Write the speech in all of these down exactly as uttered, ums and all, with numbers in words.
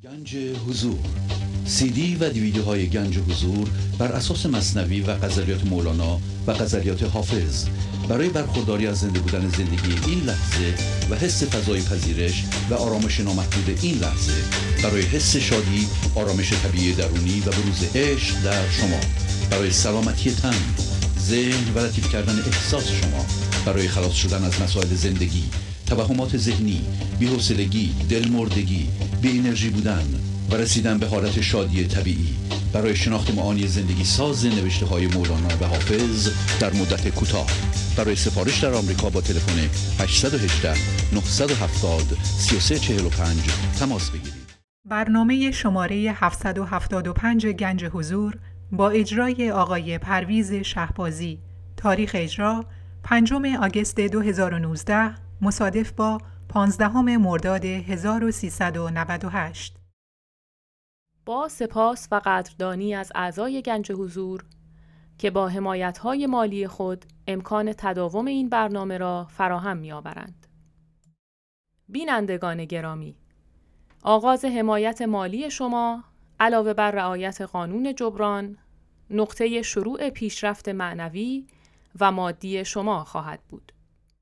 گنج حضور، سی دی و دیویدیوهای گنج حضور بر اساس مثنوی و غزلیات مولانا و غزلیات حافظ برای برخورداری از زنده بودن زندگی این لحظه و حس فضای پذیرش و آرامش نامحدود این لحظه، برای حس شادی، آرامش طبیعی درونی و بروز عشق در شما، برای سلامتی تن، ذهن و لطیف کردن احساس شما، برای خلاص شدن از مسائل زندگی، توهمات ذهنی، بی‌حوصلگی، دلمردگی، بی انرژی بودن و رسیدن به حالت شادی طبیعی، برای شناخت معانی زندگی ساز نوشته‌های مولانا و حافظ در مدت کوتاه. برای سفارش در آمریکا با تلفن هشت یک هشت نه هفت صفر سه سه چهار پنج تماس بگیرید. برنامه شماره هفتصد و هفتاد و پنج گنج حضور با اجرای آقای پرویز شهبازی. تاریخ اجرا پنجم آگوست دو هزار و نوزده مصادف با پانزدهم مرداد هزار و سیصد و نود و هشت. با سپاس و قدردانی از اعضای گنج حضور که با حمایت‌های مالی خود امکان تداوم این برنامه را فراهم می‌آورند. بینندگان گرامی، آغاز حمایت مالی شما علاوه بر رعایت قانون جبران، نقطه شروع پیشرفت معنوی و مادی شما خواهد بود.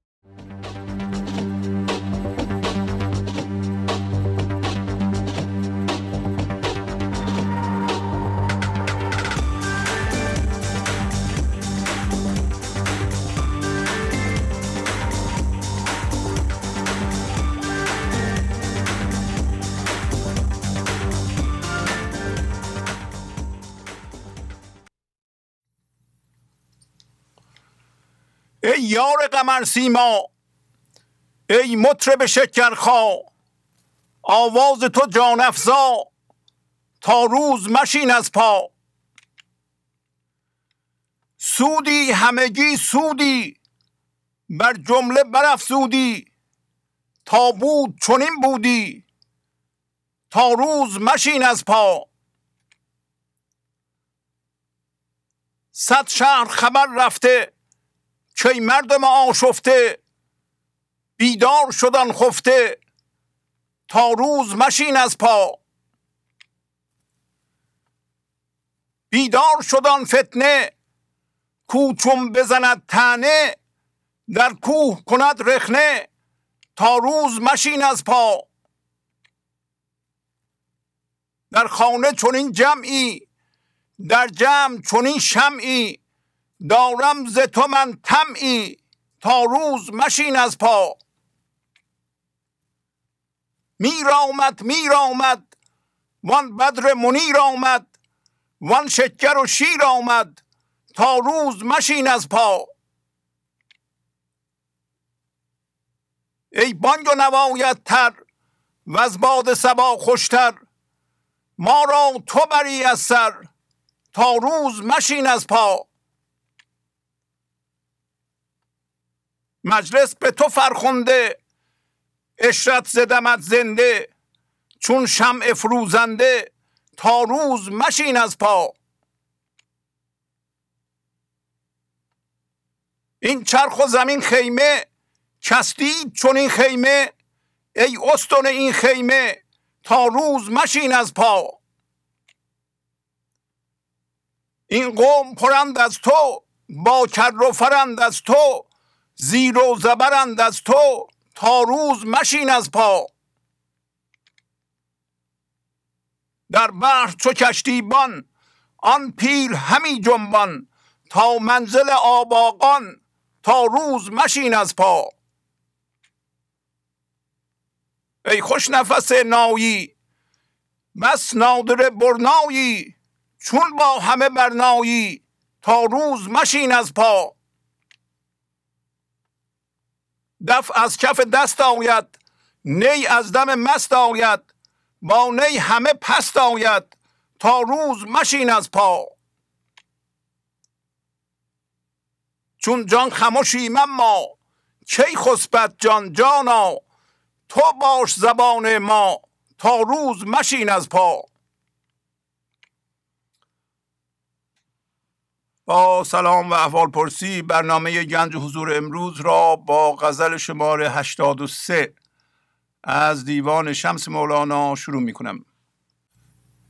ای یار قمر سیما، ای مطرب شکرخا، آواز تو جان افزا، تا روز مشین از پا. سودی همگی سودی، بر جمله برافزودی، تا بود چنین بودی، تا روز مشین از پا. صد شهر خبر رفته که مردم آشفته، بیدار شدن خفته، تا روز مشین از پا. بیدار شدن فتنه، کو چون بزند طعنه، در کوه کند رخنه، تا روز مشین از پا. در خانه چنین جمعی، در جمع چنین شمعی، دارم ز تو من طمعی، تا روز مشین از پا. میر آمد میر آمد، وان بدر منیر آمد، وان شکر و شیر آمد، تا روز مشین از پا. ای بانگ و نوایت تر، وز باد صبا خوشتر، ما را تو بری از سر، تا روز مشین از پا. مجلس به تو فرخنده، عشرت ز دمت زنده، چون شمع فروزنده، تا روز مشین از پا. این چرخ و زمین خیمه، کستید چون این خیمه، ای استن این خیمه، تا روز مشین از پا. این قوم پرند از تو، با کر و فرند از تو، زیر و زبرند از تو، تا روز مشین از پا. در بحر چو کشتیبان، آن پیل همی جنبان، تا منزل آباقان، تا روز مشین از پا. ای خوش نفس نایی، بس نادره برنایی، چون با همه برنایی، تا روز مشین از پا. دف از کف دست آید، نی از دم مست آید، با نی همه پست آید، تا روز مشین از پا. چون جان خموشیم اما، کی خسبد جان جانا، تو باش زبان ما، تا روز مشین از پا. با سلام و احوال پرسی برنامه گنج حضور امروز را با غزل شماره هشتاد و سه از دیوان شمس مولانا شروع می کنم.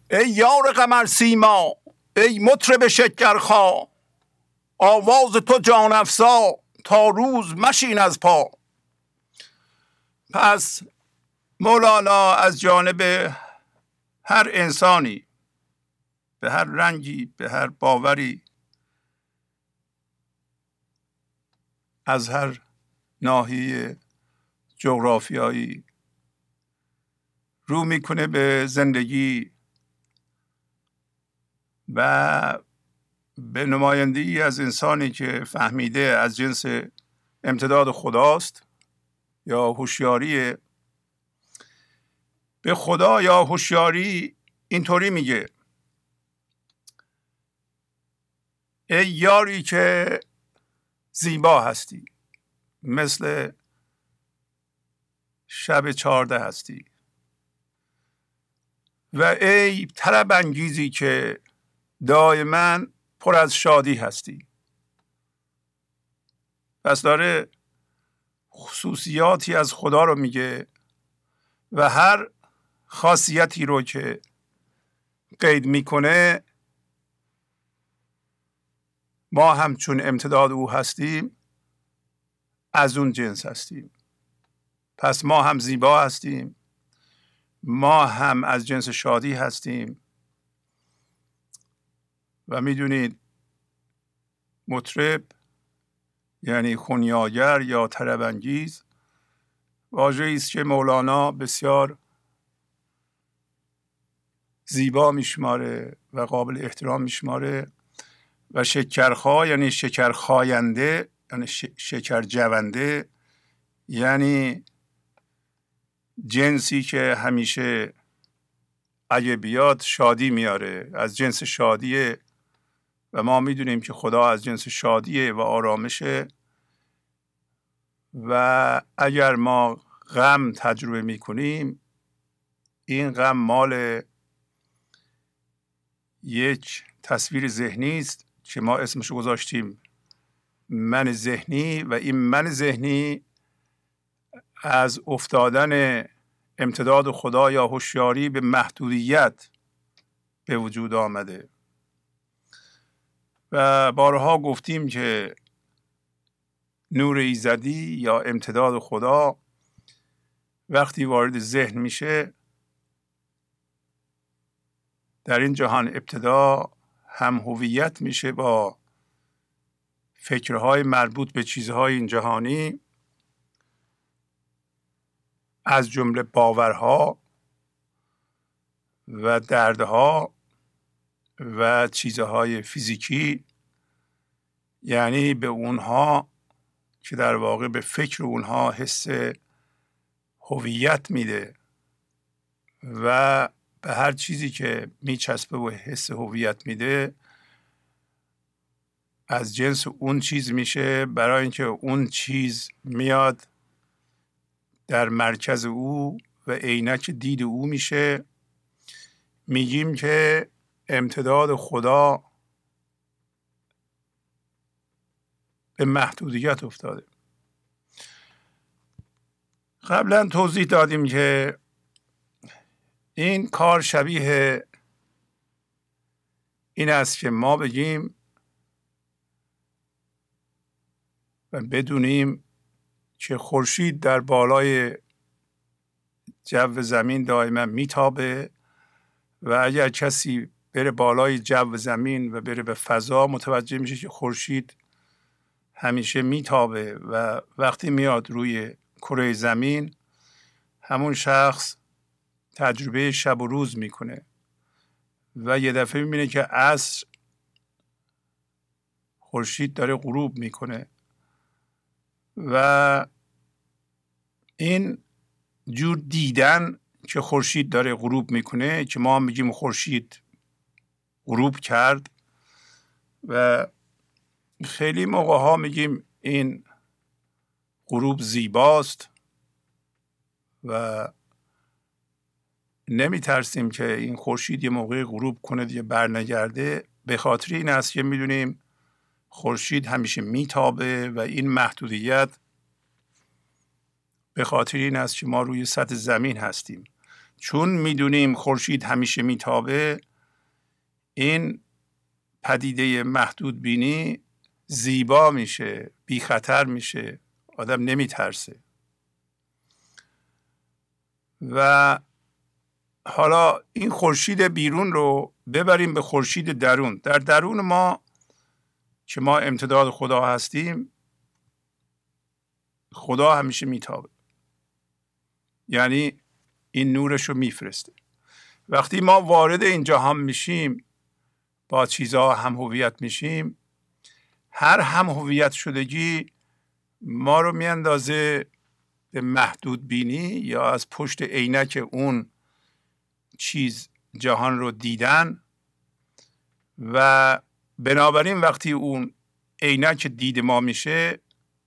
ای یار قمر سیما، ای مطرب شکرخا، آواز تو جان افزا، تا روز مشین از پا. پس مولانا از جانب هر انسانی به هر رنگی، به هر باوری، از هر ناحیه جغرافیایی رو میکنه به زندگی و به نمایندگی از انسانی که فهمیده از جنس امتداد خداست یا هوشیاری. به خدا یا هوشیاری اینطوری میگه: ای یاری که زیبا هستی، مثل شب چارده هستی، و ای طرب انگیزی که دائما پر از شادی هستی. پس داره خصوصیاتی از خدا رو میگه و هر خاصیتی رو که قید میکنه ما هم چون امتداد او هستیم از اون جنس هستیم. پس ما هم زیبا هستیم، ما هم از جنس شادی هستیم. و میدونید مطرب یعنی خونیاگر یا طرب انگیز واژه‌ای است که مولانا بسیار زیبا میشماره و قابل احترام میشماره. و شکرخا یعنی شکرخاینده، یعنی شکر جونده، یعنی جنسی که همیشه اگه بیاد شادی میاره، از جنس شادیه. و ما میدونیم که خدا از جنس شادیه و آرامشه. و اگر ما غم تجربه میکنیم، این غم مال یک تصویر ذهنی است که ما اسمشو گذاشتیم من ذهنی. و این من ذهنی از افتادن امتداد خدا یا هوشیاری به محدودیت به وجود آمده. و بارها گفتیم که نور ایزدی یا امتداد خدا وقتی وارد ذهن میشه، در این جهان ابتدا هم هویت میشه با فکرهای مربوط به چیزهای این جهانی، از جمله باورها و دردها و چیزهای فیزیکی، یعنی به اونها که در واقع به فکر اونها حس هویت میده و به هر چیزی که میچسبه و حس هویت میده از جنس اون چیز میشه، برای اینکه اون چیز میاد در مرکز او و عینک دید او میشه. میگیم که امتداد خدا به محدودیت افتاده. قبلا توضیح دادیم که این کار شبیه این است که ما بگیم و بدونیم که خورشید در بالای جو زمین دائما میتابه و اگر کسی بره بالای جو زمین و بره به فضا متوجه میشه که خورشید همیشه میتابه و وقتی میاد روی کره زمین همون شخص تجربه شب و روز میکنه و یه دفعه میبینه که عصر خورشید داره غروب میکنه و این جور دیدن که خورشید داره غروب میکنه که ما میگیم خورشید غروب کرد و خیلی موقع ها میگیم این غروب زیباست و نمی ترسیم که این خورشید یه موقع غروب کنه دیگه برنگرده، به خاطر این است که میدونیم خورشید همیشه میتابه و این محدودیت به خاطر این است که ما روی سطح زمین هستیم. چون میدونیم خورشید همیشه میتابه، این پدیده محدود بینی زیبا میشه، بی خطر میشه، آدم نمیترسه. و حالا این خورشید بیرون رو ببریم به خورشید درون. در درون ما که ما امتداد خدا هستیم، خدا همیشه میتابه، یعنی این نورش رو میفرسته. وقتی ما وارد این جهان میشیم، با چیزها هم هویت میشیم، هر هم هویت شدگی ما رو میاندازه به محدود بینی یا از پشت عینک اون چیز جهان رو دیدن. و بنابراین وقتی اون عینک دید ما میشه،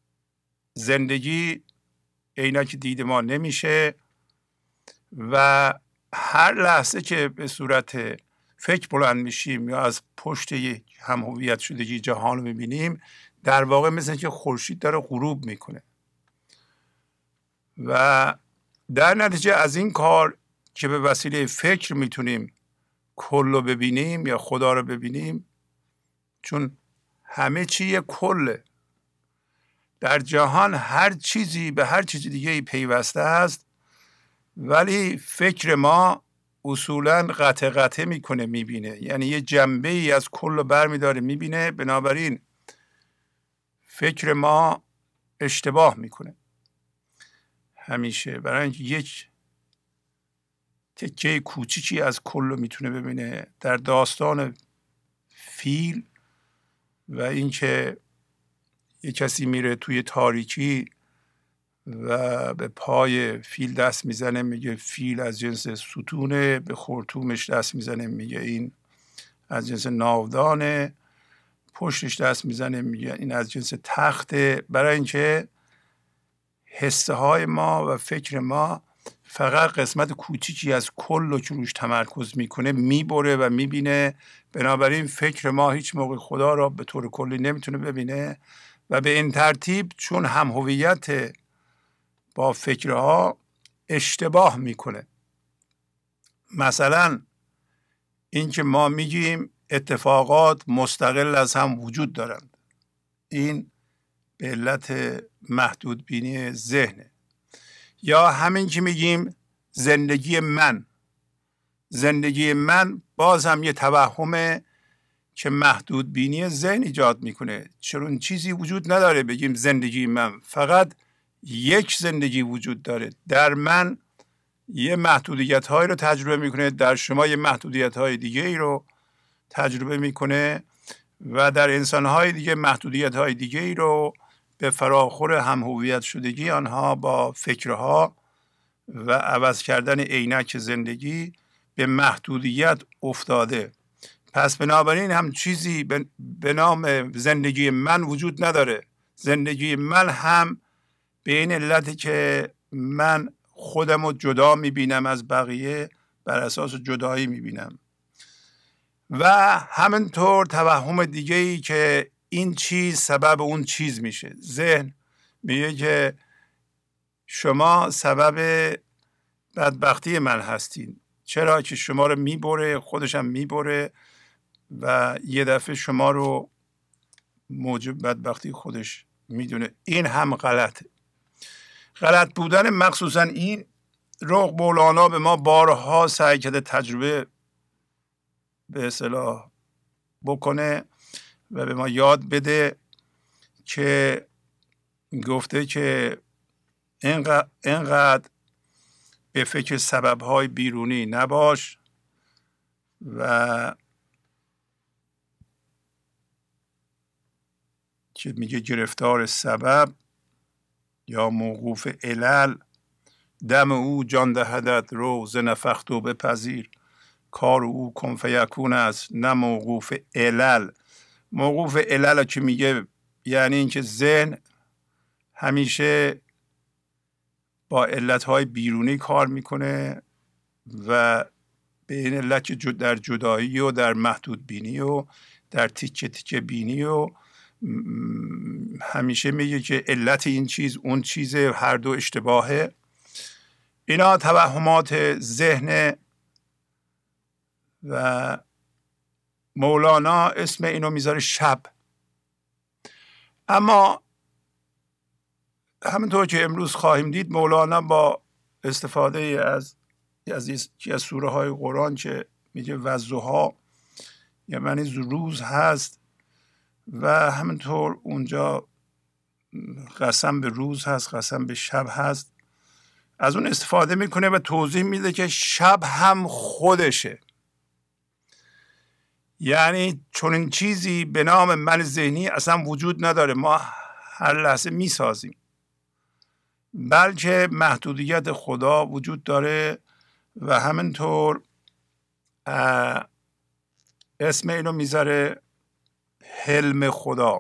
زندگی عینک دید ما نمیشه و هر لحظه که به صورت فکر بلند میشیم یا از پشت یک هم هویت شدگی جهان رو میبینیم، در واقع مثل که خورشید داره غروب میکنه. و در نتیجه از این کار که به وسیله فکر میتونیم کل رو ببینیم یا خدا رو ببینیم، چون همه چی یک کله، در جهان هر چیزی به هر چیز دیگه پیوسته است، ولی فکر ما اصولا قطع قطع میکنه میبینه، یعنی یه جنبه ای از کل رو بر میداره میبینه. بنابراین فکر ما اشتباه میکنه همیشه، برای اینکه یک تکه کوچیکی از کل رو میتونه ببینه. در داستان فیل و اینکه یک کسی میره توی تاریکی و به پای فیل دست میزنه، میگه فیل از جنس ستونه، به خرطومش دست میزنه میگه این از جنس ناودانه، پشتش دست میزنه میگه این از جنس تخته. برای اینکه حسه های ما و فکر ما فقط قسمت کوچیکی از کل رو که روش تمرکز میکنه میبره و میبینه. بنابراین فکر ما هیچ موقع خدا را به طور کلی نمیتونه ببینه و به این ترتیب چون هم هویت با فکرها اشتباه میکنه. مثلا اینکه ما میگیم اتفاقات مستقل از هم وجود دارند، این به علت محدود بینی ذهنه. یا همین که میگیم زندگی من، زندگی من باز هم یه توهمه که محدود بینی ذهن ایجاد میکنه. چون چیزی وجود نداره بگیم زندگی من، فقط یک زندگی وجود داره. در من یه محدودیت هایی رو تجربه میکنه، در شما یه محدودیت های دیگه ای رو تجربه میکنه و در انسان های دیگه محدودیت های دیگه ای رو به فراخور هم هویت شدگی آنها با فکرها و عوض کردن عینک زندگی به محدودیت افتاده. پس بنابراین هم چیزی به نام زندگی من وجود نداره. زندگی من هم به این علتی که من خودم رو جدا میبینم از بقیه، بر اساس جدایی میبینم. و همینطور توهم دیگه ای که این چیز سبب اون چیز میشه. ذهن میگه که شما سبب بدبختی من هستین، چرا که شما رو میبره، خودشم میبره و یه دفعه شما رو موجب بدبختی خودش میدونه. این هم غلطه. غلط بودن مخصوصا این رو مولانا به ما بارها سعی کرده تجربه به اصطلاح بکنه و به ما یاد بده که گفته که اینقدر, اینقدر به فکر سبب‌های بیرونی نباش و که میگه گرفتار سبب یا موقوف علل، دم او جان دهدت رو ز نفخت و بپذیر، کار او کن فیکون است نه موقوف علل. موقوف علل که میگه یعنی اینکه ذهن همیشه با علتهای بیرونی کار میکنه و به این علت که در جدایی و در محدود بینی و در تیکه تیکه بینی و همیشه میگه که علت این چیز اون چیزه، هر دو اشتباهه. اینا توهمات ذهن و مولانا اسم اینو میذاره شب. اما همونطور که امروز خواهیم دید مولانا با استفاده از از یکی از سوره های قرآن که میگه والضحی یا معنی روز هست و همینطور اونجا قسم به روز هست، قسم به شب هست، از اون استفاده میکنه و توضیح میده که شب هم خودشه. یعنی چون این چیزی به نام من ذهنی اصلا وجود نداره، ما هر لحظه میسازیم، بلکه محدودیت خدا وجود داره و همینطور اسم اینو میذاره حلم خدا.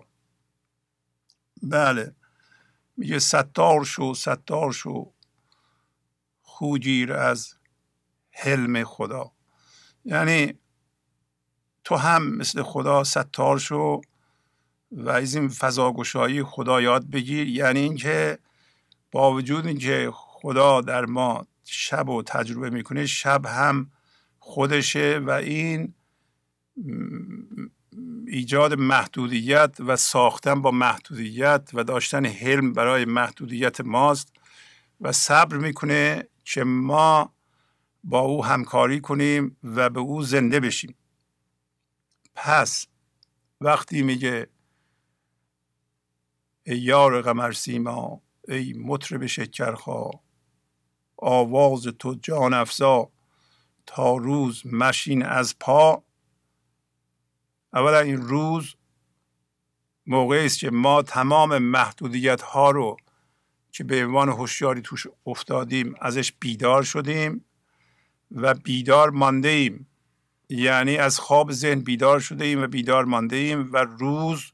بله، میگه ستار شو ستار شو خوگیر از حلم خدا. یعنی تو هم مثل خدا ستار شو و از این فضاگشایی خدا یاد بگیر. یعنی اینکه با وجود اینکه خدا در ما شب رو تجربه میکنه، شب هم خودشه و این ایجاد محدودیت و ساختن با محدودیت و داشتن حلم برای محدودیت ماست و صبر میکنه که ما با او همکاری کنیم و به او زنده بشیم. پس وقتی میگه ای یار قمر سیما، ای مطرب شکرخا، آواز تو جان افزا، تا روز مشین از پا. اولا این روز موقعی است که ما تمام محدودیت ها رو که به عنوان هوشیاری توش افتادیم ازش بیدار شدیم و بیدار مانده ایم. یعنی از خواب ذهن بیدار شده ایم و بیدار مانده ایم و روز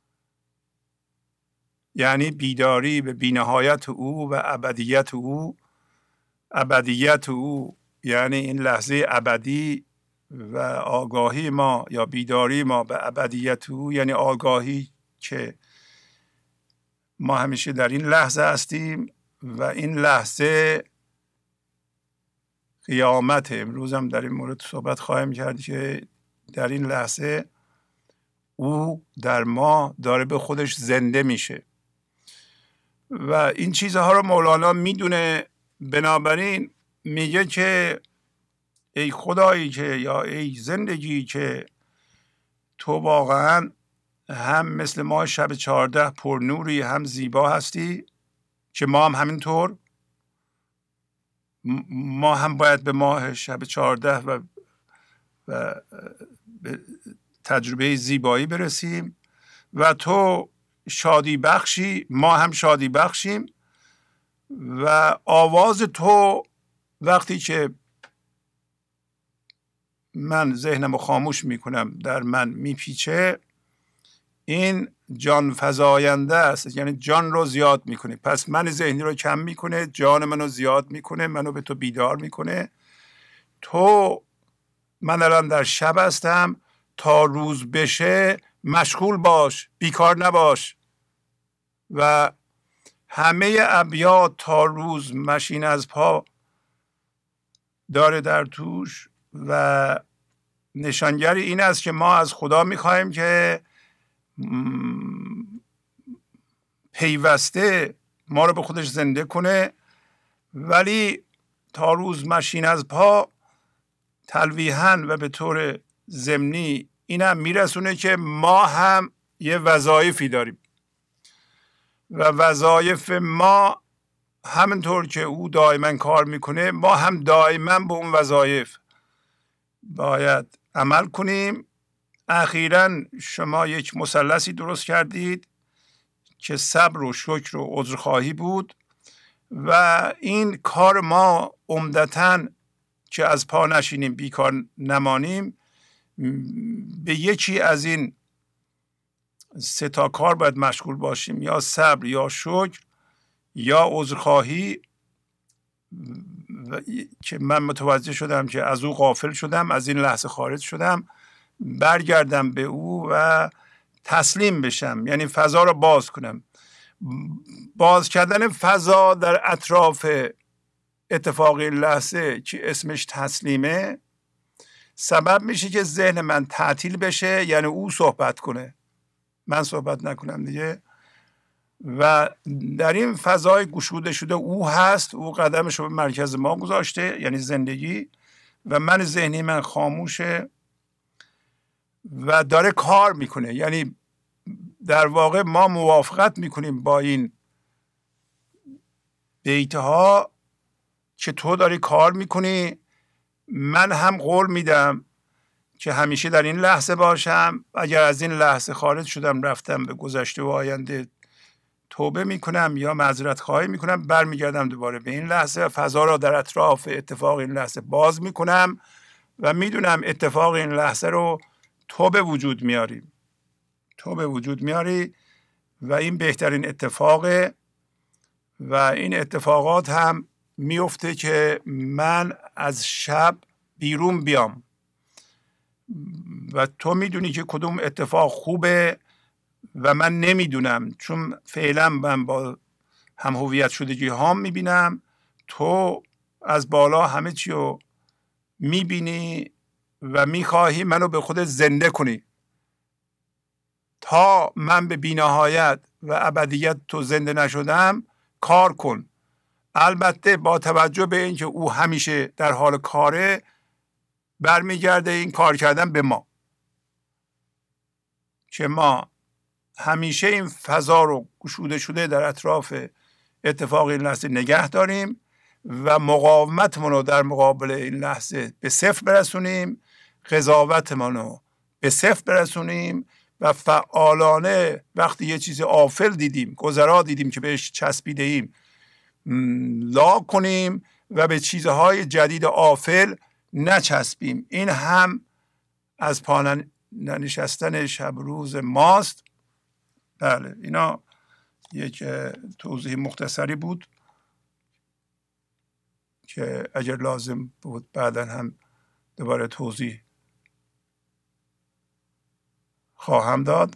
یعنی بیداری به بی‌نهایت او و ابدیت او. ابدیت او یعنی این لحظه ابدی و آگاهی ما یا بیداری ما به ابدیت او، یعنی آگاهی که ما همیشه در این لحظه هستیم و این لحظه قیامت. امروز هم در این مورد صحبت خواهیم کرد که در این لحظه او در ما داره به خودش زنده میشه و این چیزها رو مولانا میدونه. بنابراین میگه که ای خدایی که یا ای زندگی که تو واقعا هم مثل ماه شب چهارده پرنوری، هم زیبا هستی که ما هم همینطور، ما هم باید به ماه شب چهارده و, و به تجربه زیبایی برسیم و تو شادی بخشی، ما هم شادی بخشیم و آواز تو وقتی که من ذهنم رو خاموش میکنم در من میپیچه، این جان فزاینده است، یعنی جان رو زیاد میکنه. پس من ذهنی رو کم میکنه، جان منو زیاد میکنه، منو به تو بیدار میکنه. تو من الان در شب هستم، تا روز بشه مشغول باش، بیکار نباش. و همه ابیات تا روز مشین از پا داره در توش و نشانگری این است که ما از خدا میخوایم که پیوسته ما رو به خودش زنده کنه، ولی تا روز مشین از پا تلویحاً و به طور ضمنی این هم میرسونه که ما هم یه وظایفی داریم و وظایف ما همینطور که او دائما کار میکنه، ما هم دائما به اون وظایف باید عمل کنیم. اخیراً شما یک مثلثی درست کردید که صبر و شکر و عذرخواهی بود و این کار ما عمدتاً که از پا نشینیم، بیکار نمانیم، به یکی از این سه تا کار باید مشغول باشیم، یا صبر یا شکر یا عذرخواهی، که من متوجه شدم که از او غافل شدم، از این لحظه خارج شدم، برگردم به او و تسلیم بشم، یعنی فضا رو باز کنم. باز کردن فضا در اطراف اتفاق این لحظه که اسمش تسلیمه سبب میشه که ذهن من تعطیل بشه، یعنی او صحبت کنه من صحبت نکنم دیگه. و در این فضای گشوده شده او هست، او قدمش رو به مرکز ما گذاشته یعنی زندگی، و من ذهنی من خاموشه و داره کار میکنه. یعنی در واقع ما موافقت میکنیم با این بیتها که تو داری کار میکنی، من هم قول میدم که همیشه در این لحظه باشم. اگر از این لحظه خارج شدم رفتم به گذشته و آینده توبه میکنم یا معذرت خواهی میکنم، برمیگردم دوباره به این لحظه و فضا را در اطراف اتفاق این لحظه باز میکنم و میدونم اتفاق این لحظه رو تو به وجود میاری تو به وجود میاری و این بهترین اتفاقه. و این اتفاقات هم میفته که من از شب بیرون بیام و تو میدونی که کدوم اتفاق خوبه و من نمیدونم، چون فعلا من با هم هویت شدگی هام میبینم، تو از بالا همه چی رو میبینی و میخواهی منو به خودت زنده کنی تا من به بی‌نهایت و ابدیت تو زنده نشدم. کار کن، البته با توجه به اینکه او همیشه در حال کاره، برمیگرده این کار کردن به ما که ما همیشه این فضا رو گشوده شده در اطراف اتفاق این لحظه نگه داریم و مقاومتمون رو در مقابل این لحظه به صفر برسونیم، قضاوتمون رو به صفر برسونیم و فعالانه وقتی یه چیز آفل دیدیم، گذرا دیدیم که بهش چسبیده ایم، لا کنیم و به چیزهای جدید آفل نچسبیم. این هم از پا ننشستن شب روز ماست. بله، اینا یک توضیح مختصری بود که اگر لازم بود بعدا هم دوباره توضیح خواهم داد.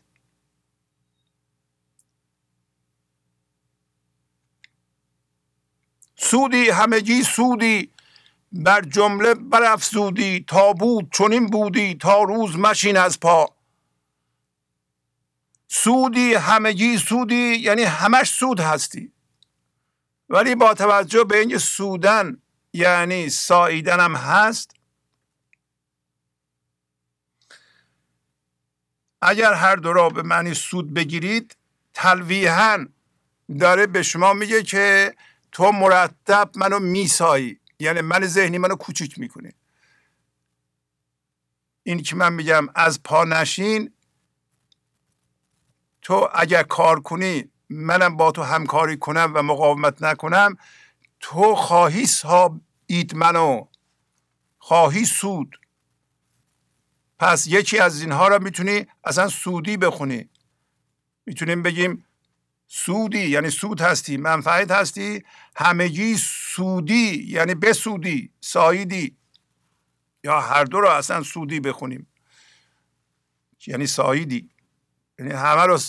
سودی همگی سودی بر جمله برافزودی، تا بود چنین بودی تا روز مشین از پا. سودی همگی سودی یعنی همش سود هستی، ولی با توجه به اینکه سودن یعنی ساییدن هم هست، اگر هر دو را به معنی سود بگیرید، تلویحاً داره به شما میگه که تو مرتب منو میسایی، یعنی من ذهنی منو کوچیک میکنی. این که من میگم از پا نشین، تو اگر کار کنی منم با تو همکاری کنم و مقاومت نکنم، تو خواهی سایید منو، خواهی سود. پس یکی از اینها را میتونی اصلا سودی بخونی. میتونیم بگیم سودی یعنی سود هستی، منفعت هستی، همگی سودی یعنی بسودی، ساییدی، یا هر دو را اصلا سودی بخونیم یعنی ساییدی، یعنی همه رو،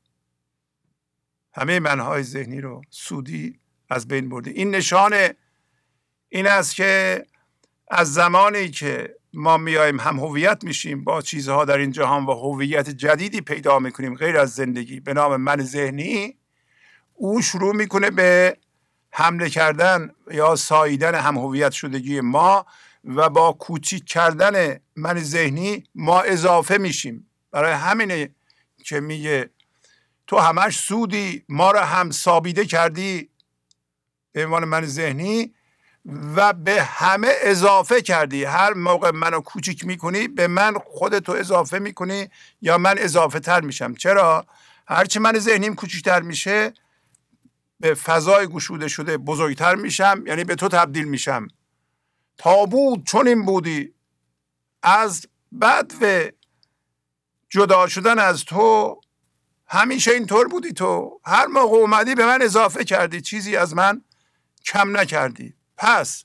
همه منهای ذهنی رو سودی از بین برده. این نشانه این است که از زمانی که ما میایم هم هویت میشیم با چیزها در این جهان و هویت جدیدی پیدا میکنیم غیر از زندگی به نام من ذهنی، او شروع میکنه به حمله کردن یا ساییدن هم هویت شدگی ما و با کوچیک کردن من ذهنی ما اضافه میشیم. برای همینه که میگه تو همش سودی، ما را هم سابیده کردی به عنوان من ذهنی و به همه اضافه کردی. هر موقع منو کوچیک میکنی به من خودتو اضافه میکنی یا من اضافه تر میشم. چرا؟ هرچی من ذهنیم کوچیکتر میشه به فضای گشوده شده بزرگتر میشم، یعنی به تو تبدیل میشم. تا بود چون این بودی، از بد و جدا شدن از تو همیشه اینطور بودی. تو هر موقع اومدی به من اضافه کردی، چیزی از من کم نکردی. پس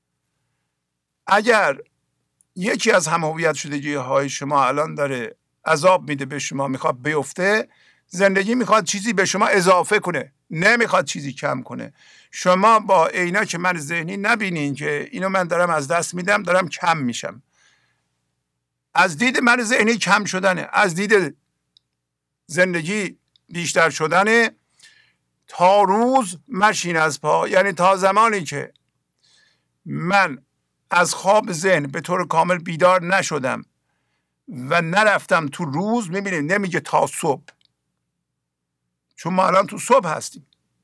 اگر یکی از هم هویت شدگی های شما الان داره عذاب میده به شما، میخواد بیفته، زندگی میخواد چیزی به شما اضافه کنه، نمیخواد چیزی کم کنه. شما با عینک من ذهنی نبینین که اینو من دارم از دست میدم، دارم کم میشم. از دید من ذهنی کم شدنه، از دید زندگی بیشتر شدنه. تا روز مشین از پا، یعنی تا زمانی که من از خواب ذهن به طور کامل بیدار نشدم و نرفتم تو روز. میبینید نمیگه تا صبح، چون ما الان تو صبح هستیم.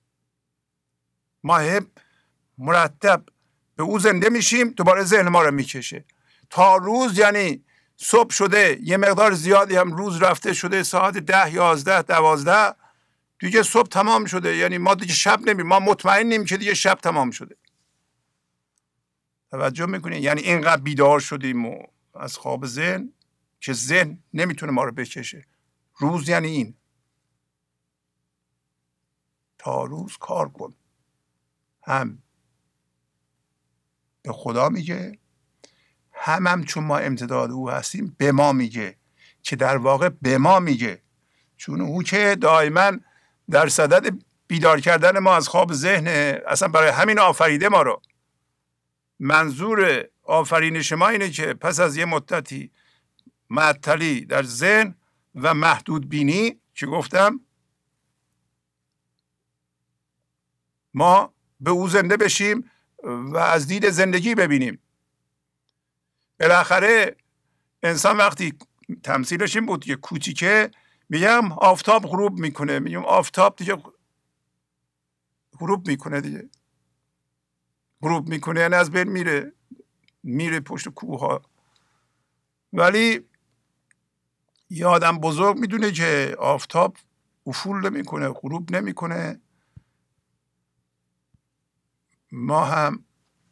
ما هم مرتب به او زنده میشیم، دوباره ذهن ما رو میکشه. تا روز یعنی صبح شده، یه مقدار زیادی هم روز رفته شده، ساعت ده یازده دوازده دیگه صبح تمام شده. یعنی ما دیگه شب نمیم، ما مطمئنیم که دیگه شب تمام شده. توجه میکنین؟ یعنی اینقدر بیدار شدیم و از خواب ذهن که ذهن نمیتونه ما رو بکشه. روز یعنی این، تا روز کار کن. هم به خدا میگه، هم هم چون ما امتداد او هستیم به ما میگه، که در واقع به ما میگه، چون او که دائما در صدد بیدار کردن ما از خواب ذهن، اصلا برای همین آفریده ما رو. منظور آفرینش ما اینه که پس از یه مدتی معطلی در ذهن و محدود بینی که گفتم، ما به او زنده بشیم و از دید زندگی ببینیم. بالاخره انسان وقتی تمثیلش این بود که کوچیکه، میگم آفتاب غروب میکنه، میگم آفتاب دیگه غروب میکنه، دیگه غروب میکنه یعنی از بین میره، میره پشت کوه ها. ولی یه آدم بزرگ میدونه که آفتاب افول نمیکنه، غروب نمیکنه. ما هم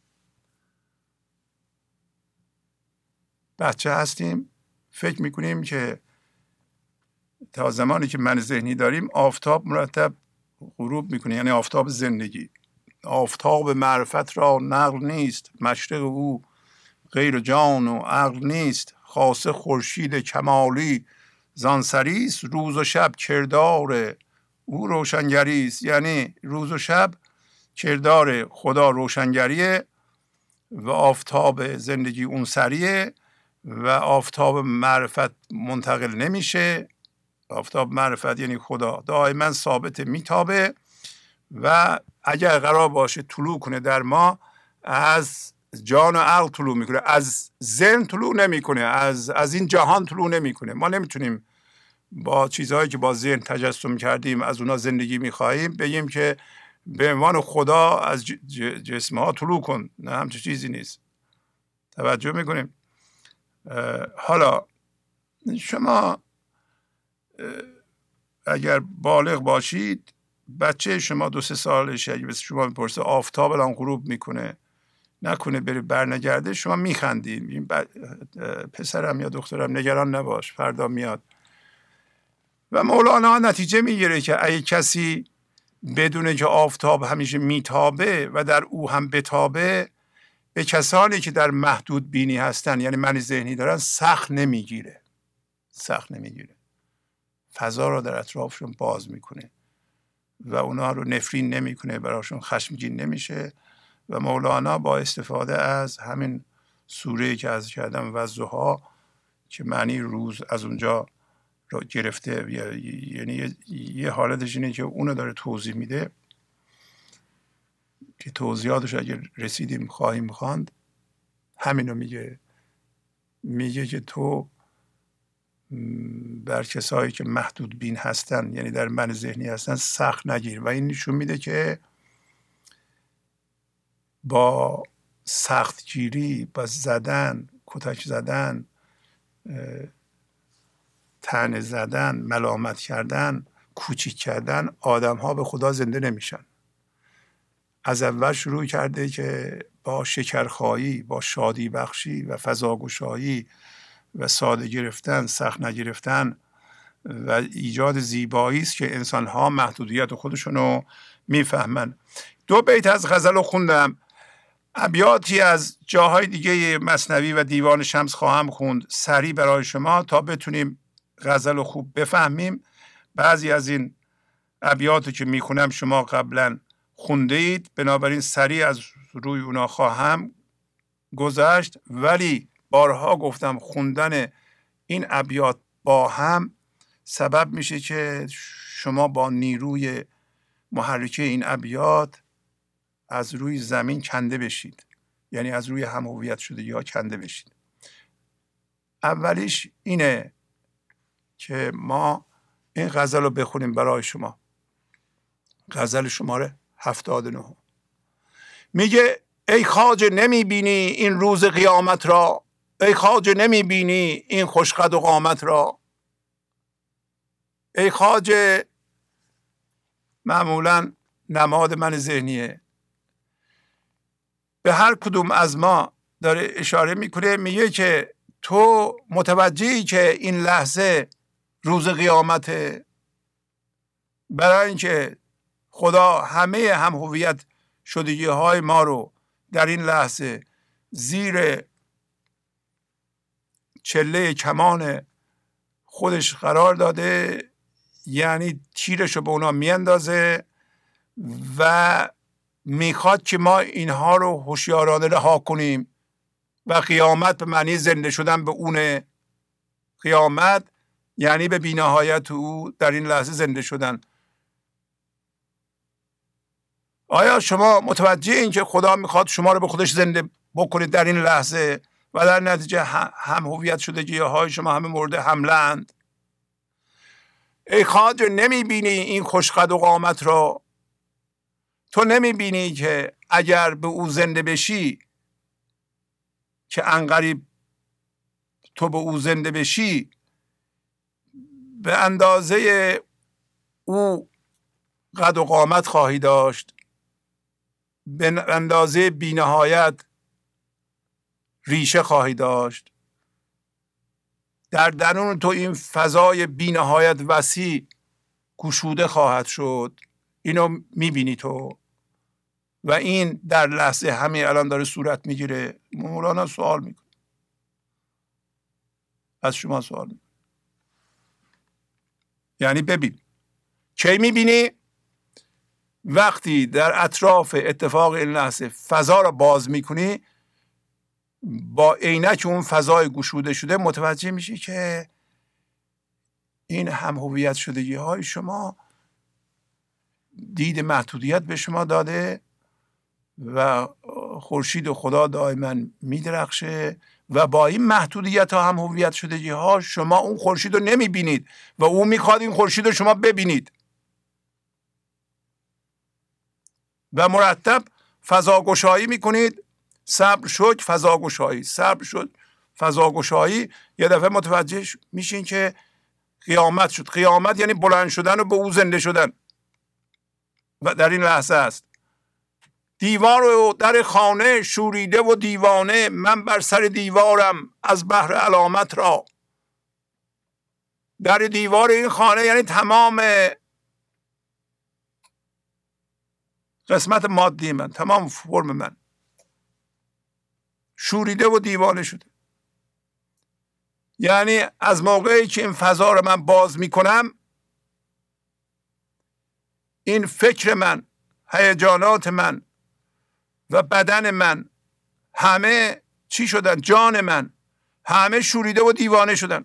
بچه هستیم، فکر میکنیم که تا زمانی که من ذهنی داریم آفتاب مرتب غروب میکنه، یعنی آفتاب زندگی. آفتاب معرفت را نقل نیست، مشرق او غیر جان و عقل نیست. خاصه خورشید کمالی زانسری است، روز و شب کردار او روشنگری است. یعنی روز و شب کردار خدا روشنگریه و آفتاب زندگی اون سریه و آفتاب معرفت منتقل نمیشه. آفتاب معرفت یعنی خدا دائما ثابت میتابه و اگر قرار باشه طلوع کنه در ما، از جان و عقل طلوع میکنه، از ذهن طلوع نمیکنه، از از این جهان طلوع نمیکنه. ما نمیتونیم با چیزهایی که با ذهن تجسم کردیم از اونا زندگی میخواهیم بگیم که به عنوان خدا از جسم ها طلوع کن. نه، همچه چیزی نیست. توجه میکنیم؟ حالا شما اگر بالغ باشید، بچه شما دو سه سالشه، اگه شما بپرسه آفتاب الان غروب میکنه نکنه بره برنگرده، شما میخندید. پسرم یا دخترم نگران نباش، فردا میاد. و مولانا نتیجه میگیره که اگه کسی بدونه که آفتاب همیشه میتابه و در او هم بتابه، به کسانی که در محدود بینی هستن یعنی من ذهنی دارن سخت نمیگیره، سخت نمیگیره. فضا را در اطرافشون باز میکنه و اونا رو نفرین نمیکنه، براشون خشمگین نمیشه. و مولانا با استفاده از همین سوره که از کردم والضحی که معنی روز از اونجا رو گرفته، یعنی یه حالتش اینه که اونو داره توضیح میده که توضیحاتش اگر رسیدیم خواهیم خواند. همینو میگه، میگه که تو بر کسایی که محدود بین هستن یعنی در من ذهنی هستن سخت نگیر. و این نشون میده که با سختگیری، با زدن، کتک زدن، طعنه زدن، ملامت کردن، کوچیک کردن، آدم ها به خدا زنده نمیشن. از اول شروع کرده که با شکرخایی، با شادی بخشی و فضاگشایی و ساده گرفتن، سخت نگرفتن و ایجاد زیبایی است که انسان ها محدودیت خودشون رو میفهمن. دو بیت از غزل رو خوندم، ابیاتی از جاهای دیگه مثنوی و دیوان شمس خواهم خوند سریع برای شما تا بتونیم غزل رو خوب بفهمیم. بعضی از این ابیاتی که میخونم شما قبلا خونده اید، بنابراین سریع از روی اونا خواهم گذشت. ولی بارها گفتم خوندن این ابیات با هم سبب میشه که شما با نیروی محرکه این ابیات از روی زمین کنده بشید، یعنی از روی هم هویت شده یا کنده بشید. اولیش اینه که ما این غزل رو بخونیم برای شما. غزل شماره هفتاد و نه میگه ای خواجه نمی بینی این روز قیامت را، ای خواجه نمی بینی این خوشقد و قامت را. ای خواجه معمولا نماد من ذهنیه، به هر کدوم از ما داره اشاره میکنه، میگه که تو متوجهی که این لحظه روز قیامته، برای اینکه خدا همه هم هویت شدگی های ما رو در این لحظه زیر چله کمان خودش قرار داده، یعنی تیرش رو به اونا میاندازه و میخواد که ما اینها رو هوشیارانه رها کنیم و قیامت به معنی زنده شدن به اونه. قیامت یعنی به بی‌نهایت او در این لحظه زنده شدن. آیا شما متوجه این که خدا میخواد شما رو به خودش زنده بکنید در این لحظه و در نتیجه هم هویت شدگی های شما همه مورد حمله اند؟ ای خواجه نمیبینی این خوشقد و قامت را، تو نمیبینی که اگر به او زنده بشی، که عنقریب تو به او زنده بشی، به اندازه او قد و قامت خواهی داشت، به اندازه بی‌نهایت ریشه خواهی داشت. در درون تو این فضای بی‌نهایت وسیع گشوده خواهد شد. اینو میبینی تو و این در لحظه همین الان داره صورت میگیره. مولانا سوال میکنه، از شما سوال میکنه، یعنی ببین. کی میبینی؟ وقتی در اطراف اتفاق این لحظه فضا را باز میکنی، با عینک اون فضای گشوده شده متوجه میشی که این هم هویت شدگی های شما دید محدودیت به شما داده و خورشید و خدا دائما میدرخشه و با این محدودیت ها هم هویت شدگی ها شما اون خورشید رو نمیبینید و اون میخواد این خورشید رو شما ببینید و مرتب فضاگشایی میکنید. صبر شد فضاگشایی، صبر شد فضاگشایی. یه دفعه متوجه میشین که قیامت شد. قیامت یعنی بلند شدن و به او زنده شدن و در این لحظه است. دیوار و در خانه شوریده و دیوانه، من بر سر دیوارم از بحر علامت را. در دیوار این خانه یعنی تمام قسمت مادی من، تمام فرم من شوریده و دیوانه شده. یعنی از موقعی که این فضا رو من باز میکنم، این فکر من، هیجانات من و بدن من همه چی شدن؟ جان من همه شوریده و دیوانه شدن.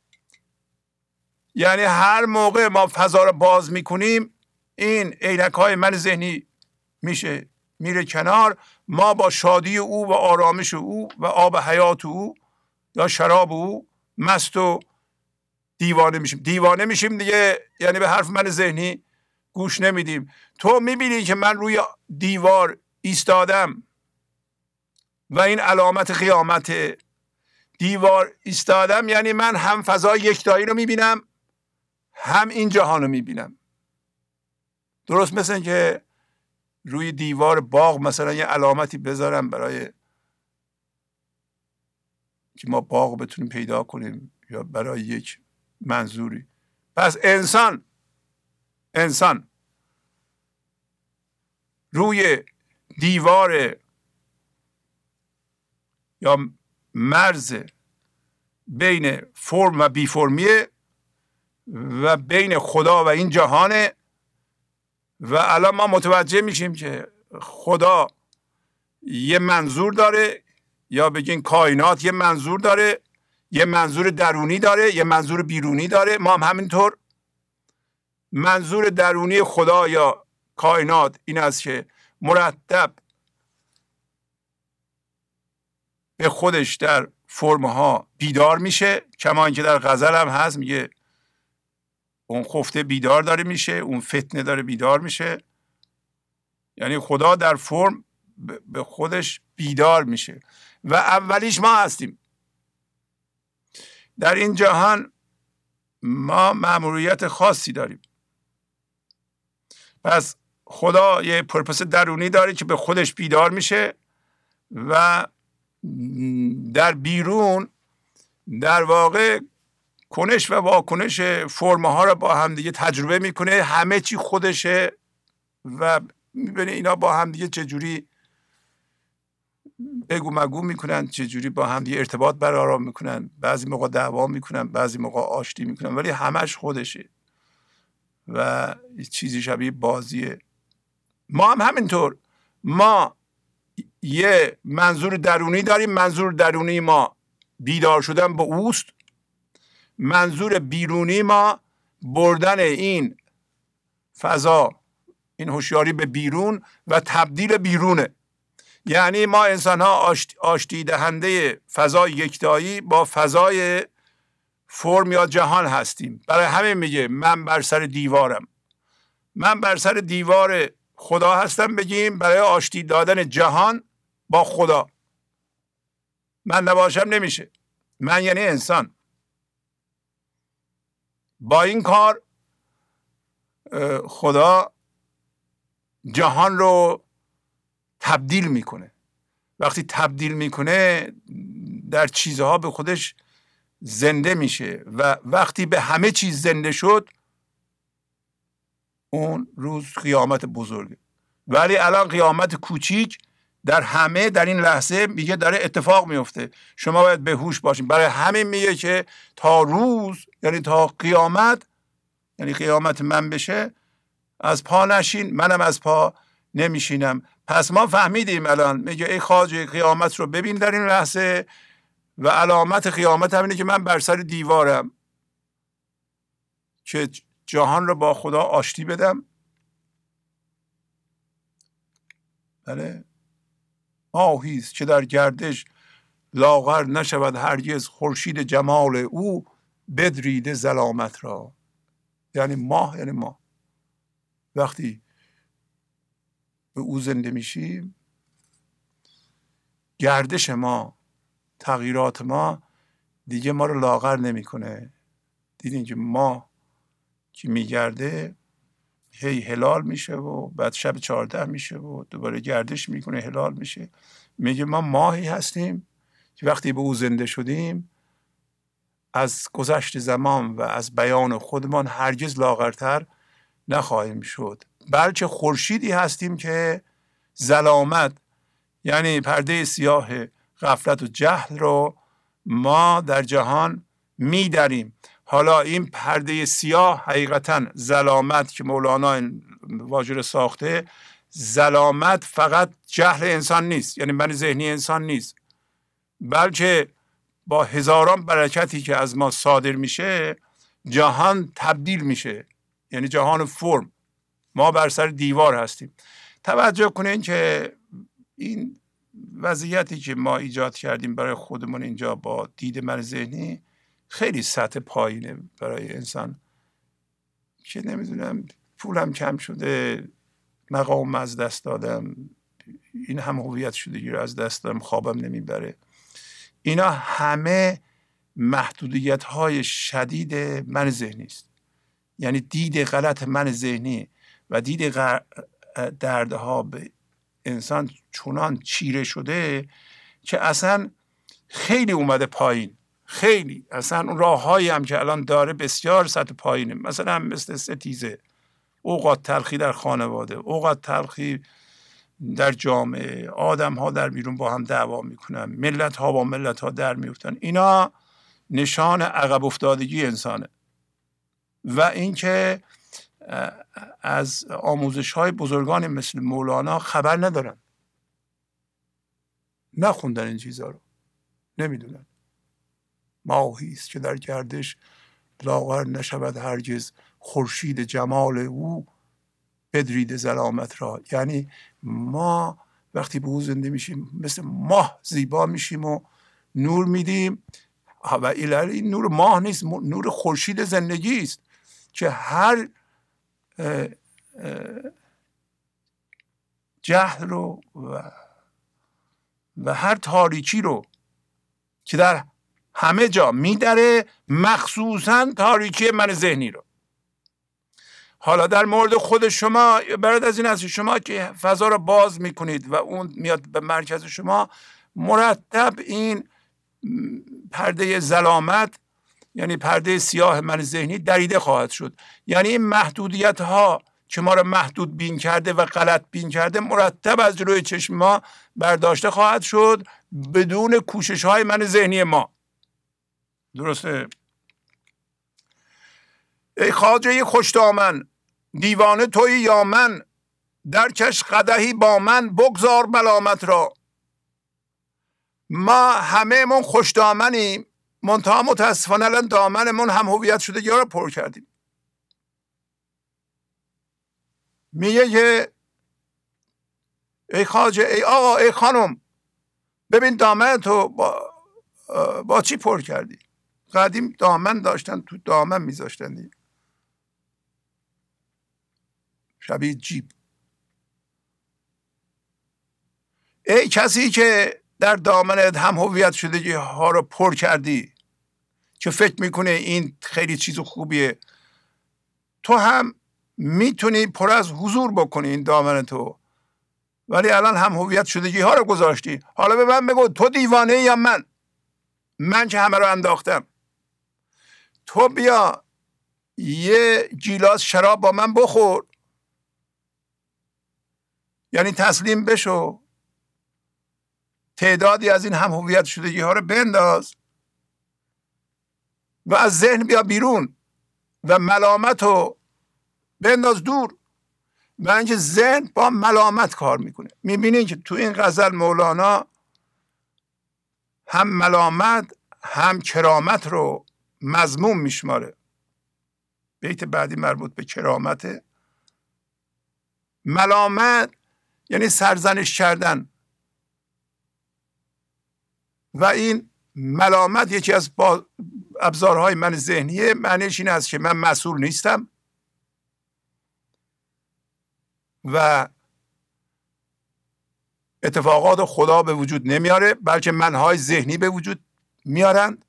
یعنی هر موقع ما فضا رو باز میکنیم، این عینک های من ذهنی میشه میره کنار، ما با شادی او و آرامش او و آب حیات او یا شراب او مست و دیوانه میشیم. دیوانه میشیم دیگه، یعنی به حرف من ذهنی گوش نمیدیم. تو میبینی که من روی دیوار ایستادم و این علامت قیامت. دیوار ایستادم یعنی من هم فضای یکتایی رو میبینم، هم این جهان رو میبینم. درست مثل که روی دیوار باغ مثلا یه علامتی بذارم برای که ما باغ بتونیم پیدا کنیم یا برای یک منظوری. پس انسان انسان روی دیوار یا مرز بین فرم و بی فرمیه و بین خدا و این جهانه و الان ما متوجه میشیم که خدا یه منظور داره، یا بگین کائنات یه منظور داره، یه منظور درونی داره، یه منظور بیرونی داره. ما هم همینطور. منظور درونی خدا یا کائنات این است که مرتب به خودش در فرمها بیدار میشه، کما اینکه در غزل هم هست، میگه اون خفته بیدار داره میشه، اون فتنه داره بیدار میشه. یعنی خدا در فرم به خودش بیدار میشه و اولیش ما هستیم. در این جهان ما مأموریت خاصی داریم. پس خدا یه پرپس درونی داره که به خودش بیدار میشه و در بیرون در واقع کنش و واکنش فرمها رو با هم دیگه تجربه میکنه. همه چی خودشه و میبینه اینا با هم دیگه چجوری بگو مگو میکنن، چجوری با هم دیگه ارتباط برقرار میکنن. بعضی موقع دعوا میکنن، بعضی موقع آشتی میکنن، ولی همش خودشه و چیزی شبیه بازیه. ما هم همینطور. ما یه منظور درونی داریم. منظور درونی ما بیدار شدن به اوست. منظور بیرونی ما بردن این فضا، این هوشیاری به بیرون و تبدیل بیرونه. یعنی ما انسان ها آشتی دهنده فضای یکتایی با فضای فرم یا جهان هستیم. برای همین میگه من بر سر دیوارم. من بر سر دیوار خدا هستم بگیم برای آشتی دادن جهان با خدا. من نباشم نمیشه. من یعنی انسان. با این کار خدا جهان رو تبدیل میکنه. وقتی تبدیل میکنه در چیزها به خودش زنده میشه و وقتی به همه چیز زنده شد اون روز قیامت بزرگه. ولی الان قیامت کوچیک در همه در این لحظه میگه داره اتفاق میفته. شما باید به هوش باشین. برای همین میگه که تا روز، یعنی تا قیامت، یعنی قیامت من بشه، از پا نشین، منم از پا نمیشینم. پس ما فهمیدیم الان. میگه ای خواجه قیامت رو ببین در این لحظه و علامت قیامت همینه که من بر سر دیوارم که جهان رو با خدا آشتی بدم. بله، ماهیست که در گردش لاغر نشود هرگز، خورشید جمال او بدریده ظلامت را. یعنی ماه، یعنی ما وقتی به او زنده میشیم، گردش ما، تغییرات ما دیگه ما رو لاغر نمیکنه. دیدین که ماه که میگرده هی هلال میشه و بعد شب چهارده میشه و دوباره گردش میکنه، هلال میشه. میگه ما ماهی هستیم که وقتی به او زنده شدیم از گذشت زمان و از بیان خودمان هرگز لاغرتر نخواهیم شد، بلکه خورشیدی هستیم که ظلامت، یعنی پرده سیاه غفلت و جهل رو ما در جهان میدریم. حالا این پرده سیاه حقیقتا ظلامت که مولانا این واژه رو ساخته، ظلامت فقط جهل انسان نیست، یعنی من ذهنی انسان نیست، بلکه با هزاران برکتی که از ما صادر میشه جهان تبدیل میشه، یعنی جهان فرم. ما بر سر دیوار هستیم. توجه کنین که این وضعیتی که ما ایجاد کردیم برای خودمون اینجا با دید من ذهنی خیلی سطح پایینه برای انسان که نمیدونم پولم کم شده، مقام از دست دادم، این هم هویت شدگی رو از دست دادم، خوابم نمیبره. اینا همه محدودیت های شدید من ذهنی است. یعنی دید غلط من ذهنی و دید غ... دردها به انسان چنان چیره شده که اصلا خیلی اومده پایین. خیلی اصلا اون راه هایی هم که الان داره بسیار سطح پایینه. مثلا مثل ستیزه، اوقات تلخی در خانواده، اوقات تلخی در جامعه، آدم ها در بیرون با هم دعوا میکنن، ملت ها با ملت ها در میفتن. اینا نشان عقب افتادگی انسانه و اینکه از آموزش های بزرگان مثل مولانا خبر ندارن، نخوندن این چیزها رو، نمیدونن. ماهی است که در گردش لاغر نشود هرگز، خورشید جمال او بدرید ظلامت را. یعنی ما وقتی به او زنده میشیم مثل ماه زیبا میشیم و نور میدیم، و این نور ماه نیست، نور خورشید زندگی است که هر اه اه جهل رو و, و هر تاریکی رو که در همه جا میدره، مخصوصا تاریکی من ذهنی رو. حالا در مورد خود شما برات از این است شما که فضا رو باز میکنید و اون میاد به مرکز شما، مرتب این پرده ظلامت، یعنی پرده سیاه من ذهنی دریده خواهد شد. یعنی این محدودیت ها که ما رو محدود بین کرده و غلط بین کرده مرتب از جلوی چشم ما برداشته خواهد شد بدون کوشش های من ذهنی ما. درسته؟ ای خواجه خوش دامن، دیوانه توی یا من، درکش قدحی با من، بگذار ملامت را. ما همه من خوش دامنیم، منتها متاسفانه الان دامنمون هم هویت شده یا رو پر کردیم. میگه که ای خواجه، ای آقا، ای خانم، ببین دامن تو با, با چی پر کردی؟ قدیم دامن داشتن، تو دامن میذاشتن دیگه، شبیه جیب. ای کسی که در دامنت هم هویت شدگی ها رو پر کردی که فکر میکنه این خیلی چیز خوبیه، تو هم میتونی پر از حضور بکنی این دامن تو، ولی الان هم هویت شدگی ها رو گذاشتی. حالا به من بگو تو دیوانه یا من؟ من که همه رو انداختم. تو بیا یه گیلاس شراب با من بخور، یعنی تسلیم بشو، تعدادی از این هم هویت شدگی ها رو بنداز و از ذهن بیا بیرون و ملامت رو بنداز دور. و اینکه ذهن با ملامت کار میکنه. میبینین که تو این غزل مولانا هم ملامت هم کرامت رو مذموم میشماره. بیت بعدی مربوط به کرامته. ملامت یعنی سرزنش کردن، و این ملامت یکی از ابزارهای من ذهنیه. معنیش این است که من مسئول نیستم و اتفاقات خدا به وجود نمیاره، بلکه منهای ذهنی به وجود میارند.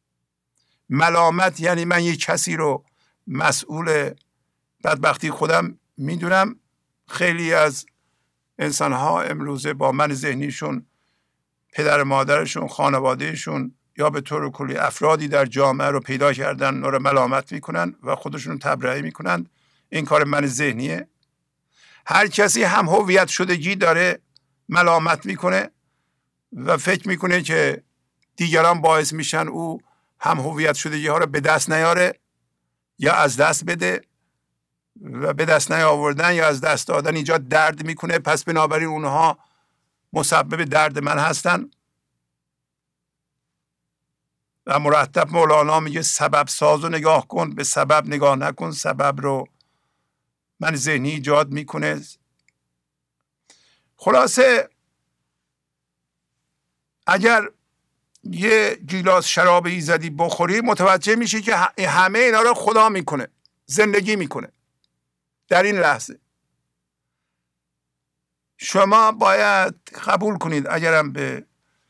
ملامت یعنی من یک کسی رو مسئول بدبختی خودم میدونم. خیلی از انسانها امروزه با من ذهنیشون پدر مادرشون، خانوادهشون یا به طور کلی افرادی در جامعه رو پیدا کردن، اونا رو ملامت میکنن و خودشون تبرئه میکنن. این کار من ذهنیه. هر کسی هم هویت شدگی داره ملامت میکنه و فکر میکنه که دیگران باعث میشن او هم هویت شدگی ها رو به دست نیاره یا از دست بده، و به دست نیاوردن یا از دست دادن ایجاد درد میکنه. پس بنابراین اونها مسبب درد من هستن. و مرتب مولانا میگه سبب ساز رو نگاه کن، به سبب نگاه نکن. سبب رو من ذهنی ایجاد میکنه. خلاصه اگر یه گیلاس شراب ایزدی بخوری متوجه میشی که همه اینا رو خدا میکنه، زندگی میکنه در این لحظه. شما باید قبول کنید، اگرم به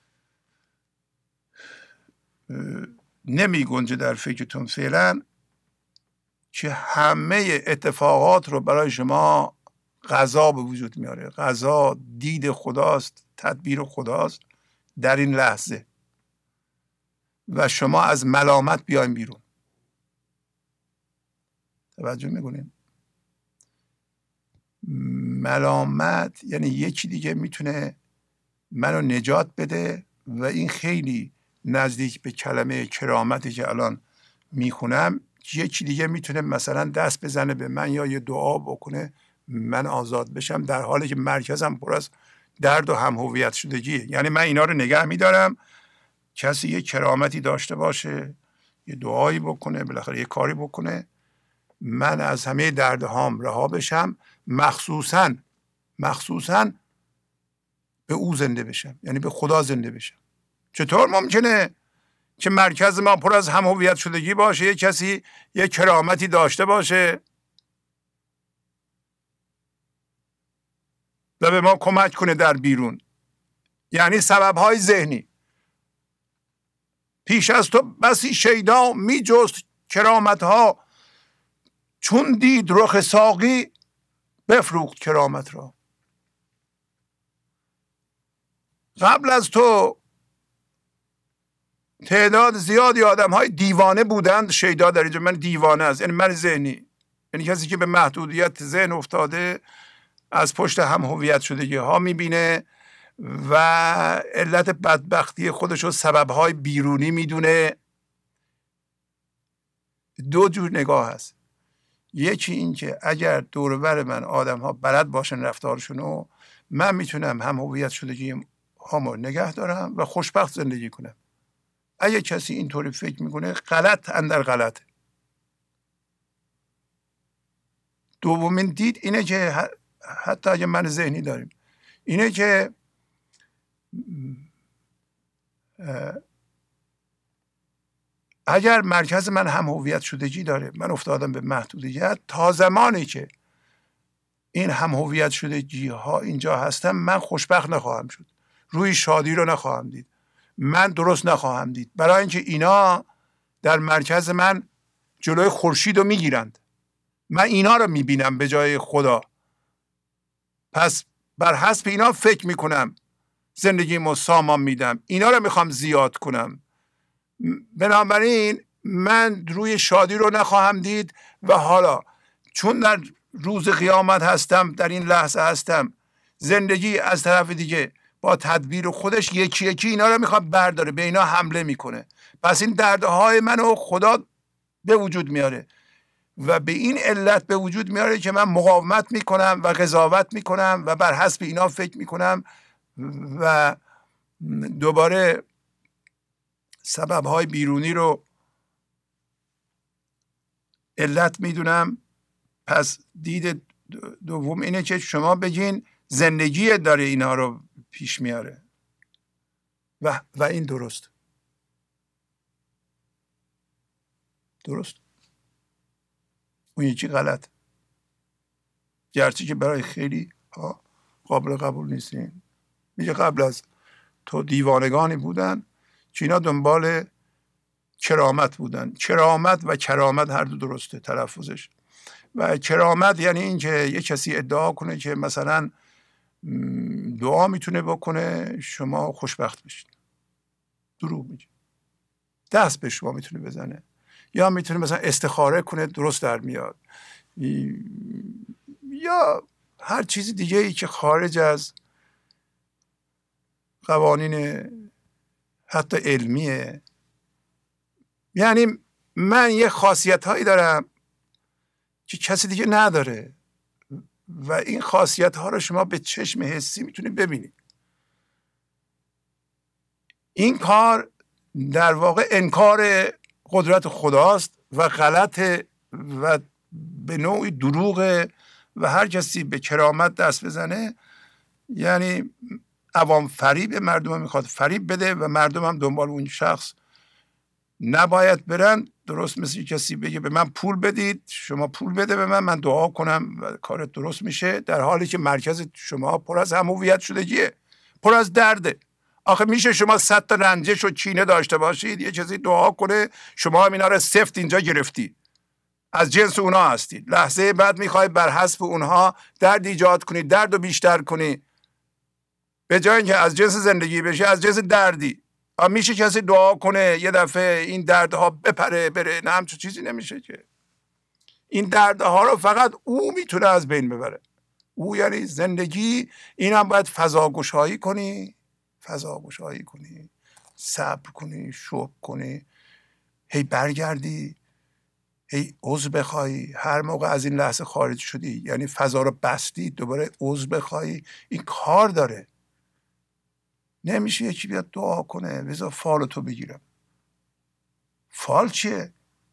نمی گنجه در فکرتون فعلا، که همه اتفاقات رو برای شما قضا به وجود میاره. قضا دید خداست، تدبیر خداست در این لحظه، و شما از ملامت بیاین بیرون. توجه میکنین؟ ملامت یعنی یکی دیگه میتونه منو نجات بده، و این خیلی نزدیک به کلمه کرامتی که الان میخونم. یکی دیگه میتونه مثلا دست بزنه به من یا یه دعا بکنه من آزاد بشم، در حالی که مرکزم پر از درد و هم هویت شدگیه. یعنی من اینا رو نگه میدارم، کسی یه کرامتی داشته باشه، یه دعایی بکنه، بالاخره یه کاری بکنه، من از همه دردهام رها بشم، مخصوصاً مخصوصاً به او زنده بشم، یعنی به خدا زنده بشم. چطور ممکنه که مرکز ما پر از هم هویت شدگی باشه، یه کسی یه کرامتی داشته باشه و به ما کمک کنه در بیرون؟ یعنی سببهای ذهنی. پیش از تو بسی شیدا می جست کرامتها، چون دید رخ ساقی بفروخت کرامت را. قبل از تو تعداد زیادی آدم های دیوانه بودند. شیدا در اینجا من دیوانه است، یعنی من ذهنی، یعنی کسی که به محدودیت ذهن افتاده، از پشت هم هویت شدگی ها میبینه و علت بدبختی خودش رو سببهای بیرونی میدونه. دو جور نگاه هست. یکی این که اگر دور و بر من آدم ها بلد باشن رفتارشونو، من میتونم هم هویت شدگی هامو نگه دارم و خوشبخت زندگی کنم. اگه کسی اینطوری فکر میکنه غلط اندر غلطه. دومین دید اینه که حتی اگه من ذهنی داریم، اینه که اگر مرکز من هم هویت شدگی داره، من افتادم به محدودیت، تا زمانی که این هم هویت شدگی ها اینجا هستم، من خوشبخت نخواهم شد، روی شادی رو نخواهم دید، من درست نخواهم دید، برای اینکه اینا در مرکز من جلوی خورشید رو میگیرند. من اینا رو میبینم به جای خدا، پس بر حسب اینا فکر میکنم، زندگیمو سامان میدم، اینا رو میخوام زیاد کنم. بنابراین من روی شادی رو نخواهم دید و حالا چون در روز قیامت هستم، در این لحظه هستم، زندگی از طرف دیگه با تدبیر خودش یکی یکی اینا رو میخواد برداره، به اینا حمله میکنه. پس این دردهای منو خدا به وجود میاره و به این علت به وجود میاره که من مقاومت میکنم و قضاوت میکنم و بر حسب اینا فکر میکنم و دوباره سببهای بیرونی رو علت میدونم. پس دید دوم اینه که شما بگین زندگی داره اینا رو پیش میاره و و این درست درست اون یکی غلط، گرچه که برای خیلی ها قابل قبول نیستین. میگه قبل از تو دیوانگانی بودن که اینا دنبال کرامت بودن. کرامت و کرامت هر دو درسته تلفظش. و کرامت یعنی این که یه کسی ادعا کنه که مثلا دعا میتونه بکنه شما خوشبخت بشید. دروغ میگه. دست به شما میتونه بزنه یا میتونه مثلا استخاره کنه درست در میاد یا هر چیز دیگه ای که خارج از قوانین حتی علمیه. یعنی من یه خاصیت هایی دارم که کسی دیگه نداره و این خاصیت ها رو شما به چشم حسی میتونید ببینید. این کار در واقع انکار قدرت خداست و غلطه و به نوعی دروغه و هر کسی به کرامت دست بزنه یعنی عوام فریب مردم میخواد فریب بده و مردم هم دنبال اون شخص نباید برن. درست مثل کسی بگه به من پول بدید، شما پول بده به من، من دعا کنم و کارت درست میشه، در حالی که مرکز شما پر از هم هویت شدگیه، پر از درده. آخه میشه شما صد تا رنجش و کینه داشته باشید، یه چیزی دعا کنه شما هم اینا رو سفت اینجا گرفتی، از جنس اونها هستید، لحظه بعد میخوای بر حسب اونها درد ایجاد کنی، درد رو بیشتر کنی، به جای اینکه از جنس زندگی بشه از جنس دردی. میشه کسی دعا کنه یه دفعه این دردها بپره بره؟ نه، همچون چیزی نمیشه که. این دردها رو فقط او میتونه از بین ببره. او یعنی زندگی. این هم باید فضاگشایی کنی، فضاگشایی کنی، صبر کنی، شکر کنی، هی برگردی هی عضو بخوایی، هر موقع از این لحظه خارج شدی یعنی فضا رو بستی دوباره عضو بخوایی، این کار داره. نمیشه یکی بیاد دعا کنه بذار فال تو بگیرم. فال چیه؟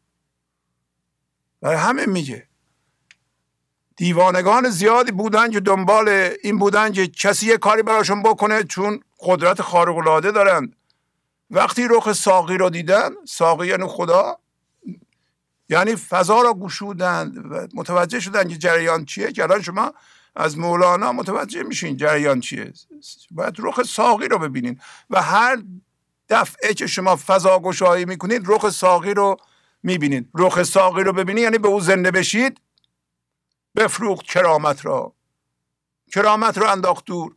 برای همه میگه دیوانگان زیادی بودن که دنبال این بودن که کسی یه کاری براشون بکنه چون قدرت خارق العاده دارن. وقتی رخ ساقی رو دیدن، ساقی یعنی خدا، یعنی فضا را گشودن و متوجه شدن که جریان چیه. که الان شما از مولانا متوجه میشین جریان چیه. باید رخ ساقی رو ببینین و هر دفعه که شما فضا گشایی میکنید رخ ساقی رو میبینید. رخ ساقی رو ببینید یعنی به او زنده بشید. بفروخت کرامت را، کرامت رو انداخت دور.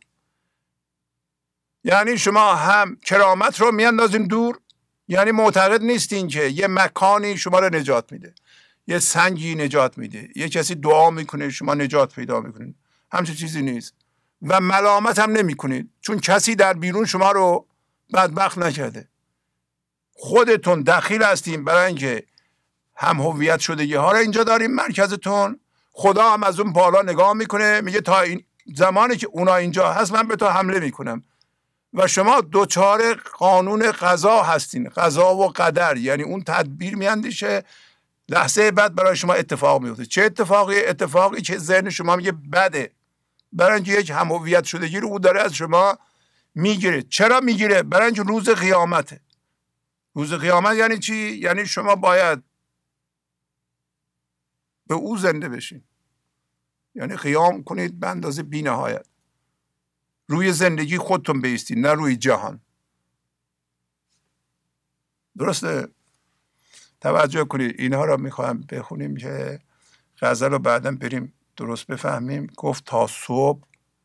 یعنی شما هم کرامت رو میاندازین دور، یعنی معتقد نیستین که یه مکانی شما رو نجات میده، یه سنگی نجات میده، یه کسی دعا میکنه شما نجات پیدا میکنین. همچین چیزی نیست. و ملامت هم نمیکنید چون کسی در بیرون شما رو بدبخت نکرده. خودتون دخیل هستین برای اینکه هم هویت شدگی ها رو اینجا داریم مرکزتون. خدا هم از اون بالا نگاه میکنه میگه تا این زمانی که اونا اینجا هست من به تو حمله میکنم و شما دوچار قانون قضا هستین. قضا و قدر یعنی اون تدبیر میاندیشه، لحظه بعد برای شما اتفاق میفته. چه اتفاقی؟ اتفاقی که ذهن شما میگه بده، برای اینکه یک هم هویت شدگی رو او داره از شما میگیره. چرا میگیره؟ برای اینکه روز قیامته. روز قیامت یعنی چی؟ یعنی شما باید به او زنده بشین، یعنی قیام کنید به اندازه بی نهایت. روی زندگی خودتون بیستید نه روی جهان. درسته؟ توجه کنید اینها را میخوایم بخونیم که غزل رو بعداً بریم درست بفهمیم. گفت تا صبح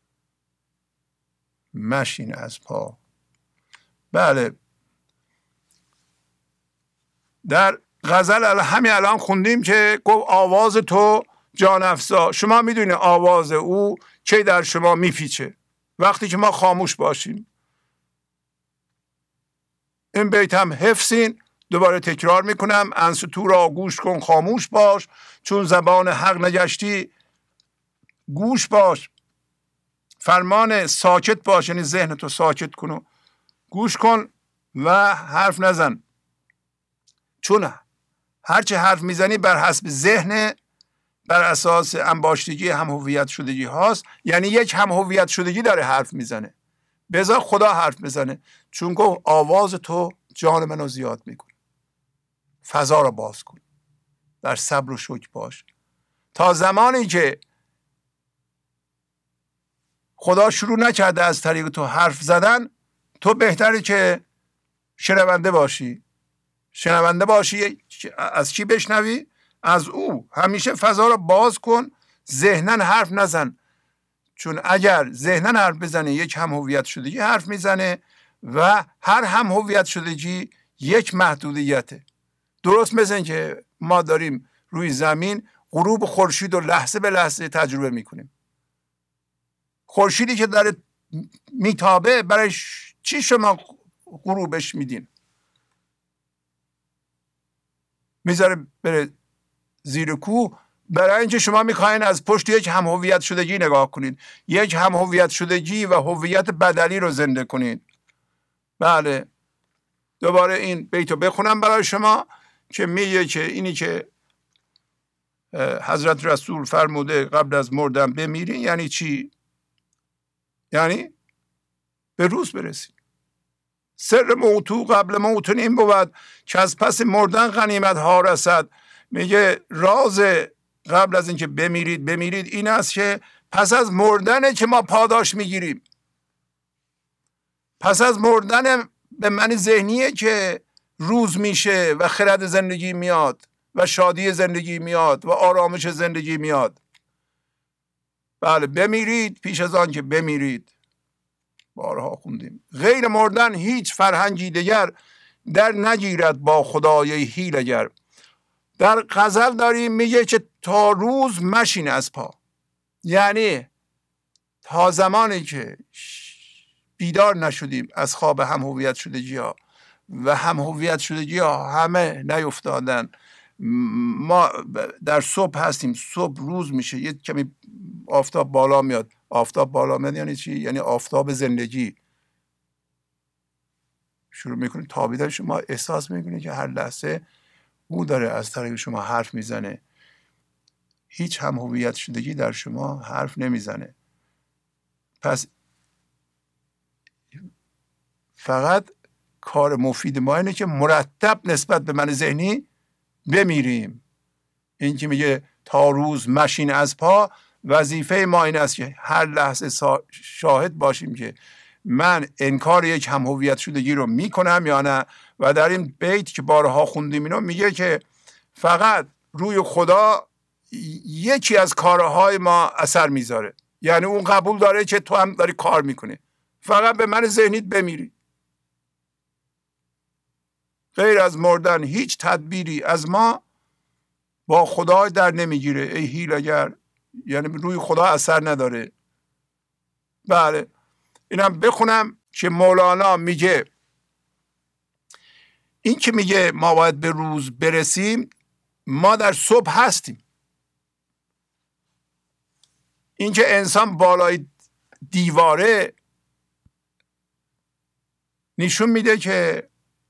مشین از پا. بله در غزل همین الان خوندیم که گفت آواز تو جان افزا. شما میدونید آواز او چه در شما میپیچه وقتی که ما خاموش باشیم. این بیت هم حفظین، دوباره تکرار میکنم. انصتو را گوش کن خاموش باش، چون زبان حق نگشتی گوش باش. فرمان ساکت باش یعنی ذهن تو ساکت کن و گوش کن و حرف نزن، چون هرچه حرف میزنی بر حسب ذهن، بر اساس انباشتگی هم هویت شدگی هاست. یعنی یک هم هویت شدگی داره حرف میزنه. بذار خدا حرف بزنه، چون گفت آواز تو جان منو زیاد میکنه. فضا رو باز کن، در صبر و شکر باش تا زمانی که خدا شروع نکرده از طریق تو حرف زدن. تو بهتره که شنونده باشی. شنونده باشی از چی بشنوی؟ از او. همیشه فضا رو باز کن، ذهنن حرف نزن، چون اگر ذهنن حرف بزنه یک هم هویت شدگی حرف میزنه و هر هم هویت شدگی یک محدودیته. درست مثل که ما داریم روی زمین غروب خورشید رو لحظه به لحظه تجربه میکنیم. خورشیدی که داره میتابه برای چی شما غروبش میدین؟ میذاره بره زیر کوه برای اینکه شما میخواین از پشت یک هم هویت شدگی نگاه کنید، یک هم هویت شدگی و هویت بدلی رو زنده کنید. بله دوباره این بیتو بخونم برای شما که میگه که اینی که حضرت رسول فرموده قبل از مردن بمیرین یعنی چی؟ یعنی به روز برسید. سر موتو قبل موتون این بود که از پس مردن غنیمت ها رسد. میگه راز قبل از اینکه بمیرید بمیرید این است که پس از مردنه که ما پاداش میگیریم. پس از مردن به معنی ذهنیه که روز میشه و خرد زندگی میاد و شادی زندگی میاد و آرامش زندگی میاد. بله بمیرید پیش از آن که بمیرید. بارها خوندیم. غیر مردن هیچ فرهنگی دیگر در نگیرد با خدای حیله‌گر. در غزل داریم میگه که تا روز مشین از پا، یعنی تا زمانی که بیدار نشدیم از خواب هم هویت شدگی ها و هم هویت شدگی ها همه نیفتادن ما در صبح هستیم، صبح روز میشه، یه کمی آفتاب بالا میاد. آفتاب بالا میاد یعنی چی؟ یعنی آفتاب زندگی شروع میکنه تابیدن. شما احساس میکنید که هر لحظه او داره از طریق شما حرف میزنه. هیچ هم هویت شدگی در شما حرف نمیزنه. پس فقط کار مفید ما اینه که مرتب نسبت به من ذهنی بمیریم. این که میگه تا روز مشین از پا، وظیفه ما این است که هر لحظه شاهد باشیم که من انکار یک هم هویت شدگی رو میکنم یا نه. و در این بیت که بارها خوندیم اینو میگه که فقط روی خدا یکی از کارهای ما اثر میذاره، یعنی اون قبول داره که تو هم داری کار میکنه. فقط به من ذهنیت بمیری. غیر از مردن هیچ تدبیری از ما با خدا در نمیگیره. ای هیلگر، یعنی روی خدا اثر نداره. بله اینم بخونم که مولانا میگه این که میگه ما باید به روز برسیم، ما در صبح هستیم. این که انسان بالای دیواره نشون میده که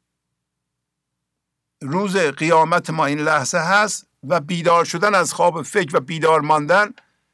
روز قیامت ما این لحظه هست و بیدار شدن از خواب فکر و بیدار ماندن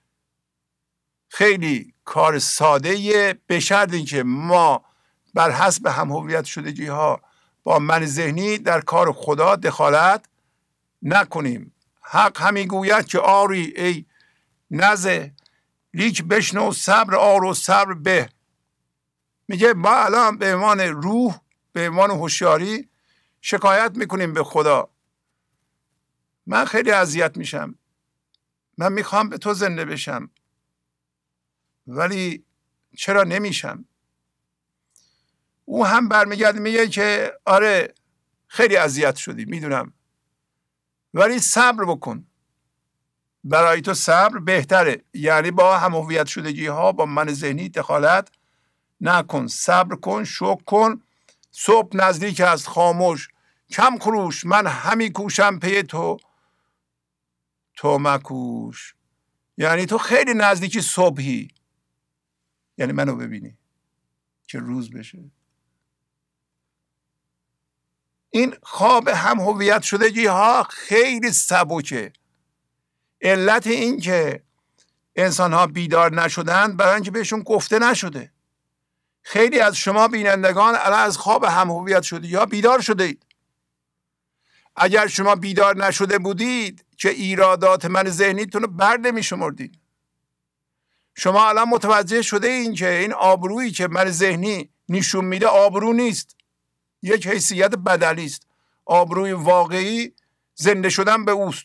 خیلی کار سادهیه، به شرط اینکه ما بر حسب هم هویت شدگی ها با من ذهنی در کار خدا دخالت نکنیم. حق همی گوید که آری ای نزه، لیک بشنو صبر آر و صبر به. میگه ما الان به عنوان روح، به عنوان هوشیاری شکایت میکنیم به خدا. من خیلی اذیت میشم، من میخوام به تو زنده بشم ولی چرا نمیشم؟ او هم برمیگرده میگه که آره خیلی اذیت شدی میدونم ولی صبر بکن، برای تو صبر بهتره. یعنی با هم هویت شدگی ها با من ذهنی دخالت نکن، صبر کن، شکر کن. صبح نزدیک است خاموش کم خروش، من همی کوشم پی تو تو مکوش. یعنی تو خیلی نزدیکی صبحی، یعنی منو ببینی که روز بشه. این خواب هم هویت شدگی ها خیلی سبکه. علت این که انسان ها بیدار نشدن برای اینکه بهشون گفته نشده. خیلی از شما بینندگان الان از خواب هم هویت شدگی ها بیدار شده اید. اگر شما بیدار نشده بودید که ایرادات من ذهنیتون رو بر نمی شمردید. شما الان متوجه شده این که این آبرویی که من ذهنی نشون میده آبرو نیست، یک حیثیت بدلی است. آبروی واقعی زنده شدن به اوست.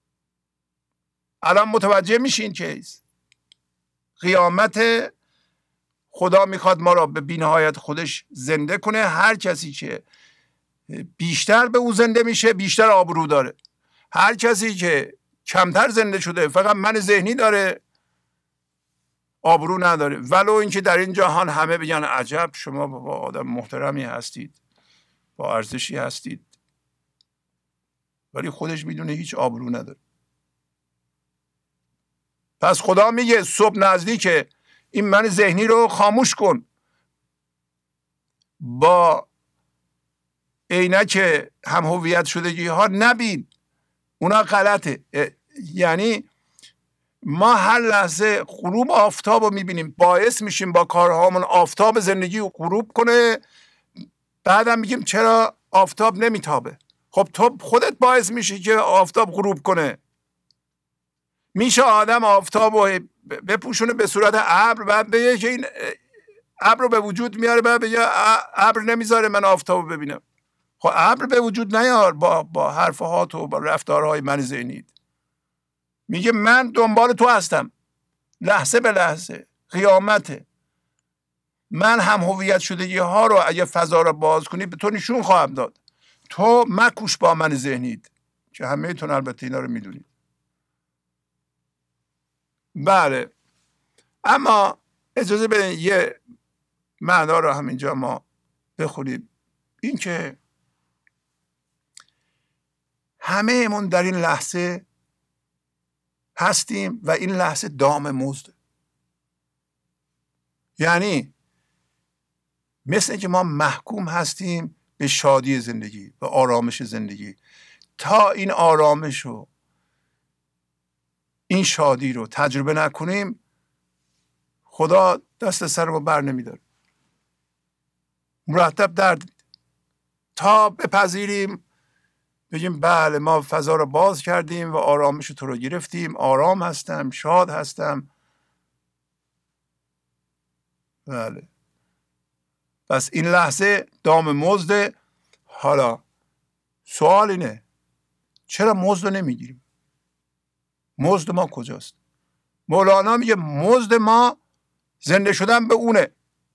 الان متوجه میشین که قیامت خدا میخواد ما را به بی‌نهایت خودش زنده کنه. هر کسی که بیشتر به او زنده میشه بیشتر آبرو داره. هر کسی که کمتر زنده شده فقط من ذهنی داره آبرو نداره. ولو اینکه در این جهان همه بگن عجب شما با آدم محترمی هستید، با ارزشی هستید، ولی خودش میدونه هیچ آبرو نداره. پس خدا میگه صبح نزدیکه، این من ذهنی رو خاموش کن، با عینک هم هویت شدگی ها نبین، اونا غلطه. یعنی ما هر لحظه غروب آفتاب رو میبینیم، باعث میشیم با کارهامون آفتاب زندگی رو غروب کنه. بعدم میگیم چرا آفتاب نمیتابه؟ خب تو خودت باعث میشی که آفتاب غروب کنه. میشه آدم آفتاب رو بپوشونه به صورت ابر، بعد بگه که این ابر رو به وجود میاره، بعد بگه ابر نمیذاره من آفتاب رو ببینم. خب ابر به وجود نیار با با حرفهات و با رفتارهای من ذهنیت. میگه من دنبال تو هستم لحظه به لحظه. قیامته. من هم هویت شدگی ها رو اگه فضا رو باز کنی به تو نشون خواهم داد. تو مکوش با من ذهنیت که همه تون البته اینا رو میدونید. بله، اما اجازه بدین یه معنا رو همینجا ما بخونیم. این که همه من در این لحظه هستیم و این لحظه دام مزده. یعنی مثل اینکه ما محکوم هستیم به شادی زندگی و آرامش زندگی. تا این آرامش رو، این شادی رو تجربه نکنیم، خدا دست سر ما بر نمیداره، مرتب درد میده. تا بپذیریم بگیم بله ما فضا رو باز کردیم و آرامش تو رو گرفتیم، آرام هستم، شاد هستم. بله، پس این لحظه دام مزده. حالا سوال اینه چرا مزد رو نمیگیریم؟ مزد ما کجاست؟ مولانا میگه مزد ما زنده شدن به اونه.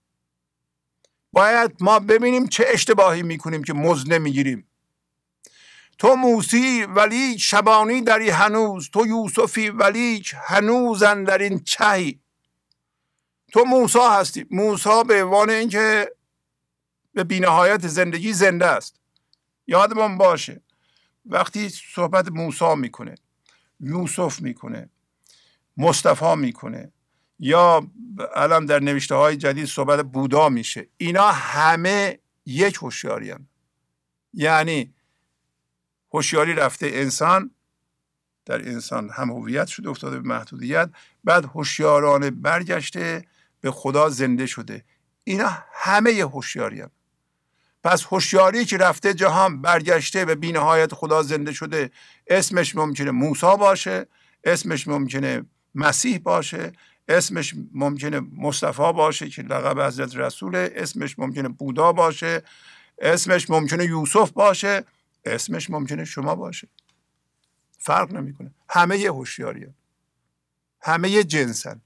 باید ما ببینیم چه اشتباهی میکنیم که مزد نمیگیریم. تو موسی ولی شبانی داری هنوز، تو یوسفی ولی هنوزن در این چهی. تو موسی هستی. موسی به عنوان اینکه به بی‌نهایت زندگی زنده است. یادمون باشه وقتی صحبت موسی میکنه، یوسف میکنه، مصطفی میکنه، یا الان در نوشته های جدید صحبت بودا میشه، اینا همه یک هوشیاری هستند. یعنی هوشیاری رفته انسان، در انسان هم هویت شده، افتاده به محدودیت، بعد هوشیارانه برگشته به خدا زنده شده. اینا همه هوشیاری هستند. پس هوشیاری که رفته جهان برگشته به بی‌نهایت خدا زنده شده، اسمش ممکنه موسی باشه، اسمش ممکنه مسیح باشه، اسمش ممکنه مصطفی باشه که لقب حضرت رسوله، اسمش ممکنه بودا باشه، اسمش ممکنه یوسف باشه، اسمش ممکنه شما باشه. فرق نمیکنه. همه یه هوشیاری هستند. همه یه جنسن.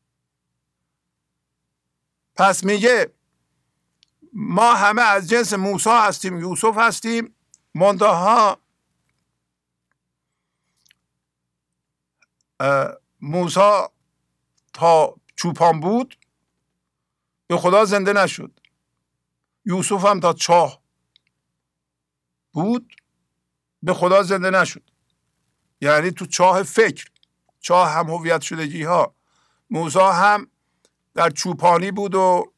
پس میگه ما همه از جنس موسی هستیم، یوسف هستیم، منتها موسی تا چوپان بود به خدا زنده نشد. یوسف هم تا چاه بود به خدا زنده نشد. یعنی تو چاه فکر، چاه هم هویت شدگی ها. موسی هم در چوپانی بود و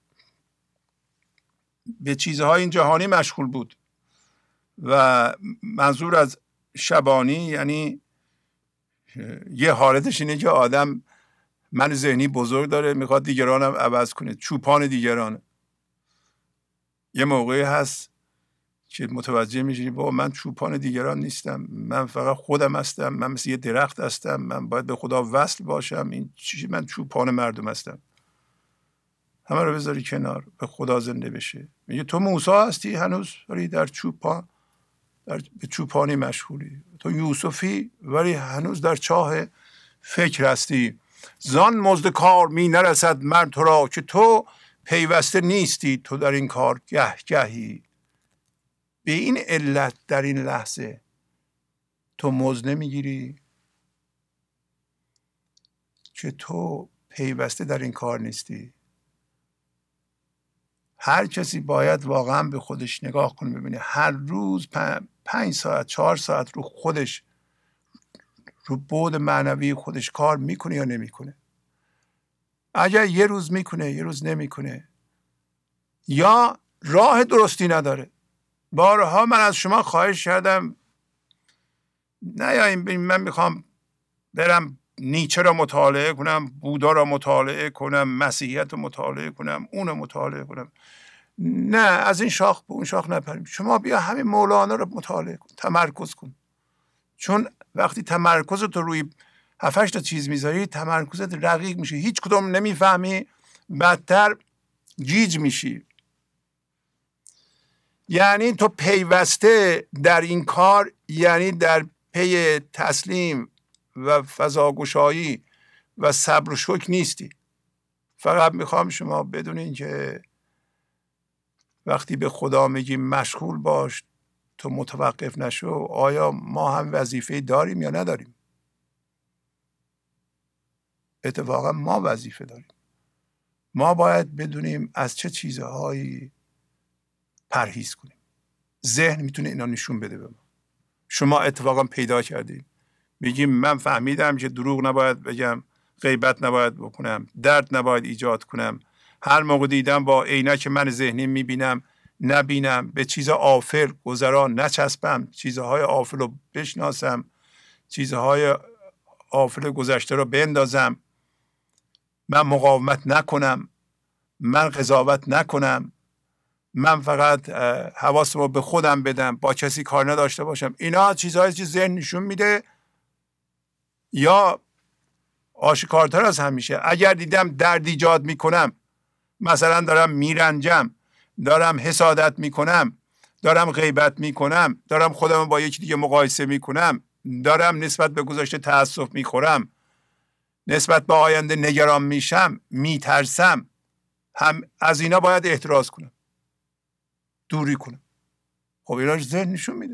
به چیزهای این جهانی مشغول بود. و منظور از شبانی یعنی یه حالتش اینه که آدم من ذهنی بزرگ داره، میخواد دیگرانم عوض کنه، چوپان دیگرانه. یه موقعی هست که متوجه میشی بابا من چوپان دیگران نیستم، من فقط خودم هستم، من مثل یه درخت هستم، من باید به خدا وصل باشم، این چیزی من چوپان مردم هستم. همه رو بذاری کنار، به خدا زنده بشه. میگه تو موسی هستی هنوز ولی در چوپان، در به چوپانی مشغولی. تو یوسفی ولی هنوز در چاه فکر هستی. زان مزد کار می نرسد مرد تو را که تو پیوسته نیستی تو در این کار گه گهی. به این علت در این لحظه تو مزد نمیگیری که تو پیوسته در این کار نیستی. هر کسی باید واقعا به خودش نگاه کنه، ببینه هر روز پنج ساعت چهار ساعت رو خودش، رو بعد معنوی خودش کار میکنه یا نمیکنه. اگر یه روز میکنه یه روز نمیکنه یا راه درستی نداره. بارها من از شما خواهش کردم نه یا این من میخوام برم نیچه را مطالعه کنم، بودا را مطالعه کنم، مسیحیت را مطالعه کنم، اون را مطالعه کنم. نه، از این شاخ به اون شاخ نپریم. شما بیا همین مولانا را مطالعه کن، تمرکز کن. چون وقتی تمرکزت رو روی هفت هشت تا چیز میذاری، تمرکزت رقیق میشه، هیچ کدوم نمیفهمی، بدتر گیج میشی. یعنی تو پیوسته در این کار، یعنی در پی تسلیم و فضاگشایی و صبر و شکر نیستی. فقط میخوام شما بدونین که وقتی به خدا میگیم مشغول باش تو متوقف نشو، آیا ما هم وظیفه داریم یا نداریم؟ اتفاقا ما وظیفه داریم. ما باید بدونیم از چه چیزهایی پرهیز کنیم. ذهن میتونه اینا نشون بده به ما. شما اتفاقا پیدا کردین. میگیم من فهمیدم که دروغ نباید بگم، غیبت نباید بکنم، درد نباید ایجاد کنم. هر موقع دیدم با عینک من ذهنی میبینم، نبینم. به چیز آفل گذران نچسبم، چیزهای آفل رو بشناسم، چیزهای آفل گذشته رو بندازم. من مقاومت نکنم، من قضاوت نکنم، من فقط حواسم رو به خودم بدم، با کسی کار نداشته باشم. اینا چیزهایی که ذهن نشون میده. یا آشکارتر از همیشه، اگر دیدم درد ایجاد میکنم، مثلا دارم میرنجم، دارم حسادت میکنم، دارم غیبت میکنم، دارم خودم با یکی دیگه مقایسه میکنم، دارم نسبت به گذشته تأسف میخورم، نسبت به آینده نگران میشم، میترسم، هم از اینا باید احتراز کنم، دوری کنم. خب اینا ذهن نشون میده.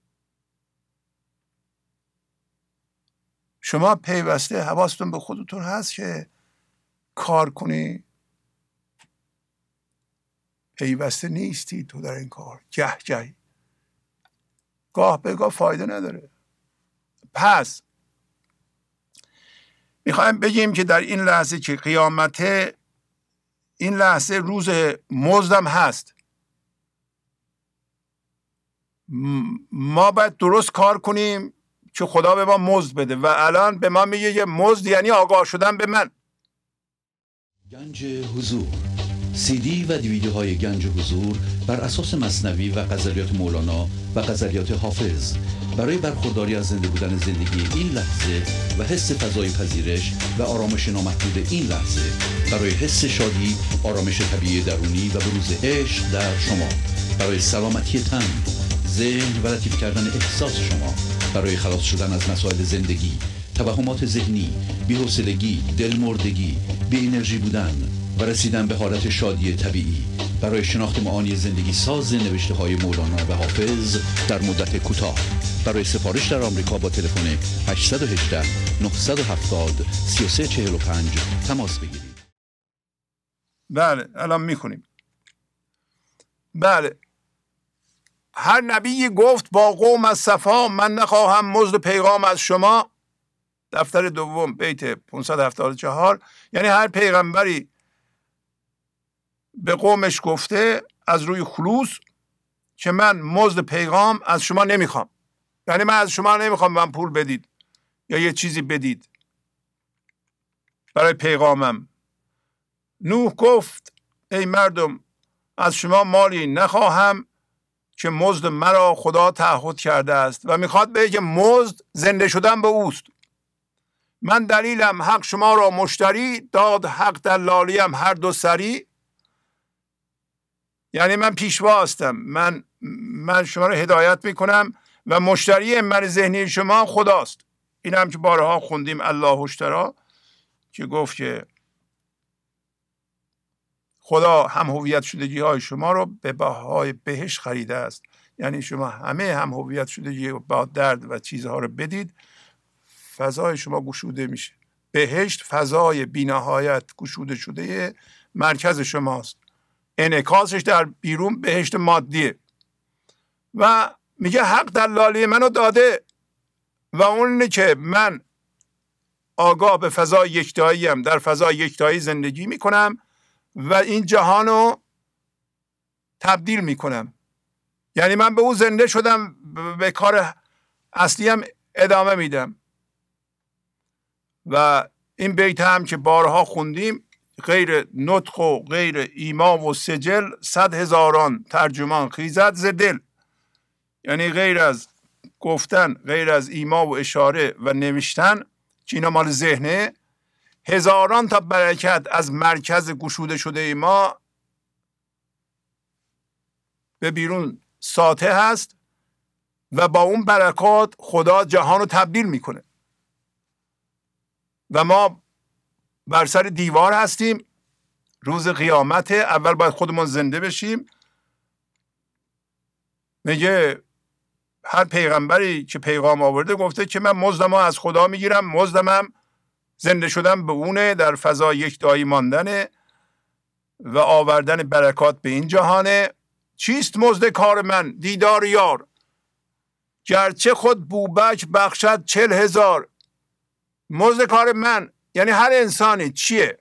شما پیوسته حواستون به خودتون هست که کار کنی؟ پیوسته نیستی تو در این کار، جه جهی، گاه به گاه فایده نداره. پس میخوایم بگیم که در این لحظه که قیامته، این لحظه روز مزدم هست. ما باید درست کار کنیم که خدا به ما مزد بده و الان به ما میگه یه مزد یعنی آگاه شدن به من. گنج حضور، سی دی و دیویدیوهای گنج حضور بر اساس مثنوی و غزلیات مولانا و غزلیات حافظ برای برخورداری از زنده بودن زندگی این لحظه و حس فضای پذیرش و آرامش نامحدود این لحظه، برای حس شادی، آرامش طبیعی درونی و بروز عشق در شما، برای سلامتی تن، ذهن و لطیف کردن احساس شما، برای خلاص شدن از مسائل زندگی، توهمات ذهنی، بی‌حوصلگی، دلمردگی، بی انرژی بودن و رسیدن به حالت شادی طبیعی، برای شناخت معانی زندگی ساز نوشته های مولانا و حافظ در مدت کوتاه. برای سفارش در آمریکا با تلفن هشت یک هشت نه هفت صفر سه سه چهار پنج تماس بگیرید. بله الان میخونیم. بله، هر نبی گفت با قوم از صفا، من نخواهم مزد پیغام از شما. دفتر دوم بیت پانصد و هفتاد و چهار. یعنی هر پیغمبری به قومش گفته از روی خلوص که من مزد پیغام از شما نمیخوام. یعنی من از شما نمیخوام من پول بدید یا یه چیزی بدید برای پیغامم. نوح گفت ای مردم از شما مالی نخواهم که مزد مرا خدا تعهد کرده است. و میخواد بگه که مزد زنده شدن به اوست. من دلیلم حق شما را مشتری داد، حق دلالیم هر دو سری. یعنی من پیشوا هستم، من من شما رو هدایت میکنم و مشتری من ذهنی شما خداست. این هم که بارها خوندیم الله اشتری، که گفت که خدا هم هویت شدگی های شما رو به بهای بهشت خریده است. یعنی شما همه هم هویت شدگی با درد و چیزها رو بدید، فضای شما گشوده میشه. بهشت فضای بی‌نهایت گشوده شده مرکز شماست. انعکاسش در بیرون بهشت مادیه. و میگه حق دلالی منو داده و اونه که من آگاه به فضای یکتایی ام، در فضای یکتایی زندگی میکنم و این جهانو تبدیل میکنم. یعنی من به او زنده شدم، به کار اصلی هم ادامه میدم. و این بیت هم که بارها خوندیم، غیر نطق و غیر ایما و سجل صد هزاران ترجمان خیزد ز دل. یعنی غیر از گفتن، غیر از ایما و اشاره و نوشتن که اینا مال ذهنه، هزاران تا برکت از مرکز گشوده شده ما به بیرون ساطع هست و با اون برکات خدا جهان رو تبدیل میکنه. و ما بر سر دیوار هستیم، روز قیامت. اول باید خودمون زنده بشیم. میگه هر پیغمبری که پیغام آورده گفته که من مزدمو از خدا میگیرم، مزدمم زنده شدن به اونه، در فضا یکتایی ماندنه و آوردن برکات به این جهانه. چیست مزد کار من؟ دیدار یار. گرچه خود بوبک بخشد چل هزار. مزد کار من یعنی هر انسانی چیه؟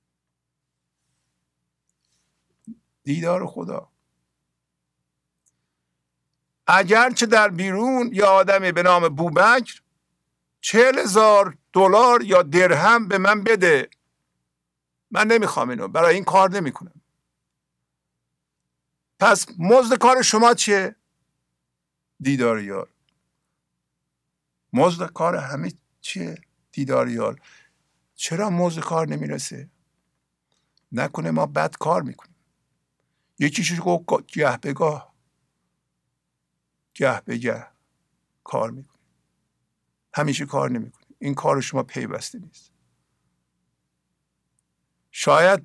دیدار خدا. اگرچه در بیرون یا آدمی به نام بوبکر چهل هزار دلار یا درهم به من بده، من نمیخوام اینو، برای این کار نمیکنم. پس مزد کار شما چیه؟ دیدار یار. مزد کار همه چیه؟ دیدار یار. چرا مزد کار نمیرسه؟ نکنه ما بد کار میکنیم. یکیش گفت گه بگاه گه بگه کار میکنیم، همیشه کار نمیکنیم. این کار شما پیوسته نیست. شاید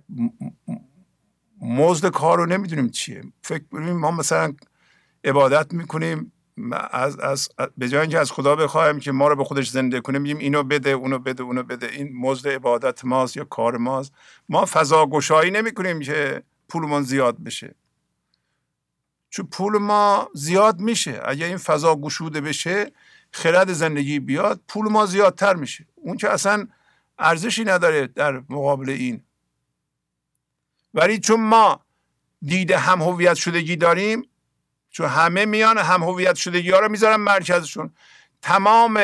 مزد کار رو نمیدونیم چیه. فکر کنیم ما مثلا عبادت میکنیم، از از به جای اینکه از خدا بخوایم که ما رو به خودش زنده کنیم میگیم اینو بده اونو بده اونو بده. این مزد عبادت ماست یا کار ماست. ما فضا گشایی نمیکنیم که پولمون زیاد بشه، چون پول ما زیاد میشه. اگه این فضا گشوده بشه، خرد زندگی بیاد، پول ما زیادتر میشه. اون که اصلا ارزشی نداره در مقابل این. ولی چون ما دید هم هویت شدگی داریم، چون همه میان هم هویت شدگی ها رو میذارن مرکزشون، تمام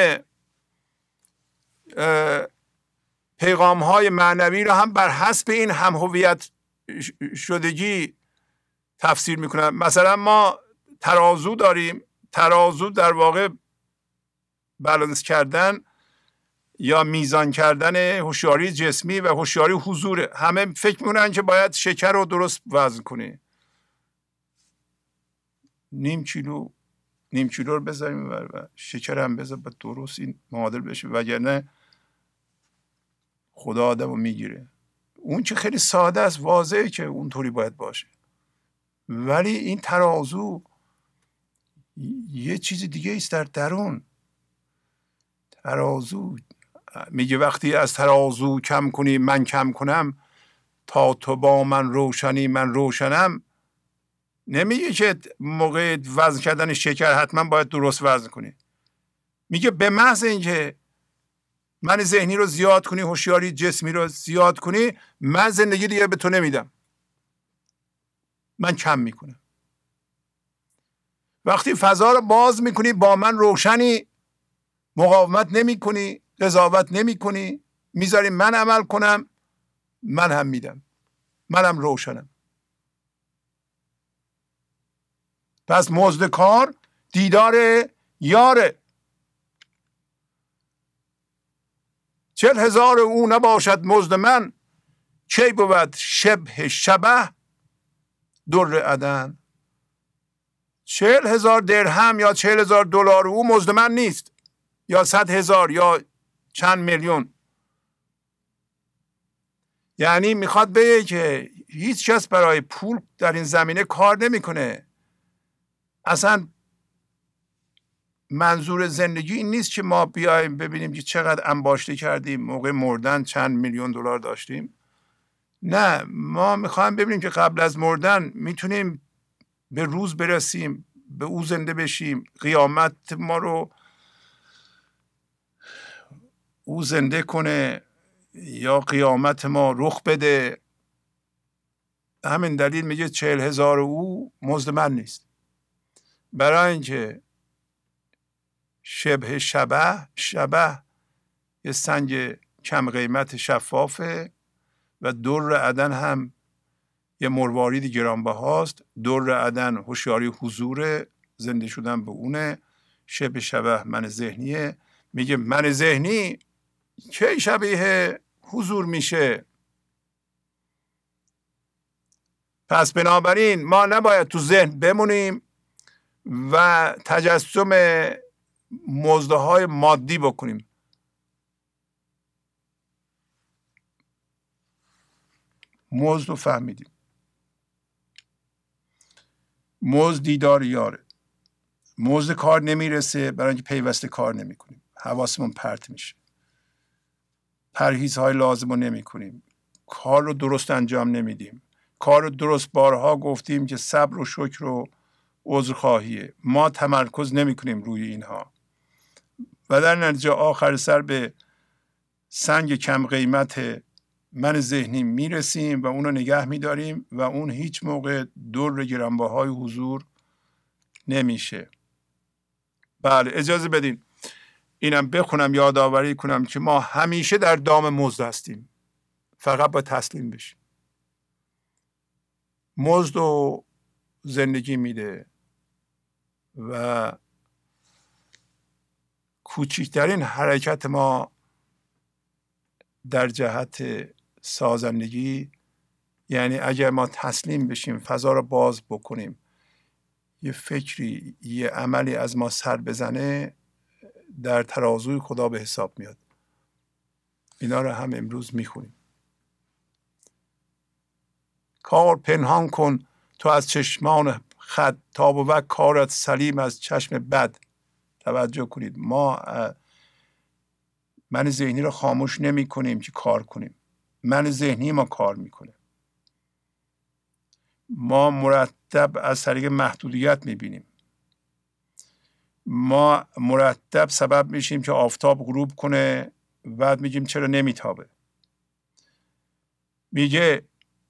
پیغام های معنوی رو هم بر حسب این هم هویت شدگی تفسیر میکنن. مثلا ما ترازو داریم. ترازو در واقع بالانس کردن یا میزان کردن هوشیاری جسمی و هوشیاری حضوره. همه فکر میکنن که باید شکر رو درست وزن کنی، نیم کیلو نیم کیلو رو بذاریم و شکر هم بذار با درست این معادل بشه، وگرنه خدا آدم رو میگیره. اون که خیلی ساده است، واضحه که اونطوری باید باشه. ولی این ترازو یه چیز دیگه است در درون. ترازو میگه وقتی از ترازو کم کنی من کم کنم، تا تو با من روشنی من روشنم. نمیگه که موقع وزن کردن شکر حتما باید درست وزن کنی. میگه به محض اینکه من ذهنی رو زیاد کنی، هوشیاری جسمی رو زیاد کنی، من زندگی دیگه به تو نمیدم، من کم میکنم. وقتی فضا رو باز میکنی، با من روشنی، مقاومت نمی کنی، قضاوت نمی کنی، میذاری من عمل کنم، من هم میدم، منم روشنم. پس مزد کار دیدار یاره. چل هزار او نباشد مزد من، کی بود شبه شبه در عدن. چل هزار درهم یا چل هزار دلار او مزد من نیست، یا صد هزار یا چند میلیون. یعنی میخواد بگه که هیچ کس برای پول در این زمینه کار نمیکنه. اصلا منظور زندگی این نیست که ما بیایم ببینیم که چقدر انباشته کردیم، موقع مردن چند میلیون دلار داشتیم. نه، ما میخوایم ببینیم که قبل از مردن میتونیم به روز برسیم، به او زنده بشیم، قیامت ما رو او زنده کنه یا قیامت ما رخ بده. همین دلیل میگه چهل هزار او مزد من نیست. برای اینکه شبه شبه شبه یه سنگ کم قیمت شفافه و در عدن هم یه مروارید گرانبهاست. در عدن هوشیاری حضور، زنده شدن به اونه. شبه شبه من ذهنیه. میگه من ذهنی کی شبیه حضور میشه؟ پس بنابراین ما نباید تو ذهن بمونیم و تجسم مزدهای مادی بکنیم. مزد رو فهمیدیم. مزد دیدار یاره. مزد کار نمیرسه برای اینکه پیوسته کار نمی کنیم. حواسمون پرت میشه. پرهیزهای لازم رو نمی کنیم. کار رو درست انجام نمیدیم. کار رو درست بارها گفتیم که صبر و شکر و عذرخواهیه. ما تمرکز نمی کنیم روی اینها و در نتیجه آخر سر به سنگ کم قیمت من ذهنی میرسیم و اونو نگه میداریم و اون هیچ موقع در گرانبهای حضور نمیشه. بله اجازه بدین اینم بخونم، یادآوری کنم که ما همیشه در دام مزد هستیم، فقط با تسلیم بشیم. مزد و زندگی میده و کوچکترین حرکت ما در جهت سازندگی، یعنی اگر ما تسلیم بشیم، فضا رو باز بکنیم، یه فکری یه عملی از ما سر بزنه، در ترازوی خدا به حساب میاد. اینا رو هم امروز میخونیم. کار پنهان کن تو از چشمان خود، تا بود کارت سلیم از چشم بد. توجه کنید، ما من ذهنی رو خاموش نمی کنیم که کار کنیم. من ذهنی ما کار میکنه. ما مرتب از طریق محدودیت میبینیم. ما مرتب سبب میشیم که آفتاب غروب کنه، بعد میگیم چرا نمیتابه. میگه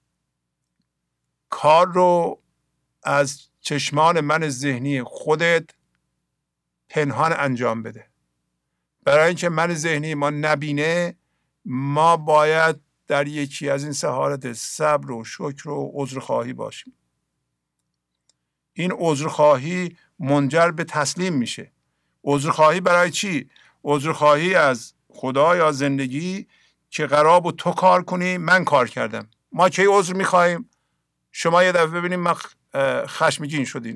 کار رو از چشمان من ذهنی خودت پنهان انجام بده. برای اینکه من ذهنی ما نبینه، ما باید در یکی از این سه حالت صبر و شکر و عذرخواهی باشیم. این عذرخواهی منجر به تسلیم میشه. عذرخواهی برای چی؟ عذرخواهی از خدا یا زندگی که قرار بود تو کار کنی، من کار کردم. ما کی عذر میخوایم؟ شما یه دفعه ببینیم ما خشمگین شدین،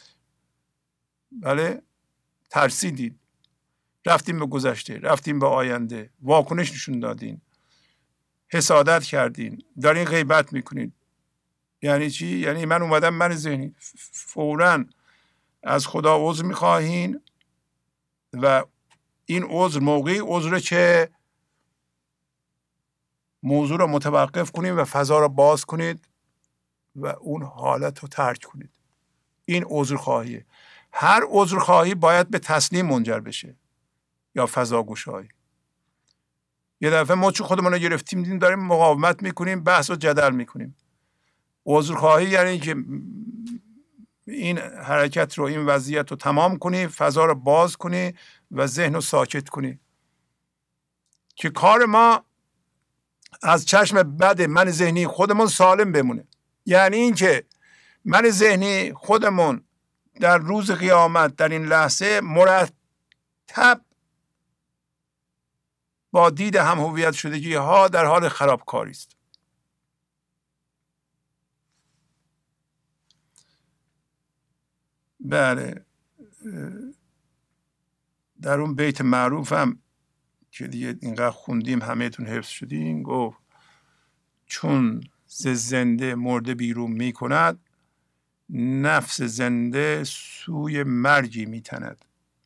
بله، ترسیدید، رفتیم به گذشته، رفتیم به آینده، واکنش نشون دادین، حسادت کردین، دارین غیبت میکنین. یعنی چی؟ یعنی من اومدم من ذهنی فوراً از خدا عذر میخواهین و این عذر موقعی عذره که موضوع رو متوقف کنید و فضا رو باز کنید و اون حالت رو ترک کنید. این عذرخواهیه. هر عذرخواهی باید به تسلیم منجر بشه یا فضا گشایی. یه دفعه ما چون خودمون رو گرفتیم دیدیم داریم مقاومت میکنیم، بحث و جدل میکنیم. عذرخواهی یعنی که این حرکت رو، این وضعیت رو تمام کنی، فضا رو باز کنی و ذهن رو ساکت کنی که کار ما از چشم بد من ذهنی خودمون سالم بمونه. یعنی این که من ذهنی خودمون در روز قیامت در این لحظه مرتب با دید هم هویت شدگی ها در حال خرابکاری است. بله، در اون بیت معروفم که دیگه اینقدر خوندیم همه‌تون حفظ شدین، گفت چون ز زنده مرده بیرون می کند، نفس زنده سوی مرگی می تند.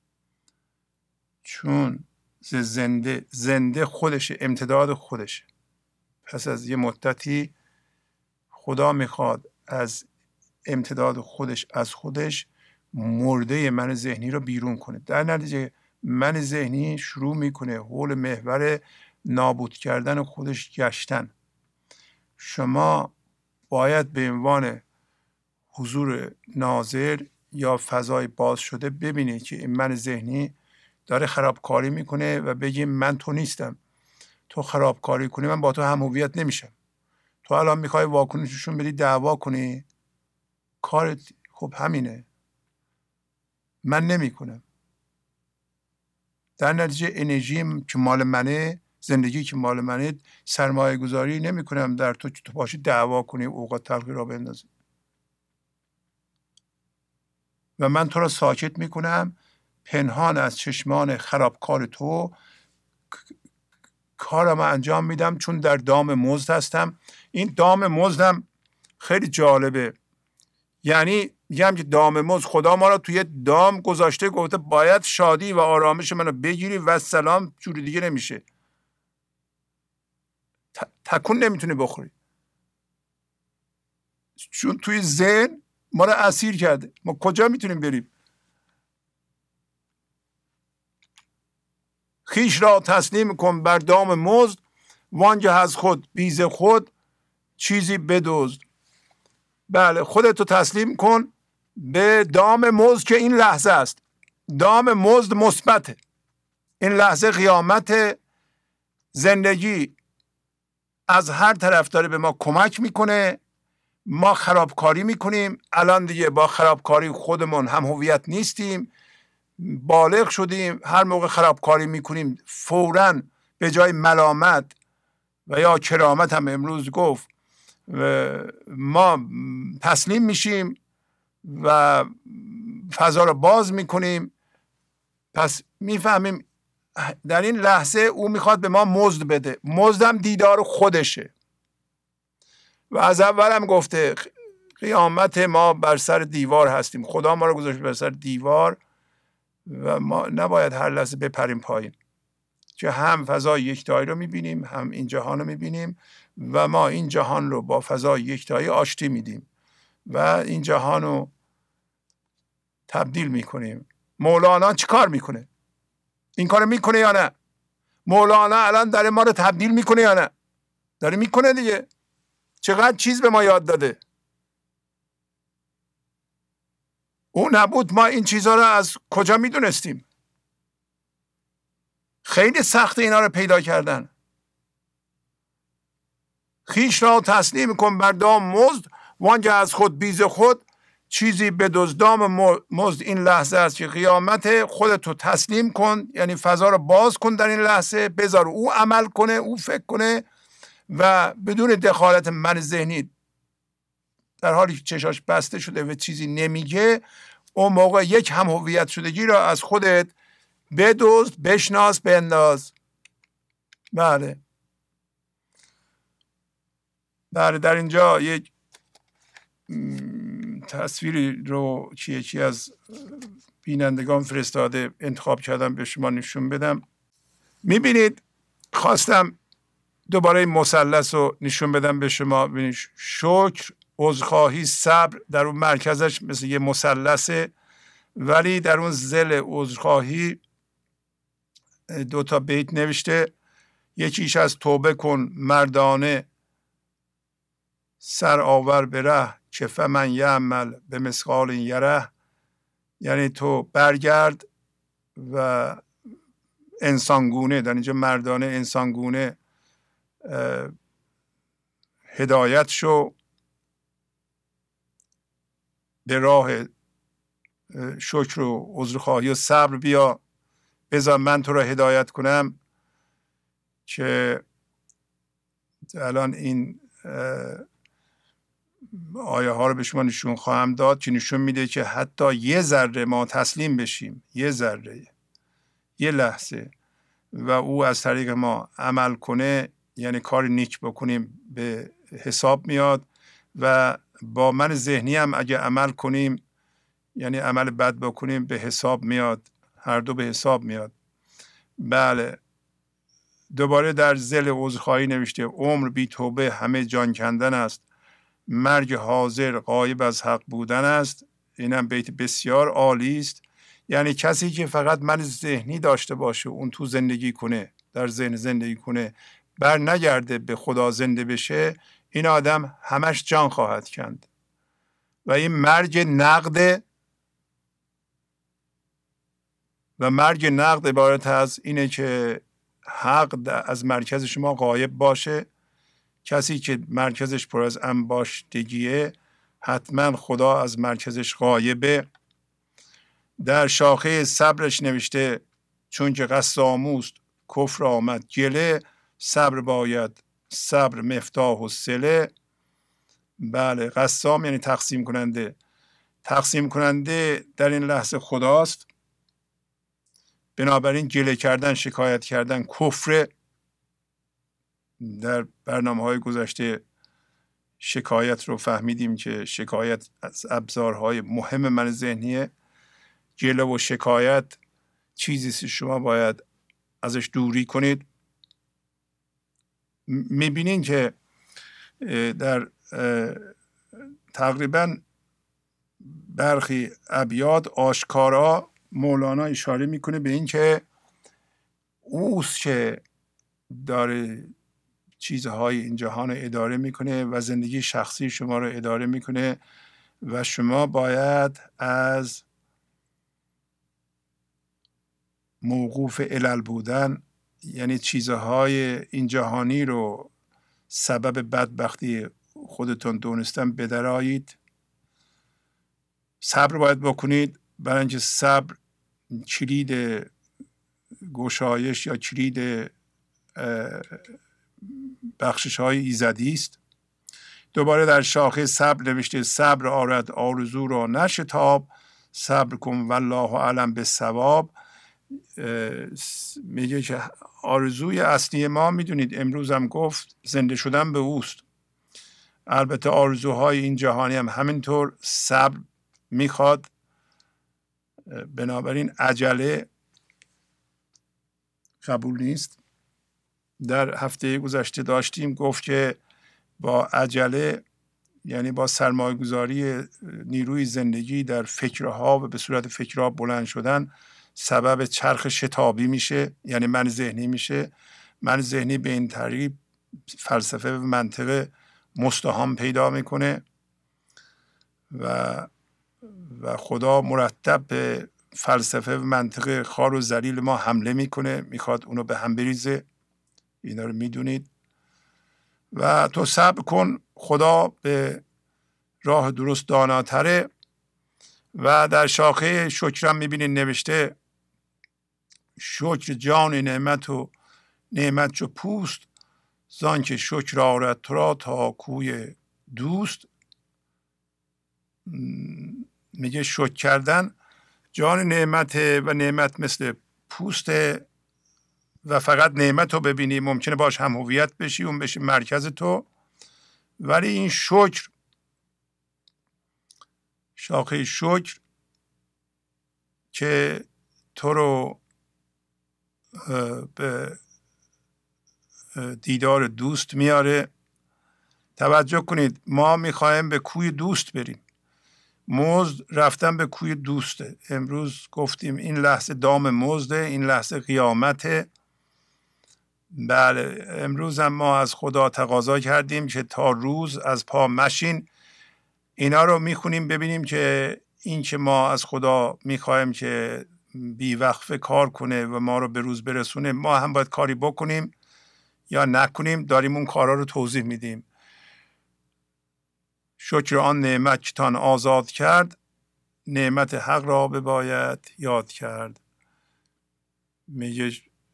چون ز زنده، زنده خودشه، امتداد خودشه. پس از یه مدتی خدا میخواد از امتداد خودش، از خودش مرده من ذهنی رو بیرون کنه. در نتیجه من ذهنی شروع میکنه حول محور نابود کردن خودش گشتن. شما باید به عنوان حضور ناظر یا فضای باز شده ببینید که این من ذهنی داره خرابکاری میکنه و بگیم من تو نیستم. تو خرابکاری کنی من با تو هم هویت نمیشم. تو الان میخوای واکنششون بدی، دعوا کنی، کارت خب همینه، من نمی کنم. در نتیجه انرژی که مال منه، زندگی که مال منه، سرمایه گذاری نمی کنم در تو که تو باشی دعوا کنی، اوقات تلخی را بندازی و من تو را ساکت می کنم، پنهان از چشمان خرابکار تو کارم انجام میدم، چون در دام مزد هستم. این دام مزدم خیلی جالبه. یعنی میگم که دام مزد، خدا ما را توی دام گذاشته، گفته باید شادی و آرامش منو بگیری و سلام، جوری دیگه نمیشه. تکون نمیتونی بخوری، چون توی ذهن ما رو اسیر کرده. ما کجا میتونیم بریم؟ خویش را تسلیم کن بر دام مزد، وانگه از خود بیز خود چیزی بدزد. بله، خودتو تسلیم کن به دام مزد که این لحظه است. دام مزد مثبته. این لحظه قیامت. زندگی از هر طرف داره به ما کمک میکنه. ما خرابکاری میکنیم. الان دیگه با خرابکاری خودمون هم هویت نیستیم. بالغ شدیم. هر موقع خرابکاری میکنیم فوراً به جای ملامت و یا کرامت هم امروز گفت ما تسلیم میشیم و فضا رو باز میکنیم. پس میفهمیم در این لحظه او میخواد به ما مزد بده. مزدم دیدار خودشه. و از اول هم گفته قیامت ما بر سر دیوار هستیم. خدا ما رو گذاشت بر سر دیوار و ما نباید هر لحظه بپریم پایین، که هم فضای یکتایی رو میبینیم هم این جهان رو میبینیم و ما این جهان رو با فضای یکتایی آشتی میدیم و این جهان رو تبدیل میکنیم. مولانا چی کار میکنه؟ این کار میکنه یا نه؟ مولانا الان داره ما رو تبدیل میکنه یا نه؟ داره میکنه دیگه. چقدر چیز به ما یاد داده. اون نبود ما این چیزها رو از کجا میدونستیم؟ خیلی سخت اینا رو پیدا کردن. خویش را تسلیم کن بر دام مزد، وانگه از خود بیز خود چیزی بدزد. دام مزد این لحظه است که قیامت. خودتو تسلیم کن، یعنی فضا رو باز کن در این لحظه. بذار او عمل کنه، او فکر کنه و بدون دخالت من ذهنی، در حالی که چشاش بسته شده و چیزی نمیگه، اون موقع یک هم هویت شدگی را از خودت بدزد، بشناس، بنداز. بله بله در اینجا یک تصویری رو که یکی از بینندگان فرستاده انتخاب کردم به شما نشون بدم. میبینید خواستم دوباره مثلث رو نشون بدم به شما. ببینید شکر، عذرخواهی، صبر در اون مرکزش مثل یه مثلثه، ولی در اون زل عذرخواهی دو تا بیت نوشته. یکیش از توبه کن مردانه، سر آور به ره، که فمن یعمل به مثقال یره. یعنی تو برگرد و انسانگونه، در اینجا مردانه انسانگونه هدایت شو به راه شکر و عذرخواهی و صبر. بیا بذار من تو را هدایت کنم. که الان این آیه ها رو به شما نشون خواهم داد که نشون میده که حتی یه ذره ما تسلیم بشیم، یه ذره، یه لحظه، و او از طریق ما عمل کنه، یعنی کار نیک بکنیم به حساب میاد. و با من ذهنی هم اگه عمل کنیم، یعنی عمل بد بکنیم، به حساب میاد. هر دو به حساب میاد. بله دوباره در زل عذرخواهی نوشته عمر بی توبه همه جان کندن است، مرگ حاضر غایب از حق بودن است. اینم بیت بسیار عالی است. یعنی کسی که فقط من ذهنی داشته باشه، اون تو زندگی کنه، در ذهن زندگی کنه، بر نگرده به خدا زنده بشه، این آدم همش جان خواهد کند. و این مرگ نقده و مرگ نقد عبارت از اینه که حق از مرکز شما غایب باشه. کسی که مرکزش پر از انباشتگیه، حتما خدا از مرکزش غایبه. در شاخه صبرش نوشته چون که قصد آموست کفر آمد گله، صبر باید صبر مفتاح و سله. بله قسام یعنی تقسیم کننده. تقسیم کننده در این لحظه خداست. بنابراین گله کردن، شکایت کردن کفره. در برنامه های گذشته شکایت رو فهمیدیم که شکایت از ابزارهای مهم من ذهنیه. گله و شکایت چیزی شما باید ازش دوری کنید. میبینین که در تقریبا برخی ابیات آشکارا مولانا اشاره میکنه به این که اوست که داره چیزهای این جهان رو اداره میکنه و زندگی شخصی شما رو اداره میکنه و شما باید از موقوف علل بودن، یعنی چیزهای این جهانی رو سبب بدبختی خودتون دونستن بدرایید. صبر باید بکنید، برای اینکه صبر کلید گشایش یا کلید بخشش های ایزدی است. دوباره در شاخه صبر نوشته صبر آرد آرزو را نشتاب، صبر کن والله اعلم بالصواب. میگه که آرزوی اصلی ما میدونید امروز هم گفت زنده شدن به اوست. البته آرزوهای این جهانی هم همینطور صبر میخواد. بنابراین عجله قبول نیست. در هفته گذشته داشتیم گفت که با عجله یعنی با سرمایه گذاری نیروی زندگی در فکرها و به صورت فکرها بلند شدن سبب چرخ شتابی میشه، یعنی من ذهنی میشه. من ذهنی به این طریق فلسفه و منطق مستحام پیدا میکنه و و خدا مرتب به فلسفه و منطق خار و ذلیل ما حمله میکنه، میخواد اونو به هم بریزه. اینا رو میدونید و تو صبر کن، خدا به راه درست داناتره. و در شاخه شکرم میبینید نوشته شکر جان نعمت و نعمت چو پوست، زان که شکر آرد تو را تا کوی دوست. میگه شکر کردن جان نعمت و نعمت مثل پوست و فقط نعمت رو ببینی ممکنه باش هم هویت بشی، اون بشی مرکز تو. ولی این شکر، شاخه شکر که تو رو به دیدار دوست میاره. توجه کنید ما میخوایم به کوی دوست بریم. مزد رفتن به کوی دوسته. امروز گفتیم این لحظه دام مزده، این لحظه قیامته. بله امروز هم ما از خدا تقاضا کردیم که تا روز از پا مشین. اینا رو میخونیم ببینیم که این که ما از خدا میخوایم که بی وقفه کار کنه و ما رو به روز برسونه، ما هم باید کاری بکنیم یا نکنیم. داریم اون کارا رو توضیح میدیم. شکر آن نعمت که تان آزاد کرد، نعمت حق را بباید یاد کرد. میگه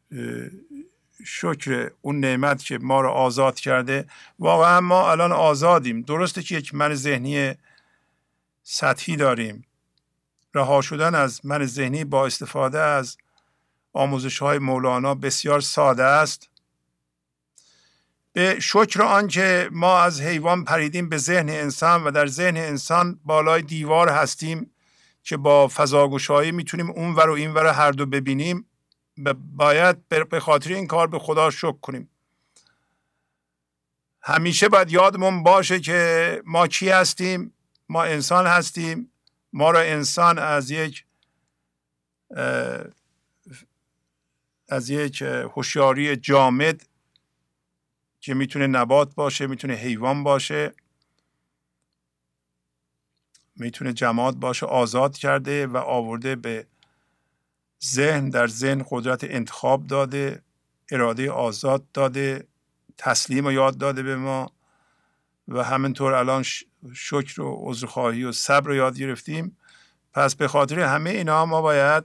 شکر اون نعمت که ما رو آزاد کرده. واقعا ما الان آزادیم. درسته که یک من ذهنی سطحی داریم. رها شدن از من ذهنی با استفاده از آموزش های مولانا بسیار ساده است. به شکر آن که ما از حیوان پریدیم به ذهن انسان و در ذهن انسان بالای دیوار هستیم که با فضاگشایی میتونیم اون ور و این ور هر دو ببینیم. باید به خاطر این کار به خدا شکر کنیم. همیشه باید یادمون باشه که ما کی هستیم؟ ما انسان هستیم. ما را انسان از یک از یک هوشیاری جامد که میتونه نبات باشه، میتونه حیوان باشه، میتونه جماد باشه، آزاد کرده و آورده به ذهن. در ذهن قدرت انتخاب داده، اراده آزاد داده، تسلیم و یاد داده به ما. و همینطور الان شکر و عذرخواهی و صبر رو یاد گرفتیم. پس به خاطر همه اینا ما باید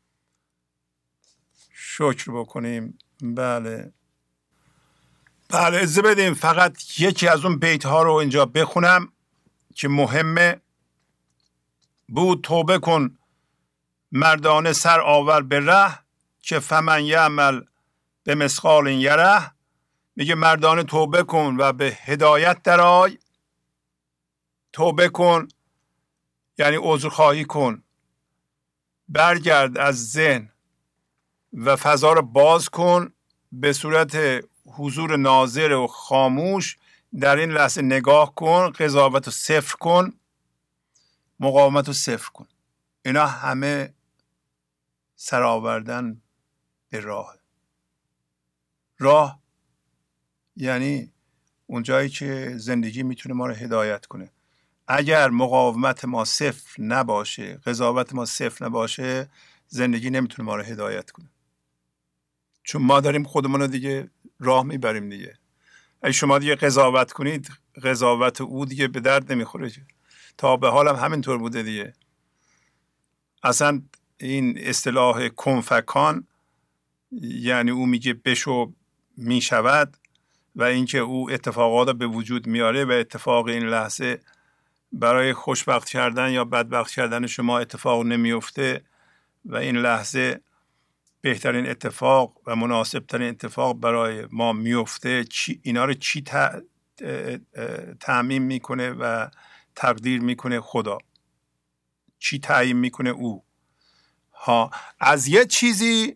شکر بکنیم. بله بله اجازه بدیم فقط یکی از اون بیت ها رو اینجا بخونم که مهمه. بود توبه کن مردانه سر آور به ره، که فمن یعمل به مثقال یره. میگه مردانه توبه کن و به هدایت درآی. توبه کن یعنی عذرخواهی کن، برگرد از ذهن و فضا رو باز کن به صورت حضور ناظر و خاموش. در این لحظه نگاه کن، قضاوت رو صفر کن، مقاومت رو صفر کن. اینا همه سر آوردن به راه. راه یعنی اون جایی که زندگی میتونه ما رو هدایت کنه. اگر مقاومت ما صفر نباشه، قضاوت ما صفر نباشه، زندگی نمیتونه ما رو هدایت کنه. چون ما داریم خودمون رو دیگه راه میبریم دیگه. اگه شما دیگه قضاوت کنید، قضاوت او دیگه به درد نمیخوره. تا به حالم همینطور بوده دیگه. اصلا این اصطلاح کنفکان یعنی او میگه بشو میشود و اینکه او اتفاقات به وجود میاره و اتفاق این لحظه برای خوشبخت کردن یا بدبخت کردن شما اتفاق نمیفته و این لحظه بهترین اتفاق و مناسب ترین اتفاق برای ما میفته، چی اینا رو چی تعمیم میکنه و تقدیر میکنه؟ خدا. چی تعیین میکنه؟ او. ها از یه چیزی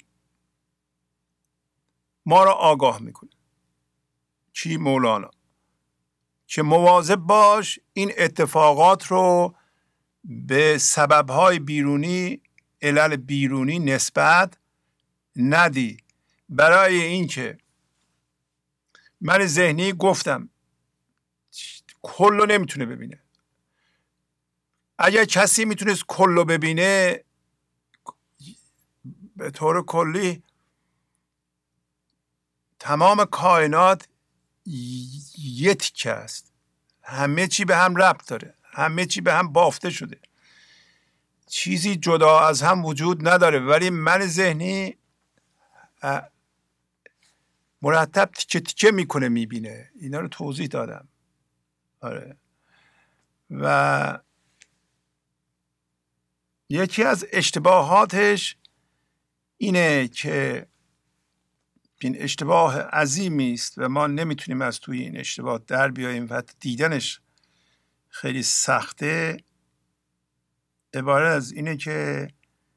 ما را آگاه میکنه. چی؟ مولانا. که مواظب باش این اتفاقات رو به سببهای بیرونی، علل بیرونی نسبت ندی. برای اینکه من ذهنی گفتم کل رو نمیتونه ببینه. اگر کسی میتونست کل رو ببینه، به طور کلی تمام کائنات یه تیکه است. همه چی به هم ربط داره، همه چی به هم بافته شده، چیزی جدا از هم وجود نداره. ولی من ذهنی مرتب تیکه تیکه میکنه، میبینه. اینا رو توضیح دادم. آره. و یکی از اشتباهاتش اینه که این اشتباه عظیمی است و ما نمیتونیم از توی این اشتباه در بیاییم و دیدنش خیلی سخته. عبارت از اینه که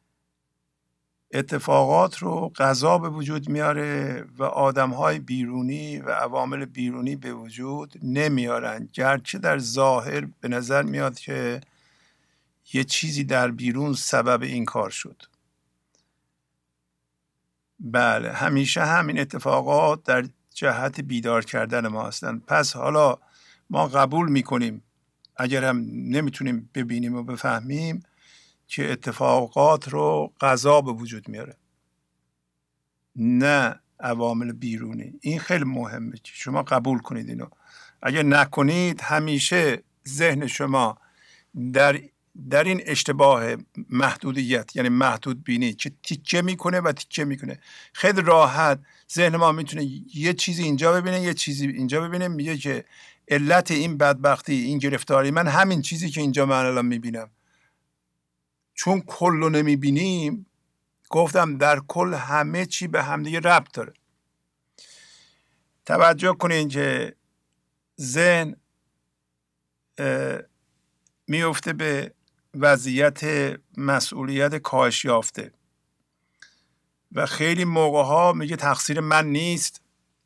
اتفاقات رو قضا به وجود میاره و آدم‌های بیرونی و عوامل بیرونی به وجود نمیارن، گرچه در ظاهر به نظر میاد که یه چیزی در بیرون سبب این کار شد. بله، همیشه همین اتفاقات در جهت بیدار کردن ما هستن. پس حالا ما قبول میکنیم، اگر هم نمیتونیم ببینیم و بفهمیم، که اتفاقات رو قضا به وجود میاره، نه عوامل بیرونی. این خیلی مهمه که شما قبول کنید اینو. اگر نکنید همیشه ذهن شما در در این اشتباه محدودیت، یعنی محدود بینی، که تیکه میکنه و تیکه میکنه. خیلی راحت ذهن ما میتونه یه چیزی اینجا ببینه، یه چیزی اینجا ببینه، میگه که علت این بدبختی، این گرفتاری من همین چیزی که اینجا من الان میبینم. چون کل رو نمیبینیم، گفتم در کل همه چی به همدیگه ربط داره. توجه کنین که ذهن میفته به وضعیت مسئولیت کاهش یافته و خیلی موقع ها میگه تقصیر من نیست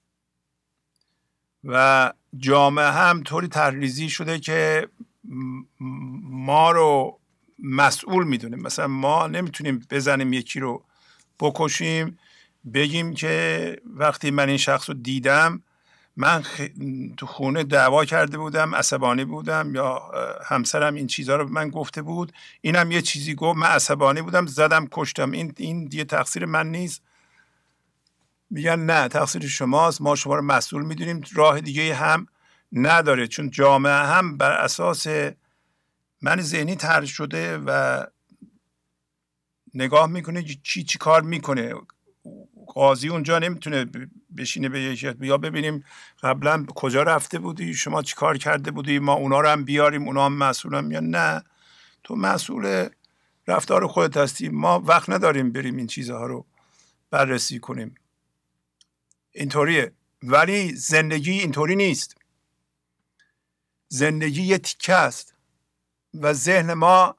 و جامعه هم طوری تحریزی شده که ما رو مسئول میدونیم. مثلا ما نمیتونیم بزنیم یکی رو بکشیم، بگیم که وقتی من این شخص رو دیدم من خ... تو خونه دعوا کرده بودم، عصبانی بودم، یا همسرم این چیزها رو به من گفته بود، اینم یه چیزی گفت، من عصبانی بودم، زدم، کشتم، این این دیگه تقصیر من نیست. میگن نه، تقصیر شماست، ما شما رو مسئول میدونیم، راه دیگه هم نداره. چون جامعه هم بر اساس من ذهنی طرح شده و نگاه میکنه چی چی کار میکنه. قاضی اونجا نمیتونه بشینه به یا ببینیم قبلا کجا رفته بودی، شما چی کار کرده بودی، ما اونا رو هم بیاریم، اونا هم مسئولن. یا نه، تو مسئول رفتار خودت هستی، ما وقت نداریم بریم این چیزها رو بررسی کنیم. اینطوریه. ولی زندگی اینطوری نیست. زندگی یه تیکه است و ذهن ما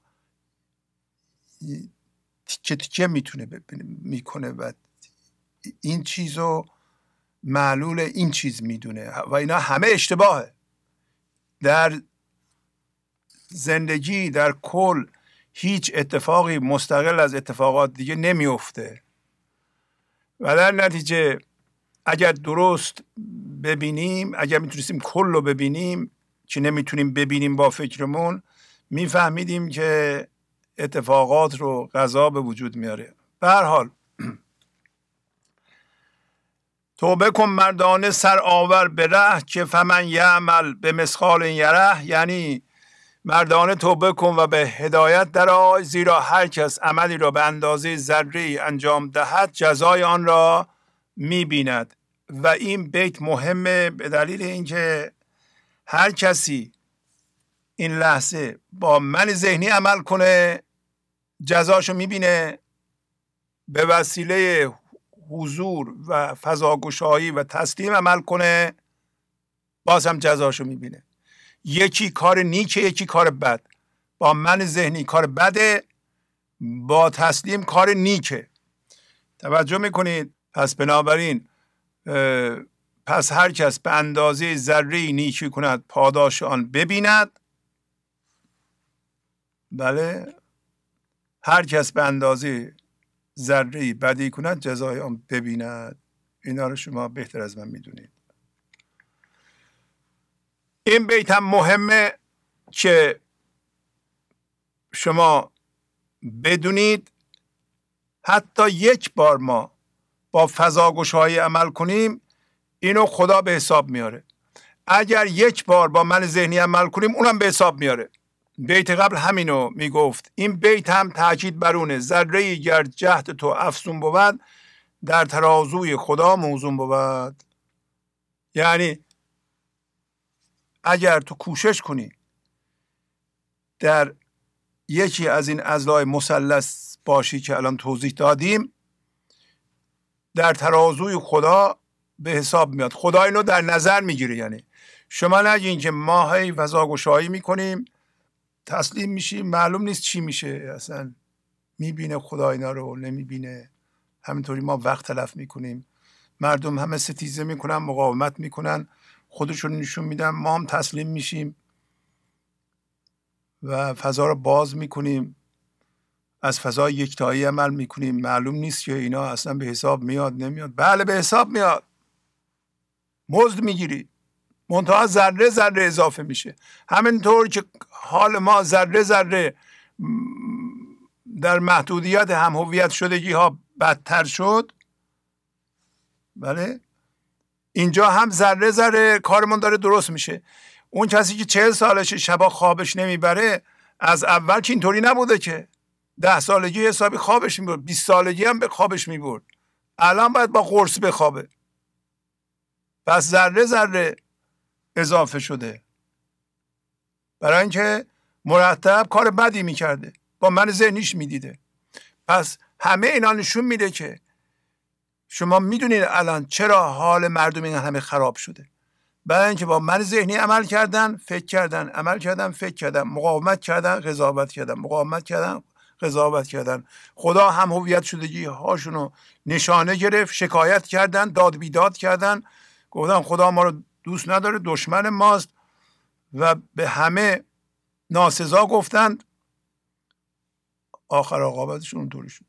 تیکه تیکه میتونه میکنه و این چیزو معلول این چیز میدونه و اینا همه اشتباهه. در زندگی در کل هیچ اتفاقی مستقل از اتفاقات دیگه نمیفته و در نتیجه اگر درست ببینیم، اگر میتونستیم کل رو ببینیم که نمیتونیم ببینیم با فکرمون، میفهمیدیم که اتفاقات رو قضا به وجود میاره. به هر حال توبه کن مردانه سر آور به ره که فمن یعمل به مثقال یره، یعنی مردانه توبه کن و به هدایت درآی، زیرا هر کس عملی را به اندازه ذره انجام دهد جزای آن را میبیند. و این بیت مهمه به دلیل اینکه هر کسی این لحظه با من ذهنی عمل کنه جزاشو میبینه، به وسیله حضور و فضاگشایی و تسلیم عمل کنه باز هم جزاشو میبینه. یکی کار نیکه، یکی کار بد. با من ذهنی کار بده، با تسلیم کار نیکه. توجه میکنید؟ پس بنابراین پس هر کس به اندازه ذره نیکی کند پاداش آن ببیند. بله، هر کس به اندازه ذره بدی کند جزای آن ببیند. اینا رو شما بهتر از من میدونید. این بیت هم مهمه که شما بدونید حتی یک بار ما با فضاگشایی عمل کنیم اینو خدا به حساب میاره. اگر یک بار با من ذهنی عمل کنیم اونم به حساب میاره. بیت قبل همینو میگفت. این بیت هم تاکید برونه ذره گر جهد تو افزون بود در ترازوی خدا موزون بود. یعنی اگر تو کوشش کنی در یکی از این اضلاع مثلث باشی که الان توضیح دادیم، در ترازوی خدا به حساب میاد. خدا اینو در نظر میگیره. یعنی شما نگین که ما هی فضاگشایی میکنیم تسلیم میشیم معلوم نیست چی میشه، اصلا میبینه خدا اینا رو نمیبینه. همینطوری ما وقت تلف میکنیم، مردم همه ستیزه میکنن، مقاومت میکنن، خودشون نشون میدن، ما هم تسلیم میشیم و فضا رو باز میکنیم، از فضا یکتایی عمل میکنیم. معلوم نیست که اینا اصلا به حساب میاد نمیاد. بله به حساب میاد، مزد میگیری، منتها ذره ذره اضافه میشه. همینطور که حال ما ذره ذره در محدودیت هم هویت شدگی ها بدتر شد، بله اینجا هم ذره ذره کارمون داره درست میشه. اون کسی که چهل سالشه شبا خوابش نمیبره از اول که اینطوری نبوده که ده سالگی حسابی خوابش میبرد، بیست سالگی هم به خوابش میبرد، الان باید با قرص بخوابه. پس ذره ذره اضافه شده برای اینکه مرتب کار بدی میکرده، با من ذهنیش میدیده. پس همه اینا نشون میده که شما میدونید الان چرا حال مردم این همه خراب شده. برای اینکه با من ذهنی عمل کردن، فکر کردن، عمل کردن، فکر کردن، مقاومت کردن، قضاوت کردن، مقاومت کردن، قضاوت کردن. خدا هم هویت شدگی هاشونو نشانه گرفت، شکایت کردن، داد بیداد کردن، گفتن خدا ما رو دوست نداره، دشمن ماست و به همه ناسزا گفتند. آخر عاقبتشون اونطوری شد.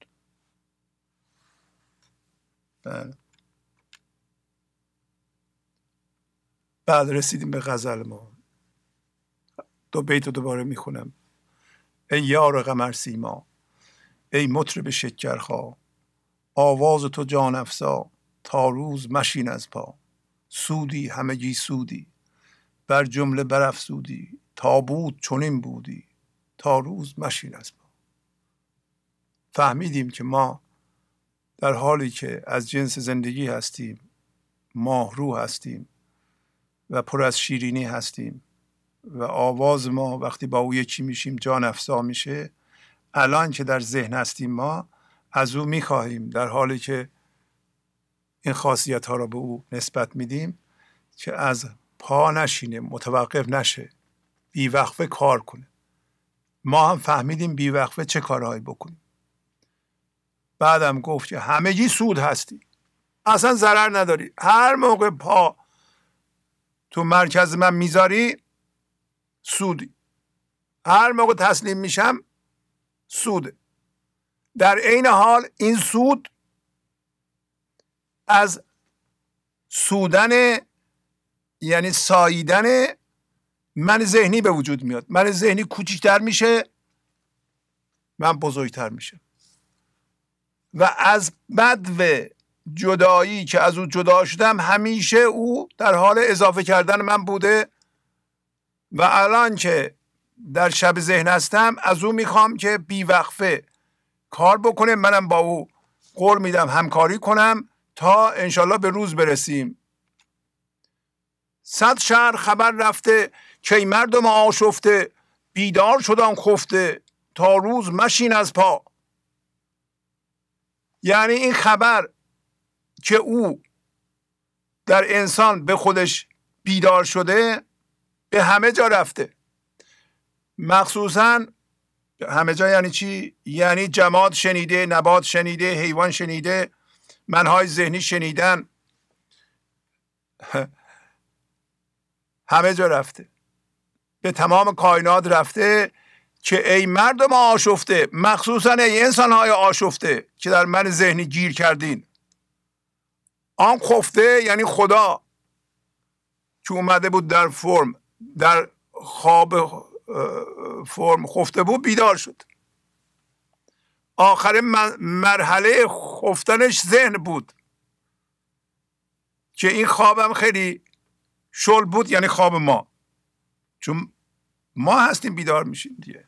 بله. بعد رسیدیم به غزل ما. دو بیت رو دوباره میخونم. ای یار قمر سیما، ای مطرب شکرخا، آواز تو جان افزا، تا روز مشین از پا. سودی همگی سودی، بر جمله برافزودی، تا بود چنین بودی، تا روز مشین از پا. فهمیدیم که ما در حالی که از جنس زندگی هستیم، ماهرو هستیم و پر از شیرینی هستیم و آواز ما وقتی با او یکی میشیم جان افزا میشه. الان که در ذهن هستیم ما از او میخواهیم، در حالی که این خاصیت ها را به او نسبت میدیم، که از پا نشینه، متوقف نشه، بیوقفه کار کنه. ما هم فهمیدیم بیوقفه چه کارهایی بکنیم. بعدم گفت که همگی سود هستی، اصلا ضرر نداری. هر موقع پا تو مرکز من میذاری سودی، هر موقع تسلیم میشم سوده. در عین حال این سود از سودن یعنی ساییدن من ذهنی به وجود میاد. من ذهنی کوچکتر میشه، من بزرگتر میشه و از بدو جدایی که از او جدا شدم همیشه او در حال اضافه کردن من بوده و الان که در شب ذهن هستم از او میخوام که بیوقفه کار بکنه. منم با او قول میدم همکاری کنم تا انشالله به روز برسیم. صد شهر خبر رفته که ای مردم آشفته، بیدار شدن خفته تا روز مشین از پا. یعنی این خبر که او در انسان به خودش بیدار شده به همه جا رفته. مخصوصا همه جا یعنی چی؟ یعنی جماد شنیده، نبات شنیده، حیوان شنیده، منهای ذهنی شنیدن، همه جا رفته، به تمام کائنات رفته که ای مردم آشفته، مخصوصا ای انسانهای آشفته که در من ذهنی گیر کردین. آن خفته یعنی خدا که اومده بود در فرم، در خواب فرم خفته بود، بیدار شد. آخر مرحله خفتنش ذهن بود که این خوابم خیلی شل بود، یعنی خواب ما، چون ما هستیم بیدار میشیم دیگه.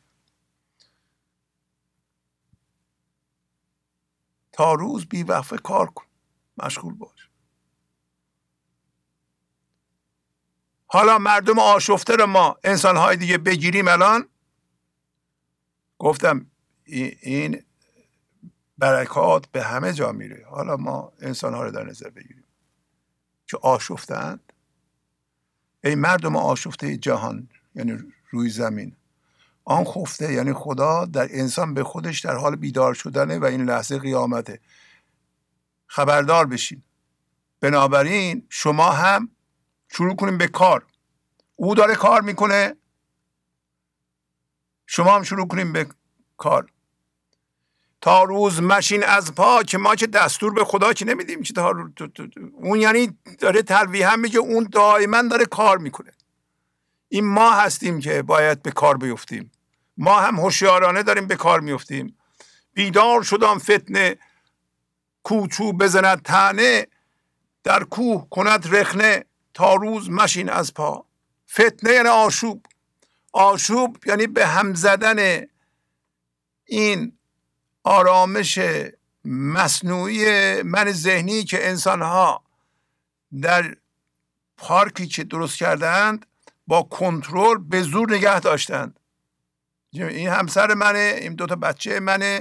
تا روز بی وقفه کار کن، مشغول باش. حالا مردم آشفته رو ما انسانهای دیگه بگیریم، الان گفتم این برکات به همه جا میره. حالا ما انسانها رو در نظر بگیریم که آشفتند. ای مردم آشفته جهان یعنی روی زمین، آن خفته یعنی خدا در انسان به خودش در حال بیدار شدنه و این لحظه قیامته. خبردار بشین. بنابراین شما هم شروع کنیم به کار. او داره کار میکنه، شما هم شروع کنیم به کار. تا روز مشین از پا، که ما که دستور به خدا که نمیدیم که تا رو... اون یعنی داره تلویح هم میگه اون دائما داره کار میکنه. این ما هستیم که باید به کار بیفتیم. ما هم هوشیارانه داریم به کار میفتیم. بیدار شدم فتنه، کوچو بزند تنه، در کوه کند رخنه، تا روز مشین از پا. فتنه یعنی آشوب. آشوب یعنی به هم زدن این آرامش مصنوعی من ذهنی که انسانها در پارکی که درست کردند با کنترل به زور نگه داشتند. این همسر منه، این دوتا بچه منه،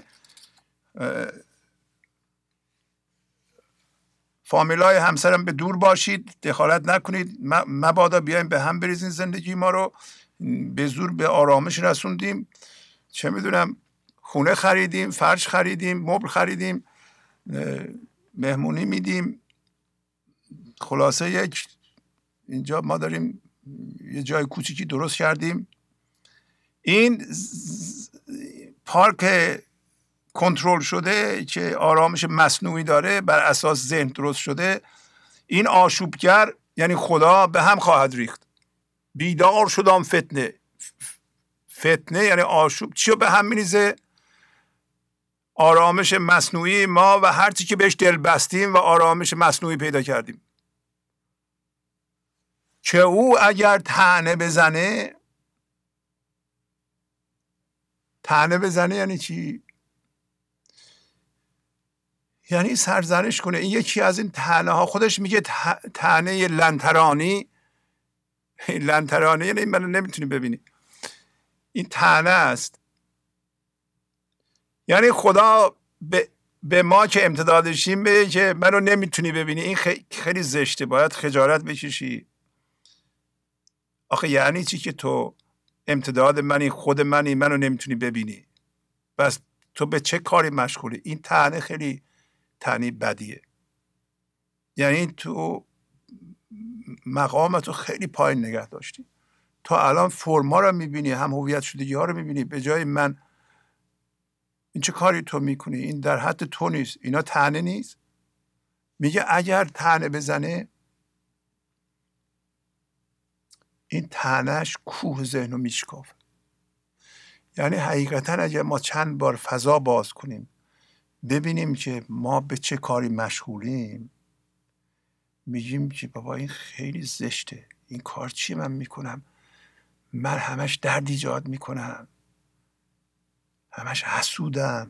فامیلای همسرم به دور باشید، دخالت نکنید، مبادا بیایم به هم بریزین زندگی ما رو. به زور به آرامش رسوندیم، چه میدونم خونه خریدیم، فرش خریدیم، مبل خریدیم، مهمونی میدیم. خلاصه یک اینجا ما داریم یه جای کوچیکی درست کردیم. این پارک کنترل شده که آرامش مصنوعی داره، بر اساس ذهن درست شده، این آشوبگر یعنی خدا به هم خواهد ریخت. بیدار شدم فتنه. فتنه یعنی آشوب. چی رو به هم میریزه؟ آرامش مصنوعی ما و هر چی که بهش دل بستیم و آرامش مصنوعی پیدا کردیم. که او اگر طعنه بزنه، طعنه بزنه یعنی چی؟ یعنی سرزنش کنه. این یکی از این طعنه ها، خودش میگه طعنه لنترانی. لنترانی یعنی منو نمیتونی ببینی، این طعنه است. یعنی خدا به, به ما که امتدادشیم میگه که منو نمیتونی ببینی. این خیلی, خیلی زشته، باید خجالت بکشی. آخه یعنی چی که تو امتداد منی، خود منی، منو نمیتونی ببینی؟ بس تو به چه کاری مشغولی؟ این طعنه خیلی طعنه بدیه. یعنی تو مقامتو خیلی پایین نگه داشتی. تا الان فرما رو میبینی، هم هویت شدگی ها رو میبینی. به جای من این چه کاری تو میکنی، این در حد تو نیست، اینا طعنه نیست. میگه اگر طعنه بزنه، این طعنهش کوه ذهن رو میشکافه. یعنی حقیقتا اگر ما چند بار فضا باز کنیم ببینیم که ما به چه کاری مشغولیم، میگیم که بابا این خیلی زشته، این کار چی من میکنم، من همش درد ایجاد میکنم، همش حسودم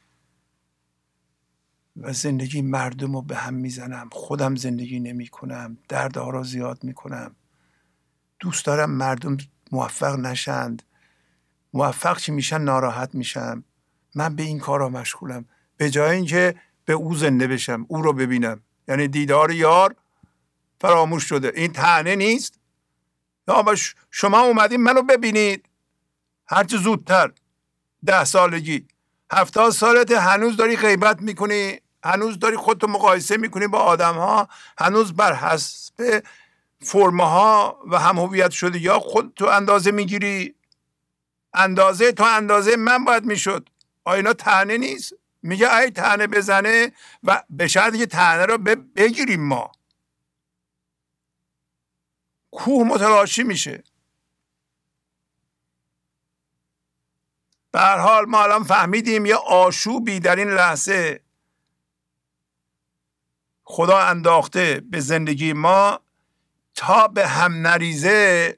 و زندگی مردم رو به هم میزنم، خودم زندگی نمی کنم، دردها رو زیاد میکنم، دوست دارم مردم موفق نشند، موفق چی میشن ناراحت میشم، من به این کارا مشغولم، به جای اینکه به او زنده بشم، او رو ببینم. یعنی دیدار یار فراموش شده. این طعنه نیست؟ یا شما اومدین منو ببینید هرچه زودتر، ده سالگی هفتاد سالت هنوز داری غیبت میکنی، هنوز داری خودتو مقایسه میکنی با آدم ها، هنوز بر حسب فرمه ها و هم هویت شده یا خودتو اندازه میگیری. اندازه تو اندازه من باید میشد. آیا اینا طعنه نیست؟ میگه ای طعنه بزنه و به شرطی که طعنه رو بگیریم ما، کوه متلاشی میشه. به هر حال ما الان فهمیدیم یه آشوبی در این لحظه خدا انداخته به زندگی ما تا به هم نریزه،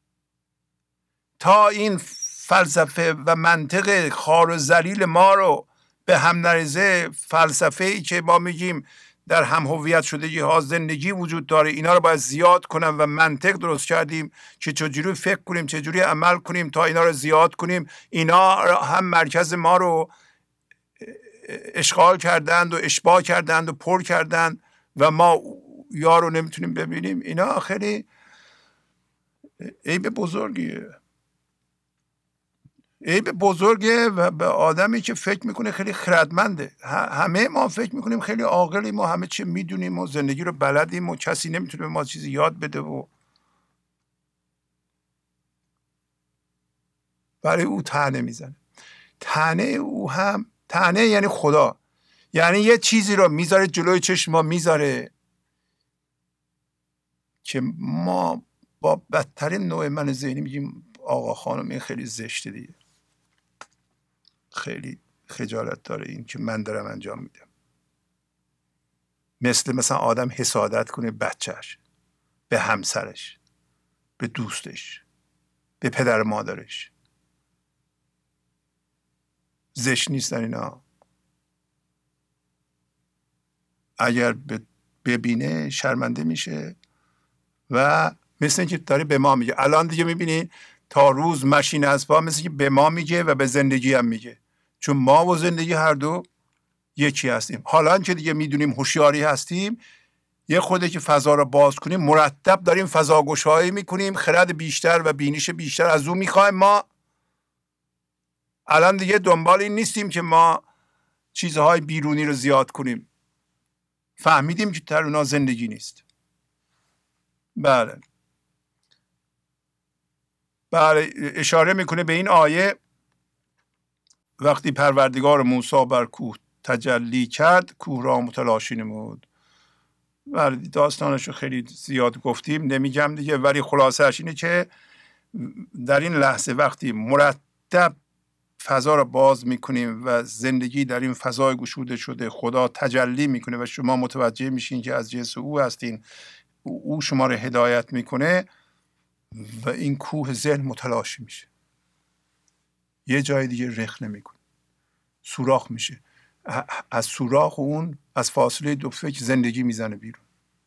تا این فلسفه و منطق خار و ذلیل ما رو به هم نریزه. فلسفه ای که ما میگیم در هم هویت شدگی ها زندگی وجود داره، اینا رو باید زیاد کنم و منطق درست کردیم که چجوری فکر کنیم، چجوری عمل کنیم تا اینا رو زیاد کنیم. اینا هم مرکز ما رو اشغال کردند و اشباع کردند و پر کردند و ما یا رو نمیتونیم ببینیم. اینا خیلی عیب بزرگیه، عیب بزرگه و به آدمی که فکر میکنه خیلی خردمنده. همه ما فکر میکنیم خیلی عاقلیم و همه چی میدونیم و زندگی رو بلدیم و کسی نمیتونه به ما چیزی یاد بده و برای او طعنه میزنه. طعنه او هم طعنه یعنی خدا، یعنی یه چیزی رو میذاره جلوی چشم ما، میذاره که ما با بدترین نوع من ذهنی میگیم آقا خانم این خیلی زشته دیگه، خیلی خجالت داره این که من دارم انجام میدم. مثل مثلا آدم حسادت کنه بچهش، به همسرش، به دوستش، به پدر مادرش. زشت نیستن اینا؟ اگر ببینه شرمنده میشه و مثل اینکه داره به ما میگه. الان دیگه میبینی تا روز مشین اسبا مثل که به ما میگه و به زندگی هم میگه، چون ما و زندگی هر دو یکی هستیم. حالا که دیگه میدونیم هوشیاری هستیم، یه خوده که فضا رو باز کنیم، مرتب داریم فضا گشایی میکنیم، خرد بیشتر و بینش بیشتر از اون میخوایم. ما الان دیگه دنبال این نیستیم که ما چیزهای بیرونی رو زیاد کنیم، فهمیدیم که در اونا زندگی نیست. بله بله اشاره میکنه به این آیه وقتی پروردگار موسی بر کوه تجلی کرد کوه را متلاشی نمود. بله داستانشو خیلی زیاد گفتیم نمیگم دیگه، ولی خلاصهش اینه که در این لحظه وقتی مرتب فضا را باز میکنیم و زندگی در این فضای گشوده شده، خدا تجلی میکنه و شما متوجه میشین که از جنس او هستین، او شما رو هدایت میکنه و این کوه ذهن متلاشی میشه، یه جای دیگه رخ نمیکنه، سوراخ میشه. از سوراخ اون از فاصله دو فکر زندگی میزنه بیرون.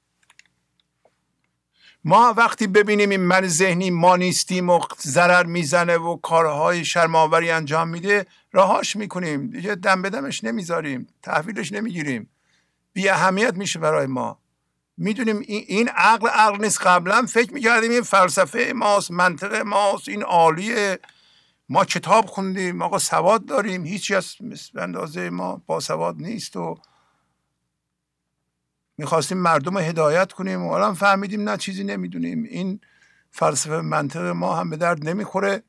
ما وقتی ببینیم این من ذهنی ما نیستیم و ضرر میزنه و کارهای شرم‌آوری انجام میده، رهاش میکنیم دیگه، دم به دمش نمیذاریم، تحویلش نمیگیریم، بی اهمیت میشه برای ما. میدونیم این عقل عقل نیست. قبلا فکر میکردیم این فلسفه ماست، منطق ماست، این عالیه، ما کتاب خوندیم، آقا سواد داریم، هیچی از اندازه ما با سواد نیست و میخواستیم مردم رو هدایت کنیم و الان فهمیدیم نه، چیزی نمیدونیم. این فلسفه منطق ما هم به درد نمیخوره.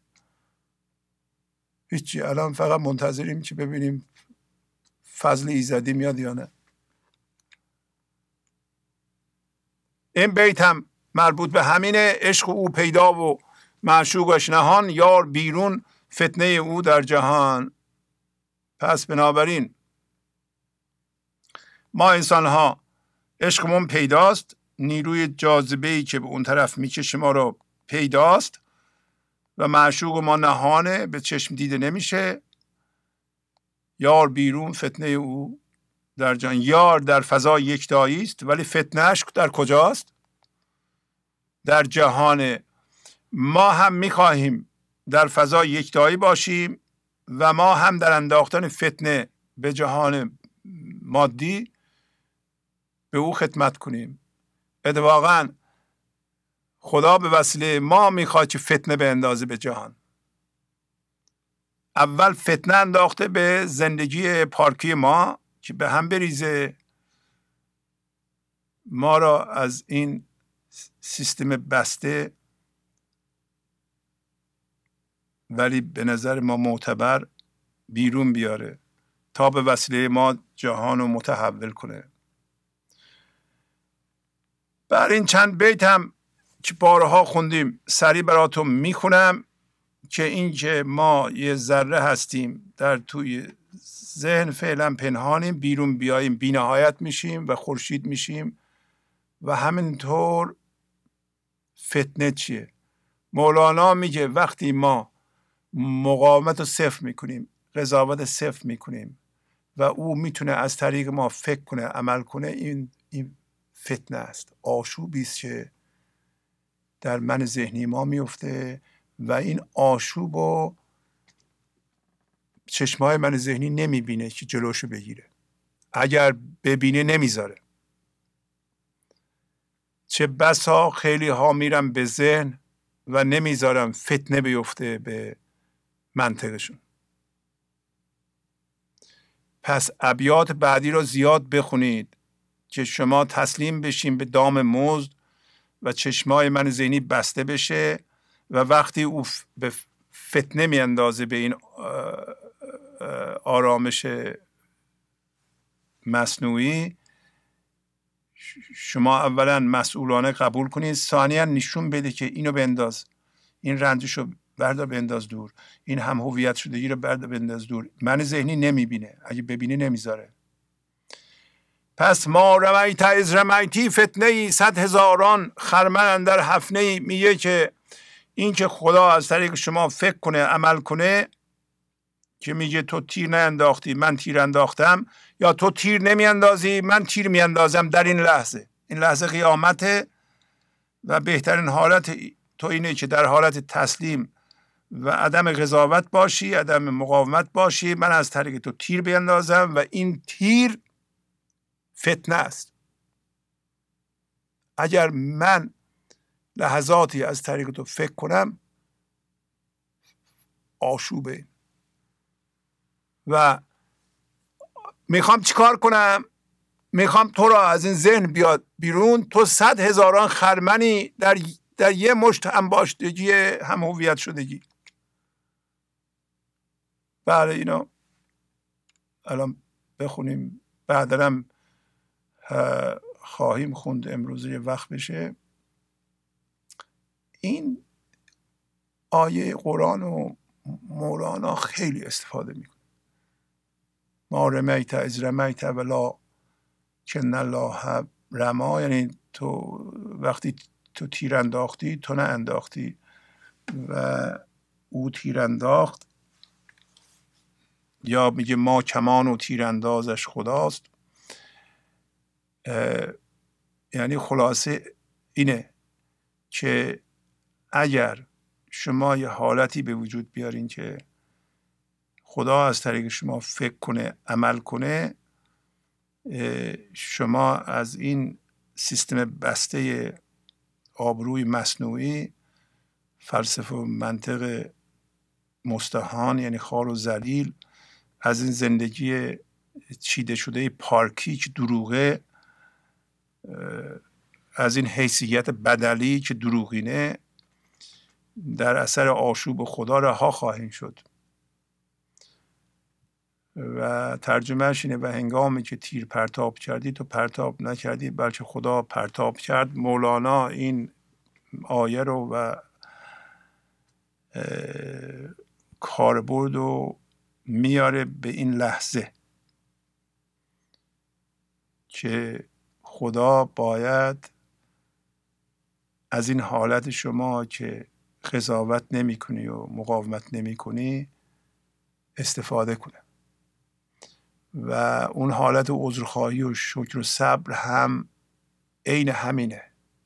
هیچی، الان فقط منتظریم که ببینیم فضل ایزدی میاد یا نه. این بیت هم مربوط به همینه. عشق او پیدا و معشوقش نهان، یار بیرون فتنه او در جهان. پس بنابراین ما انسان ها عشقمون پیداست، نیروی جاذبه‌ای که به اون طرف میکشه ما رو پیداست و معشوق ما نهانه، به چشم دیده نمیشه. یار بیرون فتنه او در جهان. یار در فضا یکتایی است ولی فتنهش در کجاست؟ در جهان. ما هم میخواهیم در فضا یکتایی باشیم و ما هم در انداختن فتنه به جهان مادی به او خدمت کنیم. اتفاقا خدا به وسیله ما میخواد که فتنه به اندازه به جهان. اول فتنه انداخته به زندگی پارکی ما که به هم بریزه، ما را از این سیستم بسته ولی به نظر ما معتبر بیرون بیاره تا به وسیله ما جهان رو متحول کنه. بر این چند بیت هم که بارها خوندیم سریع براتون میخونم که این که ما یه ذره هستیم در توی ذهن فعلا پنهانیم، بیرون بیاییم بی‌نهایت میشیم و خورشید میشیم. و همینطور فتنه چیه؟ مولانا میگه وقتی ما مقاومت رو صفر میکنیم، قضاوت صفر میکنیم و او میتونه از طریق ما فکر کنه، عمل کنه، این این فتنه است، آشوبی است که در من ذهنی ما میفته و این آشوب رو چشمای من ذهنی نمیبینه که جلوشو بگیره. اگر ببینه نمیذاره. چه بسا خیلی ها میرن به ذهن و نمیذارن فتنه بیفته به منطقشون. پس ابیات بعدی رو زیاد بخونید که شما تسلیم بشین به دام مزد و چشمای من ذهنی بسته بشه و وقتی او به فتنه میاندازه به این آرامش مصنوعی، شما اولا مسئولانه قبول کنید، ثانیا نشون بده که اینو بنداز، این رنجشو بردار بنداز دور، این هم هویت شدگی رو بردار بنداز دور. من ذهنی نمیبینه، اگه ببینه نمیذاره. پس ما رمیت از رمیتی فتنه ای صد هزاران خرمن اندر حفنه ای. میگه که این که خدا از طریق شما فکر کنه، عمل کنه، که میگه تو تیر نانداختی من تیر انداختم، یا تو تیر نمیاندازی من تیر میاندازم. در این لحظه، این لحظه قیامته و بهترین حالت تو اینه که در حالت تسلیم و عدم قضاوت باشی، عدم مقاومت باشی. من از طریق تو تیر بیاندازم و این تیر فتنه است. اگر من لحظاتی از طریق تو فکر کنم آشوبه و میخوام چیکار کنم؟ میخوام تو را از این ذهن بیاد بیرون. تو صد هزاران خرمنی در در یه مشت انباشتگی هم هویت شدگی. بله اینو الان بخونیم، بعدرم خواهیم خوند، امروز یه وقت بشه. این آیه قرآن و مولانا خیلی استفاده میکنه. ما رمیت از رمیت ولا کن الله رما، یعنی تو وقتی تو تیر انداختی تو نه انداختی و او تیر انداخت. یا میگه ما کمان و تیر اندازش خداست. یعنی خلاصه اینه که اگر شما یه حالتی به وجود بیارین که خدا از طریق شما فکر کنه، عمل کنه، شما از این سیستم بسته آبروی مصنوعی، فلسفه و منطق مستهان یعنی خار و ذلیل، از این زندگی چیده شده پارکی که دروغه، از این حیثیت بدلی که دروغینه، در اثر آشوب خدا رها خواهیم شد. و ترجمهش اینه: و هنگامی که تیر پرتاب کردی تو پرتاب نکردی بلکه خدا پرتاب کرد. مولانا این آیه رو و کاربرد رو میاره به این لحظه که خدا باید از این حالت شما که قضاوت نمی کنی و مقاومت نمی کنی استفاده کنه. و اون حالت عذرخواهی و شکر و صبر هم عین همینه.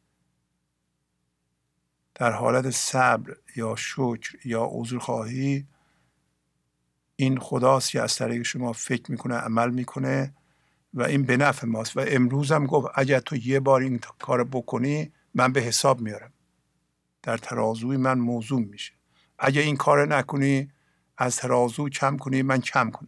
در حالت صبر یا شکر یا عذرخواهی این خداست که از طریق شما فکر میکنه، عمل میکنه و این به نفع ماست. و امروز هم گفت اگر تو یه بار این کار بکنی من به حساب میارم، در ترازوی من موزون میشه. اگر این کار نکنی از ترازو کم کنی من کم کنم.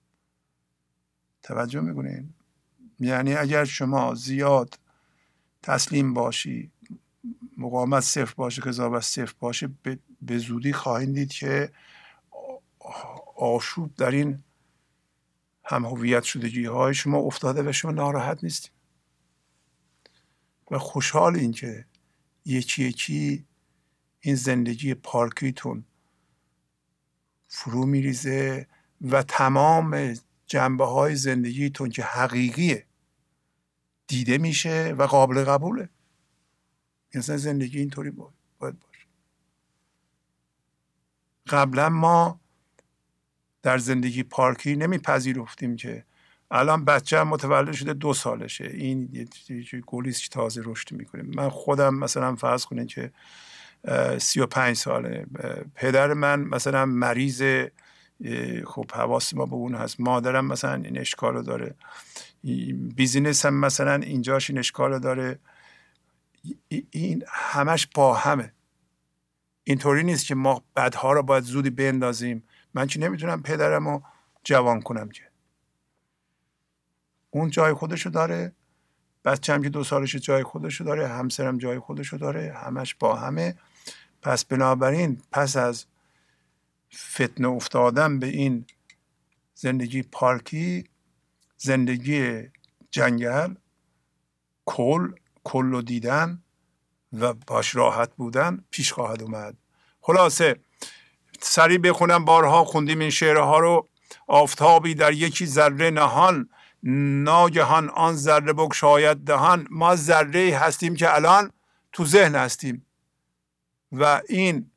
توجه میکنین؟ یعنی اگر شما زیاد تسلیم باشی، مقاومت صفر باشه، قضاوت صفر باشه، به زودی خواهید دید که آشوب در این هم هویت شدگی های شما افتاده و شما ناراحت نیستید و خوشحال این که یکی یکی این زندگی پارکیتون فرو میریزه و تمام جنبه های زندگیتون که حقیقیه دیده میشه و قابل قبوله. مثلا زندگی اینطوری باید باشه. قبلا ما در زندگی پارکی نمیپذیرفتیم که الان بچه هم متولد شده دو سالشه، این یه گلیست که تازه رشد میکنه. من خودم مثلا فرض کنین که سی و پنج ساله، پدر من مثلا مریض، خب حواس ما به اون هست، مادرم مثلا این اشکالو داره، بیزینس هم مثلا اینجاش این اشکالو داره. این همش با همه. اینطوری نیست که ما بدها رو باید زودی بندازیم. من که نمیتونم پدرم رو جوان کنم که اون جای خودشو داره، بچه‌م که دو سالش جای خودشو داره، همسرم جای خودشو داره، همش با همه. پس بنابراین پس از فتنه افتادن به این زندگی پارکی، زندگی جنگل، کل کل رو دیدن و باش راحت بودن پیش خواهد اومد. خلاصه سریع بخونم، بارها خوندیم این شعرها رو. آفتابی در یکی ذره نهان، ناگهان آن ذره بگشاید دهان. ما ذره هستیم که الان تو ذهن هستیم و این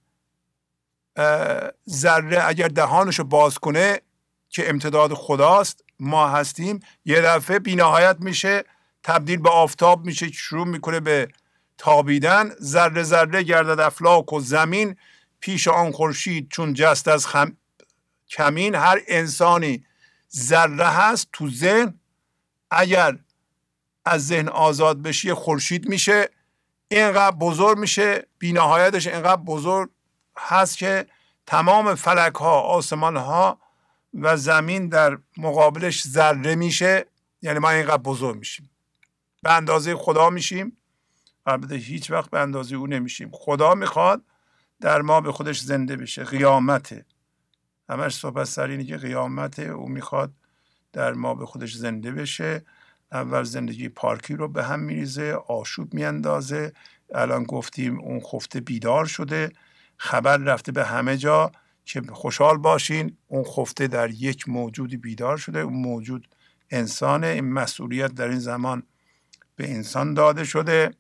ذره اگر دهانشو باز کنه که امتداد خداست، ما هستیم، یه دفعه بی‌نهایت میشه، تبدیل به آفتاب میشه، شروع میکنه به تابیدن. ذره ذره گردد افلاک و زمین، پیش آن خورشید چون جست از خم... کمین. هر انسانی ذره هست تو ذهن، اگر از ذهن آزاد بشی خورشید میشه، اینقدر بزرگ میشه، بی‌نهایتش اینقدر بزرگ هست که تمام فلک ها، آسمان ها و زمین در مقابلش ذره میشه. یعنی ما اینقدر بزرگ میشیم، به اندازه خدا میشیم. البته هیچ وقت به اندازه او نمیشیم. خدا میخواد در ما به خودش زنده بشه. قیامته، همش صحبت سر اینه که قیامته. او میخواد در ما به خودش زنده بشه. اول زندگی پارکی رو به هم میریزه، آشوب میاندازه. الان گفتیم اون خفته بیدار شده، خبر رفته به همه جا که خوشحال باشین، اون خفته در یک موجودی بیدار شده. اون موجود انسانه. این مسئولیت در این زمان به انسان داده شده.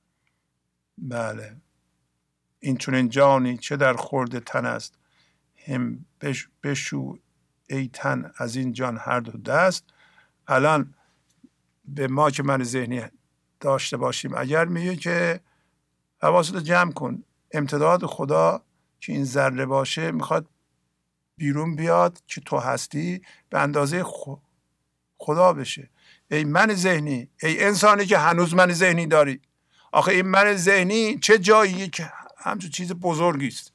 بله، این چون این جانی چه در خورد تن است، هم بش بشو ای تن از این جان هر دو دست. الان به ما که من ذهنی داشته باشیم، اگر میگه که حواست رو جمع کن، امتداد خدا که این ذره باشه میخواد بیرون بیاد که تو هستی، به اندازه خدا بشه. ای من ذهنی، ای انسانی که هنوز من ذهنی داری. آخه این من ذهنی چه جاییه که همچون چیز بزرگی است.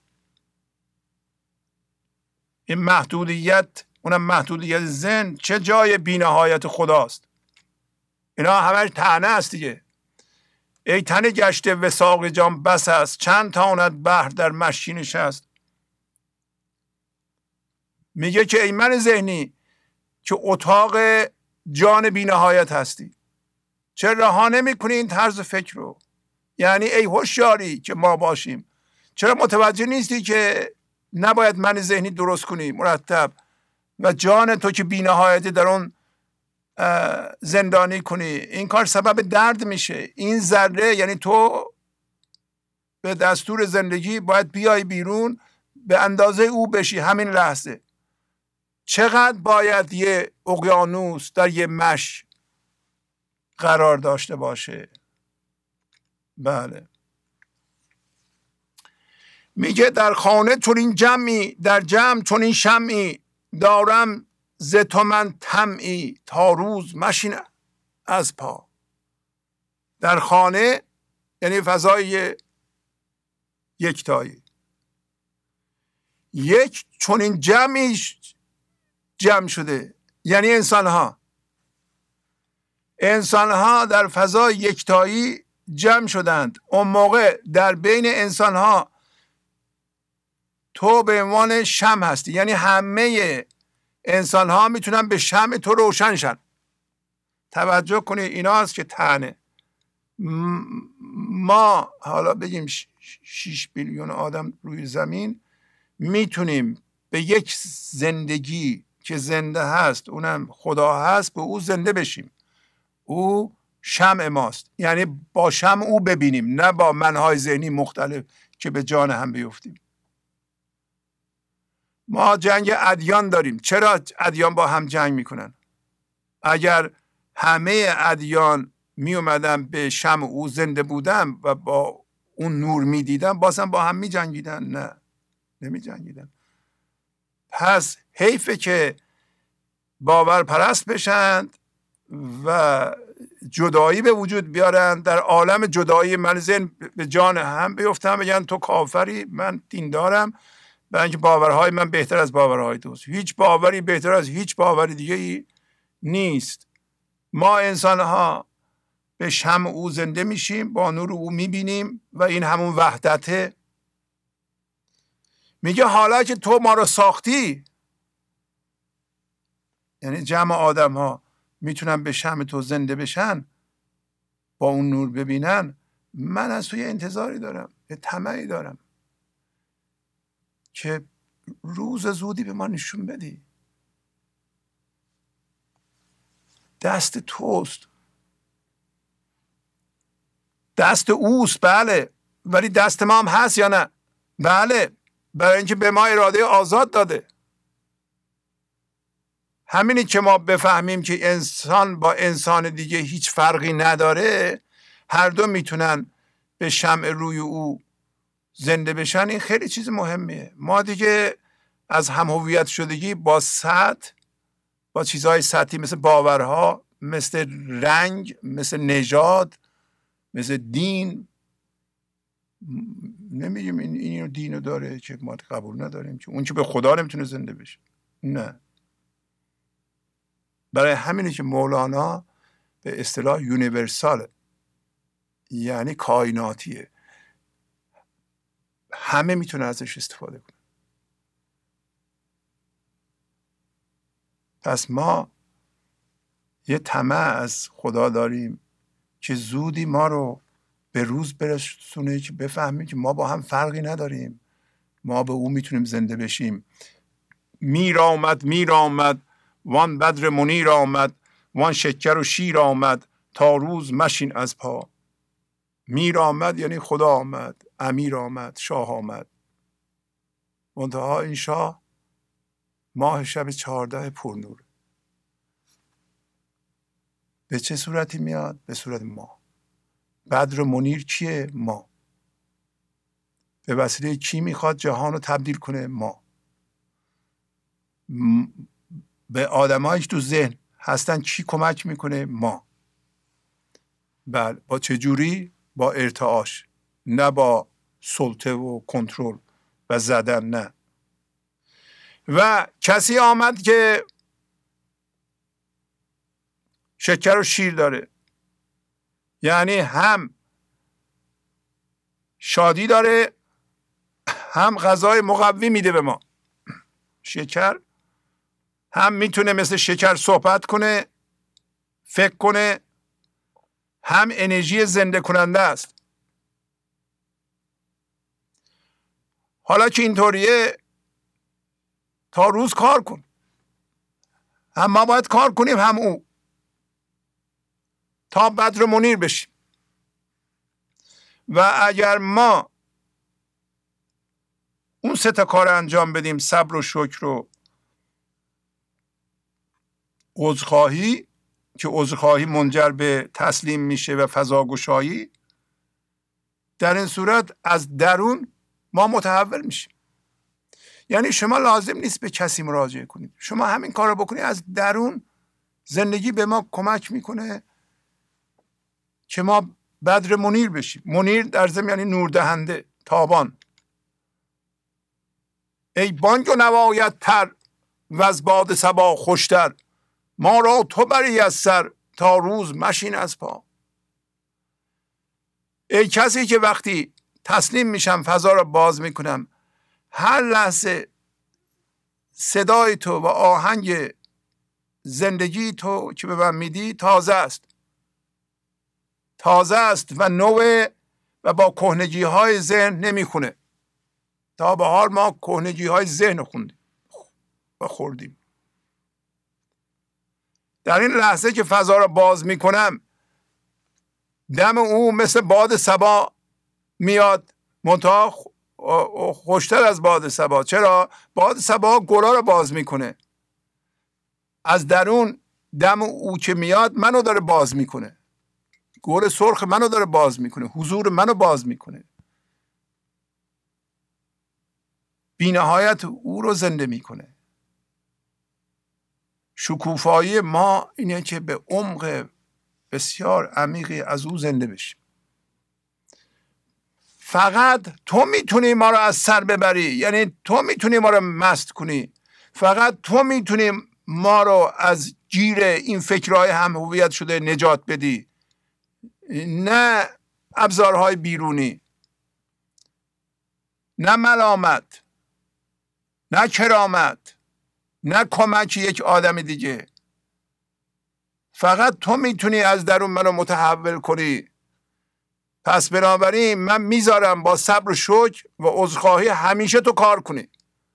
این محدودیت، اونم محدودیت ذهن، چه جای بی‌نهایت خداست. اینا همش طعنه است دیگه. ای تن گشته وثاق جان بس است، چند تاند بحر در مشی نشست. میگه که ای من ذهنی که اتاق جان بی نهایت هستی، چرا رها نمی کنی این طرز فکر رو؟ یعنی ای هوشیاری که ما باشیم، چرا متوجه نیستی که نباید من ذهنی درست کنی مرتب و جان تو که بی نهایتی در اون زندانی کنی؟ این کار سبب درد میشه. این ذره یعنی تو به دستور زندگی باید بیای بیرون، به اندازه او بشی همین لحظه. چقدر باید یه اقیانوس در یه مش قرار داشته باشه؟ بله. میگه در خانه چون این جمعی، در جمع چون این شمعی، دارم ز تو من طمعی، تا روز مشین از پا. در خانه یعنی فضای یکتایی، یک چون این جمعی جمع شده، یعنی انسان ها انسان ها در فضای یکتایی جمع شدند. اون موقع در بین انسان ها تو به عنوان شمع هستی، یعنی همه انسان ها میتونن به شمع تو روشن شن. توجه کنید اینا هست که تنه ما حالا بگیم شش بیلیون آدم روی زمین میتونیم به یک زندگی که زنده هست، اونم خدا هست، به او زنده بشیم. او شمع ماست، یعنی با شمع او ببینیم، نه با منهای ذهنی مختلف که به جان هم بیفتیم. ما جنگ ادیان داریم. چرا ادیان با هم جنگ میکنن؟ اگر همه ادیان می اومدن به شمع او زنده بودن و با اون نور می دیدن، بازم با هم می جنگیدن؟ نه، نمی جنگیدن. پس حیفه که باور پرست بشند و جدایی به وجود بیارن. در عالم جدایی من ذهن به جان هم بیفتن، بگن تو کافری، من دیندارم، برای اینکه باورهای من بهتر از باورهای توست. هیچ باوری بهتر از هیچ باوری دیگه ای نیست. ما انسان ها به شمع او زنده میشیم، با نور او میبینیم و این همون وحدته. میگه حالا که تو ما رو ساختی، یعنی جمع آدم ها میتونن به شمع تو زنده بشن، با اون نور ببینن، من از تو یه انتظاری دارم، یه طمعی دارم که روز زودی به ما نشون بدی. دست توست، دست اوست، بله، ولی دست ما هم هست یا نه؟ بله، برای اینکه به ما اراده آزاد داده. همینی که ما بفهمیم که انسان با انسان دیگه هیچ فرقی نداره، هر دو میتونن به شمع روی او زنده بشن، این خیلی چیز مهمیه. ما دیگه از هم هویت شدگی با سطح، با چیزهای سطحی مثل باورها، مثل رنگ، مثل نژاد، مثل دین، نمیگیم این اینو دینو داره که ما قبول نداریم که اون که به خدا نمیتونه زنده بشه. نه. برای همینه که مولانا به اصطلاح یونیورساله، یعنی کائناتیه، همه میتونه ازش استفاده کنه. پس ما یه طمع از خدا داریم که زودی ما رو به روز برسونه که بفهمیم که ما با هم فرقی نداریم، ما به او میتونیم زنده بشیم. میر آمد میر آمد وان بدر منیر آمد، وان شکر و شیر آمد، تا روز مشین از پا. میر آمد یعنی خدا آمد، امیر آمد، شاه آمد. منتها این شاه ماه شب چهارده پرنور. به چه صورتی میاد؟ به صورت ما. بدر منیر کیه؟ ما. به وسیله کی میخواد جهان رو تبدیل کنه؟ ما. م... به آدمایی که تو ذهن هستن کی کمک میکنه؟ ما. بله. با چه جوری؟ با ارتعاش، نه با سلطه و کنترل و زدن، نه. و کسی آمد که شکر و شیر داره، یعنی هم شادی داره، هم غذای مقوی میده به ما، شکر، هم میتونه مثل شکر صحبت کنه، فکر کنه، هم انرژی زنده کننده است. حالا که اینطوریه تا روز کار کن، هم ما باید کار کنیم هم او، تا بدر منیر بشیم. و اگر ما اون سه تا کار انجام بدیم، صبر و شکر و عذرخواهی، که عذرخواهی منجر به تسلیم میشه و فضاگشایی، در این صورت از درون ما متحول میشیم. یعنی شما لازم نیست به کسی مراجعه کنید، شما همین کار رو بکنید، از درون زندگی به ما کمک میکنه که ما بدر منیر بشیم. منیر در ضمن یعنی نور دهنده، تابان. ای بانگ و نوایت تر و از باد صبا خوشتر، ما را تو بری از سر تا روز مشین از پا. ای کسی که وقتی تسلیم میشم فضا را باز میکنم، هر لحظه صدای تو و آهنگ زندگی تو که به من میدی تازه است، تازه است و نوه و با کهنگی های ذهن نمیخونه. تا به حال ما کهنگی های ذهن خوندیم و خوردیم. در این لحظه که فضا را باز میکنم، دم او مثل باد صبا میاد، منتها خوشتر از باد صبا. چرا؟ باد صبا گلا را باز میکنه، از درون دم او که میاد منو داره باز میکنه، گل سرخ منو داره باز میکنه، حضور منو باز میکنه، بی‌نهایت او رو زنده میکنه. شکوفایی ما اینه که به عمق بسیار عمیقی از او زنده بشیم. فقط تو میتونی ما رو از سر ببری، یعنی تو میتونی ما رو مست کنی، فقط تو میتونی ما رو از گیر این فکرهای هم هویت شده نجات بدی، نه ابزارهای بیرونی، نه ملامت، نه کرامت، نه کمک یک آدم دیگه. فقط تو میتونی از درون منو متحول کنی. پس بنابراین من میذارم با صبر و شکر و عذرخواهی همیشه تو کار کنی.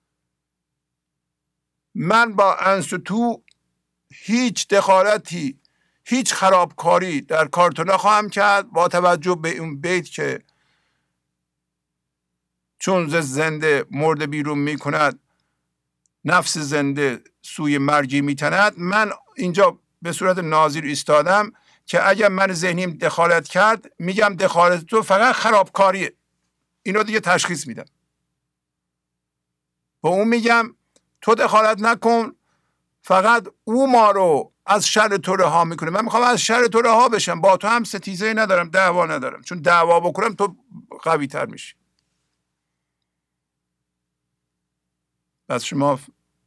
من با انس و تو هیچ دخالتی، هیچ خرابکاری در کار تو نخواهم کرد، با توجه به اون بیت که چون ز زنده مرده بیرون میکند، نفس زنده سوی مرگی میتند. من اینجا به صورت ناظر ایستادم که اگر من ذهنیم دخالت کرد، میگم دخالت تو فقط خرابکاریه، اینو دیگه تشخیص میدم. با اون میگم تو دخالت نکن، فقط او ما رو از شر تو رها میکنه. من میخوام از شر تو رها بشم، با تو هم ستیزه ندارم، دعوا ندارم، چون دعوا بکنم تو قوی تر میشی. پس شما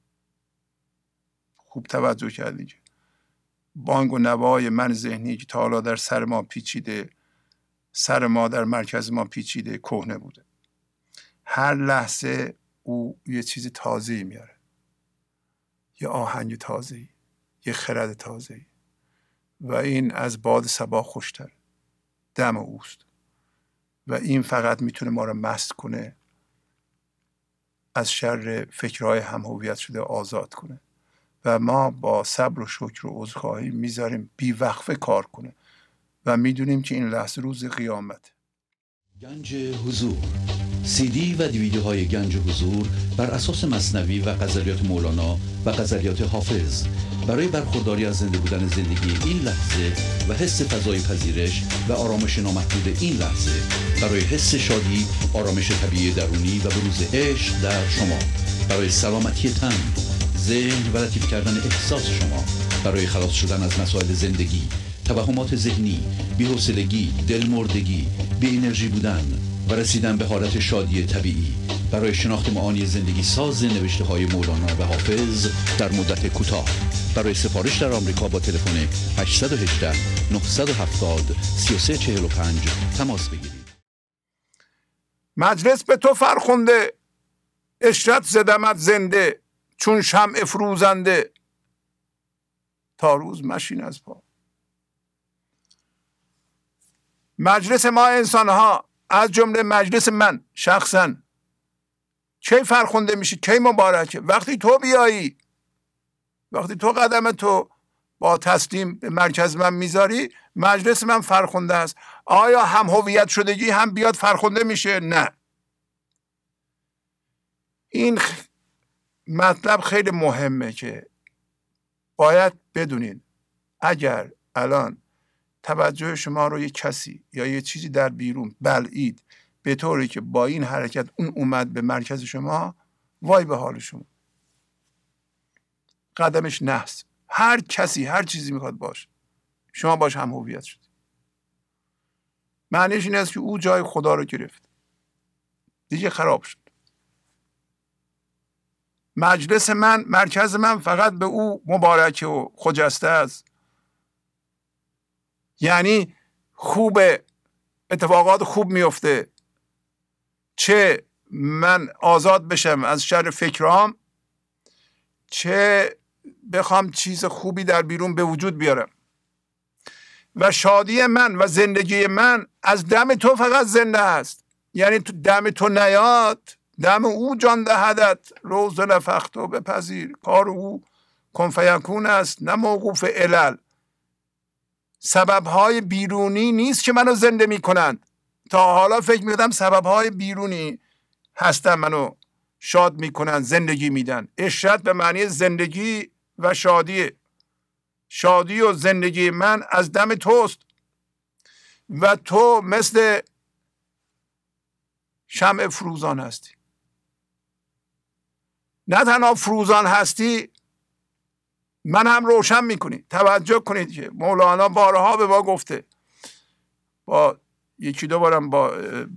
خوب توجه کردید. بانگ و نوای من ذهنی که تا حالا در سر ما پیچیده، سر ما در مرکز ما پیچیده، کهنه بوده. هر لحظه او یه چیز تازه‌ای میاره، یه آهنگ تازه‌ای، یه خرد تازه‌ای، و این از باد صبا خوشتر، دم اوست، و این فقط میتونه ما رو مست کنه، از شر فکرهای هم هویت شده آزاد کنه، و ما با صبر و شکر و عذرخواهی میذاریم بی وقفه کار کنه و میدونیم که این لحظه روز قیامت. گنج حضور، سی دی و دیویدیوهای گنج حضور بر اساس مثنوی و غزلیات مولانا و غزلیات حافظ، برای برخورداری از زنده بودن زندگی این لحظه و حس فضای پذیرش و آرامش نامحدود این لحظه، برای حس شادی، آرامش طبیعی درونی و بروز عشق در شما، برای سلامتی تن، ذهن و لطیف کردن احساس شما، برای خلاص شدن از مسائل زندگی، توهمات ذهنی، بی‌حوصلگی، دلمردگی، بی انرژی بودن و رسیدن به حالت شادی طبیعی، برای شناخت معانی زندگی ساز نوشته های مولانا و حافظ در مدت کوتاه. برای سفارش در آمریکا با تلفن هشت یک هشت، نه هفت صفر، سه سه چهار پنج تماس بگیرید. مجلس به تو فرخنده، اشرت زدمت زنده، چون شمع فروزنده، تا روز مشین از پا. مجلس ما انسان ها، از جمله مجلس من شخصا، کی فرخنده میشه، کی مبارکه؟ وقتی تو بیایی، وقتی تو قدم تو با تسلیم به مرکز من میذاری، مجلس من فرخنده است. آیا هم هویت شدگی هم بیاد فرخنده میشه؟ نه. این خ... مطلب خیلی مهمه که باید بدونین. اگر الان توجه شما رو یک کسی یا یه چیزی در بیرون بلعید به طوری که با این حرکت اون اومد به مرکز شما، وای به حال شما، قدمش نحس. هر کسی هر چیزی میخواد باشه، شما باش هم هویت شد. معنیش این است که او جای خدا رو گرفت، دیگه خراب شد. مجلس من، مرکز من فقط به او مبارکه و خجسته است. یعنی خوبه، اتفاقات خوب میفته، چه من آزاد بشم از شر فکرام، چه بخوام چیز خوبی در بیرون به وجود بیارم. و شادی من و زندگی من از دم تو فقط زنده است. یعنی تو دم تو نیاد، دم او جان دهدت، روز نفخت و بپذیر، کار او کن فیکون است، نه موقوف علل. سببهای بیرونی نیست که منو زنده میکنند. تا حالا فکر میکردم سببهای بیرونی هستن منو شاد میکنن، زندگی میدن. اشرت به معنی زندگی و شادی. شادی و زندگی من از دم توست و تو مثل شمع فروزان هستی. نه تنها فروزان هستی، من هم روشن میکنی. توجه کنید که مولانا بارها به ما گفته، با یکی دو بارم با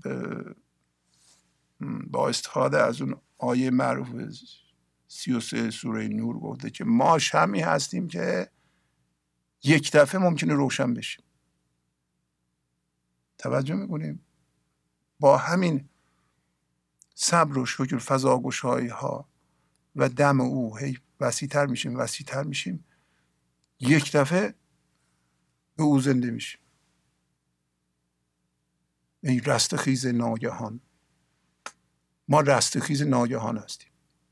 با استفاده از اون آیه معروف سی و سه سوره نور گفته که ما شمعی هستیم که یک دفعه ممکنه روشن بشیم. توجه میکنیم؟ با همین صبر و شکر، فضاگشایی ها و دم او هی وسیع‌تر میشیم وسیع‌تر میشیم، یک دفعه به او زنده میشیم. این رستخیز ناگهان، ما رستخیز ناگهان هستیم.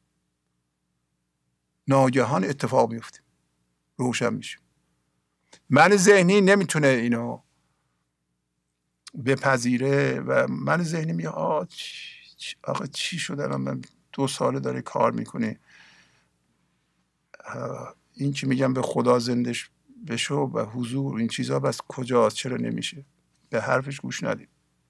ناگهان اتفاق میفتیم، روشن میشیم. من ذهنی نمیتونه اینو بپذیره و من ذهنی میگه آقا آقا چی شده الان من دو ساله داره کار میکنه، این که میگم به خدا زندش بشو و حضور، این چیزها بس کجاست، چرا نمیشه؟ به حرفش گوش ندیم.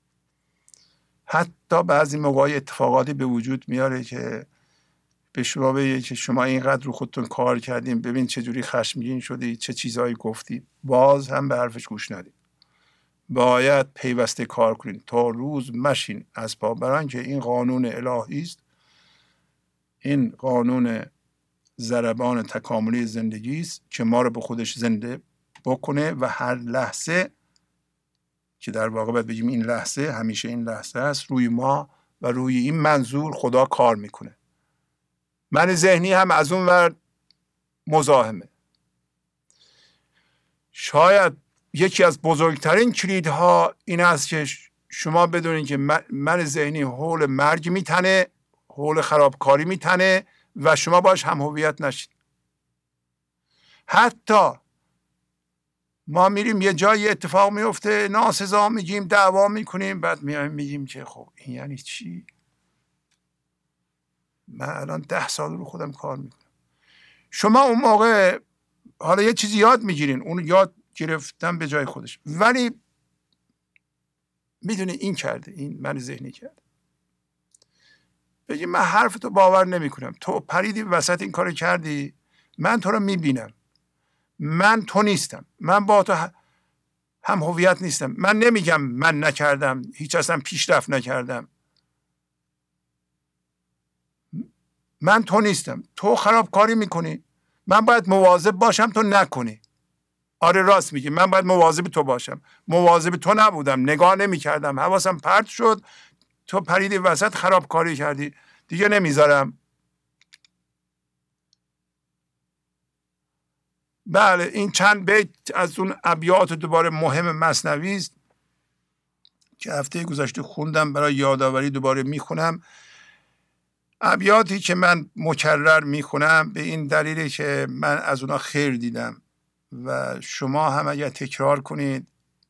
حتی بعضی موقع اتفاقاتی به وجود میاره که به شما بگه که شما اینقدر رو خودتون کار کردیم، ببین چجوری خشمگین شدی، چه چیزهایی گفتی، باز هم به حرفش گوش ندید. باید پیوسته کار کنید تا روز مشین از پا، برای اینکه این قانون الهی است. این قانون ضربان تکاملی زندگی است که ما رو به خودش زنده بکنه و هر لحظه، که در واقع باید بگیم این لحظه همیشه این لحظه است، روی ما و روی این منظور خدا کار میکنه. من ذهنی هم از اون ور مزاحمه. شاید یکی از بزرگترین کلیدها این است که شما بدونید که من ذهنی حول مرگ میتنه، حول خرابکاری میتنه و شما باش هم هویت نشید. حتی ما میریم یه جایی اتفاق میفته، ناسزا میگیم، دعوا میکنیم، بعد میایم میگیم که خب این یعنی چی؟ من الان ده سال رو خودم کار میکنم. شما اون موقع حالا یه چیزی یاد میگیرین، اون یاد گرفتن به جای خودش، ولی میدونی این کرده، این من ذهنی کرده. بگی من حرف تو باور نمی کنم، تو پریدی وسط این کار کردی، من تو رو میبینم، من تو نیستم، من با تو هم هویت نیستم. من نمیگم من نکردم، هیچ اصلا پیشرفت نکردم، من تو نیستم، تو خرابکاری میکنی، من باید مواظب باشم تو نکنی. آره راست میگی، من باید مواظب تو باشم، مواظب تو نبودم، نگاه نمیکردم، حواسم پرت شد، تو پریدی وسط خرابکاری کردی، دیگه نمیذارم. بله، این چند بیت از اون ابیات دوباره مهم مثنوی است که هفته گذشته خوندم، برای یادآوری دوباره میخونم. ابیاتی که من مکرر میخونم به این دلیله که من از اونا خیر دیدم و شما هم اگر تکرار کنید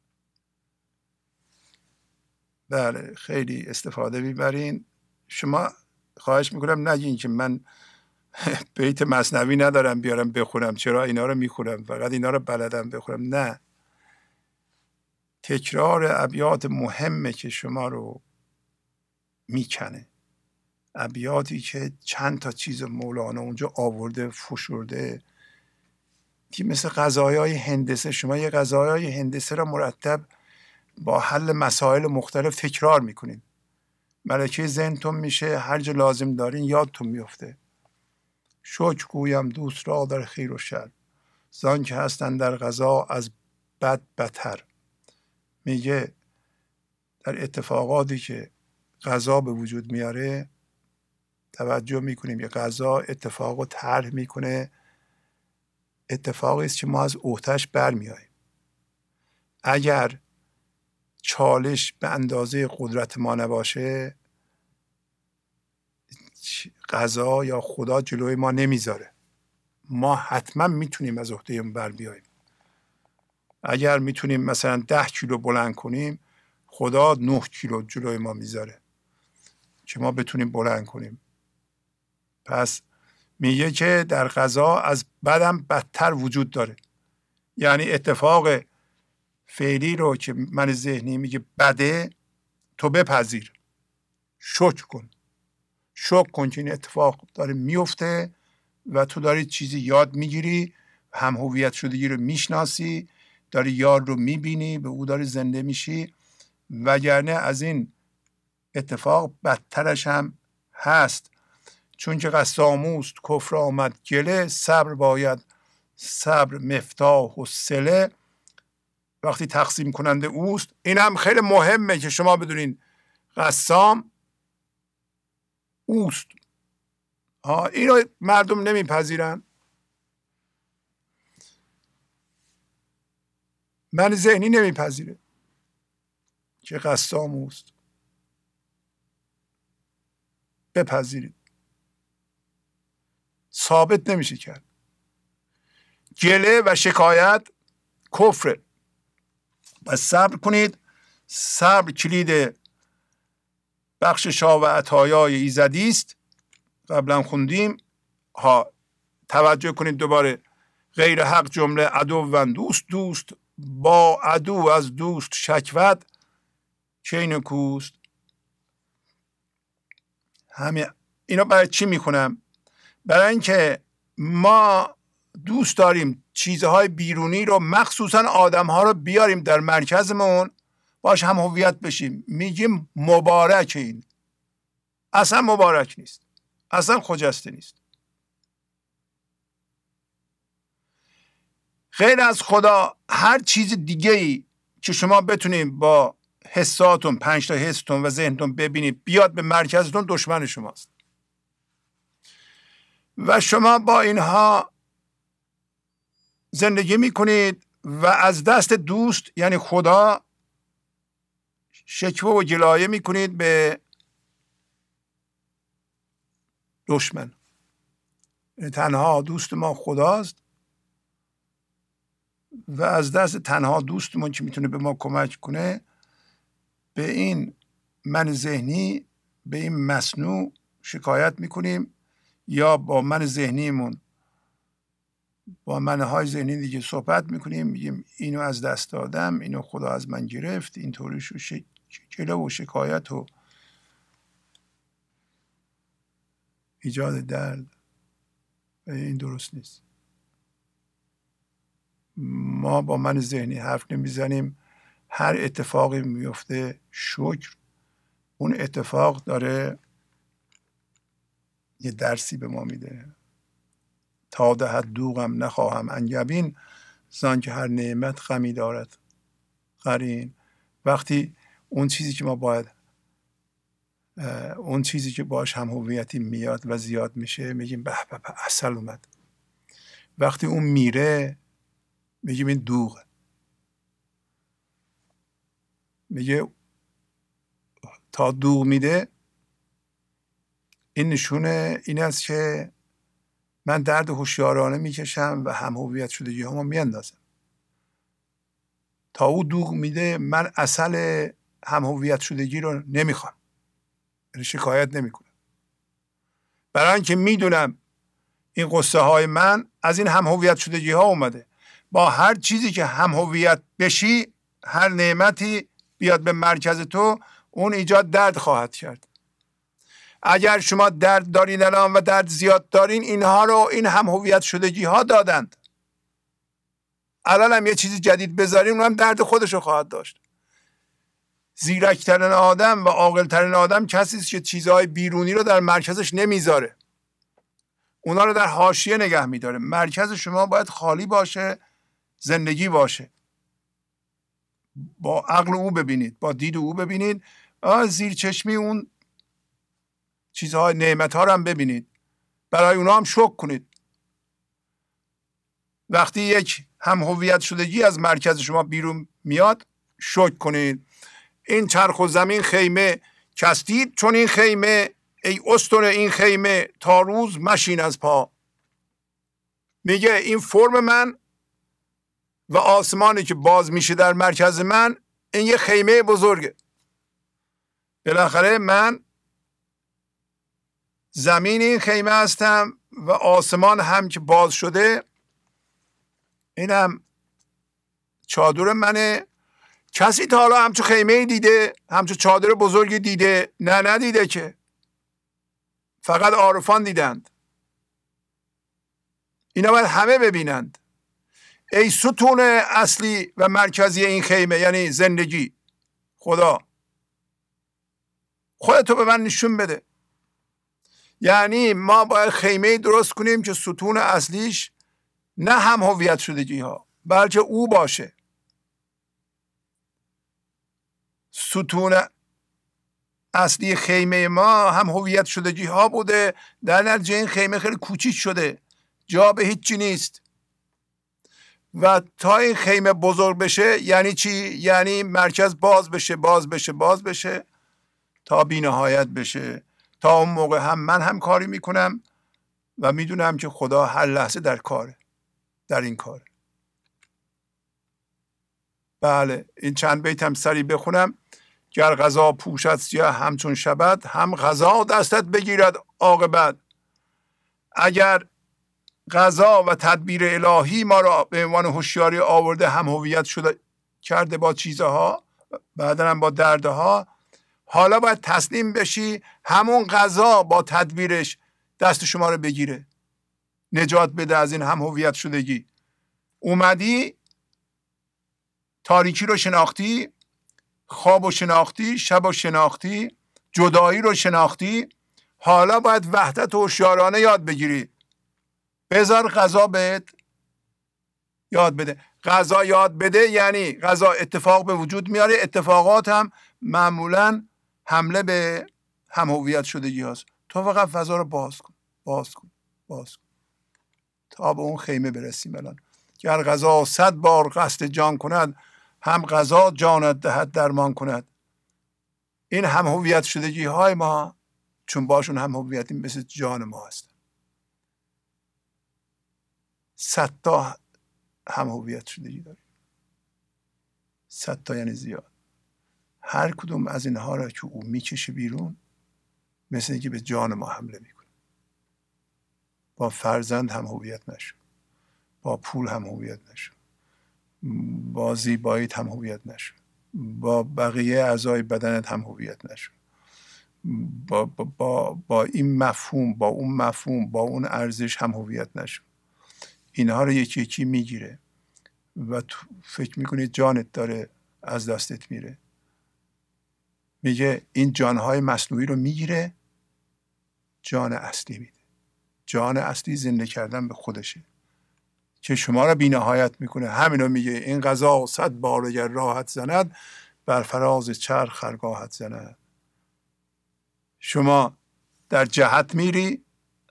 بله خیلی استفاده میبرین. شما خواهش میکنم نگین که من بیت مثنوی ندارم بیارم بخونم، چرا اینا رو میخونم، فقط اینا رو بلدم بخونم. نه، تکرار ابیات مهمه که شما رو میکنه، ابیاتی که چند تا چیز مولانا اونجا آورده فشرده که مثل قضایای هندسه، شما یه قضایای هندسه رو مرتب با حل مسائل مختلف تکرار میکنین، ملکه ذهنتون میشه، هر جا لازم دارین یادتون میفته. شکر گویم دوست را در خیر و شر، زان که هستن در قضا از بد بدتر. میگه در اتفاقاتی که قضا به وجود میاره توجه میکنیم، یه قضا اتفاق رو طرح میکنه، اتفاقی است که ما از اوتش برمیاییم. اگر چالش به اندازه قدرت ما نباشه قضا یا خدا جلوی ما نمیذاره، ما حتما میتونیم از عهدهمون بر بیاییم. اگر میتونیم مثلا ده کیلو بلند کنیم، خدا نه کیلو جلوی ما میذاره که ما بتونیم بلند کنیم. پس میگه که در قضا از بدم بدتر وجود داره، یعنی اتفاق فعلی رو که من ذهنی میگه بده، تو بپذیر، شکر کن، شکر کن که این اتفاق داره میفته و تو داری چیزی یاد میگیری، هم هویت شدگی رو میشناسی، داری یار رو میبینی، به او داری زنده میشی. وگرنه از این اتفاق بدترش هم هست، چون که قساموست کفر آمد گله، صبر باید صبر مفتاح و صله. وقتی تقسیم کننده اوست، این هم خیلی مهمه که شما بدونین قسام اوست. ها اینو مردم نمیپذیرن. من ذهنی نمیپذیره که قسام اوست. بپذیرید، ثابت نمیشه کرد. گله و شکایت کفره. پس صبر کنید. صبر کلید بخششا و عطایای ایزدی است. قبلا خوندیم. ها توجه کنید دوباره. غیر حق جمله عدو و دوست، دوست با عدو از دوست شکوت چه نکوست. همه اینا برای چی میکنم؟ برای اینکه ما دوست داریم چیزهای بیرونی رو، مخصوصا آدمها رو بیاریم در مرکزمون، باش هم هویت بشیم. میگیم مبارک. این اصلا مبارک نیست، اصلا خجسته نیست. غیر از خدا هر چیز دیگه ای که شما بتونید با حساتون، پنج تا حستون و ذهنتون ببینید بیاد به مرکزتون، دشمن شماست. و شما با اینها زندگی میکنید و از دست دوست یعنی خدا شکوه و گلایه میکنید به دشمن. یعنی تنها دوست ما خداست و از دست تنها دوستمون که میتونه به ما کمک کنه، به این من ذهنی، به این مصنوع شکایت میکنیم، یا با من ذهنیمون، با منهای ذهنی دیگه صحبت میکنیم، میگیم اینو از دست دادم، اینو خدا از من گرفت، اینطوری شو شک... جلو و شکایت و ایجاد درد. این درست نیست. ما با من ذهنی حرف نمیزنیم. هر اتفاقی میفته شکر، اون اتفاق داره یه درسی به ما میده. تا دهد دوغم نخواهم انگبین، زان که هر نعمت غمی دارد قرین. وقتی اون چیزی که ما باید اون چیزی که باش هم هویتی میاد و زیاد میشه میگیم به به به عسل اومد. وقتی اون میره میگیم این دوغه. میگه تا دوغ میده این نشونه این است که من درد هوشیارانه میکشم و هم هویت شدگی هامو میاندازم. تا او دوغ میده من عسل هم هویت شدگی رو نمیخوام، یعنی شکایت نمیکنم، برای اینکه میدونم این قصه های من از این هم هویت شدگی ها اومده. با هر چیزی که هم هویت بشی، هر نعمتی بیاد به مرکز تو، اون ایجاد درد خواهد کرد. اگر شما درد دارین الان و درد زیاد دارین، اینها رو این هم هویت شدگی ها دادند. الان هم یه چیزی جدید بذارین، اون هم درد خودش رو خواهد داشت. زیرکترین آدم و عاقلترین آدم کسی است که چیزهای بیرونی رو در مرکزش نمیذاره، اونا رو در حاشیه نگه میداره. مرکز شما باید خالی باشه، زندگی باشه. با عقل او ببینید، با دید او ببینید، زیر چشمی اون چیزهای نعمت ها رو هم ببینید، برای اونا هم شکر کنید. وقتی یک هم هویت شدگی از مرکز شما بیرون میاد، شکر کنید. این چرخ و زمین خیمه کستید، چون این خیمه ای استون این خیمه تا روز مشین از پا. میگه این فرم من و آسمانی که باز میشه در مرکز من، این یه خیمه بزرگه. بالاخره من زمین این خیمه هستم و آسمان هم که باز شده این هم چادر منه. کسی تا حالا همچون خیمه دیده؟ همچون چادر بزرگی دیده؟ نه ندیده که، فقط عارفان دیدند. اینا باید همه ببینند. ای ستون اصلی و مرکزی این خیمه، یعنی زندگی، خدا، خودتو به من نشون بده. یعنی ما باید خیمه درست کنیم که ستون اصلیش نه هم هویت شدگی ها، بلکه او باشه. ستون اصلی خیمه ما هم هویت شدگی ها بوده، در نتیجه این خیمه خیلی کوچیک شده، جا به هیچی نیست. و تا این خیمه بزرگ بشه یعنی چی؟ یعنی مرکز باز بشه باز بشه باز بشه تا بی نهایت بشه. تا اون موقع هم من هم کاری میکنم و میدونم که خدا هر لحظه در کاره، در این کاره. بله، این چند بیت هم سری بخونم. گر قضا پوشد سیاه همچون شبد، هم قضا دستت بگیرد عاقبت. اگر قضا و تدبیر الهی ما را به عنوان هوشیاری آورده، هم هویت شده کرده با چیزها، بعدا هم با دردها، حالا باید تسلیم بشی همون قضا با تدبیرش دست شما رو بگیره، نجات بده از این هم هویت شدگی. اومدی تاریکی رو شناختی، خواب رو شناختی، شب رو شناختی، جدایی رو شناختی، حالا باید وحدت هوشیارانه یاد بگیری. بذار قضا بهت یاد بده. قضا یاد بده یعنی قضا اتفاق به وجود میاره. اتفاقات هم معمولا حمله به هم هویت شدگی هست. تو فقط فضا رو باز کن باز کن باز کن تا به اون خیمه برسیم. الان گر قضا صد بار قصد جان کند، هم قضا جانت دهد درمان کند. این هم هویت شدگی های ما، چون باشون هم هویتیم، مثل جان ما هست. صد تا هم هویت شدگی داریم، صد تا یعنی زیاد. هر کدوم از اینها را که او میکشه بیرون، مثل اینکه به جان ما حمله میکنه. با فرزند هم هویت نشو، با پول هم هویت نشو، با زیباییت هم هویت نشو، با بقیه اعضای بدنت هم هویت نشو، با, با, با, با این مفهوم، با اون مفهوم، با اون ارزش هم هویت نشو. اینها رو یکی یکی میگیره و تو فکر میکنی جانت داره از دستت میره. میگه این جانهای مصنوعی رو میگیره، جان اصلی میده. جان اصلی زنده کردن به خودشه که شما رو بی نهایت میکنه. همینو میگه این قضا صد بار اگر راحت زند، بر فراز چرخ خرگاهت زند. شما در جهت میری،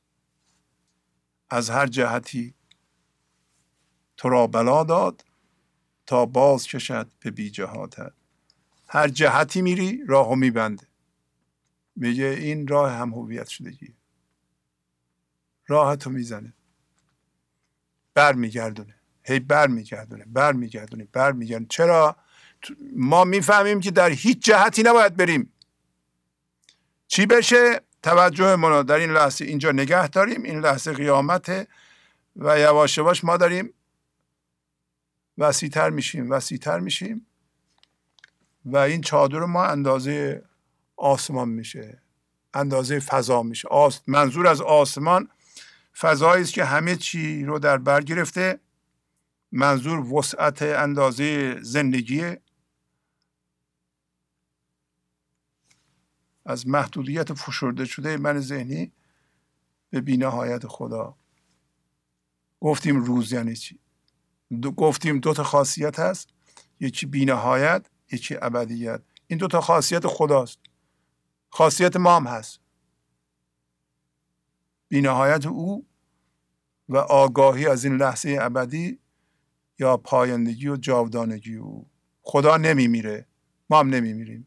از هر جهتی تو را بلا داد تا باز کشد به بی جهاتت. هر جهتی میری راهو میبنده، میگه این راه هم هویت شدگی، راه تو میزنه، بر میگردونه، هی بر میگردونه بر میگردونه بر میگردونه. چرا؟ ما میفهمیم که در هیچ جهتی نباید بریم. چی بشه؟ توجه ما در این لحظه اینجا نگه داریم، این لحظه قیامته و یواش یواش ما داریم وسیع‌تر میشیم وسیع‌تر میشیم و این چادر ما اندازه آسمان میشه، اندازه فضا میشه. آس... منظور از آسمان فضایی است که همه چی رو در بر گرفته. منظور وسعت اندازه زندگیه، از محدودیت فشرده شده من ذهنی به بی‌نهایت خدا. گفتیم روز یعنی چی؟ دو گفتیم دو تا خاصیت هست، یکی بی‌نهایت، یکی ابدیت. این دو تا خاصیت خداست، خاصیت ما هم هست. بی‌نهایت او و آگاهی از این لحظه ابدی یا پایندگی و جاودانگی او. خدا نمیمیره، ما هم نمیمیریم.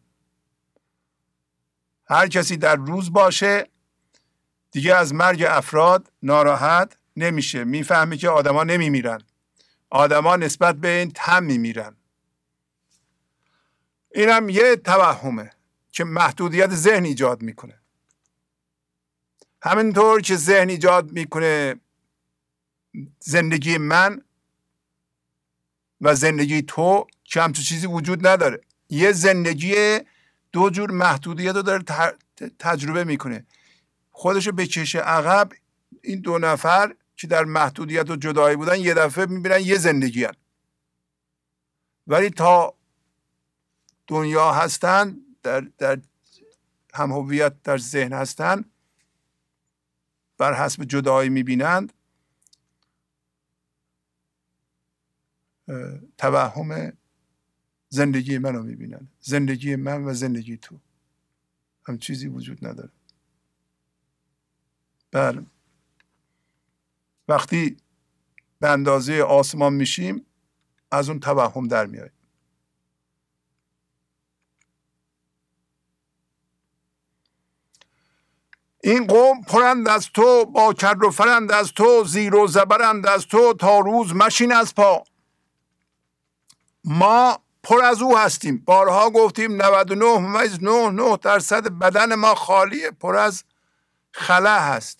هر کسی در روز باشه دیگه از مرگ افراد ناراحت نمیشه، میفهمی که آدما نمیمیرن، آدما نسبت به این هم میمیرن. اینم یه توهمه که محدودیت ذهن ایجاد میکنه. همینطور که ذهن ایجاد میکنه زندگی من و زندگی تو که همچون چیزی وجود نداره. یه زندگی دو جور محدودیت رو داره تجربه میکنه. خودشو بکشه عقب، این دو نفر که در محدودیت و جدایی بودن یه دفعه میبینن یه زندگی هن. ولی تا دنیا هستن، در, در هم هویت در ذهن هستن، بر حسب جدایی میبینند توهم زندگی من رو میبینند. زندگی من و زندگی تو هم چیزی وجود نداره. بله، وقتی به اندازه آسمان میشیم از اون توهم در میاییم. این قوم پرند از تو، با کر و فرند از تو، زیر و زبرند از تو، تا روز مشین از پا. ما پر از او هستیم. بارها گفتیم نود و نه ممیز نه نه درصد بدن ما خالیه، پر از خلا هست.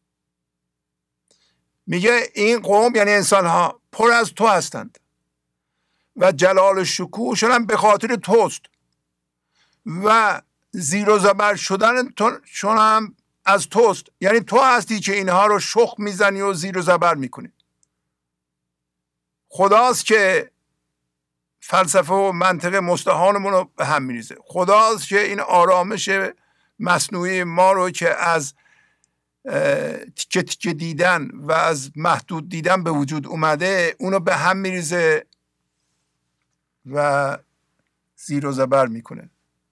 میگه این قوم یعنی انسان ها پر از تو هستند و جلال شکوهشون هم به خاطر توست و زیر و زبر شدنشون هم از توست. یعنی تو هستی که اینها رو شخم میزنی و زیر و زبر میکنی. خداست که فلسفه و منطق مستحانمون رو به هم میریزه. خداست که این آرامش مصنوعی ما رو که از تیکه تیکه دیدن و از محدود دیدن به وجود اومده اونو به هم میریزه و زیر و زبر میکنه.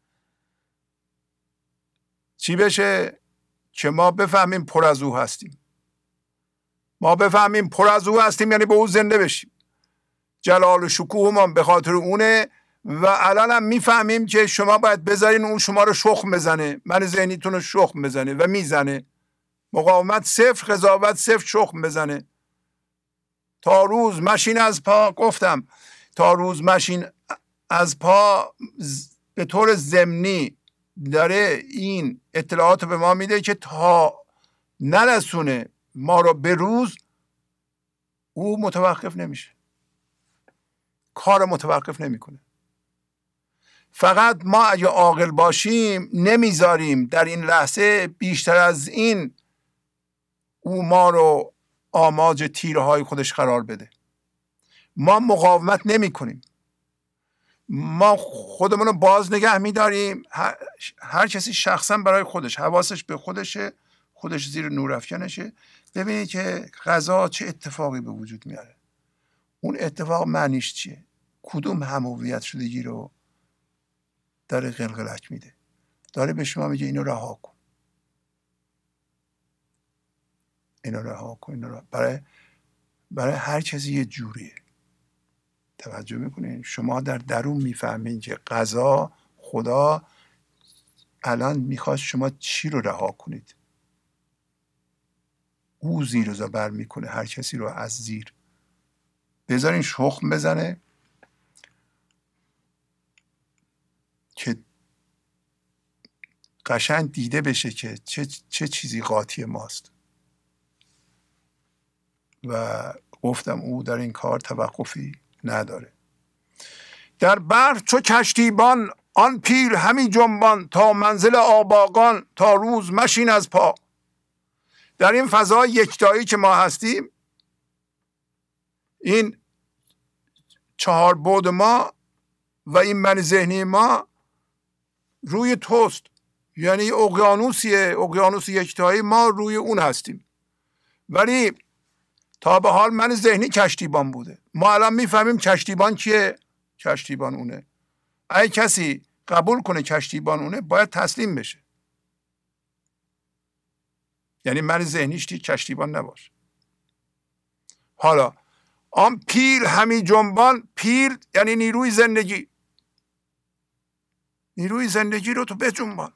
چی بشه؟ که ما بفهمیم پر از او هستیم. ما بفهمیم پر از او هستیم یعنی به او زنده بشیم. جلال و شکوه ما به خاطر اونه و الان هم میفهمیم که شما باید بذارین اون شما رو شخم بزنه، من ذهنیتون رو شخم بزنه و میزنه. مقاومت صفر، قضاوت صفر، شخم بزنه. تا روز مشین از پا. گفتم تا روز مشین از پا به طور ضمنی داره این اطلاعات به ما میده که تا نرسونه ما رو به روز او متوقف نمیشه، کار متوقف نمیکنه. فقط ما اگه عاقل باشیم نمیذاریم در این لحظه بیشتر از این او ما رو آماج تیرهای خودش قرار بده. ما مقاومت نمی کنیم، ما خودمون رو باز نگه میداریم. هر, هر کسی شخصا برای خودش، حواسش به خودشه، خودش زیر نورافکنشه. ببینید که غذا چه اتفاقی به وجود میاره. اون اتفاق معنیش چیه؟ کدوم هم هویت شدگی رو داره قلقلک میده؟ داره به شما میگه اینو رها کن. اینو رها کن، اینو رها. برای برای هر کسی یه جوریه. توجه میکنین؟ شما در درون میفهمین که قضا، خدا الان میخواد شما چی رو رها کنید. او زیر و زبر میکنه هر کسی رو از زیر. بذارین شخم بزنه که قشنگ دیده بشه که چه, چه چیزی قاطی ماست. و گفتم او در این کار توقفی نداره. در بحر چو کشتیبان آن پیل همی جنبان، تا منزل آباقان تا روز مشین از پا. در این فضای یکتایی که ما هستیم، این چهار بعد ما و این من ذهنی ما روی توست، یعنی اقیانوسیه، اقیانوس یکتایی، ما روی اون هستیم. ولی تا به حال من ذهنی کشتیبان بوده. ما الان میفهمیم کشتیبان کیه؟ کشتیبان اونه. اگه کسی قبول کنه کشتیبان اونه، باید تسلیم بشه. یعنی من ذهنیش دیگه کشتیبان نباشه. حالا آن پیر همی جنبان، پیر یعنی نیروی زندگی. نیروی زندگی رو تو بجنبان،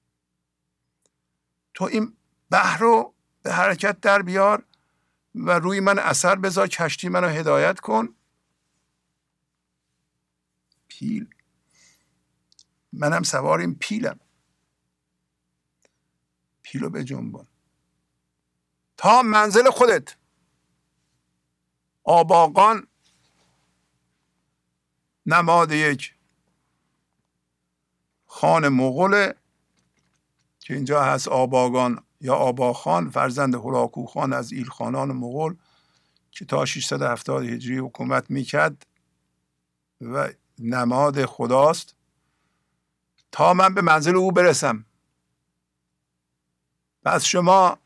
تو این بحر رو به حرکت در بیار و روی من اثر بذار، کشتی منو هدایت کن. پیل، منم سوار این پیلم، پیلو به جنبان تا منزل خودت. آباقان نماد یک خان مغول که اینجا هست، آباقان یا آباخان، فرزند هولاکو خان از ایلخانان مغول که تا ششصد و هفتاد هجری حکومت میکرد و نماد خداست. تا من به منزل او برسم. پس شما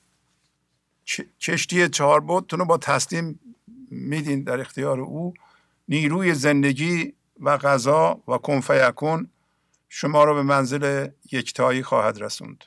کشتی چهار بعدتون رو با تسلیم میدین در اختیار او. نیروی زندگی و قضا و کن فیکون شما رو به منزل یکتایی خواهد رسوند.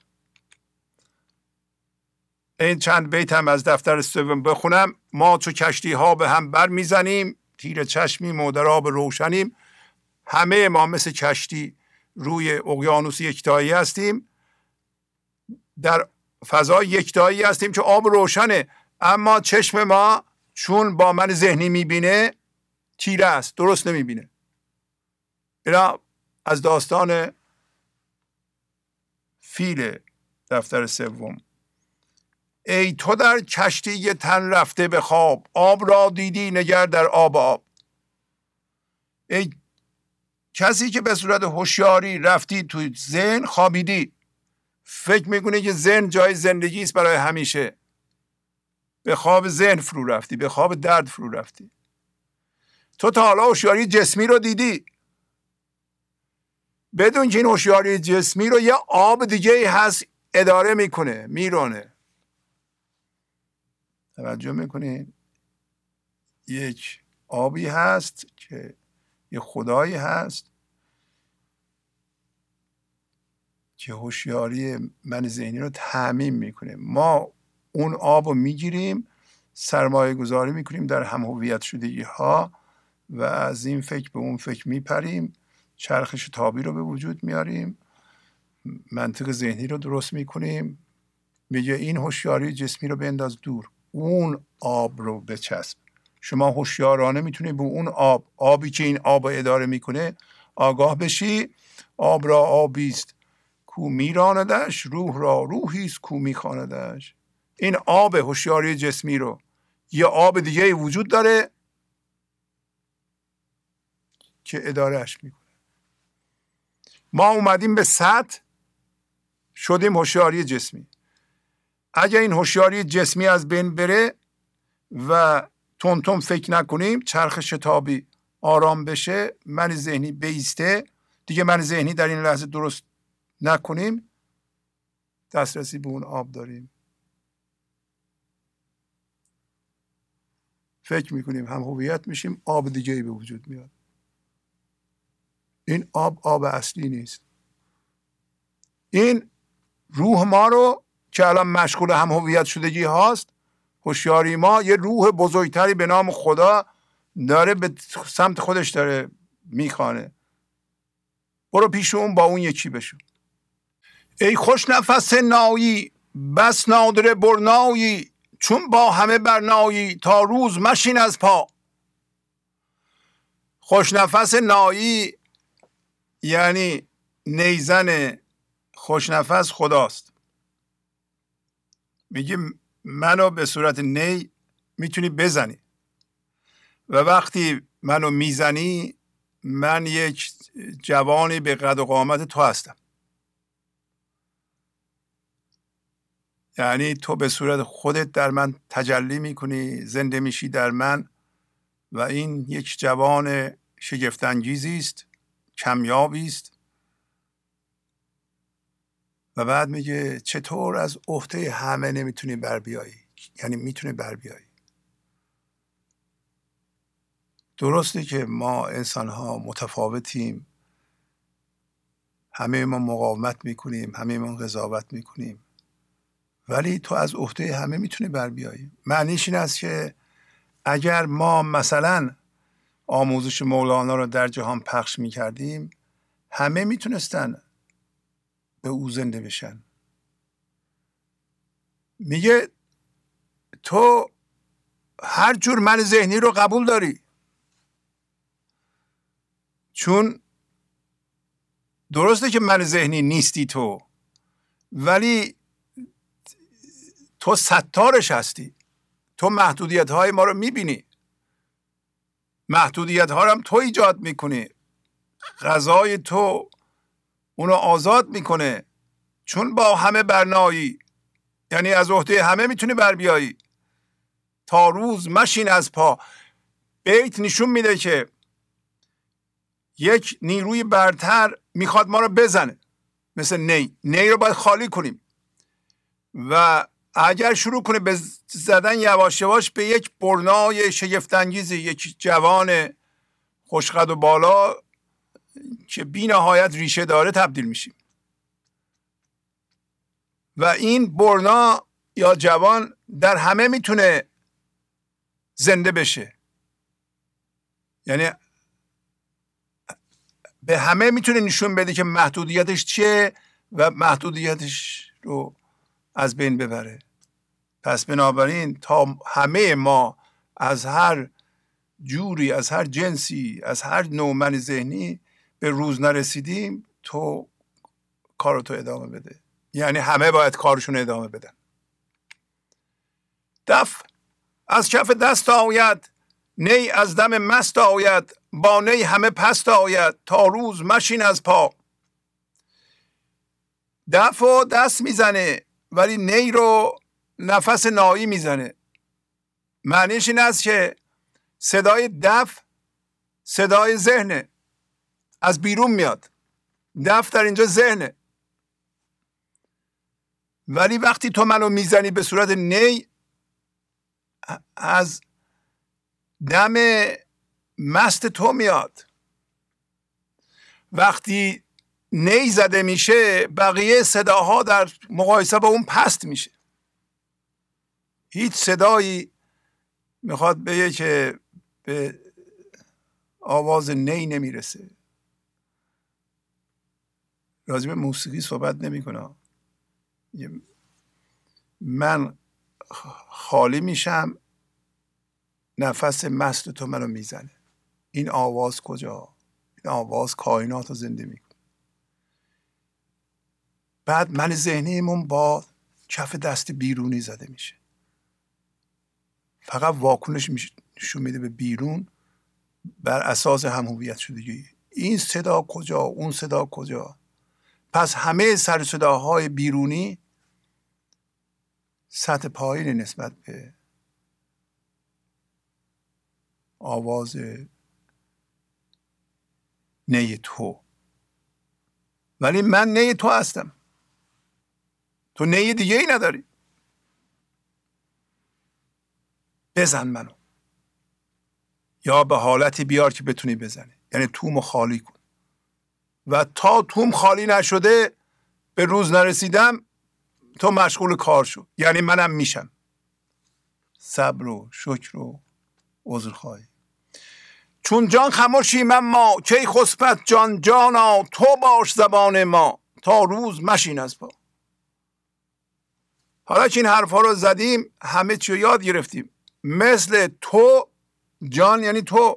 این چند بیت هم از دفتر سوم بخونم. ما چو کشتی ها به هم بر میزنیم، تیر چشمی در آب روشنیم. همه ما مثل کشتی روی اقیانوس یکتایی هستیم، در فضای یکتایی هستیم که آب روشنه، اما چشم ما چون با من ذهنی میبینه تیره است، درست نمیبینه. اینا از داستان فیل دفتر سوم. ای تو در کشتی تن رفته به خواب، آب را دیدی نگر در آب آب. ای کسی که به صورت هوشیاری رفتی تو ذهن خوابیدی، فکر میکنی که ذهن جای زندگی است برای همیشه، به خواب ذهن فرو رفتی، به خواب درد فرو رفتی. تو تا حالا هوشیاری جسمی رو دیدی، بدون که این هوشیاری جسمی رو یه آب دیگه هست اداره میکنه، میرونه. توجه میکنین؟ یک آبی هست که یه خدایی هست که هوشیاری من ذهنی رو تامین میکنه. ما اون آب رو میگیریم، سرمایه گذاری میکنیم در هم هویت شدگی ها و از این فکر به اون فکر میپریم، چرخش تابی رو به وجود میاریم، منطق ذهنی رو درست میکنیم. میگه این هوشیاری جسمی رو بنداز دور، اون آب رو بچسب. شما هوشیارانه میتونید به اون آب، آبی که این آب رو اداره میکنه آگاه بشی. آب را آبیست کو میراندش، روح را روحیست کو میخواندش. این آب هوشیاری جسمی رو یه آب دیگه وجود داره که ادارهش میکنه. ما اومدیم به سطح، شدیم هوشیاری جسمی. اگه این هوشیاری جسمی از بین بره و تون تون فکر نکنیم، چرخ شتابی آرام بشه، من ذهنی بیسته، دیگه من ذهنی در این لحظه درست نکنیم، دسترسی به اون آب داریم. فکر میکنیم هم هویت میشیم، آب دیگه ای به وجود میاد. این آب آب اصلی نیست. این روح ما رو که الان مشغول هم هویت شدگی هاست، هوشیاری ما یه روح بزرگتری به نام خدا داره به سمت خودش داره میخوانه. برو پیش اون، با اون یکی بشو. ای خوش نفس نایی بس نادره برنایی، چون با همه برنایی تا روز مشین از پا. خوش نفس نایی یعنی نیزن خوش نفس خداست. میگه منو به صورت نی میتونی بزنی و وقتی منو میزنی من یک جوانی به قد و قامت تو هستم. یعنی تو به صورت خودت در من تجلی میکنی، زنده میشی در من و این یک جوان شگفت‌انگیزی است، کمیابی است. و بعد میگه چطور از عهده همه نمیتونی بر بیایی؟ یعنی میتونی بر بیایی. درسته که ما انسان ها متفاوتیم، همه ما مقاومت میکنیم، همه ما قضاوت میکنیم، ولی تو از عهده همه میتونی بر بیایی. معنیش این است که اگر ما مثلا آموزش مولانا رو در جهان پخش میکردیم، همه میتونستن به او زنده بشن. میگه تو هر جور من ذهنی رو قبول داری، چون درسته که من ذهنی نیستی تو، ولی تو ستارش هستی. تو محدودیت های ما رو میبینی، محدودیت ها رو هم تو ایجاد میکنی. غذای تو اونو آزاد میکنه، چون با همه برنایی، یعنی از عهده همه میتونی بر بیایی. تا روز مشین از پا. بیت نشون میده که یک نیروی برتر میخواد ما رو بزنه، مثل نی. نی رو باید خالی کنیم و اگر شروع کنه به زدن یواش یواش به یک برنای شگفت‌انگیزی، یک جوان خوشقد و بالا که بی نهایت ریشه داره تبدیل میشیم. و این برنا یا جوان در همه میتونه زنده بشه، یعنی به همه میتونه نشون بده که محدودیتش چیه و محدودیتش رو از بین ببره. پس بنابراین تا همه ما از هر جوری، از هر جنسی، از هر نوع من ذهنی به روز نرسیدیم، تو کارو تو ادامه بده. یعنی همه باید کارشون ادامه بدن. دف از کف دست آید، نی از دم مست آید، با نی همه پست آید، تا روز مشین از پا. دف و دست میزنه ولی نی رو نفس نایی میزنه. معنیش این است که صدای دف صدای ذهنه، از بیرون میاد. دف در اینجا ذهنه، ولی وقتی تو منو میزنی به صورت نی، از دم مست تو میاد. وقتی نی زده میشه، بقیه صداها در مقایسه با اون پست میشه. هیچ صدایی میخواد بگه که به آواز نی نمیرسه. راجع به موسیقی صحبت نمی کنم. من خالی میشم، نفس مست تو منو میزنه. این آواز کجا؟ این آواز کائنات رو زنده میکنه. بعد من ذهنیمون با کف دست بیرونی زده میشه. فقط واکنش نشون میده به بیرون بر اساس هم هویت شدگی. این صدا کجا؟ اون صدا کجا؟ پس همه سر صداهای بیرونی سطح پایین نسبت به آواز نی تو. ولی من نی تو هستم، تو نی دیگه ای نداری. بزن منو، یا به حالتی بیار که بتونی بزنی، یعنی تومو خالی کن. و تا توم خالی نشده، به روز نرسیدم، تو مشغول کار شو، یعنی منم میشم. صبر و شکر و عذرخواهی. چون جان خموشیم ما کی خسبت جان جانا، تو باش زبان ما تا روز مشین از پا. حالا که این حرفا رو زدیم همه چی رو یاد گرفتیم. مثل تو، جان یعنی تو،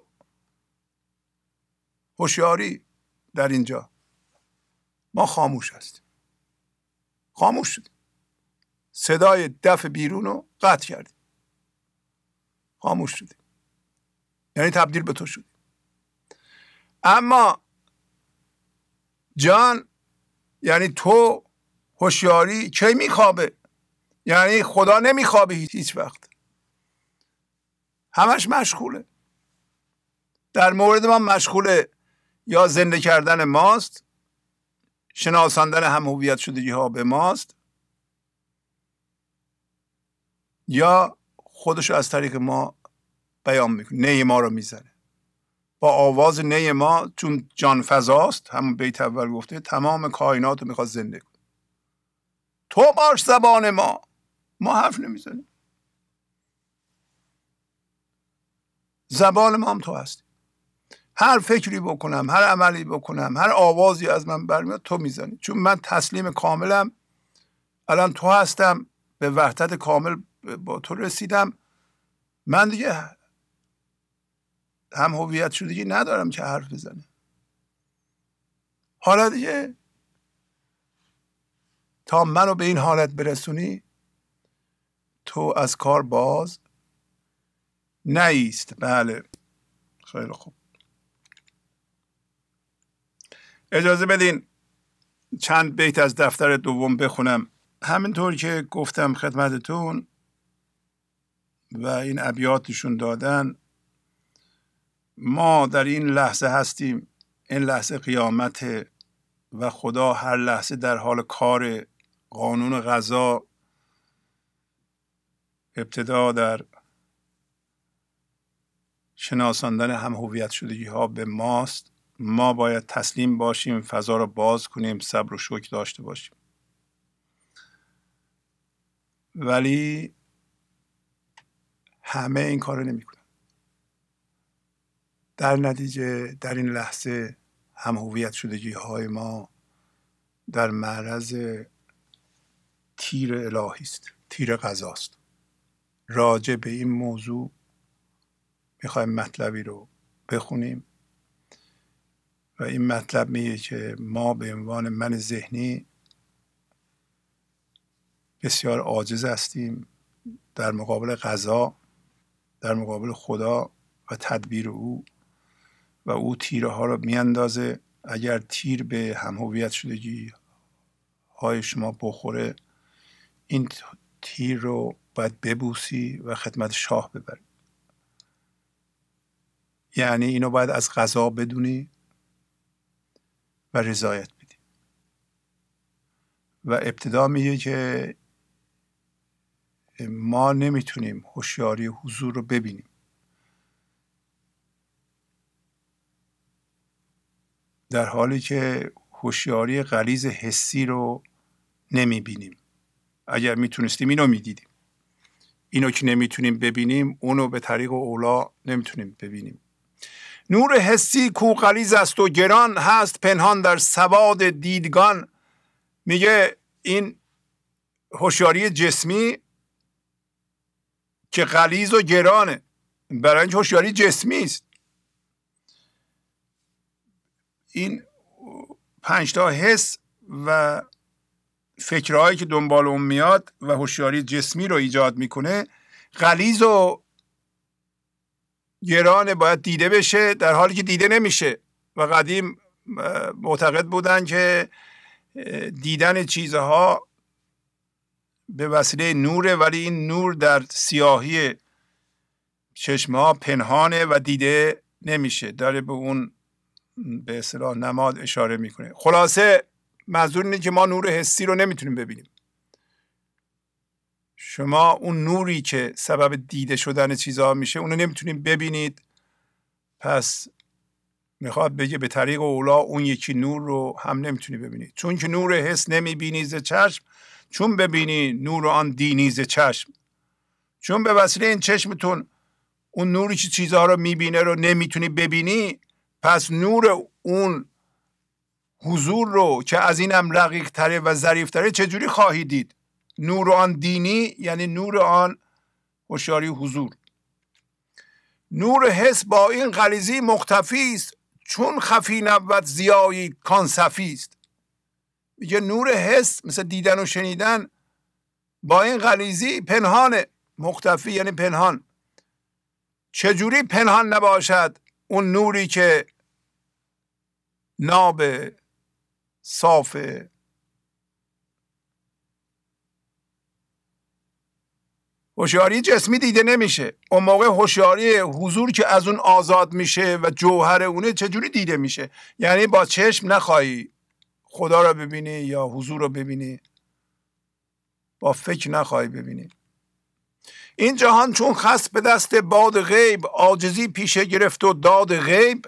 هوشیاری در اینجا. ما خاموش هستیم، خاموش شدیم، صدای دف بیرون رو قطع کردیم، خاموش شدیم، یعنی تبدیل به تو شدیم. اما جان یعنی تو، هوشیاری کی میخوابه؟ یعنی خدا نمیخوابه هیچ وقت، همش مشغوله. در مورد ما مشغوله یا زنده کردن ماست، شناساندن هم هویت شدگی ها به ماست، یا خودش از طریق ما بیان میکنه، نی ما رو میزنه با آواز نی ما. چون جان فضاست، همون بیت اول گفته تمام کائنات رو میخواد زنده کنه. تو باش زبان ما، ما حرف نمیزنیم، زبان ما هم تو هستی. هر فکری بکنم، هر عملی بکنم، هر آوازی از من برمیاد تو میزنی. چون من تسلیم کاملم، الان تو هستم، به وحدت کامل با تو رسیدم، من دیگه هم هویت شدگی ندارم که حرف بزنه. حالا دیگه تا منو به این حالت برسونی تو از کار باز نیست. بله، خیلی خوب. اجازه بدین چند بیت از دفتر دوم بخونم. همینطور که گفتم خدمتتون و این ابیاتشون دادن، ما در این لحظه هستیم، این لحظه قیامت و خدا هر لحظه در حال کار. قانون قضا ابتدا در شناساندن هم هویت شدگی ها به ماست. ما باید تسلیم باشیم، فضا رو باز کنیم، صبر و شکر داشته باشیم. ولی همه این کار رو نمی کنن. در نتیجه در این لحظه هم هویت شدگی های ما در معرض تیر الهی است، تیر قضاست. راجع به این موضوع میخوایم مطلبی رو بخونیم و این مطلب میگه که ما به عنوان من ذهنی بسیار عاجز هستیم در مقابل قضا، در مقابل خدا و تدبیر او، و او تیرها رو میاندازه. اگر تیر به هم هویت شدگی های شما بخوره، این تیر رو باید ببوسی و خدمت شاه ببری. یعنی اینو باید از قضا بدونی و رضایت بدی. و ابتدا میگه که ما نمیتونیم هوشیاری حضور رو ببینیم، در حالی که هوشیاری غلیظ حسی رو نمیبینیم. اگر میتونستیم اینو میدیدیم. اینو که نمیتونیم ببینیم، اونو به طریق اولا نمیتونیم ببینیم. نور حسی کو غلیظ است و گران، هست پنهان در سواد دیدگان. میگه این هوشیاری جسمی که غلیظ و گرانه، برای اینکه هوشیاری جسمی است. این پنج تا حس و فکرهایی که دنبال اون میاد و هوشیاری جسمی رو ایجاد میکنه، غلیظ و گرانه، باید دیده بشه، در حالی که دیده نمیشه. و قدیم معتقد بودن که دیدن چیزها به وسیله نوره، ولی این نور در سیاهی چشمها پنهانه و دیده نمیشه. داره به اون به اصطلاح نماد اشاره میکنه. خلاصه منظور اینه که ما نور حسی رو نمیتونیم ببینیم. شما اون نوری که سبب دیده شدن چیزها میشه، اونو نمیتونیم ببینید. پس میخواد بگه به طریق اولا اون یکی نور رو هم نمیتونی ببینی، چون که نور حس نمیبینی ز چشم، چون ببینی نور آن دینی ز چشم. چون به وسیله این چشمتون اون نوری که چیزها رو میبینه رو نمیتونی ببینی، پس نور اون حضور رو که از اینم رقیق تره و ظریف تره چجوری خواهی دید؟ نور آن دینی یعنی نور آن هوشیاری حضور. نور حس با این غلیظی مختفی است، چون خفی نبود ضیایی کان صفی است. میگه نور حس مثل دیدن و شنیدن با این غلیظی پنهانه، مختفی یعنی پنهان. چجوری پنهان نباشد اون نوری که ناب صاف هوشیاری جسمی دیده نمیشه؟ اون موقع هوشیاری حضور که از اون آزاد میشه و جوهر اونه چجوری دیده میشه؟ یعنی با چشم نخواهی خدا رو ببینی یا حضور رو ببینی، با فکر نخواهی ببینی. این جهان چون خست به دست باد غیب، عاجزی پیشه گرفت و داد غیب.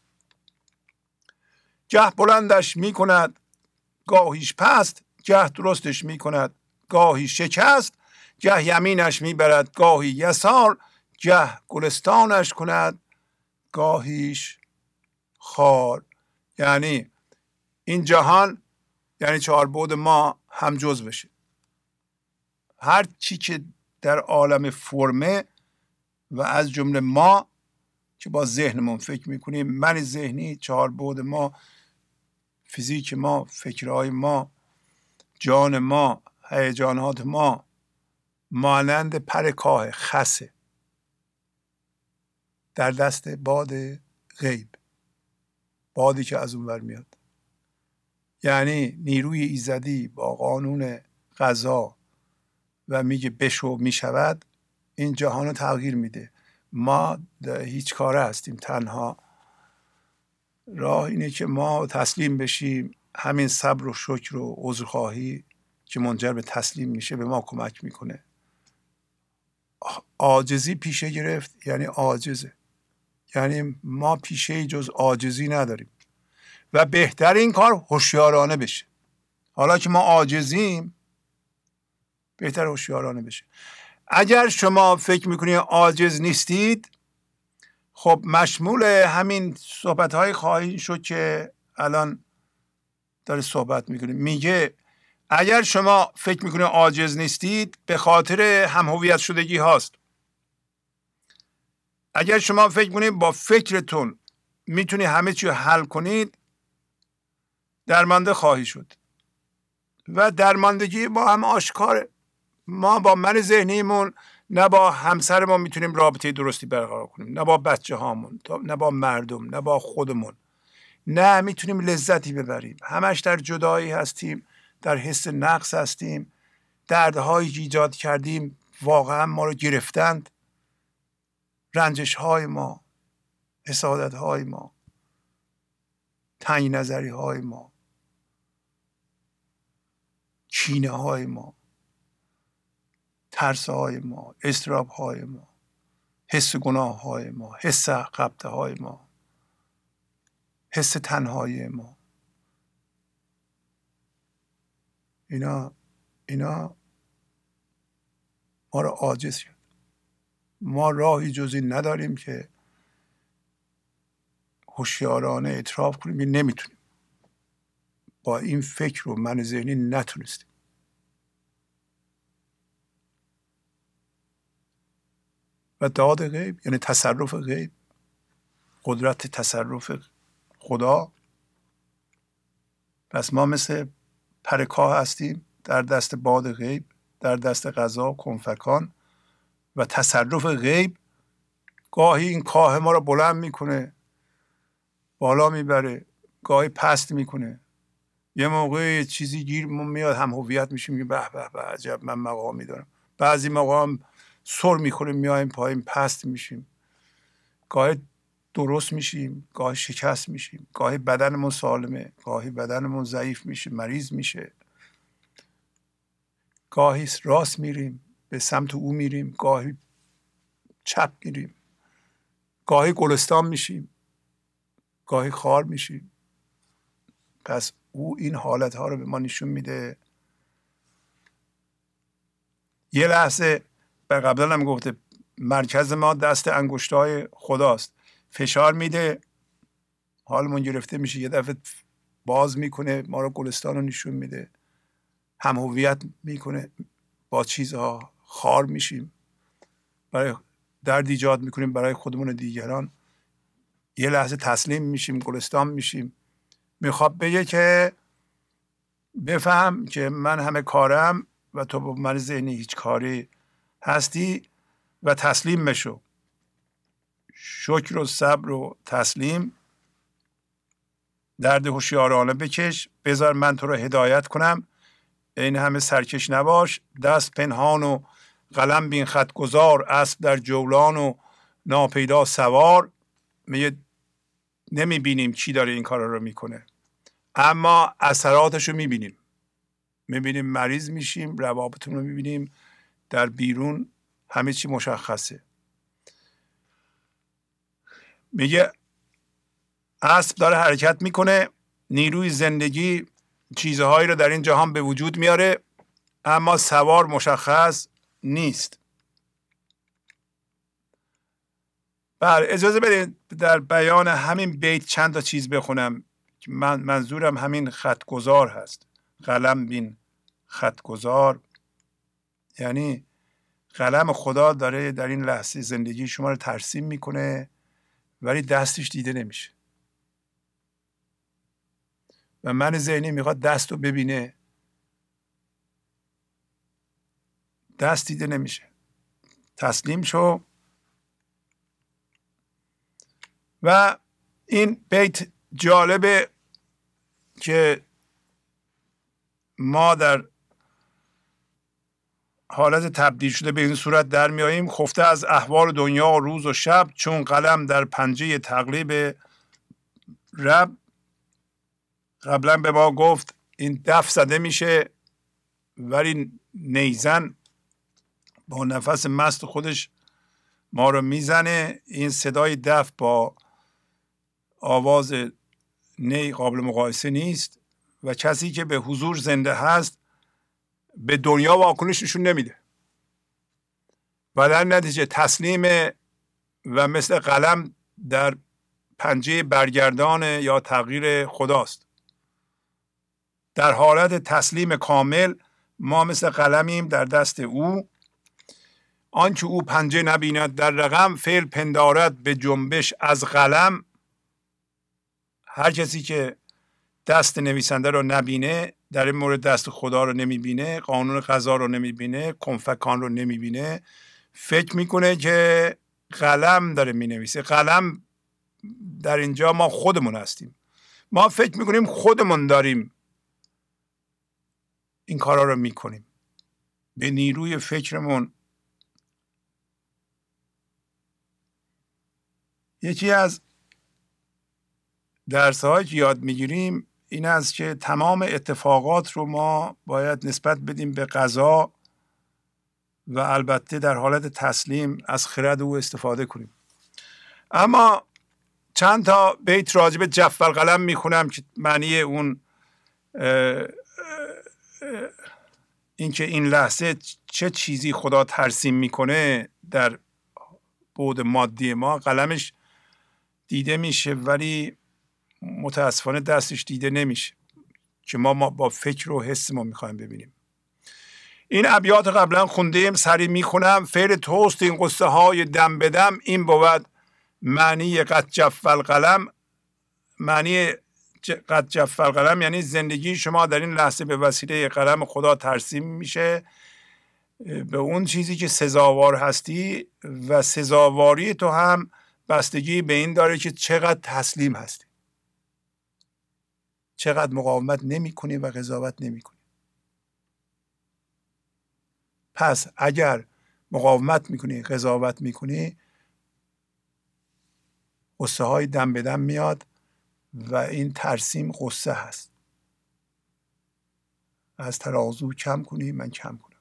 گه بلندش میکند گاهیش پست، گه درستش میکند گاهی شکست. گه یمینش میبرد گاهی یسار، گه گلستانش کند گاهیش خار. یعنی این جهان یعنی چهار بعد ما هم جز بشه. هر چی که در عالم فرمه و از جمله ما که با ذهنمون فکر میکنیم، من ذهنی، چهار بعد ما، فیزیک ما، فکرهای ما، جان ما، هیجانات ما، مانند پر کاه خسه در دست باد غیب، بادی که از اون ور میاد. یعنی نیروی ایزدی با قانون قضا و میگه بشو میشود، این جهان رو تغییر میده. ما هیچ کاره هستیم، تنها راه اینه که ما تسلیم بشیم. همین صبر و شکر و عذرخواهی که منجر به تسلیم میشه به ما کمک میکنه. عاجزی پیشه گرفت یعنی عاجزه، یعنی ما پیشه جز عاجزی نداریم و بهتر این کار هوشیارانه بشه. حالا که ما عاجزیم بهتر هوشیارانه بشه. اگر شما فکر میکنید عاجز نیستید، خب مشمول همین صحبت های خواهید شد که الان داره صحبت میکنیم. میگه اگر شما فکر میکنید عاجز نیستید به خاطر هم هویت شدگی هاست. اگر شما فکر کنید با فکرتون میتونید همه چی حل کنید، درمانده خواهی شد و درماندگی با هم آشکاره. ما با من ذهنیمون نه با همسرمون میتونیم رابطه درستی برقرار کنیم، نه با بچه هامون، نه با مردم، نه با خودمون، نه میتونیم لذتی ببریم. همش در جدایی هستیم، در حس نقص هستیم. دردهایی که ایجاد کردیم واقعا ما رو گرفتند. رنجش های ما، حسادت های ما، تنگ نظری های ما، کینه های ما، ترس های ما، اضطراب های ما، حس گناه های ما، حس قبطه های ما، حس تنهایی ما، اینا اینا ما رو عاجز کرد. ما راهی جز این نداریم که هوشیارانه اعتراف کنیم که نمیتونیم. با این فکر و من ذهنی نتونستیم. و داد غیب یعنی تصرف غیب، قدرت تصرف خدا. پس ما مثل پرکاه هستیم در دست باد غیب، در دست قضا کنفکان و تصرف غیب. گاهی این کاه ما رو بلند میکنه، بالا میبره، گاهی پست میکنه. یه موقع چیزی گیر میاد هم هویت میشیم که به به به عجب من مقامی دارم. بعضی موقع هم سر میخوریم میایم پایین پست میشیم. گاهی درست میشیم، گاهی شکست میشیم، گاهی بدنمون سالمه، گاهی بدنمون ضعیف میشه، مریض میشه. گاهی راست میریم، به سمت او میریم، گاهی چپ میریم، گاهی گلستان میشیم، گاهی خار میشیم. پس او این حالت ها رو به ما نشون میده. یه لحظه به قبلا هم گفته مرکز ما دست انگشتای خداست. فشار میده حالمون گرفته میشه، یه دفعه باز میکنه ما رو، گلستان رو نشون میده، هم هویت میکنه با چیزها، خار میشیم، برای درد ایجاد میکنیم برای خودمون و دیگران. یه لحظه تسلیم میشیم، گلستان میشیم. میخواد بگه که بفهم که من همه کارم و تو با من ذهنی هیچ کاری هستی و تسلیم بشو. شکر و صبر و تسلیم، درد هوشیارانه بکش، بذار من تو رو هدایت کنم، این همه سرکش نباش، دست پنهان و قلم بین خط گذار، اسب در جولان و ناپیدا سوار. میگه نمیبینیم چی داره این کار رو میکنه، اما اثراتش رو میبینیم. میبینیم مریض میشیم، روابطمون رو میبینیم، در بیرون همه چی مشخصه. میگه اسب داره حرکت میکنه، نیروی زندگی چیزهایی رو در این جهان به وجود میاره، اما سوار مشخص نیست. بله، اجازه بدید در بیان همین بیت چند تا چیز بخونم. من منظورم همین خطگذار هست. قلم بین خطگذار، یعنی قلم خدا داره در این لحظه زندگی شما رو ترسیم میکنه، ولی دستش دیده نمیشه. و من ذهنی میخواد دست رو ببینه، دست دیده نمیشه. تسلیم شو. و این بیت جالبه که ما در حالت تبدیل شده به این صورت در میاییم. خفته از احوال دنیا و روز و شب، چون قلم در پنجه تقلیب رب. قبلا به ما گفت این دف زده میشه، ولی نیزن با نفس مست خودش ما رو میزنه. این صدای دف با آواز نی قابل مقایسه نیست و کسی که به حضور زنده هست به دنیا واکنش نشون نمیده و در نتیجه تسلیم و مثل قلم در پنجه برگردان یا تغییر خداست. در حالت تسلیم کامل ما مثل قلمیم در دست او. آنچه او پنجه نبیند در رقم، فعل پندارد به جنبش از قلم. هر کسی که دست نویسنده رو نبینه، در این مورد دست خدا رو نمیبینه، قانون قضا رو نمیبینه، کنفکان رو نمیبینه، فکر میکنه که قلم داره مینویسه. قلم در اینجا ما خودمون هستیم. ما فکر میکنیم خودمون داریم این کارا رو میکنیم به نیروی فکرمون. یکی از درس‌هایی که یاد میگیریم این است که تمام اتفاقات رو ما باید نسبت بدیم به قضا و البته در حالت تسلیم از خرد او استفاده کنیم. اما چند تا بیت راجع به جف القلم میخونم که معنی اون اینکه این لحظه چه چیزی خدا ترسیم میکنه در بعد مادی ما. قلمش دیده میشه ولی متاسفانه دستش دیده نمیشه که ما, ما با فکر و حس ما میخوایم ببینیم. این ابیات قبلا خوندیم، سری میخونم. فعل توست این قصه های دم بدم، این بود معنی قد جف القلم. معنی قد جف القلم یعنی زندگی شما در این لحظه به وسیله قلم خدا ترسیم میشه به اون چیزی که سزاوار هستی و سزاواری تو هم بستگی به این داره که چقدر تسلیم هستی، چقدر مقاومت نمی کنی و قضاوت نمی کنی. پس اگر مقاومت می کنی، قضاوت می کنی، قصه های دم به دم میاد و این ترسیم قصه هست. از ترازو کم کنی من کم کنم.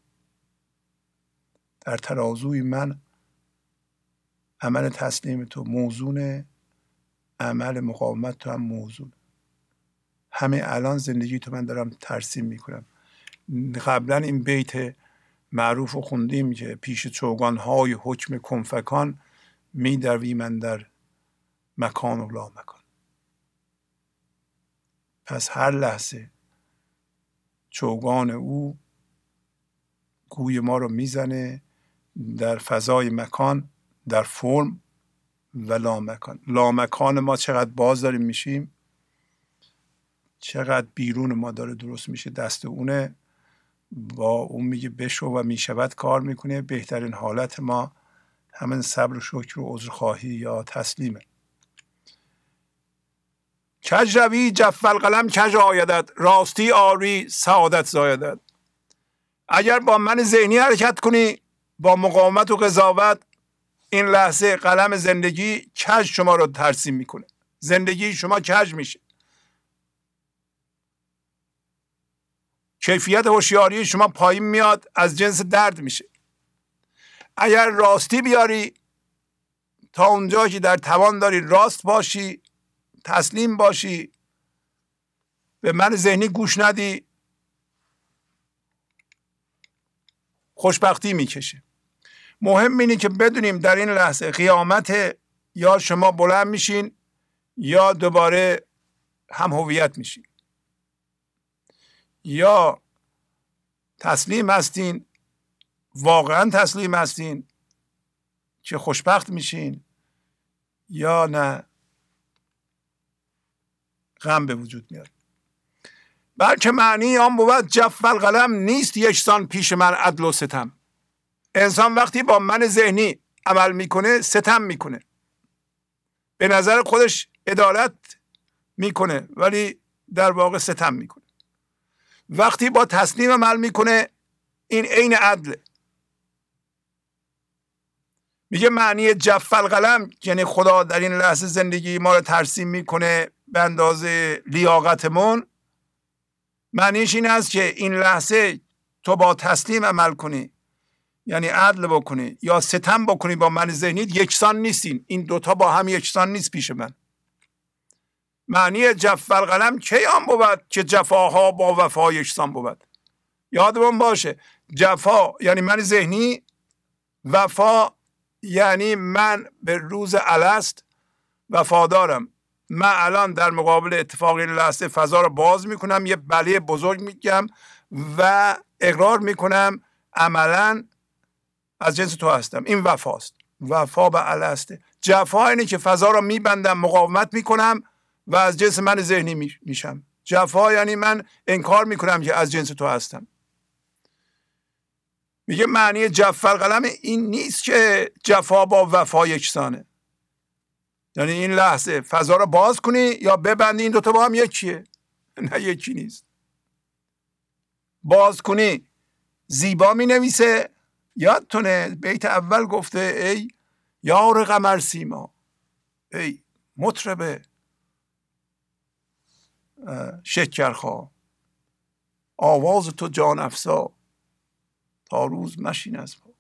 در ترازوی من عمل تسلیم تو موزونه، عمل مقاومت تو هم موضوع. همه الان زندگی تو من دارم ترسیم میکنم. قبلا این بیت معروف رو خوندیم که پیش چوگان های حکم کنفکان می دروی من در مکان و لا مکان. پس هر لحظه چوگان او گوی ما رو میزنه در فضای مکان، در فرم و لامکان. لامکان ما چقدر باز داریم میشیم، چقدر بیرون ما داره درست میشه، دست اونه. با اون میگه بشو و میشود کار میکنه. بهترین حالت ما همین صبر و شکر و عذرخواهی یا تسلیمه. کج روی جف القلم کج آیدد، راستی آری سعادت زایدد. اگر با من ذهنی حرکت کنی، با مقاومت و قضاوت، این لحظه قلم زندگی کج شما رو ترسیم میکنه. زندگی شما کج میشه. کیفیت هوشیاری شما پایین میاد، از جنس درد میشه. اگر راستی بیاری، تا اونجا که در توان داری راست باشی، تسلیم باشی، به من ذهنی گوش ندی، خوشبختی میکشه. مهم اینه که بدونیم در این لحظه قیامت، یا شما بلند میشین یا دوباره هم هویت میشین، یا تسلیم هستین، واقعا تسلیم هستین که خوشبخت میشین، یا نه غم به وجود میاد. بلکه معنی آن بود جف القلم نیست یکسان پیش من عدل و ستم. انسان وقتی با من ذهنی عمل میکنه ستم میکنه، به نظر خودش عدالت میکنه ولی در واقع ستم میکنه. وقتی با تسلیم عمل میکنه این عین عدله. میگه معنی جف القلم یعنی خدا در این لحظه زندگی ما رو ترسیم میکنه به اندازه لیاقتمون. معنیش این است که این لحظه تو با تسلیم عمل کنی، یعنی عدل بکنی، یا ستم بکنی با من ذهنی، یکسان نیستین. این دوتا با هم یکسان نیست پیش من. معنی جف القلم کی آن بود که جفاها با وفا یکسان بود. یادمون باشه جفا یعنی من ذهنی، وفا یعنی من به روز الست وفادارم. من الان در مقابل اتفاق این لحظه فضا رو باز میکنم، یه بله بزرگ میگم و اقرار میکنم عملا از جنس تو هستم. این وفاست. وفا به السته. جفا اینه که فضا رو میبندم، مقاومت میکنم و از جنس من ذهنی میشم. جفا یعنی من انکار میکنم که از جنس تو هستم. میگه معنی جف القلم این نیست که جفا با وفا یکسانه، یعنی این لحظه فضا رو باز کنی یا ببندی، این دوتا با هم یکیه. نه یکی نیست. باز کنی زیبا می نویسه. یادتونه بیت اول گفته ای یار قمر سیما، ای مطرب شکرخا، آواز تو جان افزا، تا روز مشین از پا.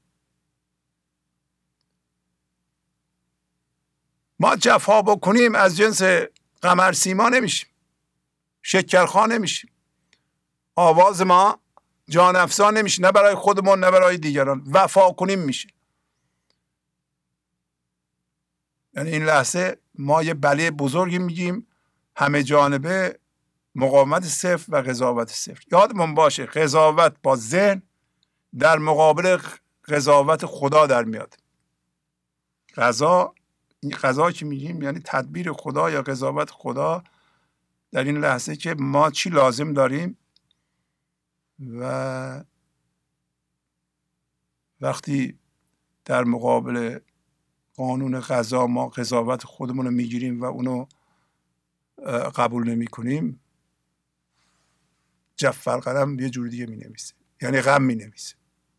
ما جفا بکنیم از جنس قمر سیما نمیشیم، شکرخا نمیشیم، آواز ما جان افزا نمیشه، نه برای خودمون نه برای دیگران. وفا کنیم میشه. یعنی این لحظه ما یه بله بزرگی میگیم، همه جانبه، مقاومت صفر و قضاوت صفر. یادمون باشه قضاوت با ذهن در مقابل قضاوت خدا در میاد. قضا این قضا که میگیم یعنی تدبیر خدا یا قضاوت خدا در این لحظه که ما چی لازم داریم، و وقتی در مقابل قانون قضا ما قضاوت خودمون رو میگیریم و اونو قبول نمی کنیم، جف القلم یه جور دیگه می نویسه، یعنی غم می نویسه.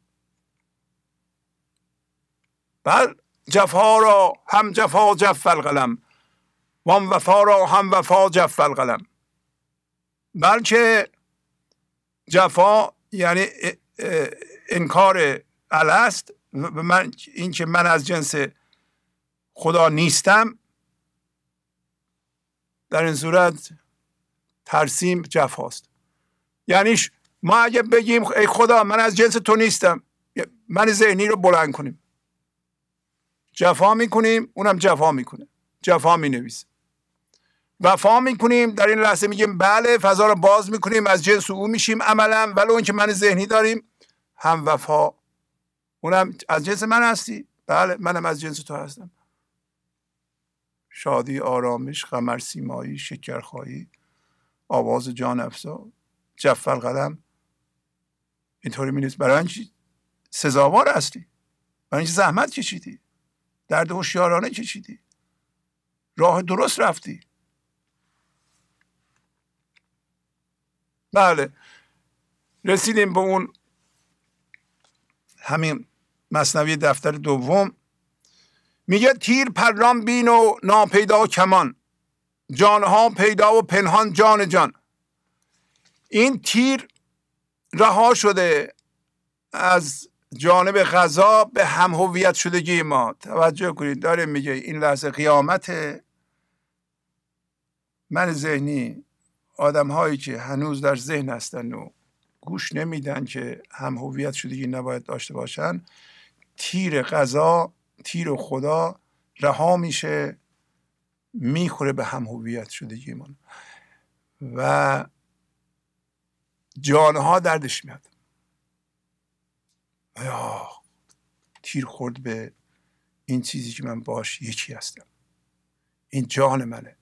بل جفا را هم جفا جف القلم، وان وفا را هم وفا جف القلم. بلکه جفا یعنی انکار الست، من این که من از جنس خدا نیستم، در این صورت ترسیم جفاست. یعنی ما اگه بگیم ای خدا من از جنس تو نیستم، من ذهنی رو بلند کنیم، جفا میکنیم، اونم جفا میکنه، جفا مینویسه. وفا میکنیم، در این لحظه میگیم بله، فضا رو باز میکنیم، از جنس او میشیم عملا، ولی اون که من ذهنی داریم هم وفا، اونم از جنس من هستی، بله منم از جنس تو هستم. شادی، آرامش، قمر سیمایی، شکرخایی، آواز جان افزا، جف القلم، اینطوری می‌نویسه. برای اینکه سزاوار هستی، برای اینکه زحمت کشیدی، درد هوشیارانه کشیدی، راه درست رفتی. بله رسیدیم به اون همین مثنوی دفتر دوم. میگه تیر پران بین و ناپیدا کمان، جانها پیدا و پنهان جان جان. این تیر رها شده از جانب قضا به هم هویت شدگی ما. توجه کنید داره میگه این لحظه قیامت. من ذهنی، آدم هایی که هنوز در ذهن هستن و گوش نمیدن که هم هویت شدگی نباید داشته باشن، تیر قضا، تیر خدا رها میشه، میخوره به هم هویت شدگی من و جانها دردش میاد. یا تیر خورد به این چیزی که من باش یکی هستم، این جان منه،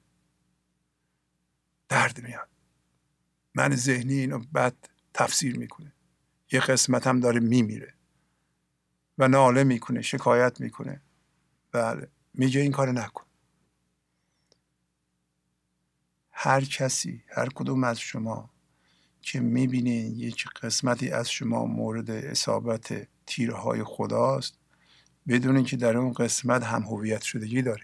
درد میاد. من ذهنی اینو بد تفسیر میکنه، یه قسمت هم داره میمیره و ناله میکنه، شکایت میکنه. بله میگه این کار نکن. هر کسی، هر کدوم از شما که میبینین یک قسمتی از شما مورد اصابت تیرهای خداست، بدونین که در اون قسمت هم هویت شدگی داریم.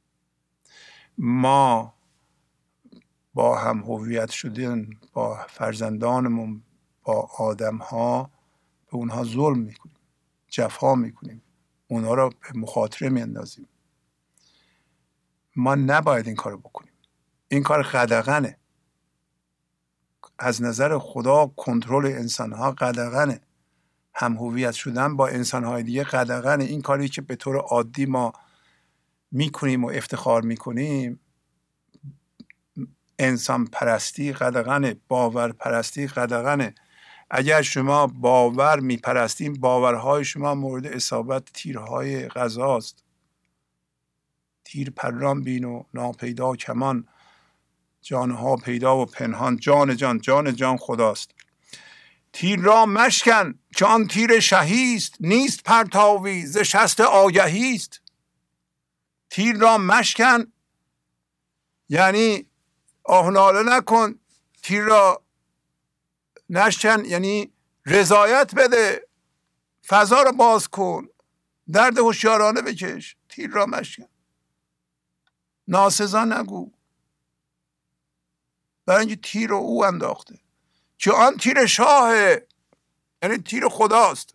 ما با هم هویت شدن با فرزندانمون، با آدم ها، به اونها ظلم میکنیم، جفا میکنیم، اونها را به مخاطره میاندازیم. ما نباید این کارو بکنیم. این کار قدغنه. از نظر خدا کنترل انسان ها قدغنه. هم هویت شدن با انسان های دیگه قدغنه. این کاری که به طور عادی ما میکنیم و افتخار میکنیم، انسان پرستی قدغنه، باور پرستی قدغنه. اگر شما باور میپرستیم، باورهای شما مورد اصابت تیرهای قضاست. تیر پران بین و ناپیدا کمان، جانها پیدا و پنهان جان جان، جان جان خداست. تیر را مشکن که آن تیر شهیست، نیست پرتاوی ز شست آگهیست. تیر را مشکن یعنی آه ناله نکن، تیر را نشکن یعنی رضایت بده، فضا را باز کن، درد هوشیارانه بکش. تیر را مشکن، ناسزا نگو، برای اینکه تیر رو او انداخته که آن تیر شاهه، یعنی تیر خداست.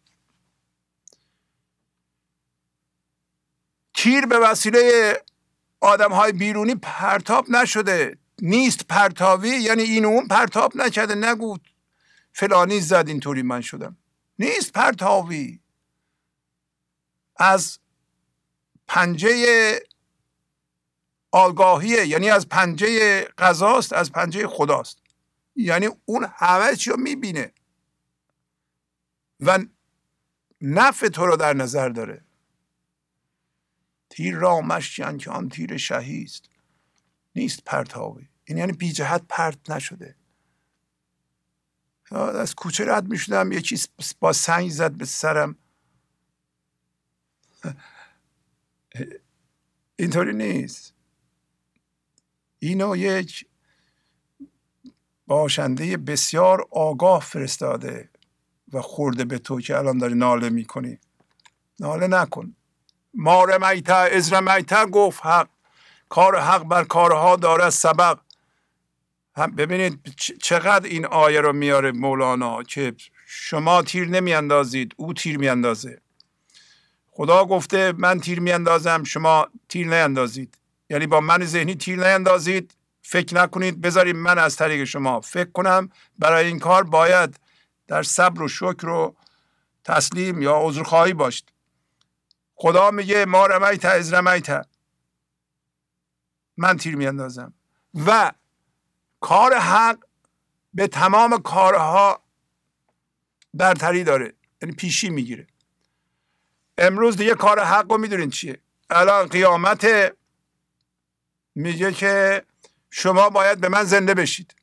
تیر به وسیله آدم های بیرونی پرتاب نشده، نیست پرتاوی یعنی این اون پرتاب نکرده. نگو فلانی زد اینطوری من شدم، نیست پرتاوی. از پنجه آگاهیه، یعنی از پنجه قضاست، از پنجه خداست. یعنی اون همه چی رو میبینه و نفع تو رو در نظر داره. تیر را مشکن که آن تیر شهیست، نیست پرتاوی. این یعنی بی جهت پرت نشده. از کوچه رد میشدم یکی با سنگ زد به سرم، اینطوری نیست. اینو یک باشنده بسیار آگاه فرستاده و خورده به تو که الان داری ناله میکنی. ناله نکن. ما رمیته از رمیته گفت حق، کار حق بر کارها داره سبق. هم ببینید چقدر این آیه رو میاره مولانا که شما تیر نمیاندازید، او تیر میاندازه. خدا گفته من تیر میاندازم، شما تیر نیاندازید. یعنی با من ذهنی تیر نیاندازید، فکر نکنید، بذارید من از طریق شما فکر کنم. برای این کار باید در صبر و شکر و تسلیم یا عذرخواهی باشید. خدا میگه ما رمیت از رمیت، من تیر میاندازم. و کار حق به تمام کارها برتری داره، یعنی پیشی میگیره. امروز دیگه کار حق رو میدونین چیه؟ الان قیامت میگه که شما باید به من زنده بشید،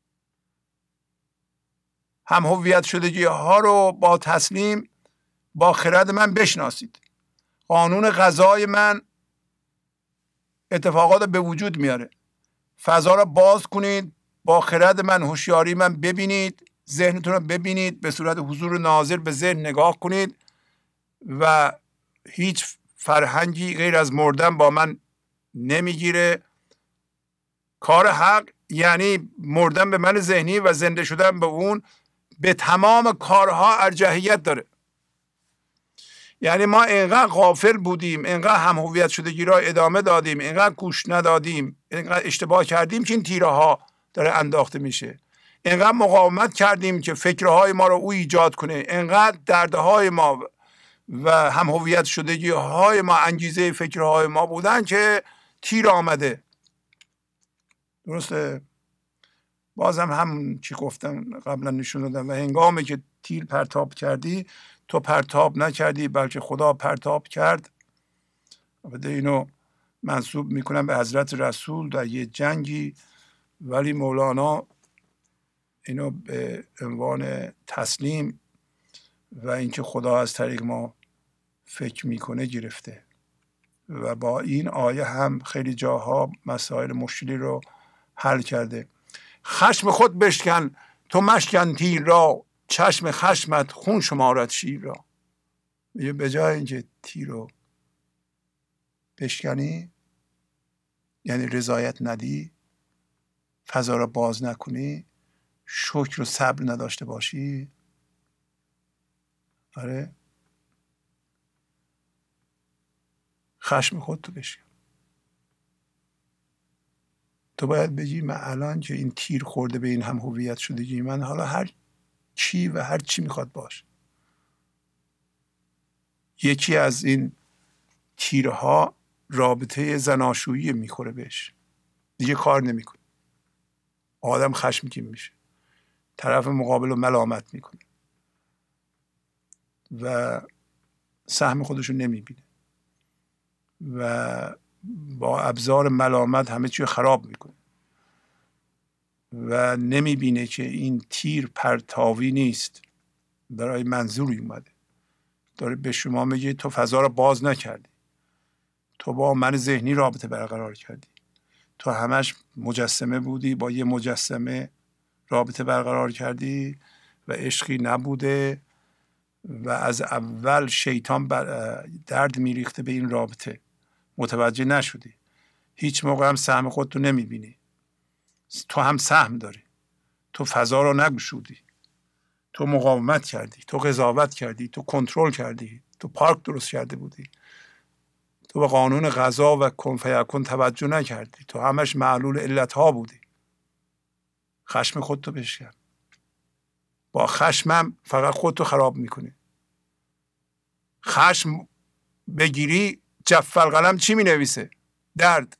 هم هویت شدگی ها رو با تسلیم با خرد من بشناسید. قانون قضای من اتفاقات به وجود میاره. فضا رو باز کنید، با خرد من، هوشیاری من ببینید، ذهنتون رو ببینید، به صورت حضور ناظر به ذهن نگاه کنید و هیچ فرهنگی غیر از مردن با من نمیگیره. کار حق یعنی مردن به من ذهنی و زنده شدن به اون به تمام کارها ارجحیت داره. یعنی ما اینقدر غافل بودیم، اینقدر هم هویت شدگی را ادامه دادیم، اینقدر گوش ندادیم، اینقدر اشتباه کردیم که این تیره ها داره انداخته میشه. اینقدر مقاومت کردیم که فکرهای ما رو او ایجاد کنه. اینقدر دردهای ما و هم هویت شدگی های ما انگیزه فکرهای ما بودن که تیر آمده. درسته؟ بازم همون چی گفتم قبلا نشون دادم. و هنگامی که تیر پرتاب کردی، تو پرتاب نکردی بلکه خدا پرتاب کرد. البته اینو منسوب میکنم به حضرت رسول در یه جنگی، ولی مولانا اینو به عنوان تسلیم و اینکه خدا از طریق ما فکر میکنه گرفته. و با این آیه هم خیلی جاها مسائل مشکلی رو حل کرده. خشم خود بشکن تو مشکن تیر را، چشم خشمت خون شمارد شیر را. میگه به جای اینکه تیر رو بشکنی، یعنی رضایت ندی، فضا را باز نکنی، شکر و صبر نداشته باشی، آره، خشم خود تو بشکن. تو باید بگی من الان که این تیر خورده به این هم هویت شدگی من، حالا هر چی و هر چی میخواد باشه، یکی از این تیرها رابطه زناشویی میخوره بهش، دیگه کار نمیکنه، آدم خشمگین میشه، طرف مقابل رو ملامت میکنه و سهم خودشو نمیبینه و با ابزار ملامت همه چی خراب میکنه و نمیبینه که این تیر پرتاوی نیست، برای منظوری اومده. داره به شما میگه تو فضا رو باز نکردی، تو با من ذهنی رابطه برقرار کردی، تو همش مجسمه بودی، با یه مجسمه رابطه برقرار کردی و عشقی نبوده و از اول شیطان درد میریخته به این رابطه، متوجه نشدی، هیچ موقع هم سهم خودتو نمیبینی. تو هم سهم داری، تو فضا رو نگشودی، تو مقاومت کردی، تو قضاوت کردی، تو کنترل کردی، تو پارک درست کرده بودی، تو به قانون قضا و کن فیکون توجه نکردی، تو همش معلول علت ها بودی. خشم خودتو بشکن. با خشمم فقط خودتو خراب میکنی. خشم بگیری جف القلم چی می نویسه؟ درد.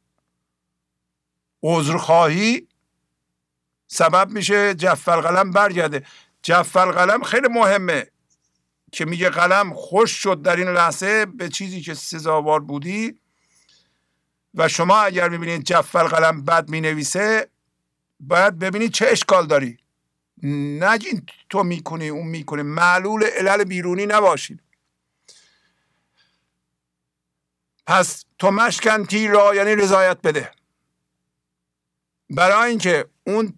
عذرخواهی سبب میشه جف القلم برگرده. جف القلم خیلی مهمه که میگه قلم خوش شد در این لحظه به چیزی که سزاوار بودی. و شما اگر میبینید جف القلم بد می نویسه، باید ببینید چه اشکال داری. نگین تو میکنی اون میکنی، معلول علل بیرونی نباشید. پس تو مشکن تیر را یعنی رضایت بده، برای اینکه اون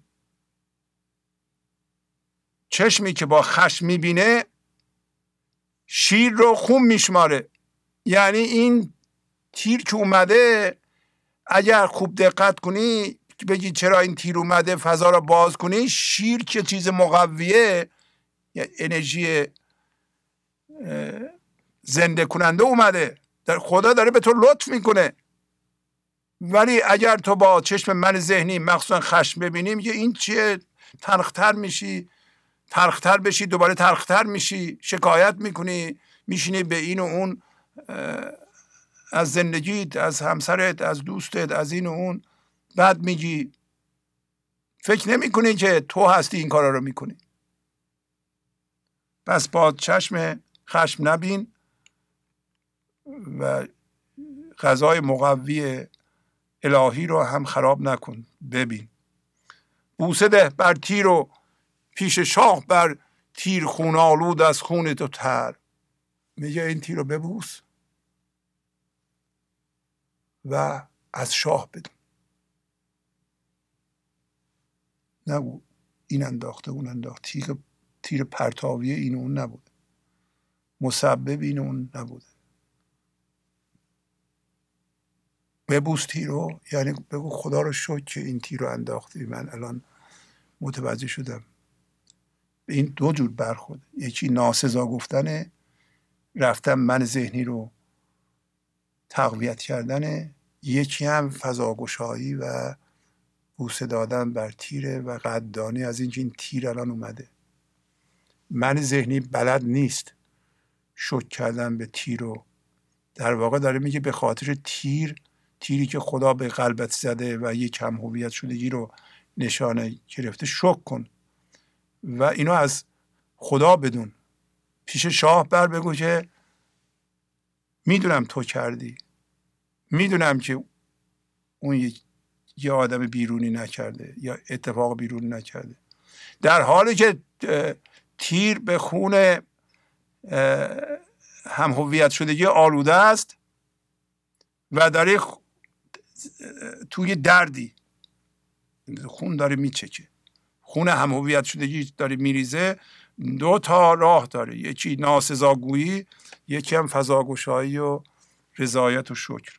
چشمی که با خشم میبینه شیر رو خون میشماره. یعنی این تیر که اومده، اگر خوب دقت کنی بگی چرا این تیر اومده، فضا رو باز کنی، شیر که چیز مقویه، یا انرژی زنده کننده اومده، در خدا داره به تو لطف میکنه. ولی اگر تو با چشم من ذهنی مخصوصا خشم ببینی، میگه این چیه؟ تلختر میشی، تلختر بشی، دوباره تلختر میشی، شکایت میکنی، میشینی به این و اون از زندگیت، از همسرت، از دوستت، از این و اون بعد میگی. فکر نمیکنی که تو هستی این کارا رو میکنی. پس با چشم خشم نبین و غذای مقوی الهی رو هم خراب نکن. ببین. بوسه ده بر تیر و پیش شاه بر تیر خون آلود از خون تو تر. میگه این تیر رو ببوس و از شاه بدون. نگو این انداخته اون انداخته. تیر, تیر پرتاویه این اون نبود، مسبب این اون نبوده. ببوس تیر رو، یعنی بگو خدا رو شکر که این تیر رو انداختی. من الان متوجه شدم. این دو جور برخورد، یکی ناسزا گفتنه، رفتن من ذهنی رو تقویت کردنه، یکی هم فضاگشایی و بوسه دادن بر تیره و قدردانی از اینکه این تیر الان اومده. من ذهنی بلد نیست شک کردن به تیر رو. در واقع داره میگه به خاطر تیر، تیری که خدا به قلبت زده و یک کم هویت شدگی رو نشانه گرفته، شک کن و اینو از خدا بدون. پیش شاه بر بگو که میدونم تو کردی، میدونم که اون یک یه آدم بیرونی نکرده یا اتفاق بیرونی نکرده. در حالی که تیر به خون هم هویت شدگی آلوده است و داره توی دردی خون داره میچکه، خون هم هویت شدگی داره میریزه. دو تا راه داره، یکی ناسزاگویی، یکی هم فضاگشایی و رضایت و شکر.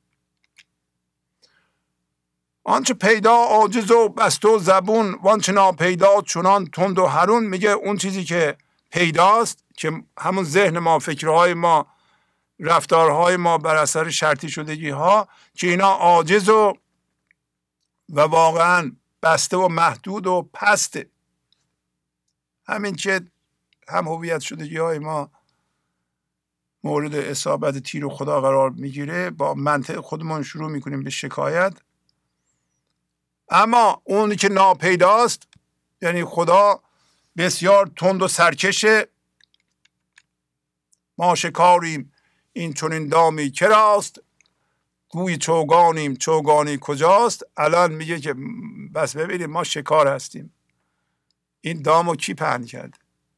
آنچه پیدا عاجز و بسته و زبون، وانچه ناپیدا چنان تند و حرون. میگه اون چیزی که پیداست که همون ذهن ما، فکرهای ما، رفتارهای ما بر اثر شرطی شدگی ها، که اینا عاجز و و واقعا بسته و محدود و پسته. همین که هم هویت شدگی های ما مورد اصابت تیر و خدا قرار میگیره، با منطق خودمون شروع میکنیم به شکایت. اما اونی که ناپیداست، یعنی خدا بسیار تند و سرکشه. ما شکاریم این چنین دامی کراست، گوی چوگانیم چوگانی کجاست. الان میگه که بس ببینیم ما شکار هستیم، این دامو کی پهن کرده؟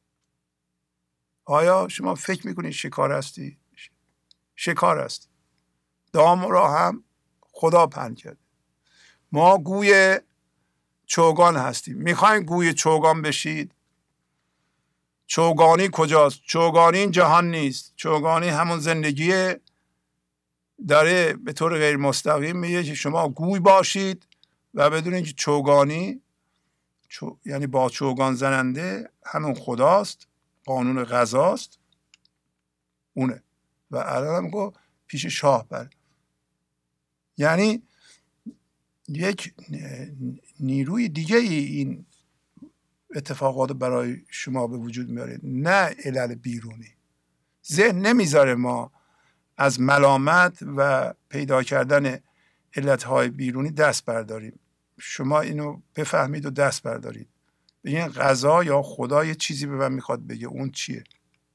آیا شما فکر میکنید شکار هستی؟ شکار هستی. دام را هم خدا پهن کرده. ما گوی چوگان هستیم. میخواین گوی چوگان بشید؟ چوگانی کجاست؟ چوگانی این جهان نیست. چوگانی همون زندگیه. داره به طور غیر مستقیم میگه که شما گوی باشید و بدونید که چوگانی چو... یعنی با چوگان زننده همون خداست، قانون غذاست اونه. و الان هم گفت پیش شاه بر، یعنی یک نیروی دیگه ای این اتفاقات برای شما به وجود میاره، نه علل بیرونی. ذهن نمیذاره ما از ملامت و پیدا کردن علتهای بیرونی دست برداریم. شما اینو بفهمید و دست بردارید. بگین قضا یا خدا یه چیزی به من میخواد بگه، اون چیه؟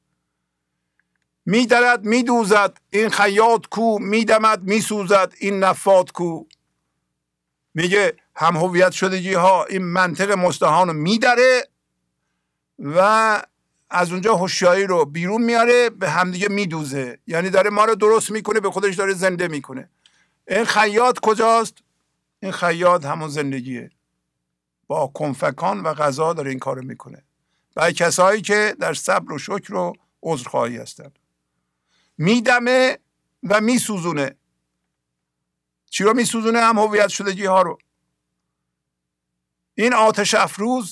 میدرد میدوزد این خیاط کو، میدمد میسوزد این نفات کو. میگه هم هویت شدگی ها این منطق مستحان رو میدره و از اونجا هوشیاری رو بیرون میاره، به همدیگه میدوزه. یعنی داره ما رو درست میکنه، به خودش داره زنده میکنه. این خیاط کجاست؟ این خیاط همون زندگیه، با کنفکان و غذا داره این کارو میکنه. برای کسایی که در صبر و شکر و عذرخواهی هستن. میدمه و میسوزونه. چی رو میسوزونه؟ هم هویت شدگی ها رو. این آتش افروز،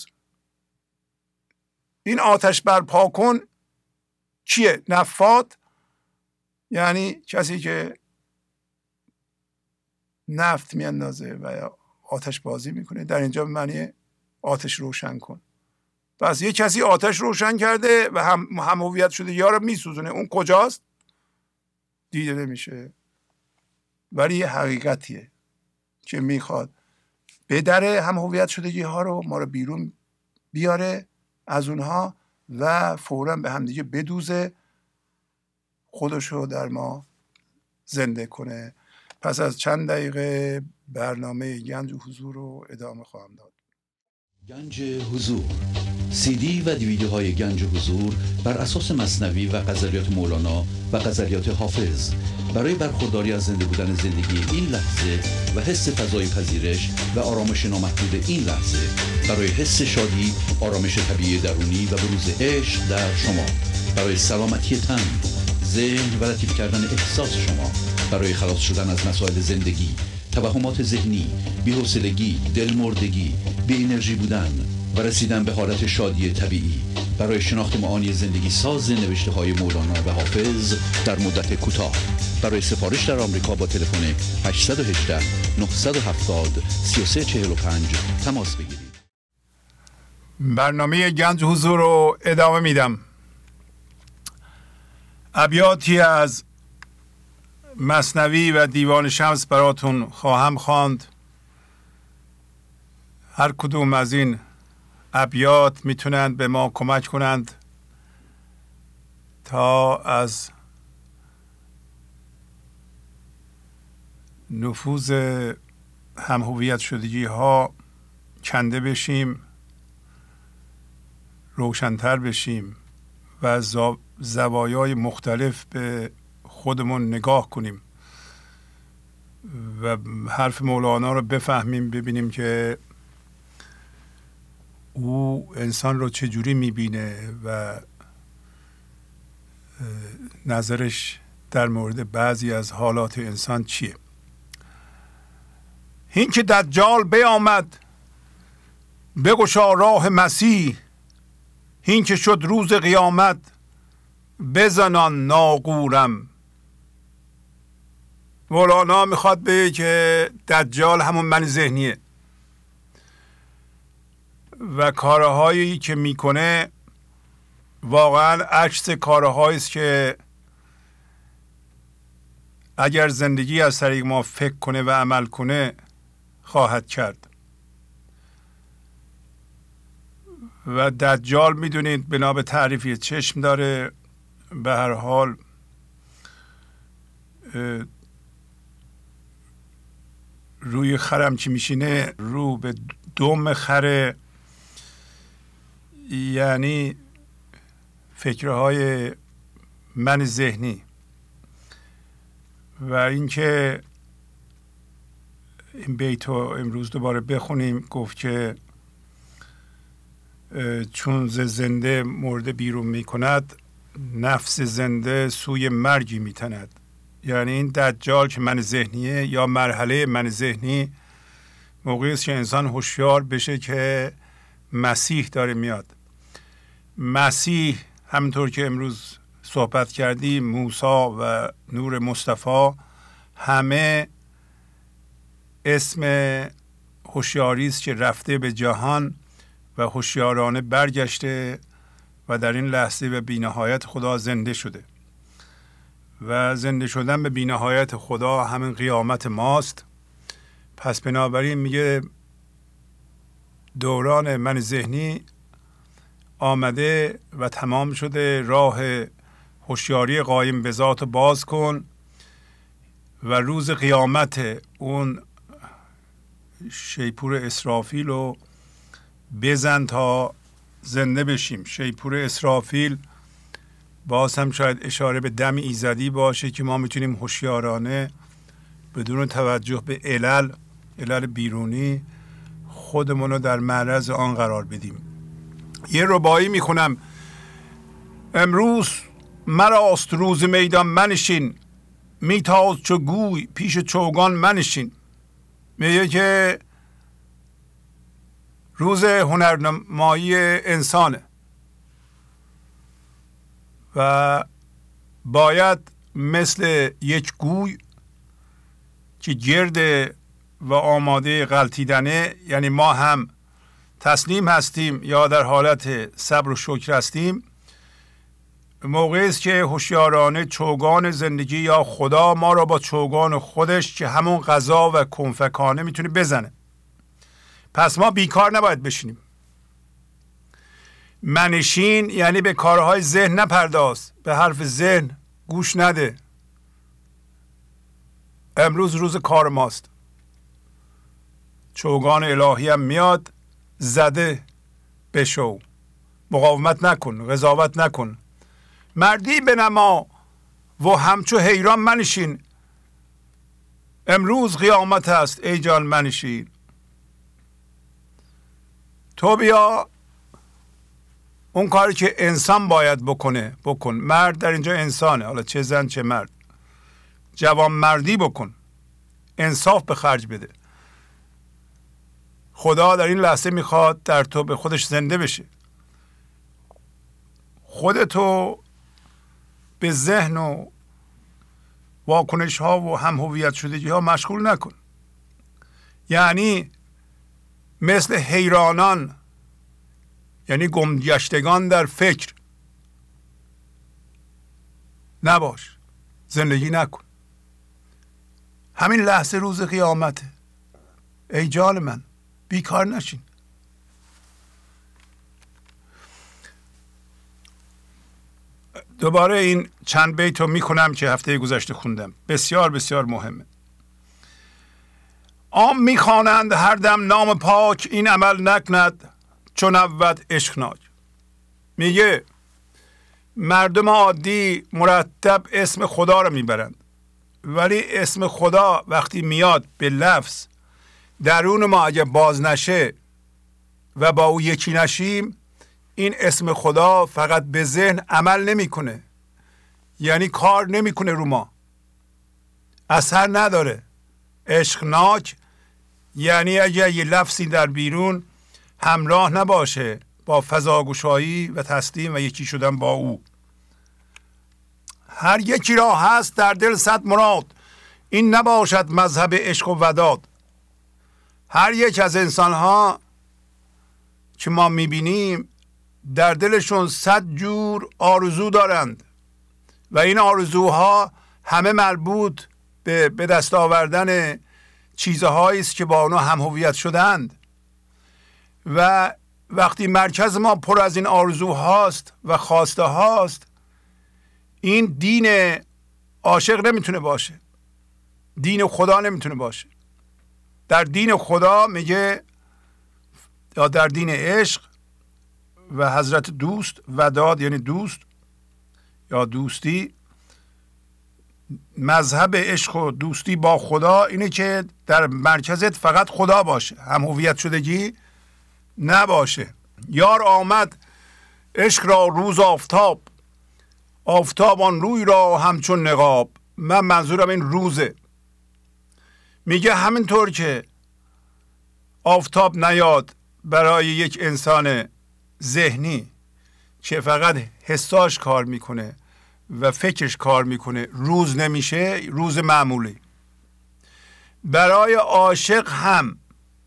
این آتش برپا کن چیه؟ نفات، یعنی کسی که نفت میاندازه و آتش بازی میکنه. در اینجا معنی آتش روشن کن. پس یه کسی آتش روشن کرده و هم هم هویت شده یا رو میسوزونه. اون کجاست؟ دیده نمیشه، ولی یه حقیقتیه که میخواد بدره هم هویت شدگی ها رو، ما رو بیرون بیاره از اونها و فوراً به همدیگه بدوزه، خودشو در ما زنده کنه. پس از چند دقیقه برنامه گنج حضور رو ادامه خواهم داد. گنج حضور، سی دی و دیویدیوهای گنج حضور بر اساس مثنوی و غزلیات مولانا و غزلیات حافظ برای برخورداری از زنده بودن زندگی این لحظه و حس فضای پذیرش و آرامش نامحدود این لحظه، برای حس شادی، آرامش طبیعی درونی و بروز عشق در شما، برای سلامتی تن، ذهن و لطیف کردن احساس شما، برای خلاص شدن از مسائل زندگی، توهمات ذهنی، بی‌حوصلگی، دلمردگی، بی انرژی بودن و رسیدن به حالت شادی طبیعی، برای شناخت معانی زندگی ساز نوشته های مولانا و حافظ در مدت کوتاه. برای سفارش در آمریکا با تلفن هشت یک هشت نه هفت صفر سه سه چهار پنج تماس بگیرید. برنامه گنج حضور رو ادامه میدم. ابیاتی از مثنوی و دیوان شمس براتون خواهم خواند. هر کدوم از این ابیات میتونند به ما کمک کنند تا از نفوذ هم هویت شدگی ها کنده بشیم، روشن‌تر بشیم و از زوایای مختلف به خودمون نگاه کنیم و حرف مولانا رو بفهمیم، ببینیم که او انسان رو چجوری میبینه و نظرش در مورد بعضی از حالات انسان چیه. هین که دجال بیامد بگشا راه مسیح، هین که شد روز قیامت بزنان ناقورم. مولانا میخواد بگه که دجال همون من ذهنیه و کارهایی که میکنه واقعا عکس کارهایی است که اگر زندگی از طریق ما فکر کنه و عمل کنه خواهد کرد. و دجال میدونید بنا به تعریفی چشم داره، به هر حال روی خرم چی میشینه، رو به دم خره، یعنی فکرهای من ذهنی. و اینکه این بیتو امروز دوباره بخونیم، گفت که چون ز زنده مرده بیرون می کند، نفس زنده سوی مرگی می تند. یعنی این دجال که من ذهنیه یا مرحله من ذهنی موقعی است که انسان هوشیار بشه که مسیح داره میاد. مسیح همونطور که امروز صحبت کردیم، موسی و نور مصطفی، همه اسم هوشیاری است که رفته به جهان و هوشیارانه برگشته و در این لحظه به بی‌نهایت خدا زنده شده. و زنده شدن به بی‌نهایت خدا همین قیامت ماست. پس بنابراین میگه دوران من ذهنی آمده و تمام شده، راه هوشیاری قایم به ذات باز کن و روز قیامت اون شیپور اسرافیل رو بزن تا زنده بشیم. شیپور اسرافیل باز هم شاید اشاره به دم ایزدی باشه که ما میتونیم هوشیارانه بدون توجه به علل علل بیرونی خودمون رو در معرض آن قرار بدیم. یه ربایی میخونم: امروز مراست روز میدان منشین، میتاز چو گوی پیش چوگان منشین. میگه که روز هنرنمایی انسانه و باید مثل یک گوی که گرد و آماده غلطیدنه، یعنی ما هم تسلیم هستیم یا در حالت صبر و شکر هستیم، موقعی است که هوشیارانه چوگان زندگی یا خدا ما را با چوگان خودش که همون قضا و کنفکانه میتونه بزنه. پس ما بیکار نباید بشینیم. منشین یعنی به کارهای ذهن نپرداز، به حرف ذهن گوش نده. امروز روز کار ماست. چوگان الهی هم میاد، زده بشو، مقاومت نکن، قضاوت نکن، مردی بنما و همچو حیران منشین، امروز قیامت است ای جان منشین. تو بیا اون کاری که انسان باید بکنه بکن. مرد در اینجا انسانه، حالا چه زن چه مرد. جوان مردی بکن، انصاف به خرج بده. خدا در این لحظه میخواد در تو به خودش زنده بشه. خودتو به ذهن و واکنش ها و هم هویت شدگی ها مشغول نکن. یعنی مثل حیرانان، یعنی گمگشتگان در فکر نباش، زندگی نکن. همین لحظه روز قیامته ای جان من، بیکار نشین. دوباره این چند بیت رو میکنم که هفته گذشته خوندم، بسیار بسیار مهمه. عام میخوانند هر دم نام پاک، این عمل نکند چون اود عشقناک. میگه مردم عادی مرتب اسم خدا رو میبرند، ولی اسم خدا وقتی میاد به لفظ، درون ما اگه باز نشه و با او یکی نشیم، این اسم خدا فقط به ذهن عمل نمیکنه، یعنی کار نمیکنه رو ما، اثر نداره. عشقناک یعنی اگه یه لفظی در بیرون همراه نباشه با فضاگشایی و تسلیم و یکی شدن با او. هر یکی را هست در دل صد مراد، این نباشد مذهب عشق و وداد. هر یک از انسان ها که ما میبینیم در دلشون صد جور آرزو دارند و این آرزوها همه مربوط به به دست آوردن چیزهایی است که با اونا هم هویت شدند. و وقتی مرکز ما پر از این آرزوهاست و خواسته هاست، این دین عاشق نمیتونه باشه، دین خدا نمیتونه باشه. در دین خدا میگه، یا در دین عشق و حضرت دوست، وداد یعنی دوست یا دوستی، مذهب عشق و دوستی با خدا اینه که در مرکزت فقط خدا باشه، هم هویت شدگی نباشه. یار آمد عشق را روز آفتاب، آفتاب آن روی را همچون نقاب. من منظورم این روزه. میگه همینطور که آفتاب نیاد برای یک انسان ذهنی که فقط حساش کار میکنه و فکرش کار میکنه روز نمیشه، روز معمولی. برای عاشق هم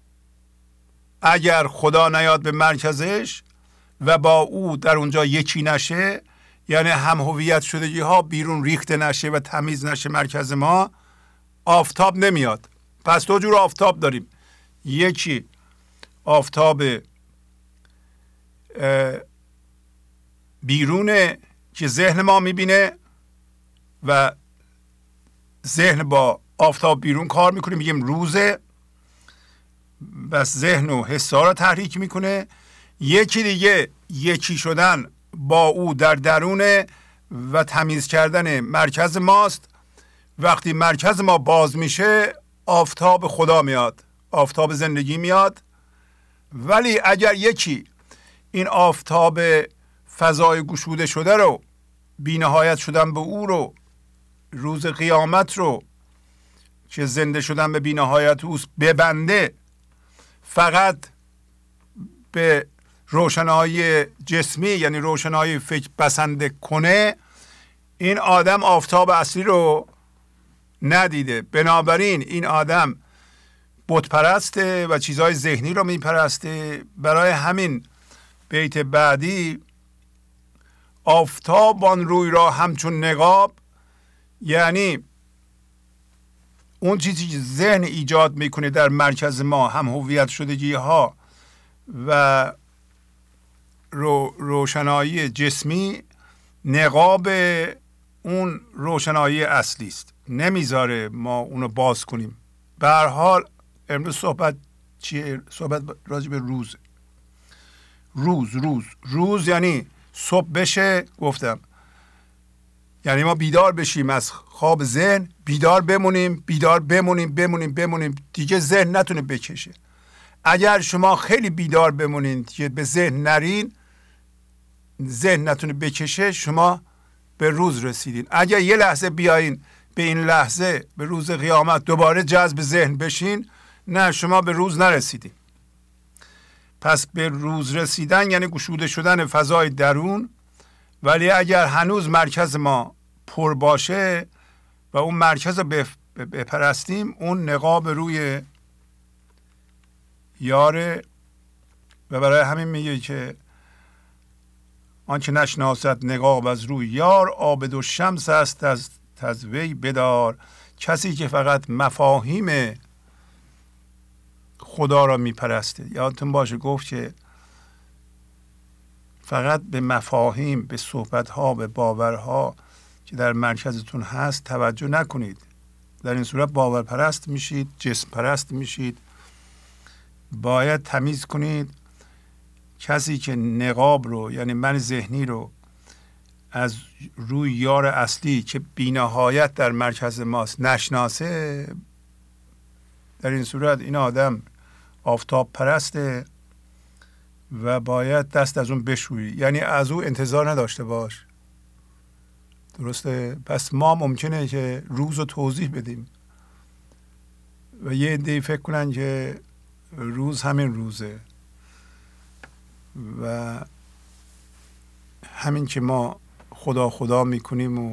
اگر خدا نیاد به مرکزش و با او در اونجا یکی نشه، یعنی هم هویت شدگی ها بیرون ریخته نشه و تمیز نشه مرکز ما، آفتاب نمیاد. پس دو جور آفتاب داریم. یکی آفتاب بیرونه که ذهن ما میبینه و ذهن با آفتاب بیرون کار میکنه، میگیم روزه، بس ذهن و حسا را تحریک میکنه. یکی دیگه یکی شدن با او در درونه و تمیز کردن مرکز ماست. وقتی مرکز ما باز میشه، آفتاب خدا میاد، آفتاب زندگی میاد. ولی اگر یکی این آفتاب فضای گشوده شده رو، بی نهایت شدن به او رو، روز قیامت رو که زنده شدن به بی نهایت اوست ببنده، فقط به روشنایی جسمی یعنی روشنایی فکر بسنده کنه، این آدم آفتاب اصلی رو ندیده. بنابراین این آدم بت پرسته و چیزهای ذهنی رو میپرسته. برای همین بیت بعدی آفتاب آن روی را همچون نقاب، یعنی اون چیزی که ذهن ایجاد میکنه در مرکز ما، هم هویت شدگی ها و رو روشنایی جسمی، نقاب اون روشنایی اصلی است، نمیذاره ما اونو باز کنیم. به هر حال امروز صحبت چیه؟ صحبت راجع به روز. روز روز روز یعنی صبح بشه، گفتم یعنی ما بیدار بشیم از خواب ذهن، بیدار بمونیم بیدار بمونیم بمونیم بمونیم دیگه ذهن نتونه بکشه. اگر شما خیلی بیدار بمونین که به ذهن نرین، ذهن نتونه بکشه، شما به روز رسیدین. اگر یه لحظه بیاین به این لحظه، به روز قیامت، دوباره جذب ذهن بشین، نه، شما به روز نرسیدین. پس به روز رسیدن یعنی گشوده شدن فضای درون. ولی اگر هنوز مرکز ما پر باشه و اون مرکز رو بپرستیم، اون نقاب روی یاره. و برای همین میگه که آنچه نشناسد نقاب از روی یار، عابد و شمس است از تزوی بدار. کسی که فقط مفاهیم خدا را میپرسته. یادتون باشه گفت که فقط به مفاهیم، به صحبتها، به باورها که در مرکزتون هست توجه نکنید. در این صورت باورپرست میشید، جسم پرست میشید. باید تمیز کنید. کسی که نقاب رو، یعنی من ذهنی رو، از روی یار اصلی که بی‌نهایت در مرکز ماست نشناسه، در این صورت این آدم آفتاب پرسته و باید دست از اون بشویی، یعنی از او انتظار نداشته باش. درسته؟ پس ما ممکنه که روز رو توضیح بدیم و یه عده‌ای فکر کنن که روز همین روزه و همین که ما خدا خدا میکنیم و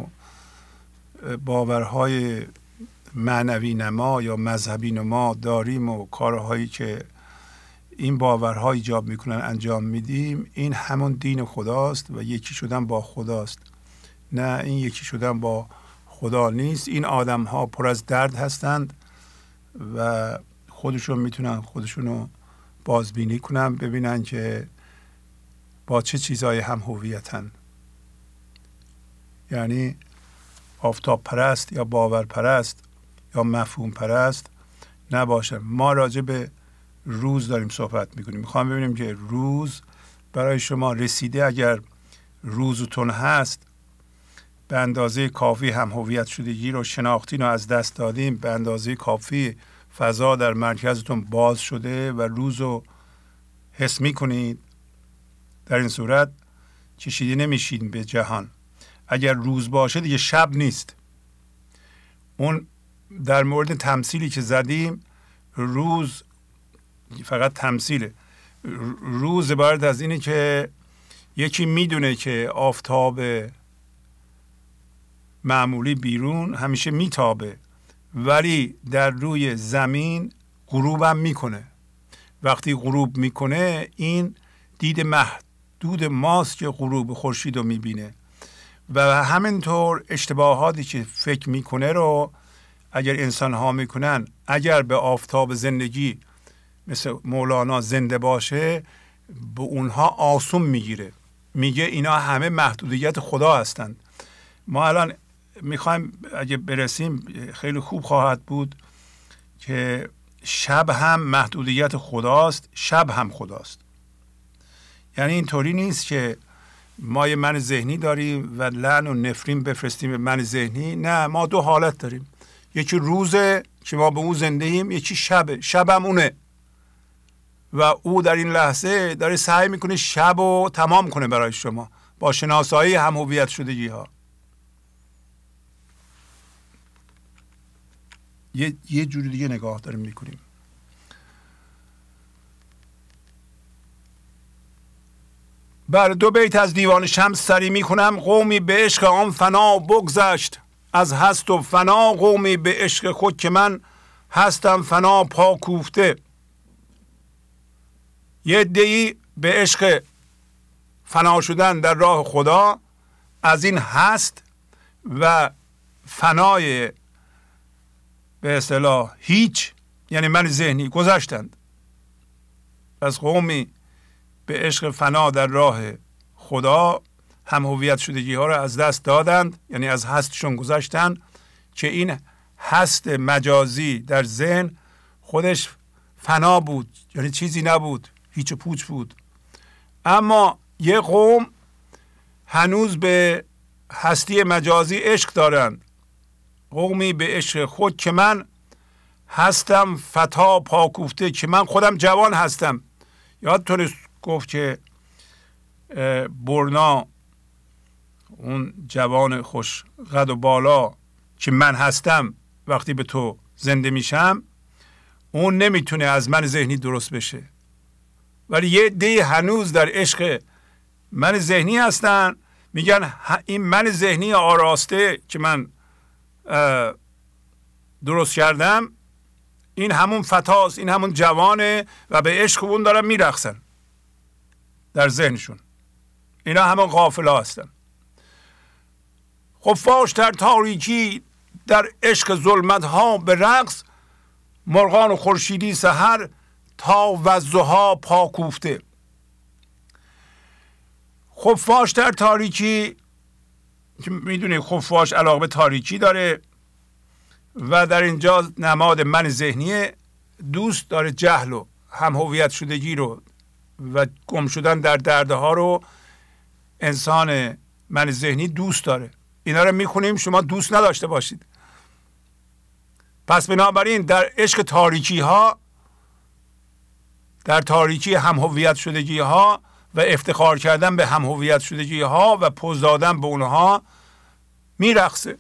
باورهای معنوی نما یا مذهبی نما داریم و کارهایی که این باورها ایجاب میکنن انجام میدیم، این همون دین خداست و یکی شدن با خداست. نه، این یکی شدن با خدا نیست. این آدم ها پر از درد هستند و خودشون میتونن خودشونو بازبینی کنن، ببینن که با چه چیزهای هم هویتن. یعنی آفتاب پرست یا باور پرست یا مفهوم پرست نباشن. ما راجع به روز داریم صحبت میکنیم. میخوام ببینیم که روز برای شما رسیده. اگر روزتون هست، به اندازه کافی هم هویت شدگی رو شناختین و از دست دادیم، به اندازه کافی فضا در مرکزتون باز شده و روز رو حس میکنید، در این صورت کشیده نمیشین به جهان. اگر روز باشه دیگه شب نیست. اون در مورد تمثیلی که زدیم، روز فقط تمثیله. روز عبارت از اینه که یکی میدونه که آفتاب معمولی بیرون همیشه میتابه، ولی در روی زمین غروب هم میکنه. وقتی غروب میکنه، این دید محدود ماست که غروب خورشید رو میبینه و همینطور اشتباهاتی که فکر میکنه رو اگر انسان ها میکنن، اگر به آفتاب زندگی مثل مولانا زنده باشه، به اونها آسون میگیره، میگه اینا همه محدودیت خدا هستند. ما الان میخوایم اگه برسیم خیلی خوب خواهد بود که شب هم محدودیت خداست، شب هم خداست. یعنی اینطوری نیست که ما یه من ذهنی داریم و لعن و نفرین بفرستیم به من ذهنی. نه، ما دو حالت داریم. یکی روزه که ما به اون زنده ایم، یکی شبه، شبم اونه و او در این لحظه داره سعی میکنه شب رو تمام کنه برای شما با شناسایی هم هویت شدگی ها. یه, یه جوری دیگه نگاه داریم میکنیم. بر دو بیت از دیوان شمس سری میکنم. قومی به عشق آن فنا بگذشت، از هست و فنا قومی به عشق خود که من هستم فنا پا کوفته. یه عده‌ای به عشق فنا شدن در راه خدا از این هست و فنای به اصطلاح هیچ، یعنی من ذهنی، گذشتند. از قومی به عشق فنا در راه خدا هم هویت شدگی ها را از دست دادند، یعنی از هستشون گذشتند که این هست مجازی در ذهن خودش فنا بود، یعنی چیزی نبود، هیچ و پوچ بود. اما یه قوم هنوز به هستی مجازی عشق دارند. قومی به عشق خود که من هستم فتا پاکوفته، که من خودم جوان هستم. یادتونه گفت که برنا اون جوان خوش قد و بالا که من هستم وقتی به تو زنده میشم، اون نمیتونه از من ذهنی درست بشه. ولی یه عده هنوز در عشق من ذهنی هستن، میگن این من ذهنی آراسته که من درست کردم، این همون فتاست، این همون جوانه و به عشق اون دارن میرقصن در ذهنشون. اینا همون غافلا هستن. خفاش در تاریکی در عشق ظلمت ها به رقص، مرغان خورشیدی سحر تا والضحی پا کوفته. خفاش در تاریکی، که میدونی خفاش علاقه به تاریکی داره و در اینجا نماد من ذهنیه، دوست داره جهل و هم هویت شدگی رو و گم شدن در درده ها رو. انسان من ذهنی دوست داره. اینا رو میخونیم شما دوست نداشته باشید. پس بنابراین در عشق تاریکی ها، در تاریکی هم هویت شدگی ها و افتخار کردن به هم هویت شدگی ها و پوز دادن به اونها میرقصه.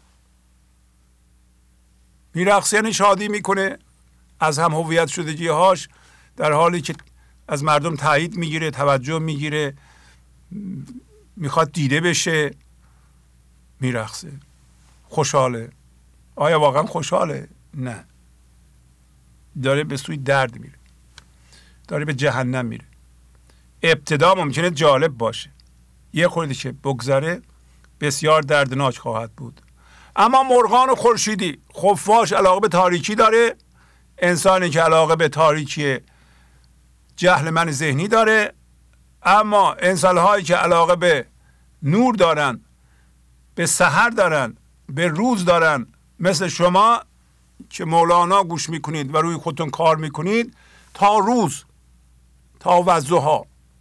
میرقصه یعنی شادی میکنه از هم هویت شدگی هاش، در حالی که از مردم تایید میگیره، توجه میگیره، میخواد دیده بشه، میرقصه، خوشحاله. آیا واقعا خوشحاله؟ نه، داره به سوی درد میره، داره به جهنم میره. ابتدا ممکنه جالب باشه، یه خورده که بگذره بسیار دردناک خواهد بود. اما مرغان خورشیدی، خفاش علاقه به تاریکی داره، انسانی که علاقه به تاریکی جهل من ذهنی داره. اما انسان‌هایی که علاقه به نور دارن، به سحر دارن، به روز دارن، مثل شما که مولانا گوش میکنید و روی خودتون کار میکنید، تا روز، تا والضحی،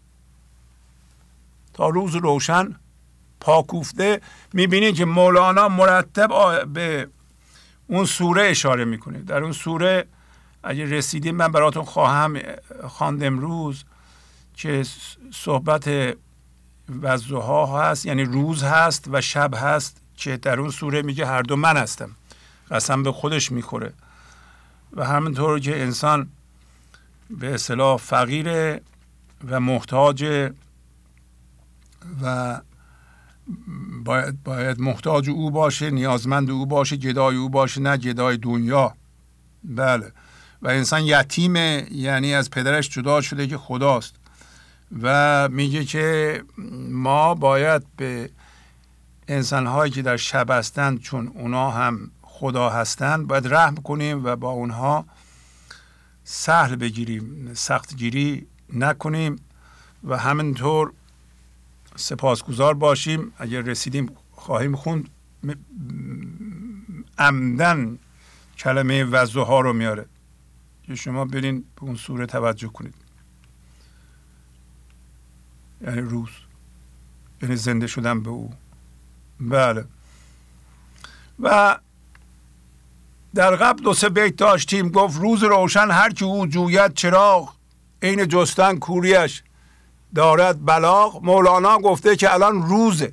تا روز روشن پاکوفته، میبینید که مولانا مرتب به اون سوره اشاره میکنه. در اون سوره اگه رسیدیم من براتون خواهم خواند امروز که صحبت والضحی هست، یعنی روز هست و شب هست، که در اون سوره میگه هر دو من هستم. قسم به خودش میخوره. و همینطور که انسان به اصطلاح فقیره و محتاج و باید, باید محتاج او باشه، نیازمند او باشه، گدای او باشه، نه گدای دنیا. بله. و انسان یتیمه، یعنی از پدرش جدا شده که خداست. و میگه که ما باید به انسان‌هایی که در شب هستند، چون اونا هم خدا هستند، باید رحم کنیم و با اونها سهل بگیریم، سخت گیری نکنیم و همینطور سپاسگزار باشیم. اگر رسیدیم خواهیم خوند. عمدن کلمه والضحی رو میاره که شما برین به اون سوره توجه کنید. یعنی روز، یعنی زنده شدن به او. بله. و در قبل دو سه بیت داشتیم، گفت روز روشن هر که او جوید چراغ، عین جستن کوریش دارد بلاغ. مولانا گفته که الان روزه،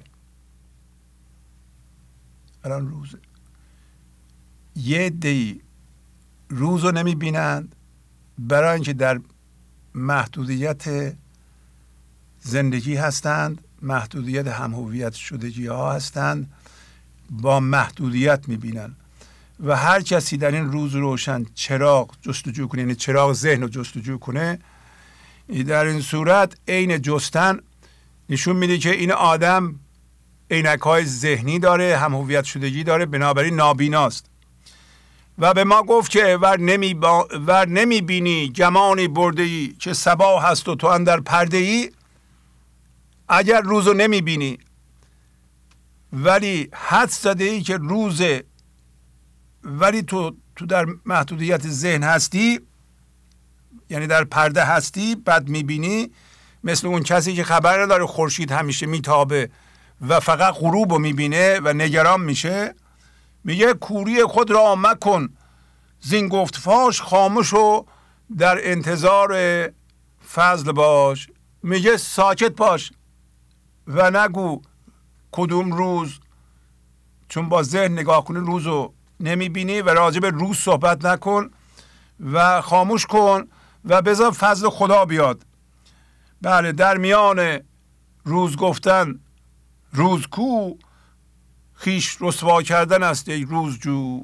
الان روزه. یه عده‌ای روز رو نمی بینند برای اینکه در محدودیت زندگی هستند، محدودیت هم هویت شدگی ها هستند، با محدودیت می بینند. و هر کسی در این روز روشن چراغ جستجو کنه، یعنی چراغ ذهن رو جستجو کنه، در این صورت عین جستن نشون میده که این آدم عینک‌های ذهنی داره، هم هویت شدگی داره، بنابراین نابیناست. و به ما گفت که ور نمی, با... ور نمی بینی گمانی برده ای که صبا هست و تو اندر پرده ای. اگر روزو نمی بینی ولی حد زده ای که روزه، ولی تو تو در محدودیت ذهن هستی، یعنی در پرده هستی، بعد میبینی، مثل اون کسی که خبر نداره خورشید همیشه میتابه و فقط غروب رو میبینه و نگران میشه. میگه کوری خود را مکن زین گفت فاش، خاموش و در انتظار فضل باش. میگه ساکت باش و نگو کدوم روز، چون با ذهن نگاه کنی روزو نمیبینی و راجع به روز صحبت نکن و خاموش کن و بذار فضل خدا بیاد. بله، در میان روز گفتن روز کو، خیش رسوا کردن است ای روز جو.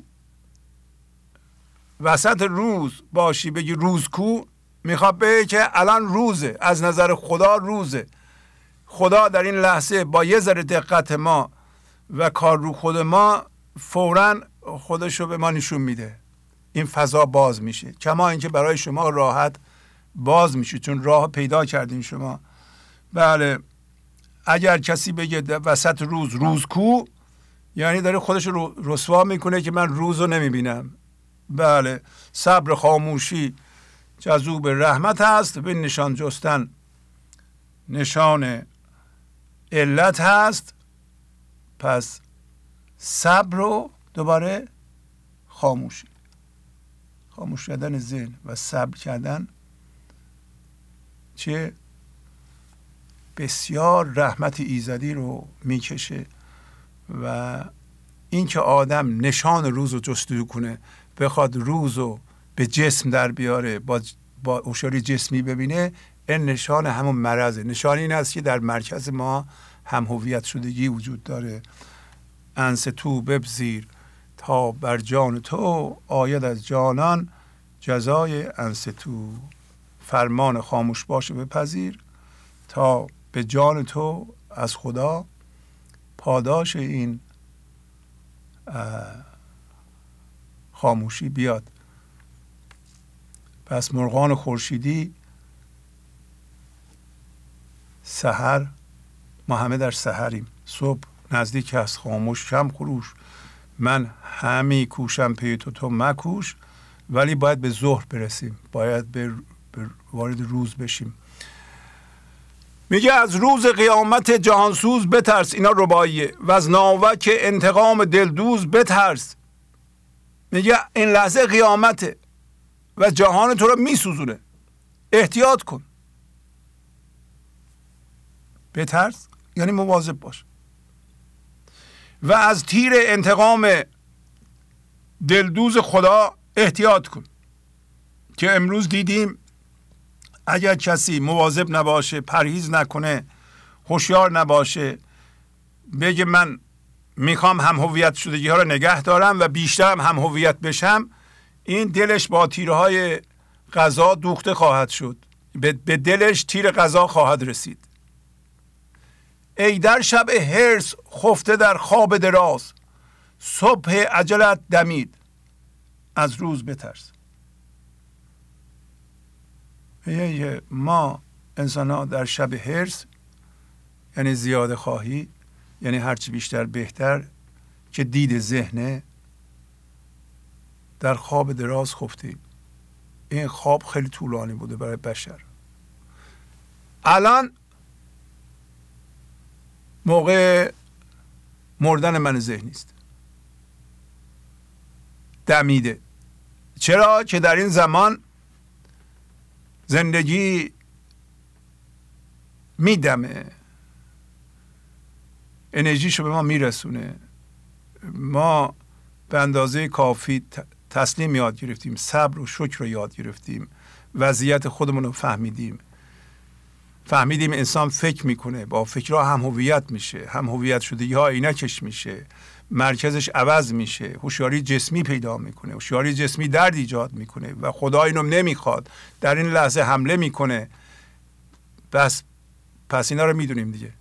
وسط روز باشی بگی روز کو، میخواد بگه که الان روزه، از نظر خدا روزه. خدا در این لحظه با یه ذره دقت ما و کار رو خود ما فوراً خودشو به ما نشون میده. این فضا باز میشه، کما اینکه برای شما راحت باز میشه چون راه پیدا کردین شما. بله، اگر کسی بگه وسط روز روز کو، یعنی داره خودش رو رسوا میکنه که من روز رو نمیبینم. بله، صبر خاموشی جذوب رحمت هست، به نشان جستن نشان علت هست. پس صبر رو دوباره خاموشی، خاموش کردن ذهن و صبر کردن چه بسیار رحمت ایزدی رو میکشه. و این که آدم نشان روز رو جستجو کنه، بخواد روز رو به جسم در بیاره، با, با هوشیاری جسمی ببینه، این نشان همون مرضه. نشان این است که در مرکز ما هم هویت شدگی وجود داره. انس تو بپذیر تا بر جان تو، آید از جانان جزای انس تو. فرمان خاموش باشه بپذیر تا به جان تو از خدا پاداش این خاموشی بیاد. پس مرغان خورشیدی سحر، ما همه در سحریم، صبح نزدیک است خاموش شم خروش، من همی کوشم پی تو تو مکوش. ولی باید به ظهر برسیم، باید به وارد روز بشیم. میگه از روز قیامت جهانسوز بترس، اینا رباعیه، و از ناوک انتقام دلدوز بترس. میگه این لحظه قیامته و جهان تو رو میسوزونه، احتیاط کن. بترس یعنی مواظب باش. و از تیر انتقام دلدوز خدا احتیاط کن، که امروز دیدیم اگر کسی مواظب نباشه، پرهیز نکنه، هوشیار نباشه، بگه من میخوام هم هویت شدگی ها رو نگه دارم و بیشتر هم هم هویت بشم، این دلش با تیرهای قضا دوخته خواهد شد، به دلش تیر قضا خواهد رسید. ای در شب حرص خفته در خواب دراز، صبح عجلت دمید از روز بترس. ما انسان ها در شب حرص یعنی زیاده خواهی، یعنی هرچی بیشتر بهتر، که دید ذهنه، در خواب دراز خفتیم. این خواب خیلی طولانی بوده برای بشر. الان موقع مردن من ذهنی است، دمیده. چرا؟ که در این زمان زندگی میدمه، انرژیشو به ما میرسونه. ما به اندازه کافی تسلیم یاد گرفتیم، صبر و شکر رو یاد گرفتیم، وضعیت خودمون رو فهمیدیم. فهمیدیم انسان فکر میکنه، با فکرها هم هویت میشه، هم هویت شدگی ها عینکش میشه، مرکزش عوض میشه، هوشیاری جسمی پیدا میکنه، هوشیاری جسمی درد ایجاد میکنه و خدا اینو نمیخواد، در این لحظه حمله میکنه. بس پس اینا رو میدونیم دیگه.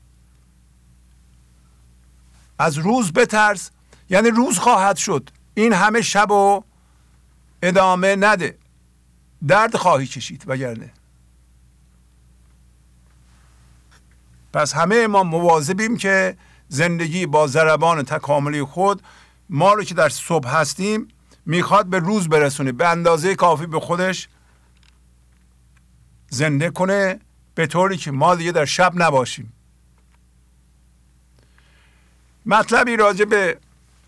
از روز بترس، یعنی روز خواهد شد، این همه شب و ادامه نده، درد خواهی کشید وگرنه. پس همه ما مواظبیم که زندگی با ضربان تکاملی خود ما رو که در صبح هستیم میخواد به روز برسونه، به اندازه کافی به خودش زنده کنه، به طوری که ما دیگه در شب نباشیم. مطلبی راجع به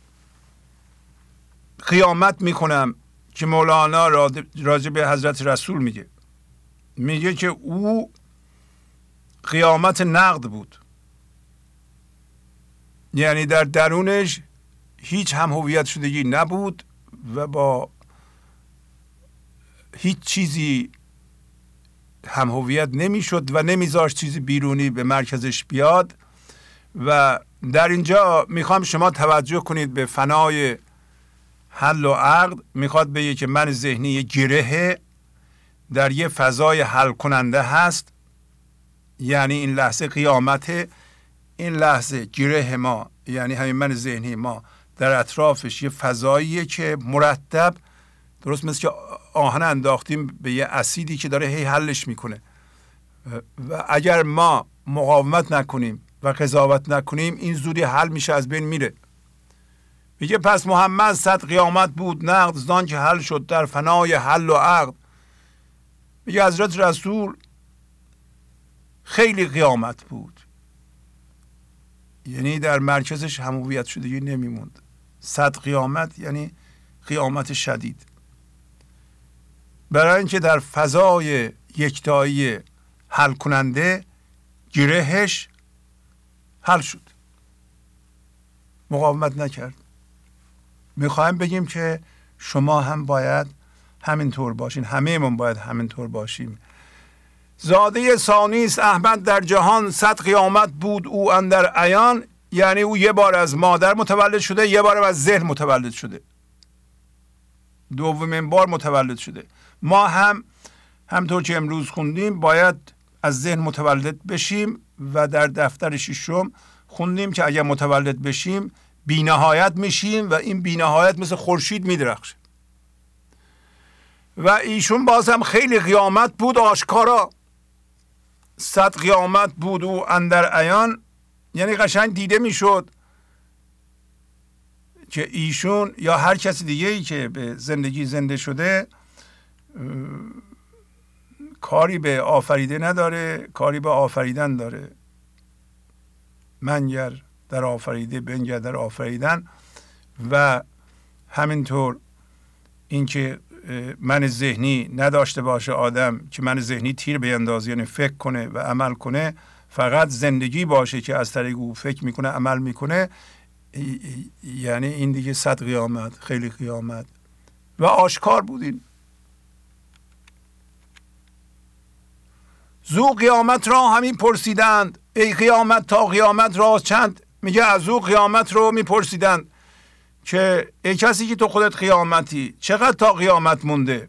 قیامت میکنم که مولانا راجع به حضرت رسول میگه. میگه که او قیامت نقد بود، یعنی در درونش هیچ هم هویت شدگی نبود و با هیچ چیزی هم هویت نمیشد و نمیذاشت چیزی بیرونی به مرکزش بیاد. و در اینجا میخوام شما توجه کنید به فنای حل و عقد. میخواد بگه که من ذهنی یه گره در یه فضای حل کننده هست، یعنی این لحظه قیامته. این لحظه گره ما، یعنی همین من ذهنی ما، در اطرافش یه فضاییه که مرتب، درست مثل که آهن انداختیم به یه اسیدی که داره هی حلش میکنه و اگر ما مقاومت نکنیم و قضاوت نکنیم این زودی حل میشه، از بین میره. میگه پس محمد صد قیامت بود نقد، زان که حل شد در فنای حل و عقد. میگه حضرت رسول خیلی قیامت بود، یعنی در مرکزش هم هویت شدگی نمیموند. صد قیامت یعنی قیامت شدید، برای اینکه در فضای یکتایی حل کننده گرهش حل شد، مقاومت نکرد. میخوایم بگیم که شما هم باید همینطور باشین، همه من باید همینطور باشیم. زاده ثانی است احمد در جهان، صد قیامت بود او اندر عیان. یعنی او یه بار از مادر متولد شده، یه بار از ذهن متولد شده، دومین بار متولد شده. ما هم همطور که امروز خوندیم باید از ذهن متولد بشیم و در دفتر ششم خوندیم که اگر متولد بشیم بی‌نهایت میشیم و این بی‌نهایت مثل خورشید میدرخشه. و ایشون باز هم خیلی قیامت بود آشکارا، صد قیامت بود او اندر عیان، یعنی قشنگ دیده میشد که ایشون یا هر کسی دیگه ای که به زندگی زنده شده کاری به آفریده نداره، کاری به آفریدن داره. منگر در آفریده، بنگر در آفریدن. و همینطور اینکه من ذهنی نداشته باشه آدم، که من ذهنی تیر بیندازه، یعنی فکر کنه و عمل کنه، فقط زندگی باشه که از طریق او فکر میکنه عمل میکنه، یعنی این دیگه صد قیامت، خیلی قیامت. و آشکار بودین. زو قیامت را همین پرسیدند، ای قیامت تا قیامت راز چند. میگه از او قیامت رو میپرسیدند که ای کسی که تو خودت قیامتی، چقدر تا قیامت مونده؟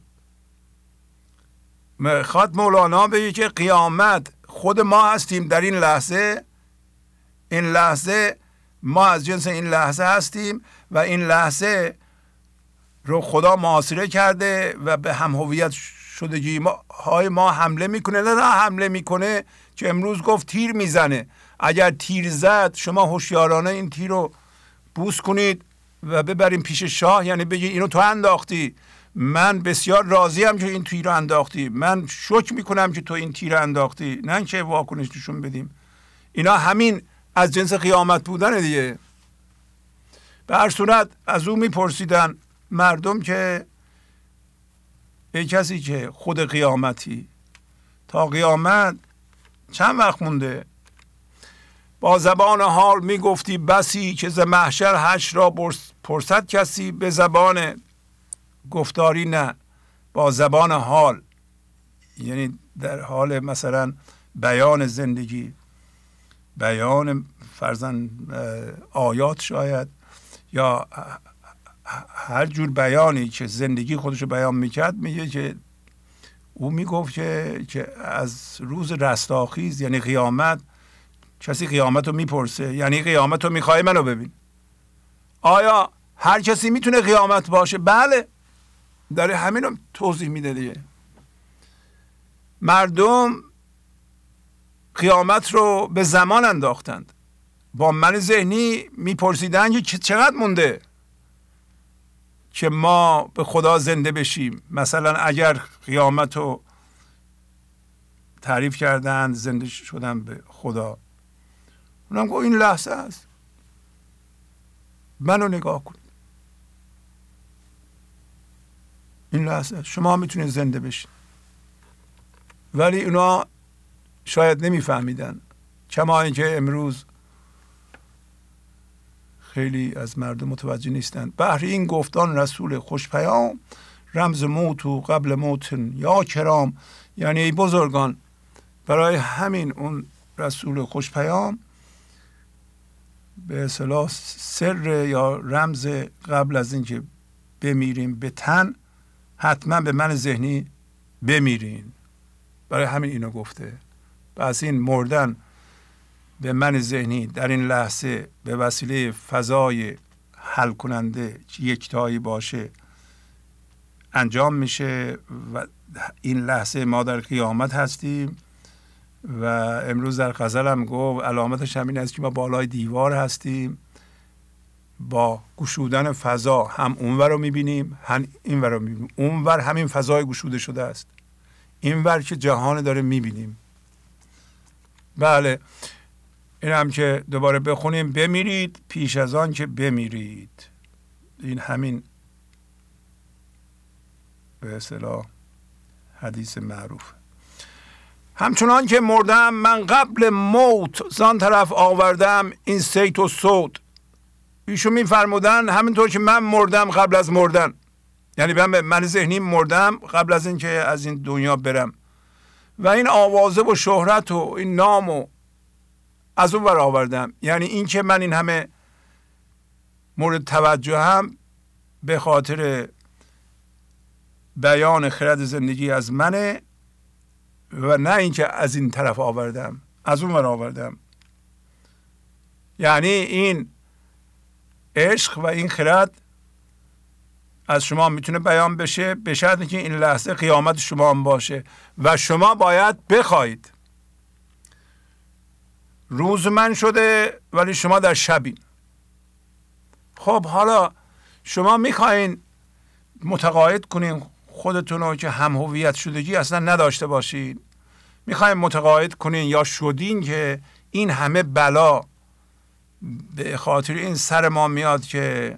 میخواد مولانا بگه که قیامت خود ما هستیم در این لحظه. این لحظه ما از جنس این لحظه هستیم و این لحظه رو خدا محاصره کرده و به هم هویت شدگی ما های ما حمله میکنه. نه حمله میکنه که امروز گفت تیر میزنه. اگر تیر زد شما هوشیارانه این تیر رو بوس کنید و ببریم پیش شاه، یعنی بگی اینو تو انداختی، من بسیار راضیم که این تیر رو انداختی، من شکر میکنم که تو این تیر رو انداختی، نه که واکنش نشون بدیم. اینا همین از جنس قیامت بودن دیگه. به هر صورت از او میپرسیدن مردم که ای کسی که خود قیامتی، تا قیامت چند وقت مونده؟ با زبان حال میگفتی بسی، که ز محشر حشر را پرسد کسی. به زبان گفتاری نه، با زبان حال، یعنی در حال مثلا بیان زندگی، بیان فرضاً آیات شاید، یا هر جور بیانی که زندگی خودشو بیان میکرد، میگه که او میگفت که که از روز رستاخیز یعنی قیامت، کسی قیامت رو میپرسه یعنی قیامت رو میخوای منو ببین. آیا هر کسی میتونه قیامت باشه؟ بله، داره همین رو توضیح میده دیگه. مردم قیامت رو به زمان انداختند، با من ذهنی میپرسیدن که چقدر مونده که ما به خدا زنده بشیم. مثلا اگر قیامت رو تعریف کردن زنده شدن به خدا، اونم گفت این لحظه است، منو نگاه کن، این لحظه شما میتونید زنده بشید. ولی اونا شاید نمیفهمیدن، کما اینکه امروز خیلی از مردم متوجه نیستند. بهر این گفتان رسول خوش پیام، رمز موت و قبل موت یا کرام. یعنی ای بزرگان، برای همین اون رسول خوش پیام به اصطلاح سر یا رمز قبل از اینکه بمیریم به تن، حتما به من ذهنی بمیرین. برای همین اینو گفته. پس این مردن به من ذهنی در این لحظه به وسیله فضای حل کننده یکتایی باشه انجام میشه و این لحظه ما در قیامت هستیم. و امروز در غزل هم گفت علامتش همین است که ما بالای دیوار هستیم، با گشودن فضا هم اونور رو میبینیم هم اینور رو میبینیم. اونور همین فضای گشوده شده است، اینور که جهان داره میبینیم. بله، این هم که دوباره بخونیم بمیرید پیش از آن که بمیرید. این همین به اصطلاح حدیث معروف. همچنان که مردم من قبل موت، زان طرف آوردم این صیت و صوت. ایشون میفرمودن همینطور که من مردم قبل از مردن، یعنی من من ذهنی مردم قبل از اینکه از این دنیا برم، و این آوازه و شهرت و این نام و از اون ور آوردم. یعنی این که من این همه مورد توجه هم به خاطر بیان خرد زندگی از منه و نه اینکه از این طرف آوردم، از اون ور آوردم. یعنی این عشق و این خرد از شما میتونه بیان بشه به شرطی که این لحظه قیامت شما هم باشه و شما باید بخواید. روز من شده ولی شما در شبین. خب حالا شما میخواین متقاعد کنین خودتون رو که هم هویت شدگی اصلا نداشته باشین، میخواین متقاعد کنین یا شدین که این همه بلا به خاطر این سر ما میاد که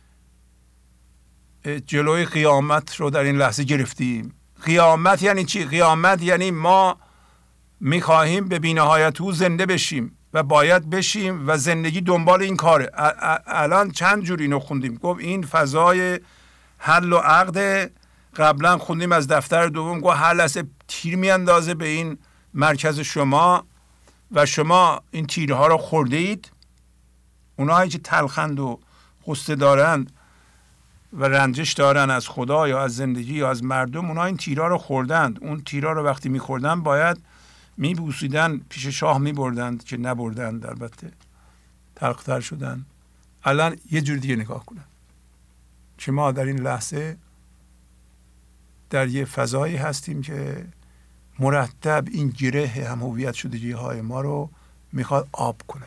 جلوی قیامت رو در این لحظه گرفتیم. قیامت یعنی چی؟ قیامت یعنی ما میخواهیم به بی‌نهایت او زنده بشیم و باید بشیم و زندگی دنبال این کاره. الان چند جور اینو خوندیم. گفت این فضای حل و عقد. قبلا خوندیم از دفتر دوم، گفت هر لحظه تیر میاندازه به این مرکز شما و شما این تیرها رو خورده اید. اونایی که تلخند و غصه دارند و رنجش دارن از خدا یا از زندگی یا از مردم، اونا این تیرها رو خوردند. اون تیرها رو وقتی میخوردن باید میبوسیدن، پیش شاه میبردند که نبردند، البته تلختر شدن. الان یه جور دیگه نگاه کنن که ما در این لحظه در یه فضایی هستیم که مرتب این گره هم هویت شدگی های ما رو میخواد آب کنه.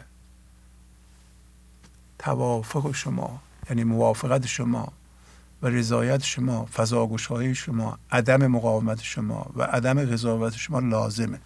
توافق شما یعنی موافقت شما و رضایت شما، فضاگشایی شما، عدم مقاومت شما و عدم قضاوت شما لازمه.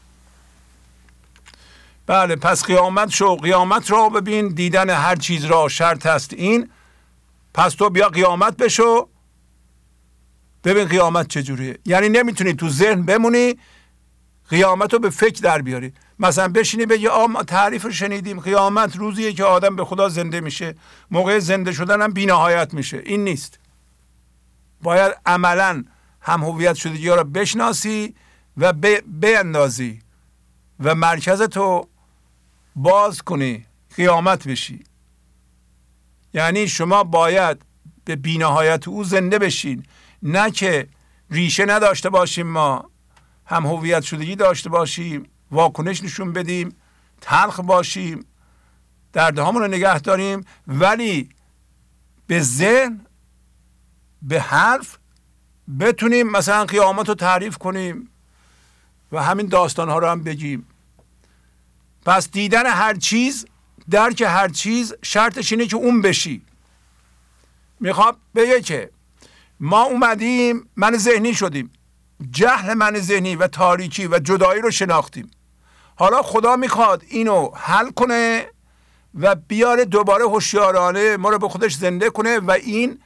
بله، پس قیامت شو، قیامت را ببین، دیدن هر چیز را شرط است این. پس تو بیا قیامت بشو ببین قیامت چجوریه. یعنی نمیتونی تو ذهن بمونی قیامت رو به فکر در بیاری. مثلا بشینی بگی آم تعریف رو شنیدیم، قیامت روزیه که آدم به خدا زنده میشه، موقع زنده شدن هم بی‌نهایت میشه. این نیست. باید عملا هم هویت شدگی ها رو بشناسی و بیندازی و مرکزتو باز کنی، قیامت بشی. یعنی شما باید به بی‌نهایت او زنده بشین، نه که ریشه نداشته باشیم، ما هم هویت شدگی داشته باشیم، واکنش نشون بدیم، تلخ باشیم، دردهامون رو نگه داریم، ولی به ذهن، به حرف بتونیم مثلا قیامت رو تعریف کنیم و همین داستان ها رو هم بگیم. پس دیدن هر چیز، درک هر چیز شرطش اینه که اون بشی. میخوام بگه که ما اومدیم من ذهنی شدیم، جهل من ذهنی و تاریکی و جدایی رو شناختیم. حالا خدا میخواد اینو حل کنه و بیاره دوباره هوشیارانه ما رو به خودش زنده کنه و این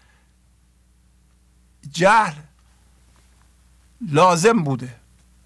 جهل لازم بوده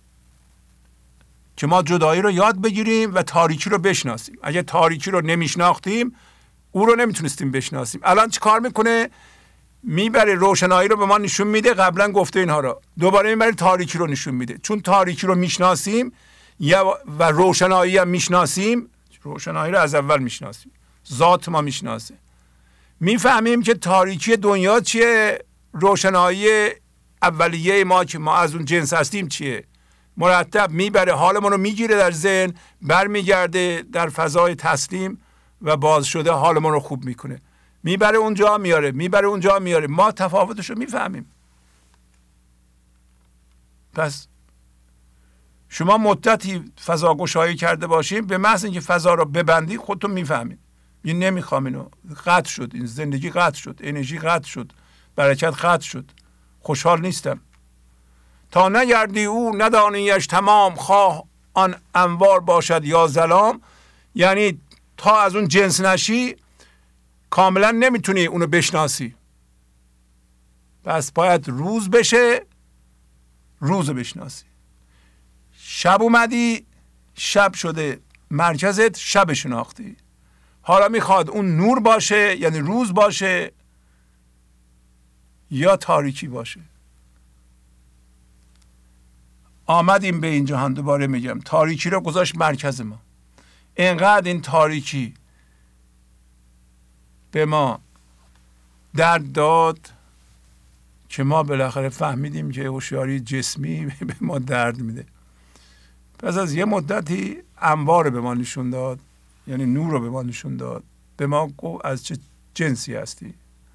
که ما جدایی رو یاد بگیریم و تاریکی رو بشناسیم. اگه تاریکی رو نمیشناختیم او رو نمیتونستیم بشناسیم. الان چی کار میکنه؟ میبره روشنایی رو به ما نشون میده، قبلا گفته اینها رو، دوباره میبره تاریکی رو نشون میده. چون تاریکی رو میشناسیم و روشنایی هم میشناسیم، روشنایی رو از اول میشناسیم، ذات ما میشناسه، میفهمیم که تاریکی دنیا چیه، روشنایی اولیه ما که ما از اون جنس هستیم چیه. مرتب میبره، حالمون رو میگیره در ذهن، برمیگرده در فضای تسلیم و باز شده حالمون رو خوب میکنه، میبره اونجا میاره، میبره اونجا میاره، ما تفاوتش رو میفهمیم. پس شما مدتی فضا گشایی کرده باشیم، به محض اینکه فضا رو ببندی خودتون میفهمید این نمیخوام، اینو قطع شد، این زندگی قطع شد، انرژی قطع شد، برکت قطع شد، خوشحال نیستم. تا نگردی او ندانیش تمام، خواه آن انوار باشد یا ظلام. یعنی تا از اون جنس نشی کاملا نمیتونی اونو بشناسی. پس باید روز بشه، روز بشناسی. شب اومدی، شب شده، مرکزت شب شناختی. حالا میخواد اون نور باشه، یعنی روز باشه، یا تاریکی باشه. آمدیم به این جهان، دوباره میگم تاریکی رو گذاشت مرکز ما. اینقدر این تاریکی به ما درد داد که ما بالاخره فهمیدیم که هوشیاری جسمی به ما درد میده. پس از یه مدتی انوار به ما نشون داد، یعنی نور رو به ما نشون داد، به ما گفت از چه جنسی هستی.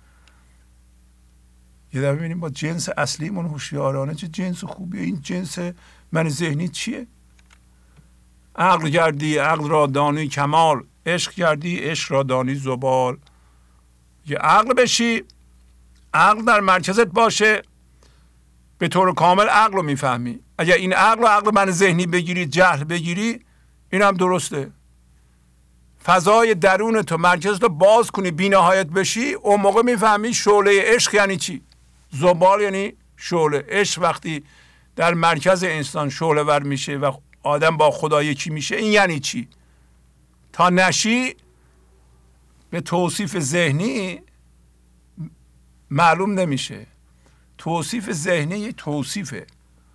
یه دفعه ببینیم با جنس اصلیمون هوشیارانه چه جنس خوبیه. این جنس من ذهنی چیه؟ عقل کردی عقل را دانی کمال، عشق کردی عشق را دانی زبال. یه عقل بشی، عقل در مرکزت باشه، به طور کامل عقل رو میفهمی. اگر این عقل و عقل من ذهنی بگیری، جهل بگیری، این هم درسته. فضای درون تو، مرکز تو باز کنی، بی نهایت بشی، اون موقع میفهمی شعله عشق یعنی چی. زبال یعنی شعله. عشق وقتی در مرکز انسان شعله ور میشه و آدم با خدا یکی میشه، این یعنی چی؟ تا نشی به توصیف ذهنی معلوم نمیشه. توصیف ذهنی یه توصیفه،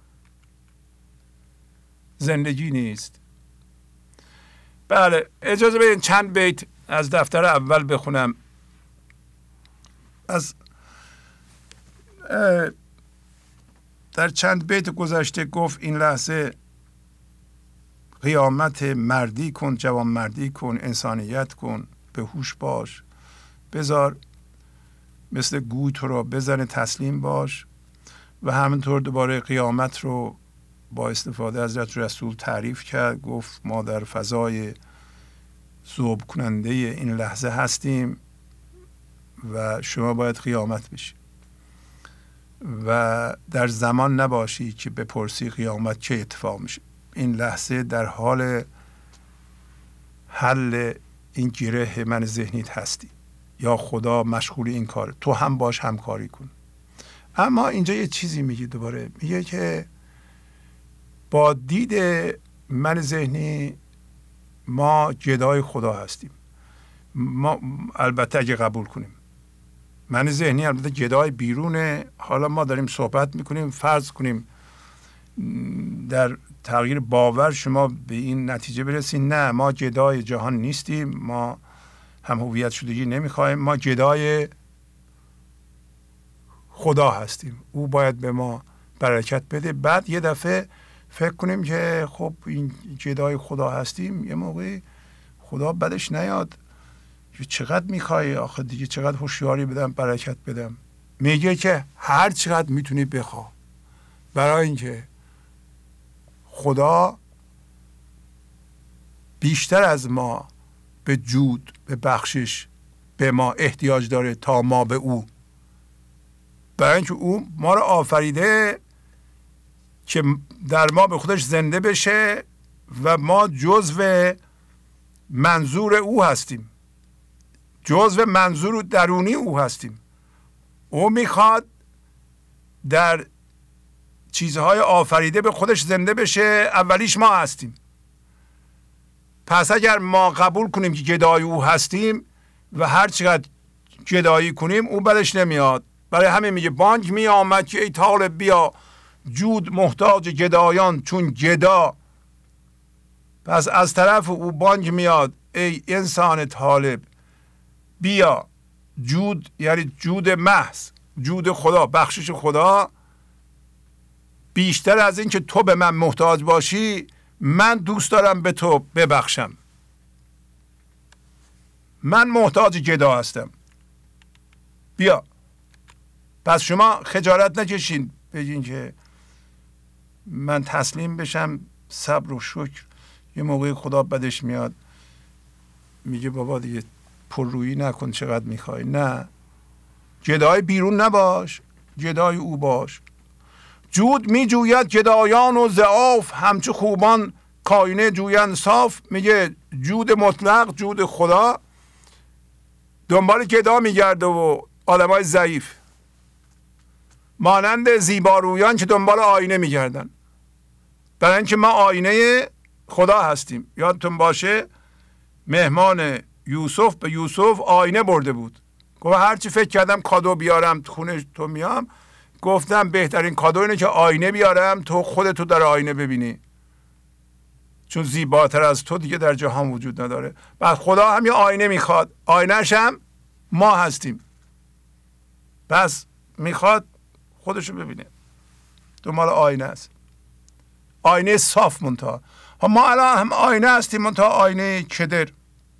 زندگی نیست. بله، اجازه بدین چند بیت از دفتر اول بخونم. از در چند بیت گذشته گفت این لحظه قیامت مردی کن، جوان مردی کن، انسانیت کن، به هوش باش، بذار مثل گوی تو رو بزنه، تسلیم باش. و همینطور دوباره قیامت رو با استفاده از حضرت رسول تعریف کرد. گفت ما در فضای ذوب کننده این لحظه هستیم و شما باید قیامت بشی و در زمان نباشی که بپرسی قیامت چه اتفاق میشه. این لحظه در حال حل این گره من ذهنیت هستی، یا خدا مشغول این کاره، تو هم باش همکاری کن. اما اینجا یه چیزی میگه، دوباره میگه که با دید من ذهنی ما گدای خدا هستیم. ما البته اگه قبول کنیم من ذهنی البته گدای بیرونه. حالا ما داریم صحبت میکنیم، فرض کنیم در تغییر باور شما به این نتیجه برسید نه ما گدای جهان نیستیم، ما هم هویت شدگی نمیخوایم، ما گدای خدا هستیم، او باید به ما برکت بده. بعد یه دفعه فکر کنیم که خب این گدای خدا هستیم، یه موقعی خدا بدش نیاد، چقدر میخوای آخه دیگه، چقدر هوشیاری بدم برکت بدم. میگه که هر چقدر میتونی بخوا، برای اینکه خدا بیشتر از ما به جود، به بخشش، به ما احتیاج داره تا ما به او. برای اینکه او ما رو آفریده که در ما به خودش زنده بشه و ما جزو منظور او هستیم، جزو منظور درونی او هستیم. او میخواد در چیزهای آفریده به خودش زنده بشه، اولیش ما هستیم. پس اگر ما قبول کنیم که گدای او هستیم و هر چقدر گدایی کنیم او بدش نمیاد. برای همین میگه بانگ می آمد که ای طالب بیا، جود محتاج گدایان چون گدا. پس از طرف او بانگ میاد ای انسان طالب بیا، جود یعنی جود محض، جود خدا، بخشش خدا. بیشتر از این که تو به من محتاج باشی، من دوست دارم به تو ببخشم. من محتاج گدا هستم، بیا. پس شما خجالت نکشین بگین که من تسلیم بشم، صبر و شکر. یه موقعی خدا بدش میاد میگه بابا دیگه پررویی نکن، چقدر میخوای. نه، گدای بیرون نباش، گدای او باش. جود میجوید گدایان و ضعاف، همچو خوبان کاینه جویند صاف. میگه جود مطلق، جود خدا دنبال گدا میگرده و آدمای ضعیف، مانند زیبارویان که دنبال آینه میگردن. برای اینکه ما آینه خدا هستیم. یادتون باشه مهمان یوسف به یوسف آینه برده بود، گفت هرچی فکر کردم کادو بیارم خونه تو میام، گفتم بهترین کادو اینه که آینه بیارم تو خودتو در آینه ببینی، چون زیباتر از تو دیگه در جهان وجود نداره. بعد خدا هم یه آینه میخواد، آینه‌ش هم ما هستیم. بس میخواد خودشو ببینه، دنبال آینه است، آینه صاف. منتها ما الان هم آینه هستیم، منتها آینه کدر.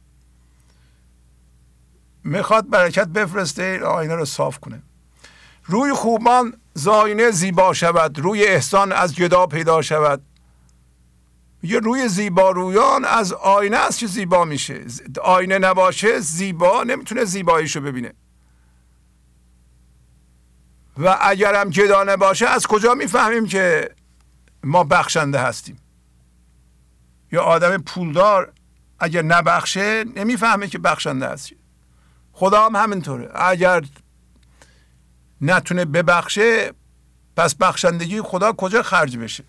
میخواد برکت بفرسته، آینه رو صاف کنه. روی خوبان زاینه زیبا شود، روی احسان از گدا پیدا شود. یه روی زیبارویان از آینه است که زیبا میشه. آینه نباشه زیبا نمیتونه زیباییشو ببینه. و اگرم گدا نباشه از کجا میفهمیم که ما بخشنده هستیم؟ یا آدم پولدار اگر نبخشه نمیفهمه که بخشنده هست. خدا هم همینطوره، اگر نتونه ببخشه پس بخشندگی خدا کجا خرج بشه؟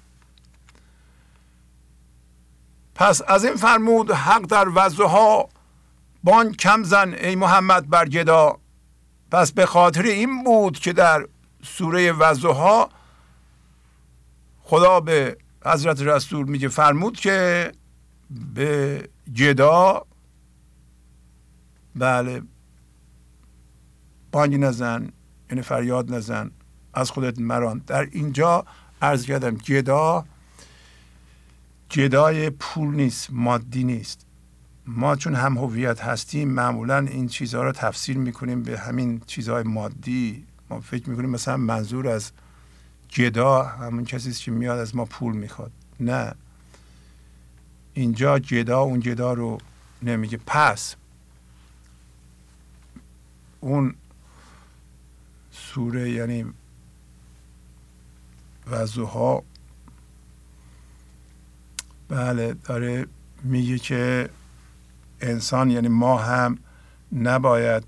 پس از این فرمود حق در وضعها، بان کم زن ای محمد بر گدا. پس به خاطر این بود که در سوره وضعها خدا به حضرت رسول میگه فرمود که به گدا بله بانگ نزن، یعنی فریاد نزن، از خودت مران. در اینجا عرض کردم گدا گدای پول نیست، مادی نیست. ما چون هم هویت هستیم معمولا این چیزها رو تفسیر میکنیم به همین چیزهای مادی. ما فکر میکنیم مثلا منظور از گدا همون کسی است که میاد از ما پول میخواد. نه، اینجا گدا اون گدا رو نمیگه. پس اون سوره یعنی وضعها بله داره میگه که انسان یعنی ما هم نباید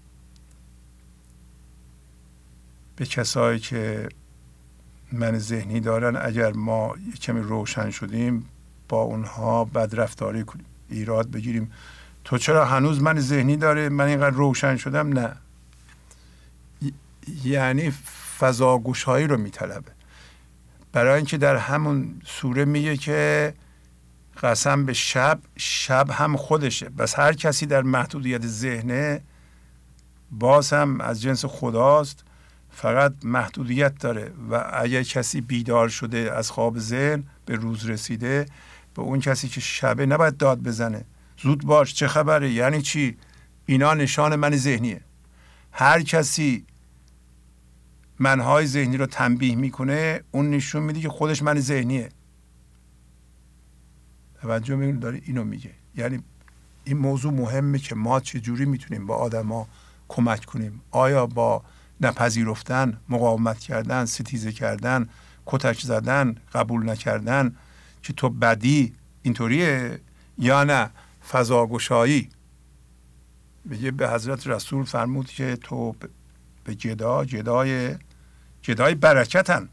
به کسایی که من ذهنی دارن اگر ما کمی روشن شدیم با اونها بدرفتاری کنیم، ایراد بگیریم. تو چرا هنوز من ذهنی داره، من اینقدر روشن شدم؟ نه، یعنی فضاگوشایی رو میطلبه. برای اینکه در همون سوره میگه که قسم به شب، شب هم خودشه. بس هر کسی در محدودیت ذهنه باز هم از جنس خداست، فقط محدودیت داره. و اگر کسی بیدار شده از خواب ذهن به روز رسیده، به اون کسی که شبه نباید داد بزنه زود باش چه خبره، یعنی چی؟ اینا نشان من ذهنیه. هر کسی منهای ذهنی رو تنبیه میکنه اون نشون میده که خودش من ذهنیه. توجه میکنید داره اینو میگه. یعنی این موضوع مهمه که ما چجوری میتونیم با آدما کمک کنیم. آیا با نپذیرفتن، مقاومت کردن، ستیزه کردن، کتک زدن، قبول نکردن که تو بدی اینطوریه، یا نه فضاگشایی؟ بگه به حضرت رسول فرمود که تو به جدا جدای جدای برکتن.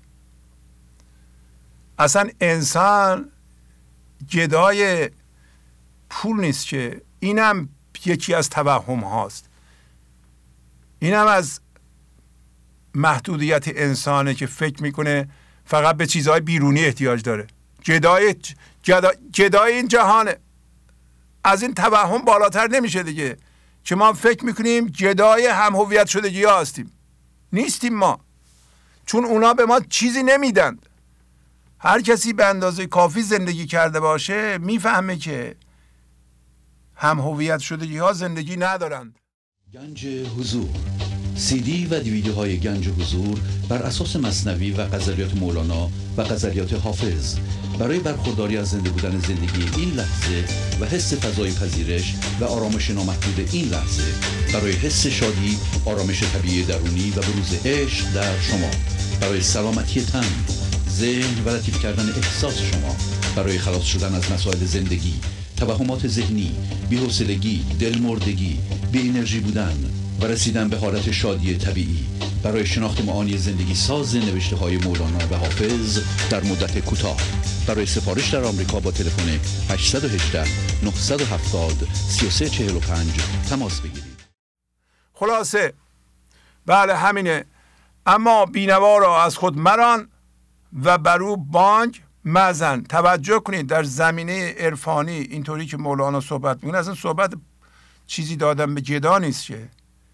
اصلا انسان جدای پول نیست، که اینم یکی از توهم هاست. اینم از محدودیت انسانه که فکر میکنه فقط به چیزهای بیرونی احتیاج داره. جدای جدا جدای این جهانه. از این توهم بالاتر نمیشه دیگه، که ما فکر میکنیم جدای هم هویت شدگی ها هستیم. نیستیم ما، چون اونا به ما چیزی نمیدند. هر کسی به اندازه کافی زندگی کرده باشه میفهمه که هم هویت شدگی ها زندگی ندارند. گنج حضور، سی دی و دیویدیوهای گنج حضور بر اساس مثنوی و غزلیات مولانا و غزلیات حافظ، برای برخورداری از زنده بودن زندگی این لحظه و حس فضای پذیرش و آرامش نامحدود این لحظه، برای حس شادی، آرامش طبیعی درونی و بروز عشق در شما، برای سلامتی تن، ذهن و لطیف کردن احساس شما، برای خلاص شدن از مسائل زندگی، توهمات ذهنی، بی‌حوصلگی، دلمردگی، بی انرژی بودن و رسیدن به حالت شادی طبیعی، برای شناخت معانی زندگی ساز نوشته های مولانا و حافظ در مدت کوتاه. برای سفارش در آمریکا با تلفن هشت یک هشت نه هفت صفر سه سه چهار پنج تماس بگیرید. خلاصه بله همینه. اما بینوا را از خود مران و برو بانگ مزن. توجه کنید در زمینه عرفانی اینطوری که مولانا صحبت میکنه، اصلا صحبت چیزی دادن به جدا نیست، که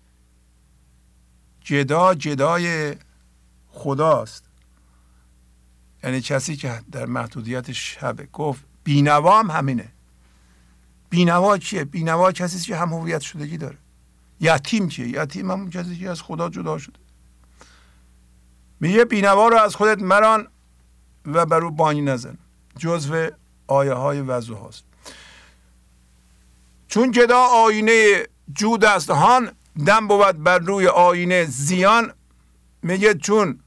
جدا جدای خداست. یعنی کسی که در محدودیت شبه گفت بینوا هم همینه. بینوا کیه؟ بینوا کسی که هم هویت شدگی داره. یتیم کیه؟ یتیم همون کسی که از خدا جدا شده. میگه بینوا رو از خودت مران و برو بانی نزن. جزو آیه های وضوح هاست. چون جدا آینه جود است هان، دم بود بر روی آینه زیان. میگه چون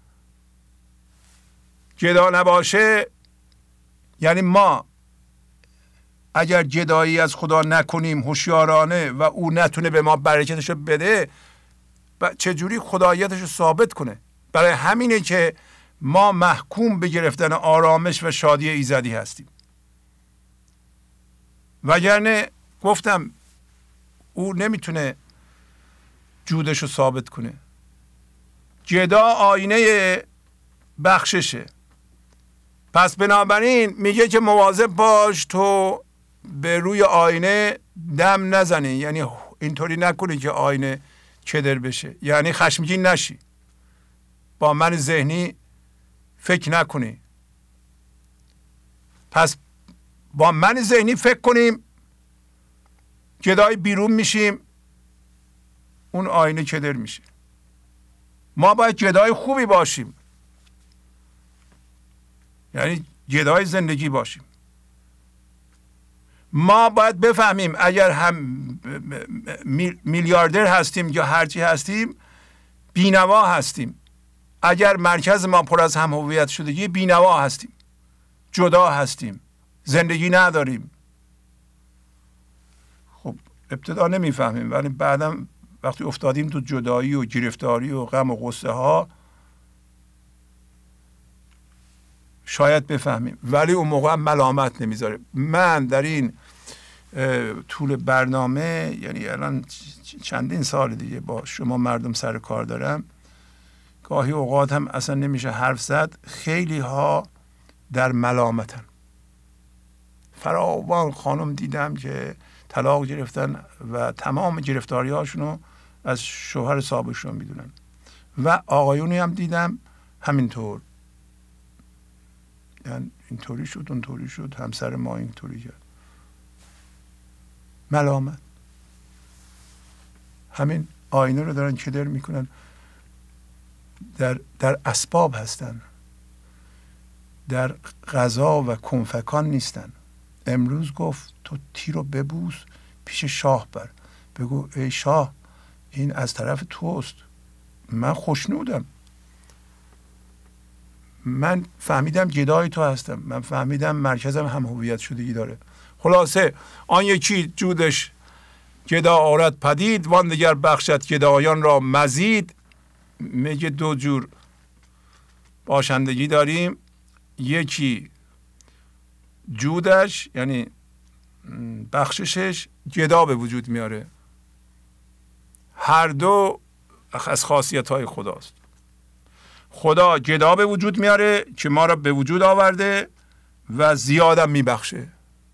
جدا نباشه، یعنی ما اگر جدایی از خدا نکنیم هوشیارانه و او نتونه به ما برکتشو بده، چجوری خداییتشو ثابت کنه؟ برای همینه که ما محکوم به گرفتن آرامش و شادی ایزدی هستیم. وگرنه گفتم او نمیتونه جودشو ثابت کنه. جدا آینه بخششه. پس بنابراین میگه که مواظب باش تو به روی آینه دم نزنی، یعنی اینطوری نکنی که آینه کدر بشه، یعنی خشمگین نشی، با من ذهنی فکر نکنی. پس با من ذهنی فکر کنیم، جدای بیرون میشیم، اون آینه کدر میشه. ما باید جدای خوبی باشیم، یعنی جدای زندگی باشیم. ما باید بفهمیم اگر هم میلیاردر هستیم یا هرچی هستیم، بینوا هستیم. اگر مرکز ما پر از هم هویت شدگی، بینوا هستیم، جدا هستیم، زندگی نداریم. خب ابتدا نمیفهمیم، ولی بعدا وقتی افتادیم تو جدایی و گرفتاری و غم و غصه ها شاید بفهمیم، ولی اون موقع هم ملامت نمیذاره. من در این طول برنامه، یعنی الان چندین سال دیگه با شما مردم سر کار دارم، گاهی اوقات هم اصلا نمیشه حرف زد. خیلی ها در ملامتن. فراوان خانم دیدم که طلاق گرفتن و تمام گرفتاری هاشونو از شوهر سابقشون میدونن و آقایونی هم دیدم همینطور، یعنی اینطوری شد اونطوری شد، همسر ما اینطوری کرد. ملامت. همین آینه رو دارن کدر میکنن. در در اسباب هستن، در غذا و کنفکان نیستن. امروز گفت تو تیر رو ببوس پیش شاه بر، بگو ای شاه این از طرف توست، من خوشنودم، من فهمیدم گدای تو هستم، من فهمیدم مرکزم هم هویت شدگی داره. خلاصه آن یکی جودش گدا آرد پدید، وان دیگر بخشد گدایان را مزید. میگه دو جور باشندگی داریم، یکی جودش یعنی بخششش گدا به وجود میاره. هر دو از خاصیت های خداست. خدا گدا به وجود میاره که ما را به وجود آورده و زیادم میبخشه.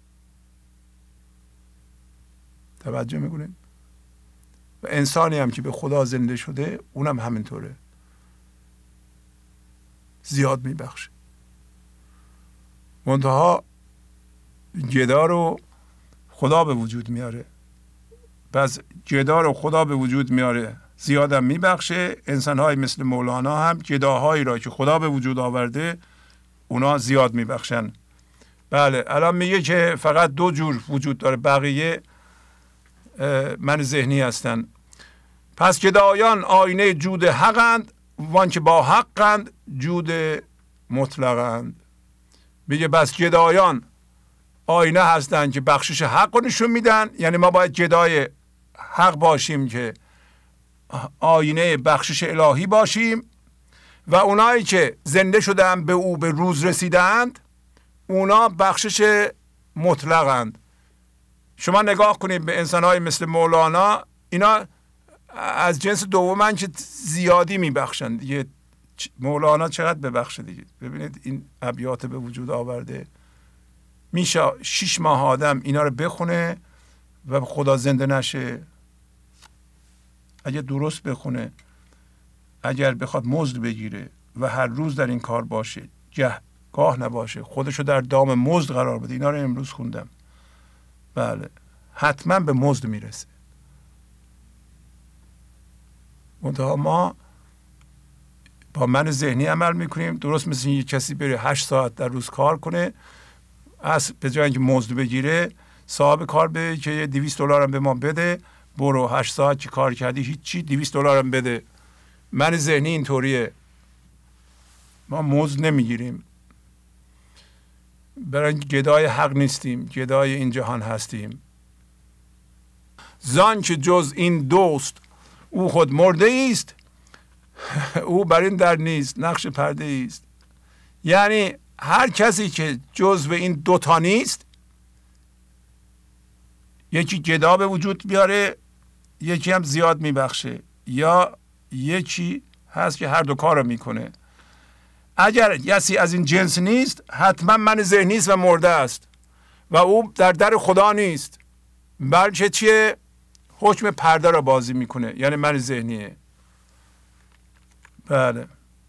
توجه میکنید؟ و انسانی هم که به خدا زنده شده اونم همینطوره، زیاد میبخشه. منتها گدا رو خدا به وجود میاره، پس گدا رو خدا به وجود میاره، زیادم میبخشه. انسان های مثل مولانا هم گداهایی را که خدا به وجود آورده اونا زیاد میبخشن. بله الان میگه که فقط دو جور وجود داره، بقیه من ذهنی هستن. پس گدایان آینه جود حقند، وان که با حقند جود مطلقند. میگه بس گدایان آینه هستن که بخشش حق رو نشون میدن، یعنی ما باید گدای حق باشیم که آینه بخشش الهی باشیم، و اونایی که زنده شدن به او به روز رسیدند اونا بخشش مطلقند. شما نگاه کنید به انسان‌های مثل مولانا، اینا از جنس دومن که زیادی میبخشند دیگه. مولانا چقدر ببخشه دیگه. ببینید این ابیات به وجود آورده، میشه شش ماه آدم اینا رو بخونه و خدا زنده نشه. اگه درست بخونه، اگر بخواد مزد بگیره و هر روز در این کار باشه، گه گاه نباشه، خودشو در دام مزد قرار بده. اینا رو امروز خوندم. بله حتما به مزد میرسه. منتها ما با من ذهنی عمل میکنیم، درست مثل یک کسی بره هشت ساعت در روز کار کنه، از به جای اینکه مزد بگیره صاحب کار به که دویست دلار هم به ما بده، برو هشت ساعت که کار کردی هیچی، دویست دلار هم بده. من ذهنی اینطوریه، ما مزد نمیگیریم، برای گدای حق نیستیم، گدای این جهان هستیم. زان که جز این دوست او خود مرده است، او بر این در نیست نقش پرده است. یعنی هر کسی که جزو این دوتا نیست، یکی گدا به وجود بیاره، یکی هم زیاد میبخشه، یا یکی هست که هر دو کار رو میکنه. اگر کسی از این جنس نیست، حتما من ذهنی است و مرده است و او در در خدا نیست، بلکه چیه؟ حکم پرده را بازی میکنه، یعنی من ذهنیه. بله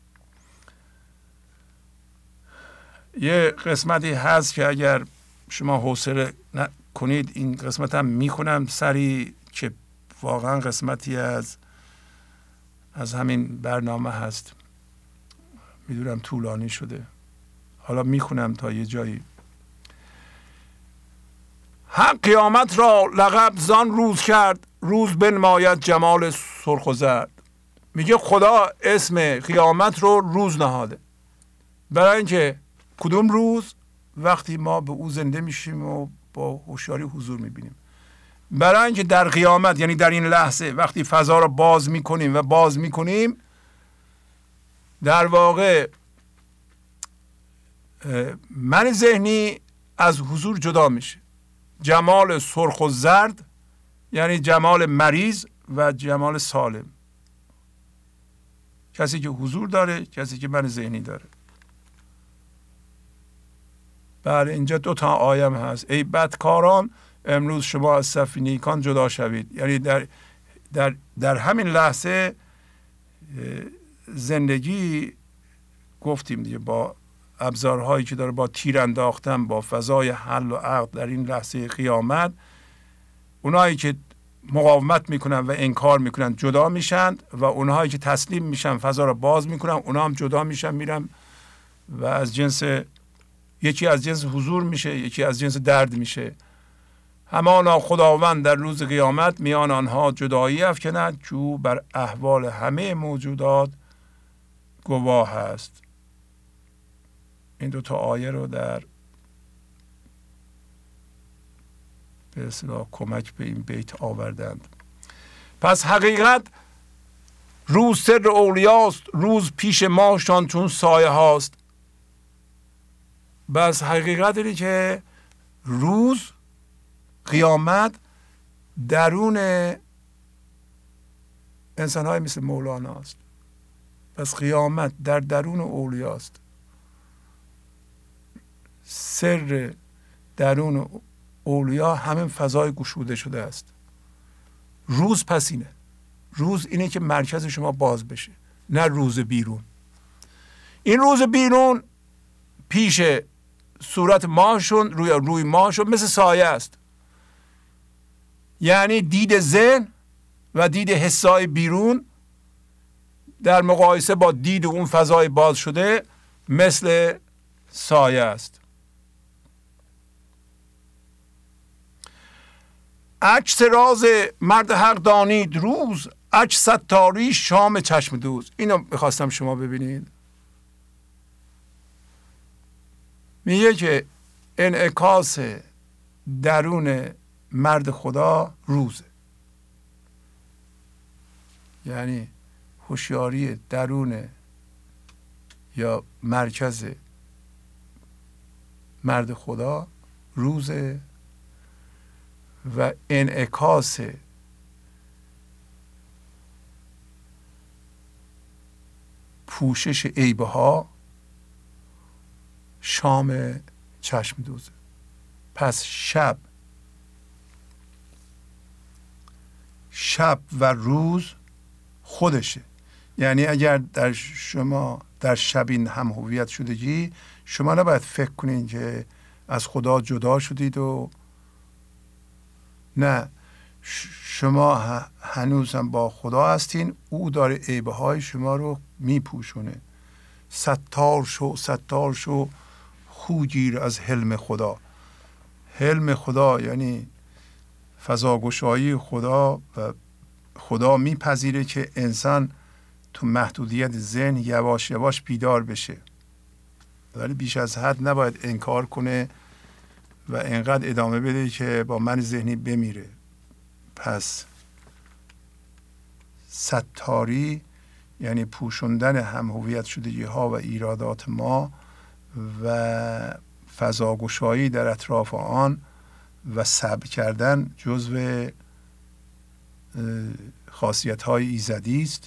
یه قسمتی هست که اگر شما حوصله کنید این قسمت هم میخونم سری، که واقعا قسمتی از از همین برنامه هست. میدونم طولانی شده، حالا میخونم تا یه جایی. حق قیامت را لقب زان روز کرد، روز بنماید جمال سرخ و زرد. میگه خدا اسم قیامت رو روز نهاده، برای اینکه کدوم روز؟ وقتی ما به او زنده میشیم و با هوشیاری حضور میبینیم. برای اینکه در قیامت، یعنی در این لحظه، وقتی فضا رو باز میکنیم و باز میکنیم، در واقع من ذهنی از حضور جدا میشه. جمال سرخ و زرد یعنی جمال مریض و جمال سالم. کسی که حضور داره، کسی که من ذهنی داره. بله اینجا دو تا آیم هست. ای بدکاران امروز شما از صف نیکان جدا شوید. یعنی در در در همین لحظه زندگی گفتیم دیگه با ابزارهایی که داره، با تیر انداختن، با فضای حل و عقد در این لحظه قیامت، اونایی که مقاومت میکنن و انکار میکنن جدا میشن و اونهایی که تسلیم میشن فضا رو باز میکنن اونها هم جدا میشن، میرن و از جنس، یکی از جنس حضور میشه، یکی از جنس درد میشه. همانا خداوند در روز قیامت میان آنها جدایی افکند که او بر احوال همه موجودات گواه است. این دو تا آیه رو در به اصطلاح کمک به این بیت آوردند. پس حقیقت روز سر اولیاست، روز پیش ماشان چون سایه هاست. بس حقیقت اینه که روز، قیامت درون انسان های مثل مولانا است. پس قیامت در درون اولیاست. سر درون اولیا همین فضای گشوده شده است. روز پس اینه. روز اینه که مرکز شما باز بشه، نه روز بیرون. این روز بیرون پیش صورت ماهشون، روی روی ماهشون مثل سایه است. یعنی دید ذهن و دید حسای بیرون در مقایسه با دید اون فضای باز شده مثل سایه است. عکس راز مرد حق دانید روز، عکس ستاری شام چشم دوز. اینو میخواستم شما ببینید. میگه که انعکاس درون مرد خدا روزه. یعنی هوشیاری درون یا مرکز مرد خدا روزه و انعکاس پوشش عیبه ها شام چشم دوزه. پس شب شب و روز خودشه. یعنی اگر در شما در شبین هم هویت شدگی، شما نباید فکر کنین که از خدا جدا شدید و نه، شما هنوز هم با خدا هستین. او داره عیبه های شما رو میپوشونه. ستار شو ستار شو خوگیر از حلم خدا. حلم خدا یعنی فضاگشایی خدا و خدا میپذیره که انسان تو محدودیت ذهن یواش یواش بیدار بشه، ولی بیش از حد نباید انکار کنه و انقدر ادامه بده که با من ذهنی بمیره. پس ستاری یعنی پوشوندن هم هویت شدگی ها و ایرادات ما و فضاگشایی در اطراف آن و صبر کردن جزو خاصیت های ایزدی است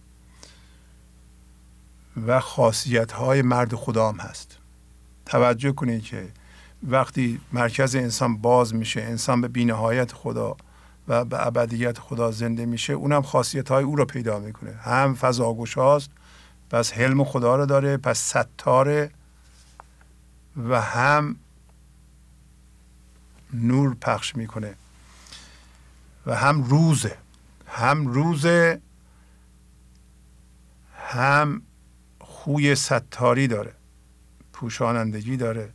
و خاصیت های مرد خدا هم هست. توجه کنید که وقتی مرکز انسان باز میشه، انسان به بی‌نهایت خدا و به ابدیت خدا زنده میشه، اونم خاصیت های او رو پیدا میکنه. هم فضاگشاست، پس حلم خدا رو داره، پس ستاره، و هم نور پخش میکنه و هم روزه. هم روزه هم خوی ستاری داره، پوشانندگی داره.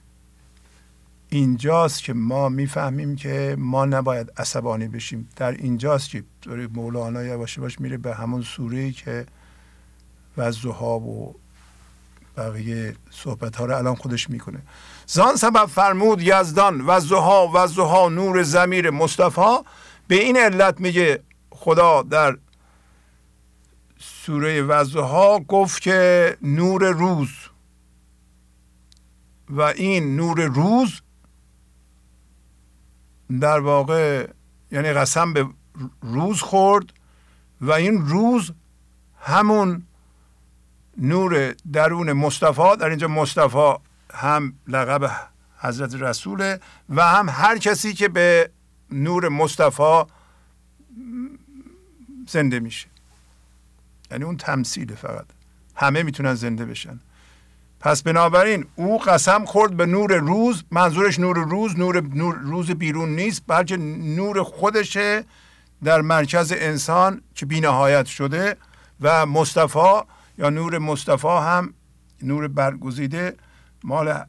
اینجاست که ما میفهمیم که ما نباید عصبانی بشیم. در اینجاست که مولانا یواش یواش میره به همون سوره‌ای که والضحی و بقیه صحبت ها رو الان خودش میکنه. زان سبب فرمود یزدان والضحی والضحی نور ضمیر مصطفی. به این علت میگه خدا در سوره والضحی گفت که نور روز، و این نور روز در واقع یعنی قسم به روز خورد و این روز همون نور درون مصطفی، در اینجا مصطفی هم لقب حضرت رسوله و هم هر کسی که به نور مصطفی زنده میشه، یعنی اون تمثیله، فقط همه میتونن زنده بشن. پس بنابراین او قسم خورد به نور روز، منظورش نور روز نور, نور روز بیرون نیست، بلکه نور خودشه در مرکز انسان که بی‌نهایت شده، و مصطفی یا نور مصطفی هم نور برگزیده مال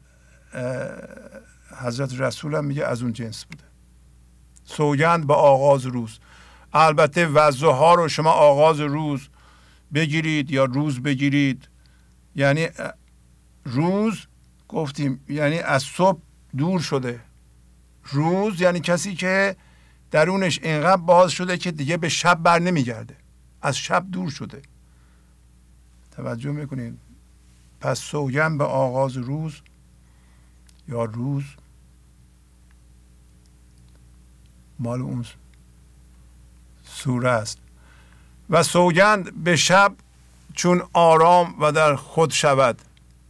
حضرت رسول هم میگه از اون جنس بوده. سوگند به آغاز روز. البته وضوها رو شما آغاز روز بگیرید یا روز بگیرید، یعنی روز گفتیم یعنی از صبح دور شده. روز یعنی کسی که درونش اینقدر باز شده که دیگه به شب بر نمیگرده، از شب دور شده. توجه میکنید؟ پس سوگند به آغاز روز یا روز مال اون سوره است. و سوگند به شب چون آرام و در خود شود.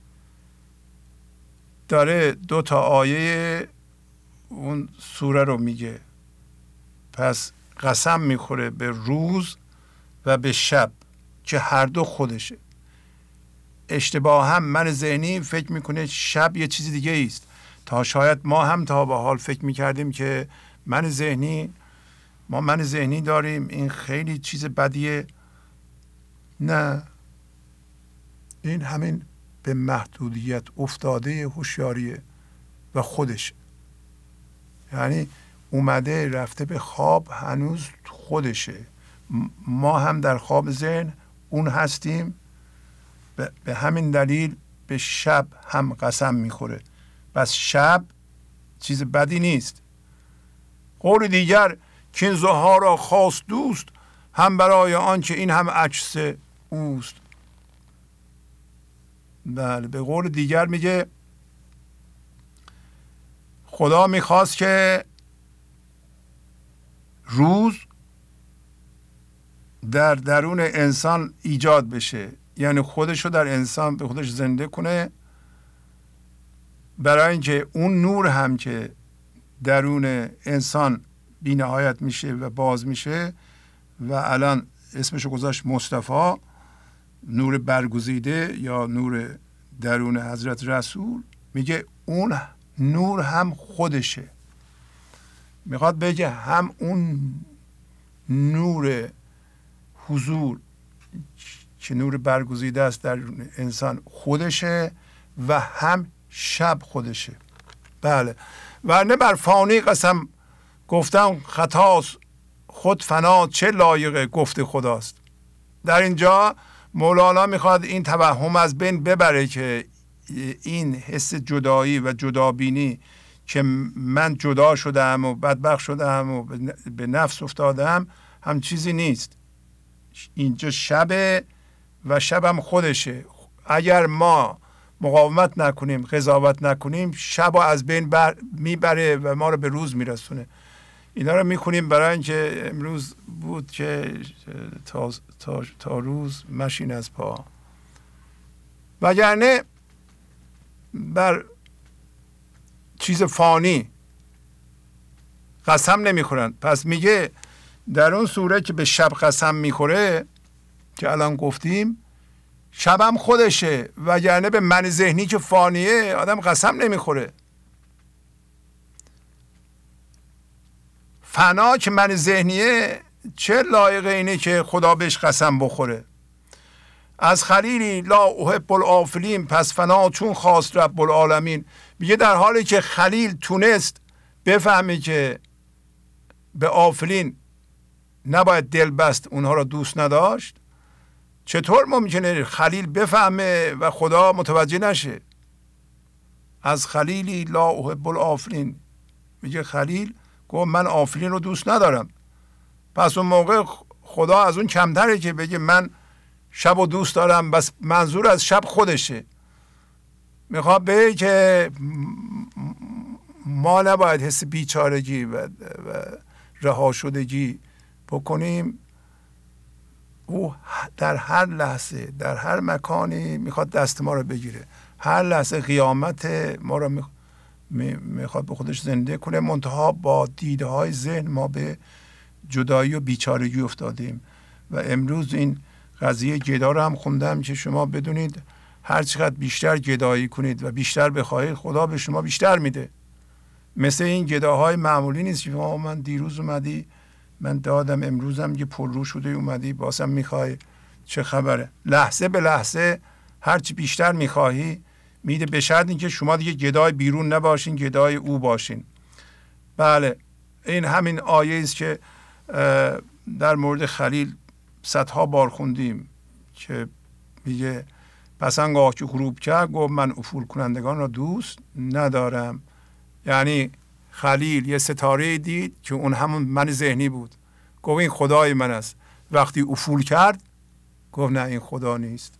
داره دو تا آیه اون سوره رو میگه. پس قسم میخوره به روز و به شب که هر دو خودشه. اشتباه هم من ذهنی فکر میکنه شب یه چیز دیگه است، تا شاید ما هم تا به حال فکر میکردیم که من ذهنی ما من ذهنی داریم، این خیلی چیز بدیه. نه، این همین به محدودیت افتاده هوشیاریه و خودش، یعنی اومده رفته به خواب، هنوز خودشه. ما هم در خواب ذهن اون هستیم، به همین دلیل به شب هم قسم میخوره. بس شب چیز بدی نیست. قول دیگر که این زها را خواست دوست، هم برای آن که این هم عکس اوست. بله، به قول دیگر میگه خدا میخواست که روز در درون انسان ایجاد بشه، یعنی خودشو در انسان به خودش زنده کنه، برای اینکه اون نور هم که درون انسان بی نهایت میشه و باز میشه و الان اسمشو گذاشت مصطفی، نور برگزیده یا نور درون حضرت رسول، میگه اون نور هم خودشه. میخواد بگه هم اون نور حضور که نور برگزیده است در انسان خودشه و هم شب خودشه. بله، ورنه بر فانی قسم گفتم خطاست، خود فنا چه لایق گفت خداست. در اینجا مولانا میخواد این توهم از بین ببره که این حس جدایی و جدابینی که من جدا شدم و بدبخت شدم و به نفس افتادم هم چیزی نیست. اینجا شبه و شبم خودشه. اگر ما مقاومت نکنیم، قضاوت نکنیم، شب از بین بر میبره و ما رو به روز میرسونه. اینا رو میکنیم برای اینکه امروز بود که تا, تا, تا روز مشین از پا، وگرنه بر چیز فانی قسم نمیخورن. پس میگه در اون سوره که به شب قسم میخوره که الان گفتیم، شبم خودشه، وگرنه به من ذهنی که فانیه آدم قسم نمیخوره. فنا که من ذهنیه چه لایق اینه که خدا بهش قسم بخوره. از خلیلی لا احب الآفلین، پس فنا چون خواست رب العالمین. میگه در حالی که خلیل تونست بفهمی که به آفلین نباید دل بست، اونها را دوست نداشت، چطور ممکنه خلیل بفهمه و خدا متوجه نشه؟ از خلیلی لا احب الآفلین، میگه خلیل گفت من آفلین رو دوست ندارم. پس اون موقع خدا از اون کمتره که بگه من شب رو دوست دارم، بس منظور از شب خودشه. میخواد بگه که ما نباید حس بیچارگی و, و رها شدگی بکنیم. او در هر لحظه در هر مکانی میخواد دست ما رو بگیره. هر لحظه قیامت ما رو میخواد به خودش زنده کنه. منتها با دیده های ذهن ما به جدایی و بیچارگی افتادیم. و امروز این قضیه گدا رو هم خوندم که شما بدونید هر چقدر بیشتر گدایی کنید و بیشتر بخواهید خدا به شما بیشتر میده. مثل این گداهای معمولی نیست که من دیروز اومدی من دادم امروزم که پر رو شده اومدی بازم میخوای چه خبره. لحظه به لحظه هرچی بیشتر میخواهی میده، به شرط اینکه شما دیگه گدای بیرون نباشین، گدای او باشین. بله این همین آیه است که در مورد خلیل صدها بار خوندیم که میگه پس آنگاه که غروب کرد گفت من افول کنندگان را دوست ندارم. یعنی خلیل یه ستاره دید که اون همون من ذهنی بود، گفت این خدای من است. وقتی افول کرد گفت نه این خدا نیست.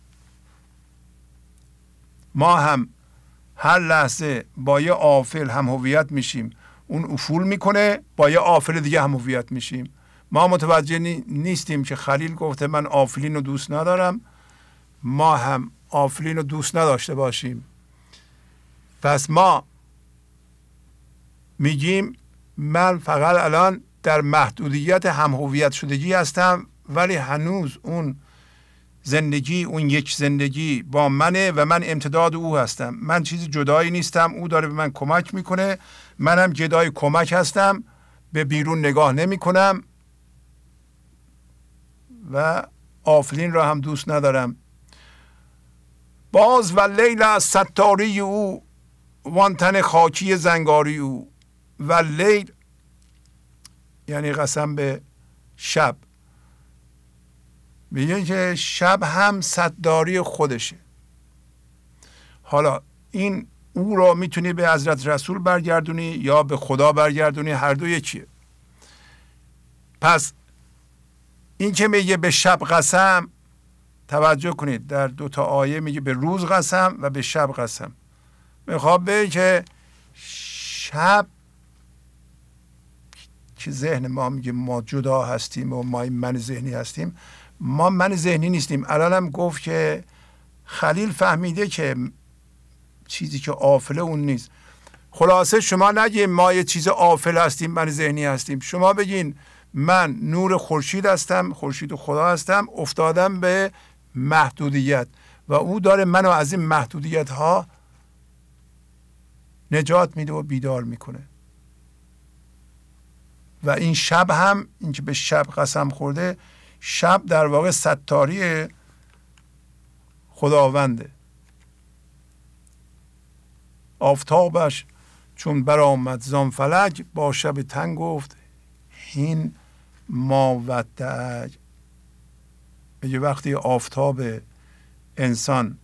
ما هم هر لحظه با یه آفل هم هویت میشیم، اون افول میکنه با یه آفل دیگه هم هویت میشیم. ما متوجه نیستیم که خلیل گفته من آفلین رو دوست ندارم، ما هم آفلین رو دوست نداشته باشیم. پس ما میگیم من فقط الان در محدودیت هم هویت شدگی هستم، ولی هنوز اون زندگی اون یک زندگی با منه و من امتداد او هستم. من چیز جدایی نیستم، او داره به من کمک میکنه، منم جدای کمک هستم، به بیرون نگاه نمی کنم و آفلین را هم دوست ندارم. باز و لیل از ستاری او وان تن خاکی زنگاری او. و لیل یعنی قسم به شب، میگه که شب هم ستاری خودشه. حالا این او را میتونی به حضرت رسول برگردونی یا به خدا برگردونی، هر دو یکیه. پس این که میگه به شب قسم، توجه کنید در دو تا آیه میگه به روز قسم و به شب قسم. میخواد بگه که شب که ذهن ما میگه ما جدا هستیم و ما من ذهنی هستیم، ما من ذهنی نیستیم. الانم گفت که خلیل فهمیده که چیزی که آفله اون نیست. خلاصه شما نگید ما یه چیز آفل هستیم من ذهنی هستیم، شما بگین من نور خورشید هستم، خورشید خدا هستم، افتادم به محدودیت و او داره منو از این محدودیت ها نجات میده و بیدار میکنه. و این شب هم این که به شب قسم خورده، شب در واقع ستاری خداونده. آفتابش چون برآمد زان فلک، با شب تنگ گفت هین ما ودعک. میگه وقتی آفتاب انسان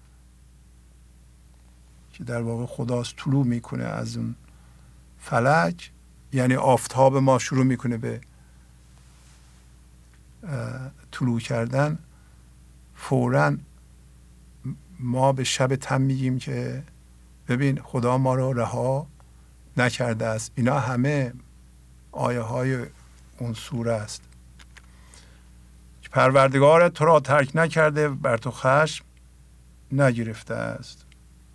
که در واقع خداست طلوع میکنه از اون فلک، یعنی آفتاب ما شروع میکنه به طلوع کردن، فوراً ما به شب تن میگیم که ببین خدا ما رو رها نکرده است. اینا همه آیه های اون سوره است. پروردگار تو را ترک نکرده، بر تو خشم نگرفته است.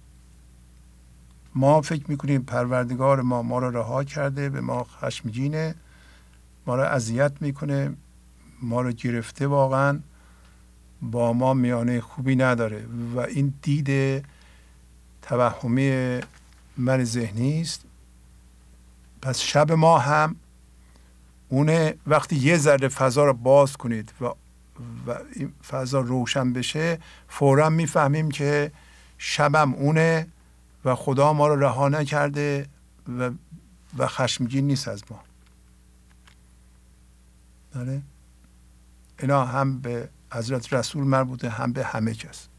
ما فکر میکنیم پروردگار ما ما را رها کرده، به ما خشمگینه، ما را اذیت میکنه، ما را گرفته، واقعا با ما میانه خوبی نداره. و این دید توهمی من ذهنی است. پس شب ما هم اونه. وقتی یه ذره فضا رو باز کنید و و این فضا روشن بشه، فوراً میفهمیم که شبم اونه و خدا ما رو رها نکرده و و خشمگین نیست از ما. داره؟ اینا هم به حضرت رسول مربوطه، هم به همه کس.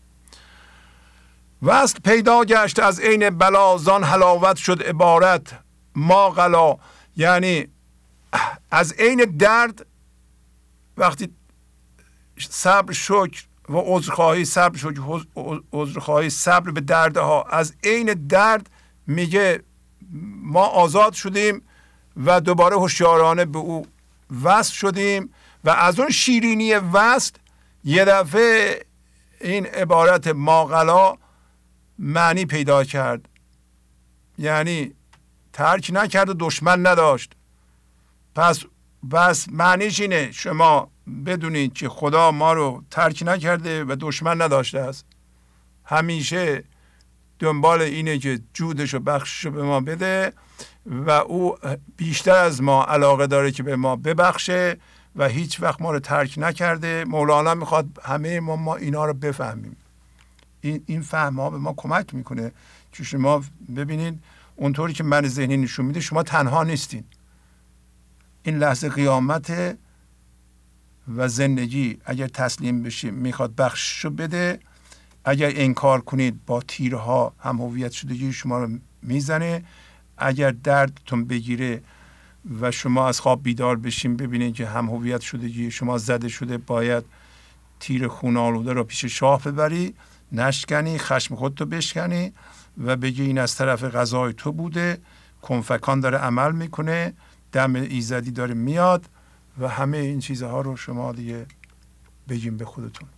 وصل پیدا گشت از عین بلا، زان حلاوت شد عبارت ما غلا. یعنی از عین درد وقتی صبر شکر و عذرخواهی، صبر شکر عذرخواهی، صبر به دردها، از عین درد میگه ما آزاد شدیم و دوباره هوشیارانه به او وصل شدیم و از اون شیرینی وصل یه دفعه این عبارت ماغلا معنی پیدا کرد، یعنی ترک نکرد و دشمن نداشت. پس بس معنیش اینه شما بدونید که خدا ما رو ترک نکرده و دشمن نداشته است. همیشه دنبال اینه که جودش و بخشش رو به ما بده و او بیشتر از ما علاقه داره که به ما ببخشه و هیچ وقت ما رو ترک نکرده. مولانا میخواد همه ما, ما اینا رو بفهمیم. این این فهم ها به ما کمک میکنه که شما ببینید اونطوری که من ذهنی نشون میده شما تنها نیستین. این لحظه قیامت و زندگی اگر تسلیم بشیم میخواد بخششو بده. اگر انکار کنید با تیرها هم هویت شدگی شما رو میزنه. اگر دردتون بگیره و شما از خواب بیدار بشین ببینید که هم هویت شدگی شما زده شده، باید تیر خون آلوده رو پیش شاه ببری، نشکنی، خشم خودتو بشکنی و بگی این از طرف قضای تو بوده، کنفکان داره عمل میکنه، دم ایزدی داره میاد و همه این چیزها رو شما دیگه بگیم به خودتون.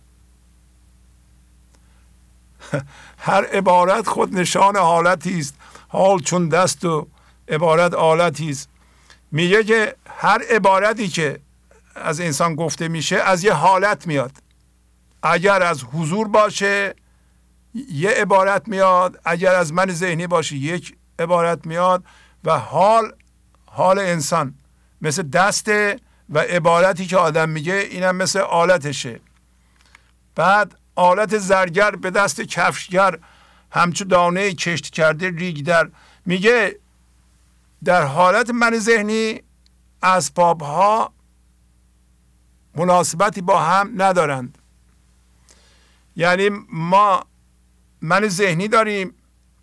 هر عبارت خود نشان حالتی است، حال چون دست و عبارت آلتی است. میگه که هر عبارتی که از انسان گفته میشه از یه حالت میاد. اگر از حضور باشه یه عبارت میاد، اگر از من ذهنی باشه یک عبارت میاد و حال حال انسان مثل دسته و عبارتی که آدم میگه اینم مثل آلتشه. بعد آلت زرگر به دست کفشگر همچون دانه کشت کرده ریگ در. میگه در حالت من ذهنی اسباب ها مناسبتی با هم ندارند. یعنی ما من ذهنی داریم،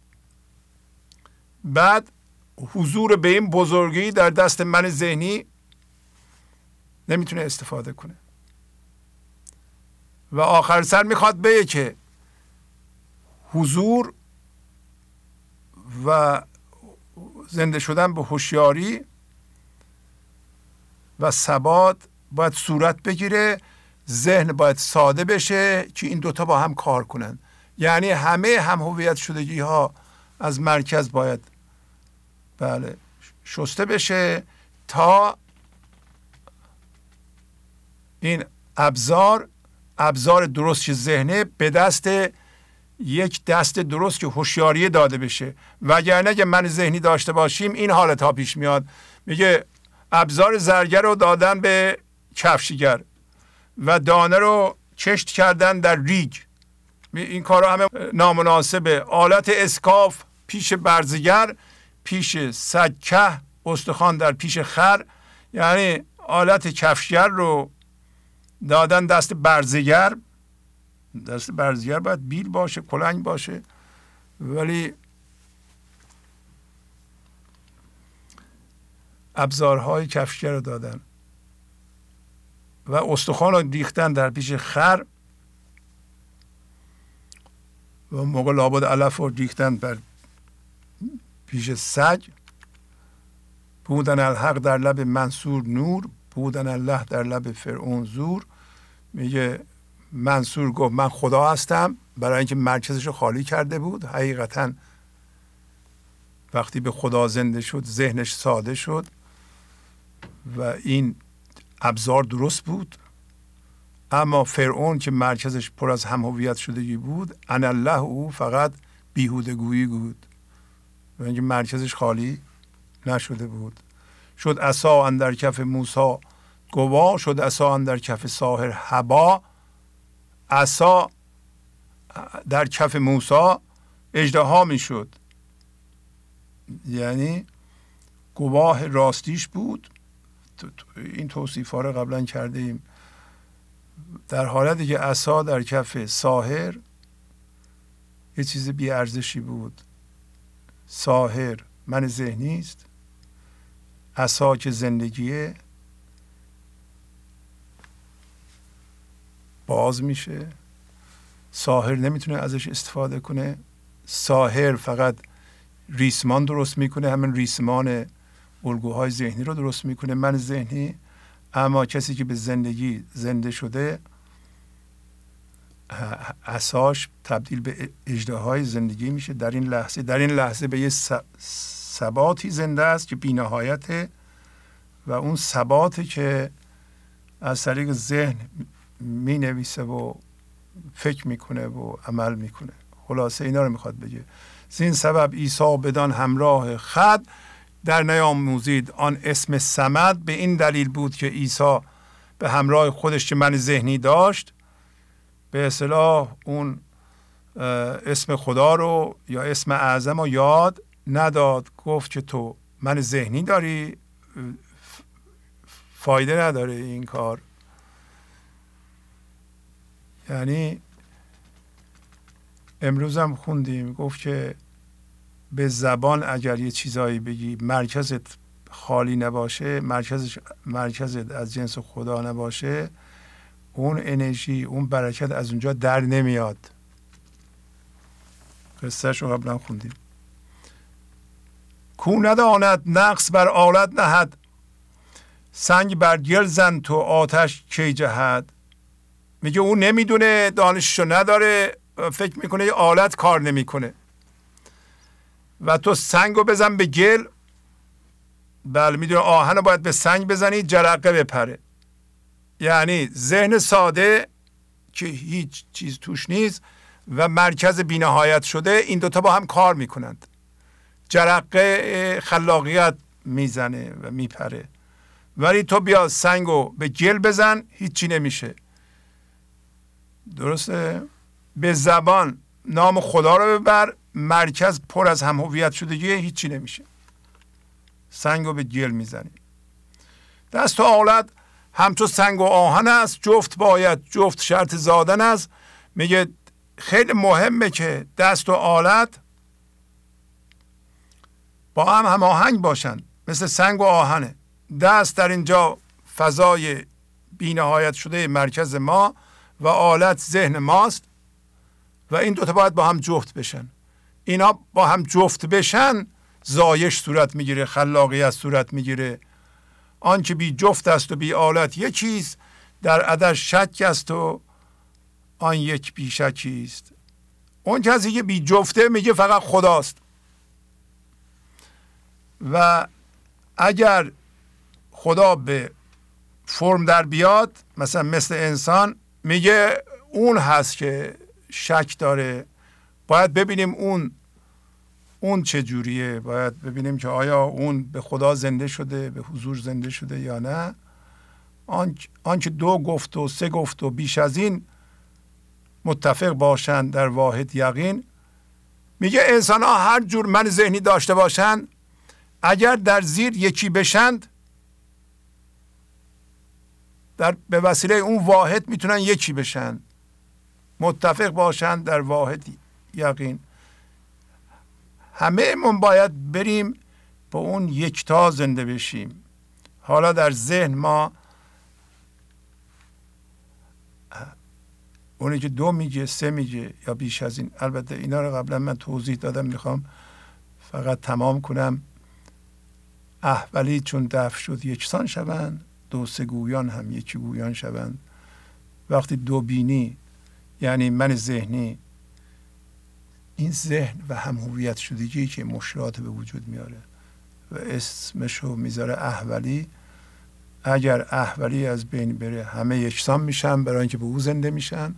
بعد حضور به این بزرگی در دست من ذهنی نمیتونه استفاده کنه و آخر سر میخواد بگه که حضور و زنده شدن به هوشیاری و ثبات باید صورت بگیره، ذهن باید ساده بشه که این دوتا با هم کار کنن. یعنی همه هم هویت شدگی ها از مرکز باید بله شسته بشه تا این ابزار ابزار درست که ذهنه به دست یک دست درست که هوشیاری داده بشه. وگرنه که من ذهنی داشته باشیم این حالت ها پیش میاد. میگه ابزار زرگر رو دادن به کفشگر و دانه رو کشت کردن در ریگ. این کارا همه نامناسبه. آلت اسکاف پیش برزگر، پیش سگه استخوان در پیش خر. یعنی آلت کفشگر رو دادن دست برزگر. دست برزگر باید بیل باشه، کلنگ باشه، ولی ابزارهای کفشگر رو دادن و استخوان رو ریختن در پیش خر و موقع لابد علف رو ریختن بر پیش سگ. بودن الحق در لب منصور نور، بودن الله در لب فرعون زور. میگه منصور گفت من خدا هستم برای اینکه مرکزش رو خالی کرده بود. حقیقتا وقتی به خدا زنده شد ذهنش ساده شد و این ابزار درست بود. اما فرعون که مرکزش پر از هم هویت شدگی بود، ان الله او فقط بیهودگویی بود و اینکه مرکزش خالی نشده بود. شد عصا اندر کف موسی گوا، شد عصا اندر کف ساحر هبا. عصا در کف موسی اژدها میشد، یعنی گواه راستیش بود. این توصیف ها رو قبلا کرده ایم. در حالتی که عصا در کف ساحر یه چیز بی ارزشی بود. ساحر من ذهنی است، عصا که زندگیه باز میشه، ساحر نمیتونه ازش استفاده کنه. ساحر فقط ریسمان درست میکنه، همین ریسمان الگوهای ذهنی رو درست میکنه من ذهنی. اما کسی که به زندگی زنده شده عصاش تبدیل به اژدهای زندگی میشه در این لحظه. در این لحظه به یه ثباتی زنده است که بی‌نهایته و اون ثباتی که از طریق ذهن می نویسه و فکر میکنه و عمل میکنه. خلاصه اینا رو میخواد بگه. زین سبب عیسی بدان همراه خود در نیاموزید آن اسم صمد. به این دلیل بود که عیسی به همراه خودش که من ذهنی داشت به اصطلاح اون اسم خدا رو یا اسم اعظم رو یاد نداد. گفت که تو من ذهنی داری، فایده نداره این کار. یعنی امروز هم خوندیم گفت که به زبان اگر یه چیزایی بگی مرکزت خالی نباشه، مرکزش مرکزت از جنس خدا نباشه، اون انرژی اون برکت از اونجا در نمیاد. قصهش رو قبلا خوندیم. کو نداند نقص بر آلت نهد، سنگ بر گل زن تو آتش کی جهد. میگه اون نمیدونه، دانششو نداره، فکر میکنه یه آلت کار نمیکنه و تو سنگو بزن به گل. بله میدونه آهن باید به سنگ بزنی جرقه بپره. یعنی ذهن ساده که هیچ چیز توش نیست و مرکز بی‌نهایت شده، این دوتا با هم کار میکنند، جرقه خلاقیت میزنه و میپره. ولی تو بیا سنگو به گل بزن هیچی نمیشه. درسته؟ به زبان نام خدا رو ببر، مرکز پر از هم هویت شدگی، هیچی نمیشه. سنگو به گل میزنی. دست و آلت همچو سنگ و آهن است، جفت باید جفت شرط زادن است. میگه خیلی مهمه که دست و آلت با هم هماهنگ باشن، مثل سنگ و آهنه. دست در اینجا فضای بی‌نهایت شده مرکز ما و آلت ذهن ماست و این دوتا باید با هم جفت بشن. اینا با هم جفت بشن زایش صورت میگیره، خلاقیت صورت میگیره. آن که بی جفت است و بی آلت یکیست، در عدش شک است و آن یک بی شکیست. اون کسی که بی جفته میگه فقط خداست. و اگر خدا به فرم در بیاد، مثلا مثل انسان، میگه اون هست که شک داره. باید ببینیم اون اون چه جوریه. باید ببینیم که آیا اون به خدا زنده شده، به حضور زنده شده یا نه. آن آنچه دو گفت و سه گفت و بیش از این متفق باشند در واحد یقین. میگه انسان ها هر جور من ذهنی داشته باشند، اگر در زیر یکی بشند، در به وسیله اون واحد میتونن یکی بشن، متفق باشند در واحد یقین. همه من باید بریم با اون یکتا زنده بشیم. حالا در ذهن ما اونی که دو میگه، سه میگه یا بیش از این، البته اینا رو قبلا من توضیح دادم، میخوام فقط تمام کنم. احولی چون دفع شد یکسان شوند، دو سه گویان هم یکی گویان شوند. وقتی دو بینی یعنی من ذهنی، این ذهن و هم هویت شدگی که مشکلات به وجود میاره و اسمشو میذاره احولی. اگر احولی از بین بره همه یکسان میشن، برای اینکه به او زنده میشن.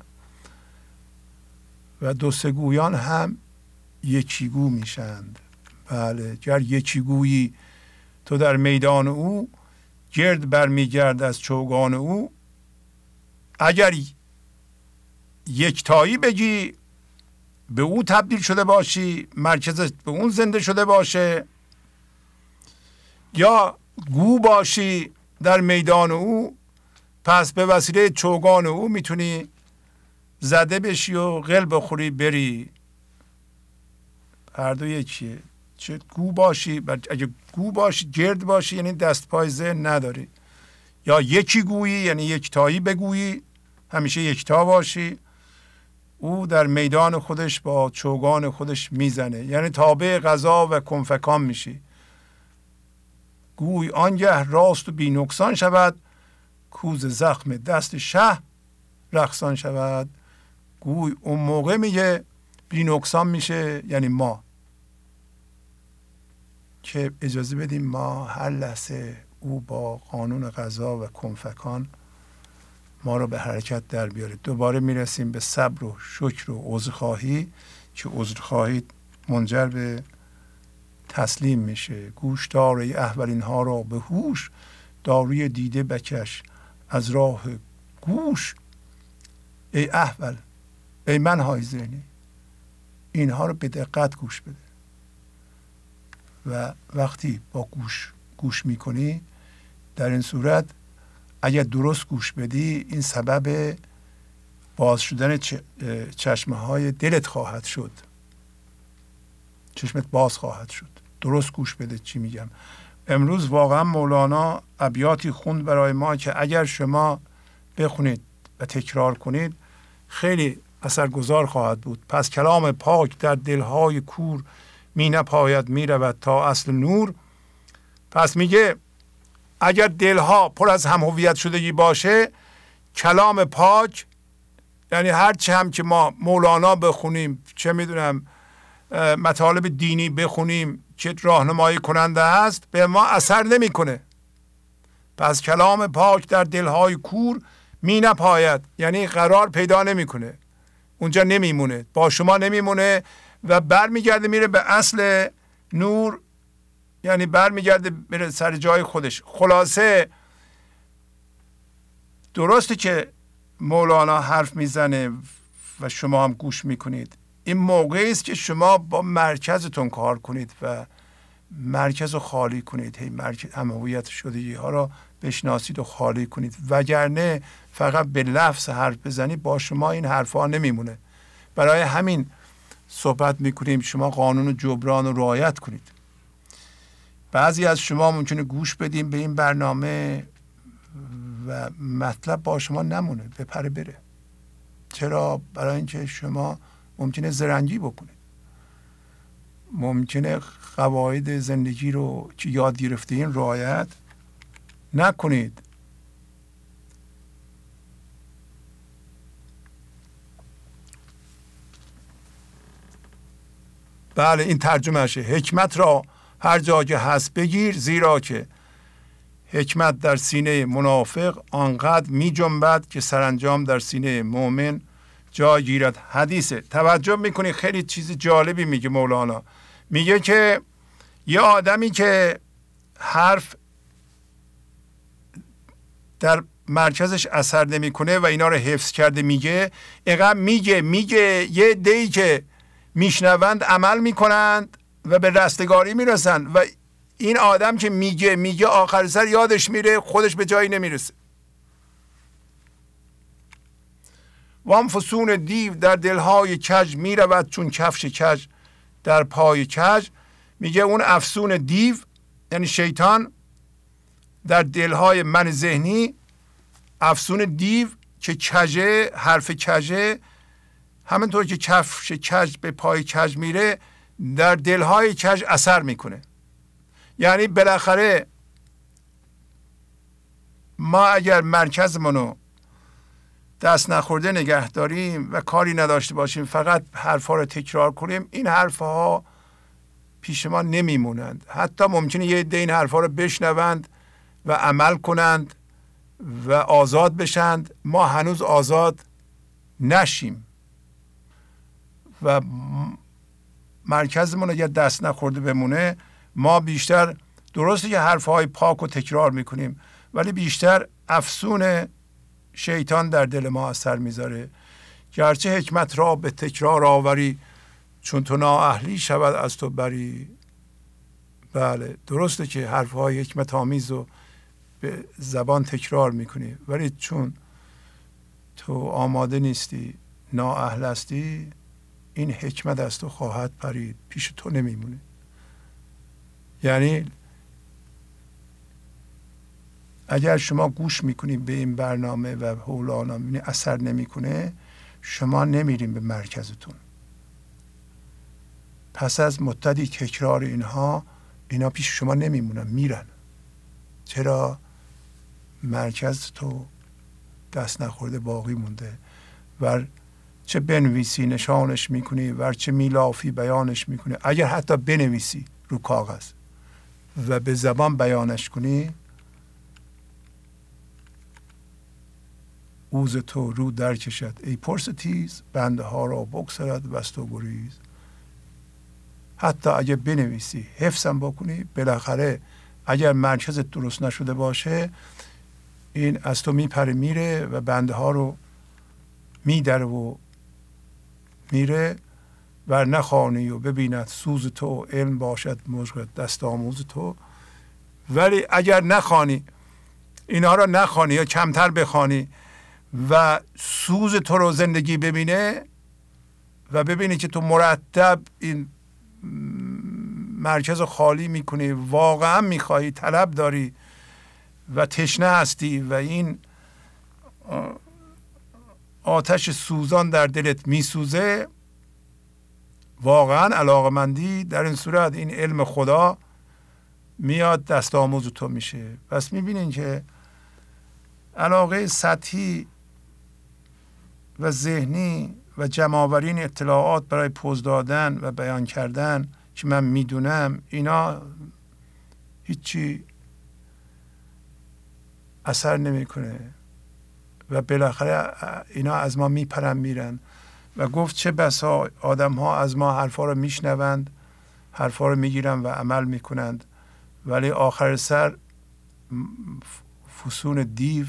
و دو سه گویان هم یکیگو میشند. بله، گر یکیگویی تو در میدان او، گرد برمیگرد از چوگان او. اگر یکتایی بگی، به او تبدیل شده باشی، مرکزت به اون زنده شده باشه، یا گو باشی در میدان او، پس به وسیله چوگان او میتونی زده بشی و قل بخوری بری. هر دو یکیه. چه گو باشی، اگه گو باشی گرد باشی یعنی دست پای ذهن نداری، یا یکی گویی یعنی یکتایی بگویی، همیشه یکتا باشی. او در میدان خودش با چوگان خودش میزنه، یعنی تابع قضا و کنفکان میشی. گوی آنگه راست و بی نقصان شود، کوز زخم دست شه رقصان شود. گوی اون موقع میگه بی نقصان میشه، یعنی ما که اجازه بدیم ما هر لحظه او با قانون قضا و کنفکان ما رو به حرکت در بیاره. دوباره میرسیم به صبر و شکر و عذرخواهی که عذرخواهی منجر به تسلیم میشه. گوش دار ای احولین ها را به هوش، داروی دیده بکش از راه گوش. ای احول، ای منهای ذهنی، اینها رو به دقت گوش بده و وقتی با گوش گوش میکنی، در این صورت اگر درست گوش بدی این سبب باز شدن چشمه های دلت خواهد شد، چشمت باز خواهد شد. درست گوش بده چی میگم. امروز واقعا مولانا ابیاتی خوند برای ما که اگر شما بخونید و تکرار کنید خیلی اثرگذار خواهد بود. پس کلام پاک در دلهای کور می نپاید می رود تا اصل نور. پس میگه اگر دلها پر از هم هویت شدگی باشه، کلام پاک یعنی هر چه هم که ما مولانا بخونیم، چه میدونم مطالب دینی بخونیم که راهنمایی کننده است، به ما اثر نمیکنه. پس کلام پاک در دلهای کور می نپاید، یعنی قرار پیدا نمیکنه، اونجا نمیمونه، با شما نمیمونه و برمیگرده میره به اصل نور، یعنی برمیگرده میره سر جای خودش. خلاصه درسته که مولانا حرف میزنه و شما هم گوش میکنید، این موقعی است که شما با مرکزتون کار کنید و مرکز رو خالی کنید، هی مرکز هم هویت شدگی ها رو بشناسید و خالی کنید، وگرنه فقط به لفظ حرف بزنی با شما این حرف ها نمیمونه. برای همین صحبت میکنیم شما قانون جبران رو رعایت کنید. بعضی از شما ممکنه گوش بدیم به این برنامه و مطلب با شما نمونه، بپره بره. چرا؟ برای اینکه شما ممکنه زرنگی بکنید، ممکنه قواعد زندگی رو که یاد گرفتین رعایت نکنید. بله این ترجمهشه. حکمت را هر جا که هست بگیر، زیرا که حکمت در سینه منافق آنقدر می جنبد که سرانجام در سینه مؤمن جا گیرد. حدیثه. توجه میکنی خیلی چیز جالبی میگه مولانا. میگه که یه آدمی که حرف در مرکزش اثر نمیکنه و اینا رو حفظ کرده میگه، اینقدر میگه میگه یه عده‌ای که میشنوند عمل میکنند و به رستگاری میرسن و این آدم که میگه میگه آخر سر یادش میره، خودش به جایی نمیرسه. وان فسون دیو در دلهای کج میرود چون کفش کج در پای کج. میگه اون افسون دیو یعنی شیطان در دلهای من ذهنی، افسون دیو که کجه، حرف کجه، همینطور که کفش کج به پای کج میره در دلهای کج اثر میکنه. یعنی بالاخره ما اگر مرکزمونو دست نخورده نگه داریم و کاری نداشته باشیم، فقط حرفا رو تکرار کنیم، این حرفها پیش ما نمیمونند. حتی ممکنه یه عده این حرفا رو بشنوند و عمل کنند و آزاد بشند، ما هنوز آزاد نشیم و مرکزمون اگر دست نخورده بمونه، ما بیشتر درسته که حرفهای پاک رو تکرار میکنیم ولی بیشتر افسون شیطان در دل ما اثر میذاره. گرچه حکمت را به تکرار آوری، چون تو نااهلی شود از تو بری. بله درسته که حرفهای حکمت آمیز رو به زبان تکرار میکنی ولی چون تو آماده نیستی، نااهل هستی، این حکمت از تو خواهد پرید، پیش تو نمیمونه. یعنی اگر شما گوش میکنید به این برنامه و مولانا میبینی اثر نمیکنه، شما نمیرین به مرکزتون. پس از مدتی تکرار اینها، اینا پیش شما نمیمونن، میرن. چرا؟ مرکز تو دست نخورده باقی مونده و چه بنویسی نشانش میکنی، ورچه میلافی بیانش میکنی. اگر حتی بنویسی رو کاغذ و به زبان بیانش کنی، اوز تو رو در کشد ای پرس تیز، بنده ها را بگسرد بست و گریز. حتی اگر بنویسی حفظم بکنی، بالاخره اگر مرکزت درست نشده باشه این از تو میپره میره و بنده ها رو میدره و میره. و نخوانی و ببیند سوز تو، علم باشد مشق دست آموز تو. ولی اگر نخوانی، اینها رو نخوانی یا کمتر بخوانی و سوز تو رو زندگی ببینه و ببینی که تو مرتب این مرکز خالی میکنی، واقعا میخوایی، طلب داری و تشنه هستی و این آتش سوزان در دلت میسوزه، واقعا علاقمندی، در این صورت این علم خدا میاد دست آموز تو میشه. پس میبینین که علاقه سطحی و ذهنی و جمع‌آورین اطلاعات برای پوز دادن و بیان کردن که من میدونم، اینا هیچی اثر نمیکنه و بالاخره اینا از ما میپرن میرن. و گفت چه بسا آدم ها از ما حرفا رو میشنوند، حرفا رو میگیرن و عمل میکنند، ولی آخر سر فسون دیو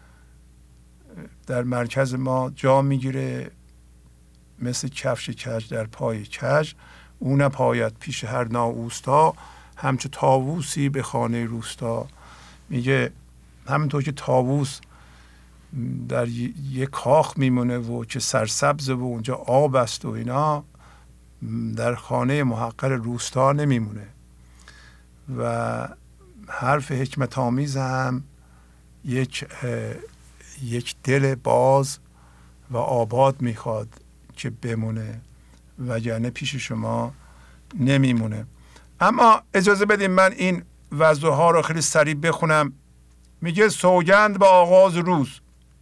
در مرکز ما جا میگیره، مثل کفش کج در پای کج. او نپاید پیش هر ناوستا، همچو طاووسی به خانه روستا. میگه همونطور که طاووس در یک کاخ میمونه و که سرسبز و اونجا آب است و اینا، در خانه محقر روستا نمیمونه. و حرف حکمت آمیز هم یک یک دل باز و آباد میخواد که بمونه، وگرنه پیش شما نمیمونه. اما اجازه بدیم من این وضع ها رو خیلی سریع بخونم. میگه سوگند به آغاز روز.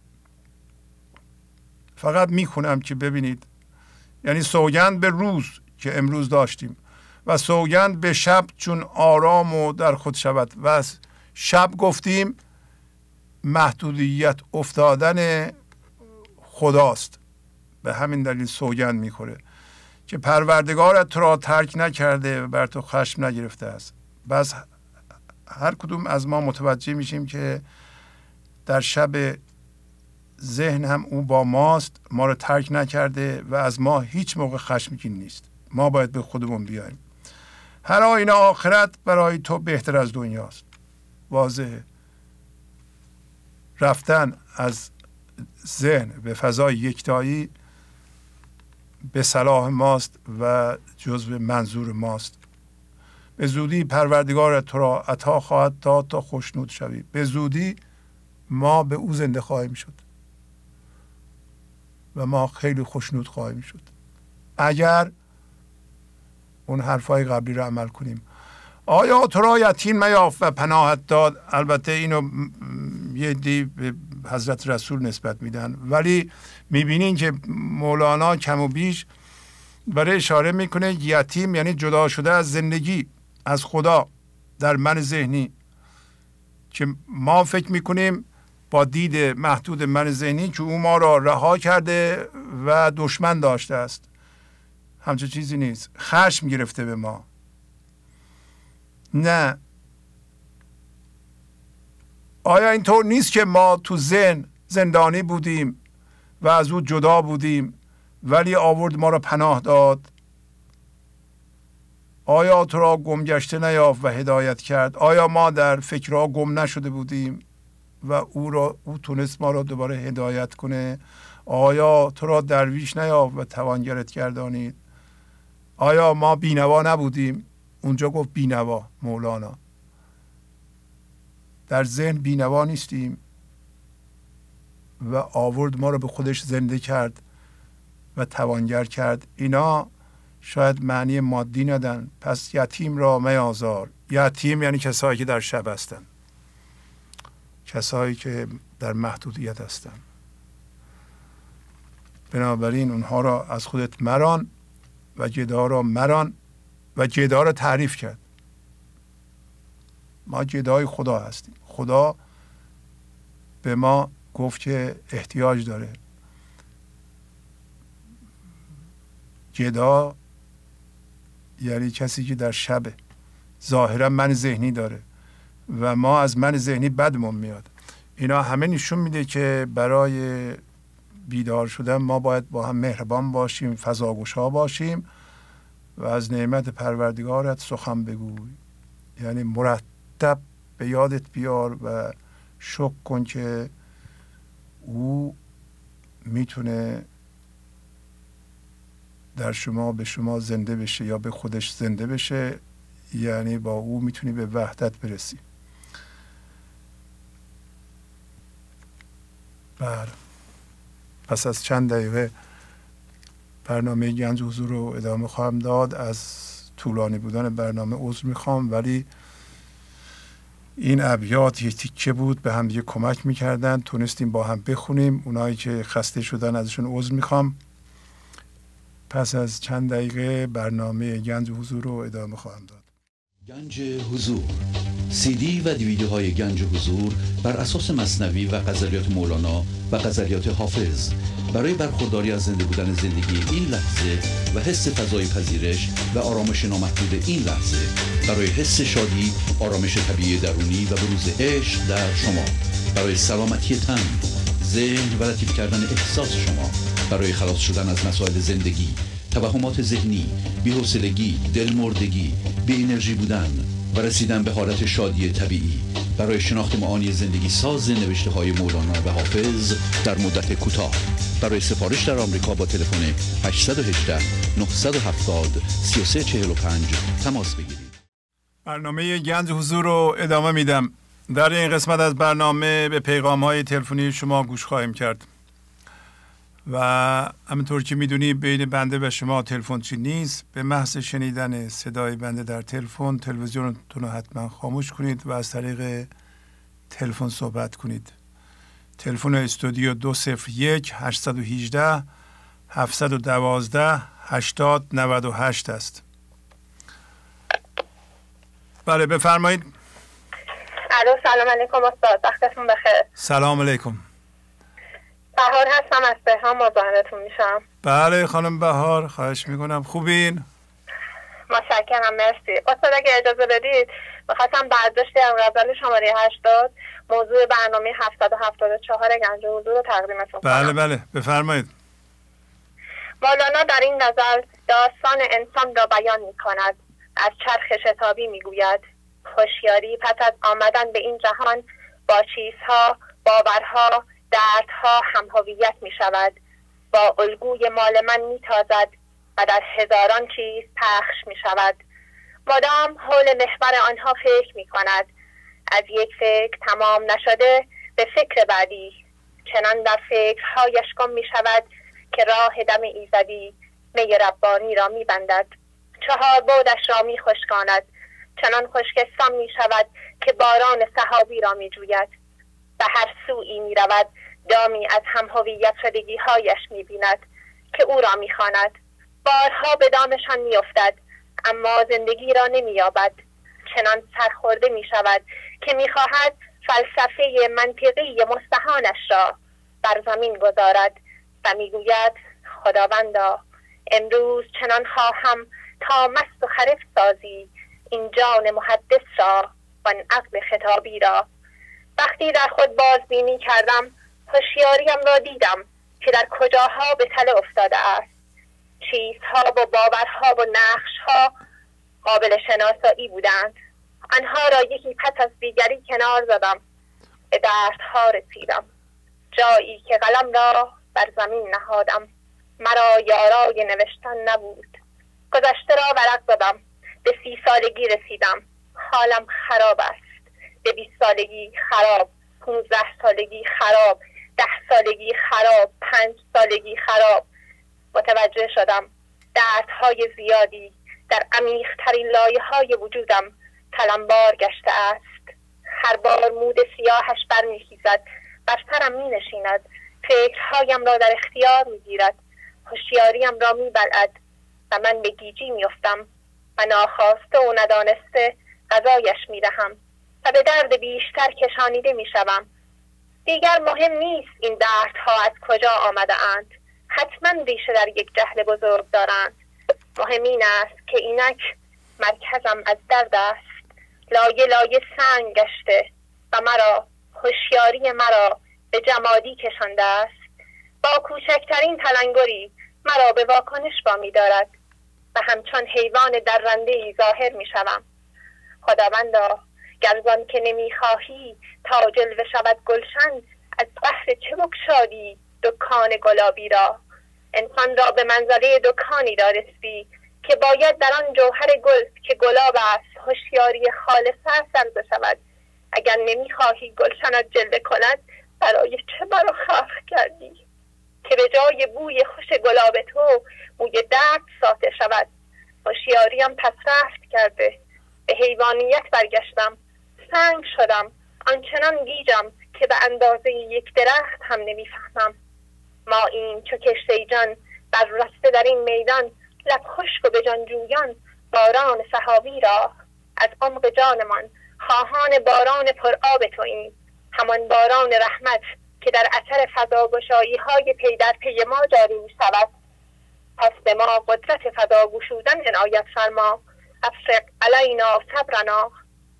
فقط میخونم که ببینید، یعنی سوگند به روز که امروز داشتیم و سوگند به شب چون آرام و در خود شود. و شب گفتیم محدودیت افتادن خداست، به همین دلیل سوگند میخوره که پروردگارت تو را ترک نکرده و بر تو خشم نگرفته است. بس هر کدوم از ما متوجه میشیم که در شب ذهن هم او با ماست، ما رو ترک نکرده و از ما هیچ موقع خشمگین نیست. ما باید به خودمون بیاییم. هر آینه آخرت برای تو بهتر از دنیاست. واضحه. رفتن از ذهن به فضای یکتایی به صلاح ماست و جزو منظور ماست. به زودی پروردگار تو را عطا خواهد داد تا خوشنود شوی. به زودی ما به او زنده خواهیم شد و ما خیلی خوشنود خواهیم شد اگر اون حرفای قبلی رو عمل کنیم. آیا تو را یتیم میافت و پناهت داد؟ البته اینو یه دی به حضرت رسول نسبت میدن، ولی میبینین که مولانا کم و بیش برای اشاره میکنه یتیم یعنی جدا شده از زندگی، از خدا در من ذهنی، که ما فکر میکنیم با دید محدود من ذهنی که او ما را رها کرده و دشمن داشته است. همچون چیزی نیست. خشم گرفته به ما. نه، آیا اینطور نیست که ما تو ذهن زندانی بودیم و از او جدا بودیم ولی آورد ما را پناه داد؟ آیا تو را گم گشته نیافت و هدایت کرد؟ آیا ما در فکرها گم نشده بودیم و او را او تونست ما را دوباره هدایت کنه؟ آیا تو را درویش نیافت و توانگرت گردانید؟ آیا ما بینوا نبودیم؟ اونجا گفت بینوا مولانا. در ذهن بینوا نیستیم و آورد ما را به خودش زنده کرد و توانگر کرد. اینا شاید معنی مادی ندن. پس یتیم را میازار. یتیم یعنی کسایی که در شب هستن، کسایی که در محدودیت هستن. بنابراین اونها را از خودت مران و گدا را مران و گدا را تعریف کرد. ما گدای خدا هستیم. خدا به ما گفت که احتیاج داره. گدا یعنی کسی که در شب ظاهرا من ذهنی داره و ما از من ذهنی بدمون میاد. اینا همه نشون میده که برای بیدار شدن ما باید با هم مهربان باشیم، فضاگوشا باشیم و از نعمت پروردگارت سخن بگوی. یعنی مرتب به یادت بیار و شکر کن که او میتونه در شما به شما زنده بشه یا به خودش زنده بشه. یعنی با او میتونی به وحدت برسی. بله. پس از چند دقیقه برنامه گنج حضور رو ادامه خواهم داد. از طولانی بودن برنامه عذر میخوام، ولی این ابیات یه تیکه بود، به هم دیگه کمک میکردن، تونستیم با هم بخونیم. اونایی که خسته شدن ازشون عذر میخوام. پس از چند دقیقه برنامه گنج حضور رو ادامه خواهم داد. گنج حضور، سی دی و دیویدیوهای گنج حضور بر اساس مثنوی و غزلیات مولانا و غزلیات حافظ برای برخورداری از زنده بودن زندگی این لحظه و حس فضای پذیرش و آرامش نامحدود این لحظه، برای حس شادی، آرامش طبیعی درونی و بروز عشق در شما، برای سلامتی تن، ذهن و لطیف کردن احساس شما، برای خلاص شدن از مسائل زندگی، توهمات ذهنی، بی‌حوصلگی، دلمردگی، بی انرژی بودن و رسیدن به حالت شادی طبیعی، برای شناخت معانی زندگی ساز نوشته های مولانا و حافظ در مدت کوتاه. برای سفارش در آمریکا با تلفن هشت یک هشت نه هفت صفر سه سه چهار پنج تماس بگیرید. برنامه گنج حضور رو ادامه میدم. در این قسمت از برنامه به پیغام های تلفنی شما گوش خواهیم کرد و همونطور که میدونی بین بنده و شما تلفن چی نیست. به محض شنیدن صدای بنده در تلفن، تلویزیونتون رو حتما خاموش کنید و از طریق تلفن صحبت کنید. تلفن استودیو دو صفر یک هشت یک هشت هفت یک دو هشتاد نود و هشت است. بله بفرمایید. الو سلام علیکم استاد، وقتتون بخیر. سلام علیکم. بهار هستم از تهران، مزاحمتون میشم. بله خانم بهار، خواهش میکنم. خوبین؟ متشکرم، مرسی. استاد اگه اجازه بدید میخواستم برداشتی از غزل شماره هشتاد موضوع برنامه هفتصد و هفتاد و چهار گنج حضور رو تقدیمتون کنم. بله بله بفرمایید. مولانا در این غزل داستان انسان را بیان میکند. از چرخ شتابی میگوید هوشیاری پس از آمدن به این جهان با چیزها، باورها، دردها هم‌هویت می شود. با الگوی مال من می تازد و در هزاران چیز پخش می شود. مدام حول محور آنها فکر می کند. از یک فکر تمام نشده به فکر بعدی. چنان در فکرهایش گم می شود که راه دم ایزدی می ربانی را می بندد. چهار بودش را می خشکاند. چنان خشکستان می شود که باران سحابی را می جوید. به هر سویی می رود دامی از هم‌هویت شدگی هایش می بیند که او را می خواند. بارها به دامشان می افتد اما زندگی را نمی یابد. چنان سرخورده می شود که می خواهد فلسفه منطقی مستحانش را بر زمین گذارد و می گوید خداوندا امروز چنان خواهم تا مست و خرف سازی این جان محدث را و این عقل خطابی را. وقتی در خود بازبینی کردم هوشیاریم را دیدم که در کجاها به تله افتاده است. چیزها و باورها و نقشها قابل شناسایی بودند. آنها را یکی پس از دیگری کنار زدم. به دردها رسیدم. جایی که قلم را بر زمین نهادم مرا یارای نوشتن نبود. گذشته را ورق زدم. به سی سالگی رسیدم. حالم خراب است. به بیست سالگی خراب، پونزده سالگی خراب، ده سالگی خراب، پنج سالگی خراب. متوجه شدم دردهای زیادی در عمیق‌ترین لایه‌های وجودم تلمبار گشته است. هر بار مود سیاهش برمیخیزد، بر سرم می نشیند. فکرهایم را در اختیار میگیرد، هوشیاریم را میبلعد و من به گیجی میافتم و ناخواسته و ندانسته غذایش میدهم و به درد بیشتر کشانیده میشوم. دیگر مهم نیست این دردها از کجا آمده اند، حتما ریشه در یک جهل بزرگ دارند. مهم این است که اینک مرکزم از درد است، لایه لایه سنگ گشته و مرا، هوشیاری مرا به جمادی کشانده است. با کوچکترین تلنگری مرا به واکنش وامی دارد و همچون حیوان درنده‌ای ظاهر می شوم. خداوندا، گرزان که نمی خواهی تا جلوه شود گلشن، از بحر چه بگشادی دکان گلابی را؟ انسان را به منزله دکانی دارستی که باید در آن جوهر گل که گلاب است هوشیاری خالص سرزده شود. اگر نمی خواهی گلشنت جلوه کند، برای چه مرا خلق کردی که به جای بوی خوش گلاب تو بوی درد ساطع شود؟ هوشیاریم پس رفت کرده، به حیوانیت برگشتم، سنگ شدم، آنچنان گیجم که به اندازه یک درخت هم نمیفهمم. ما این چو کشته جان بر رسته در این میدان، لب خشک و به جان جویان باران سحابی را. از عمق جانمان خواهان باران پر آب تو این، همان باران رحمت که در اثر فضاگشایی های پی در پی ما جاری می شود. پس به ما قدرت فضا گشودن عنایت فرما، افرغ علینا صبرنا.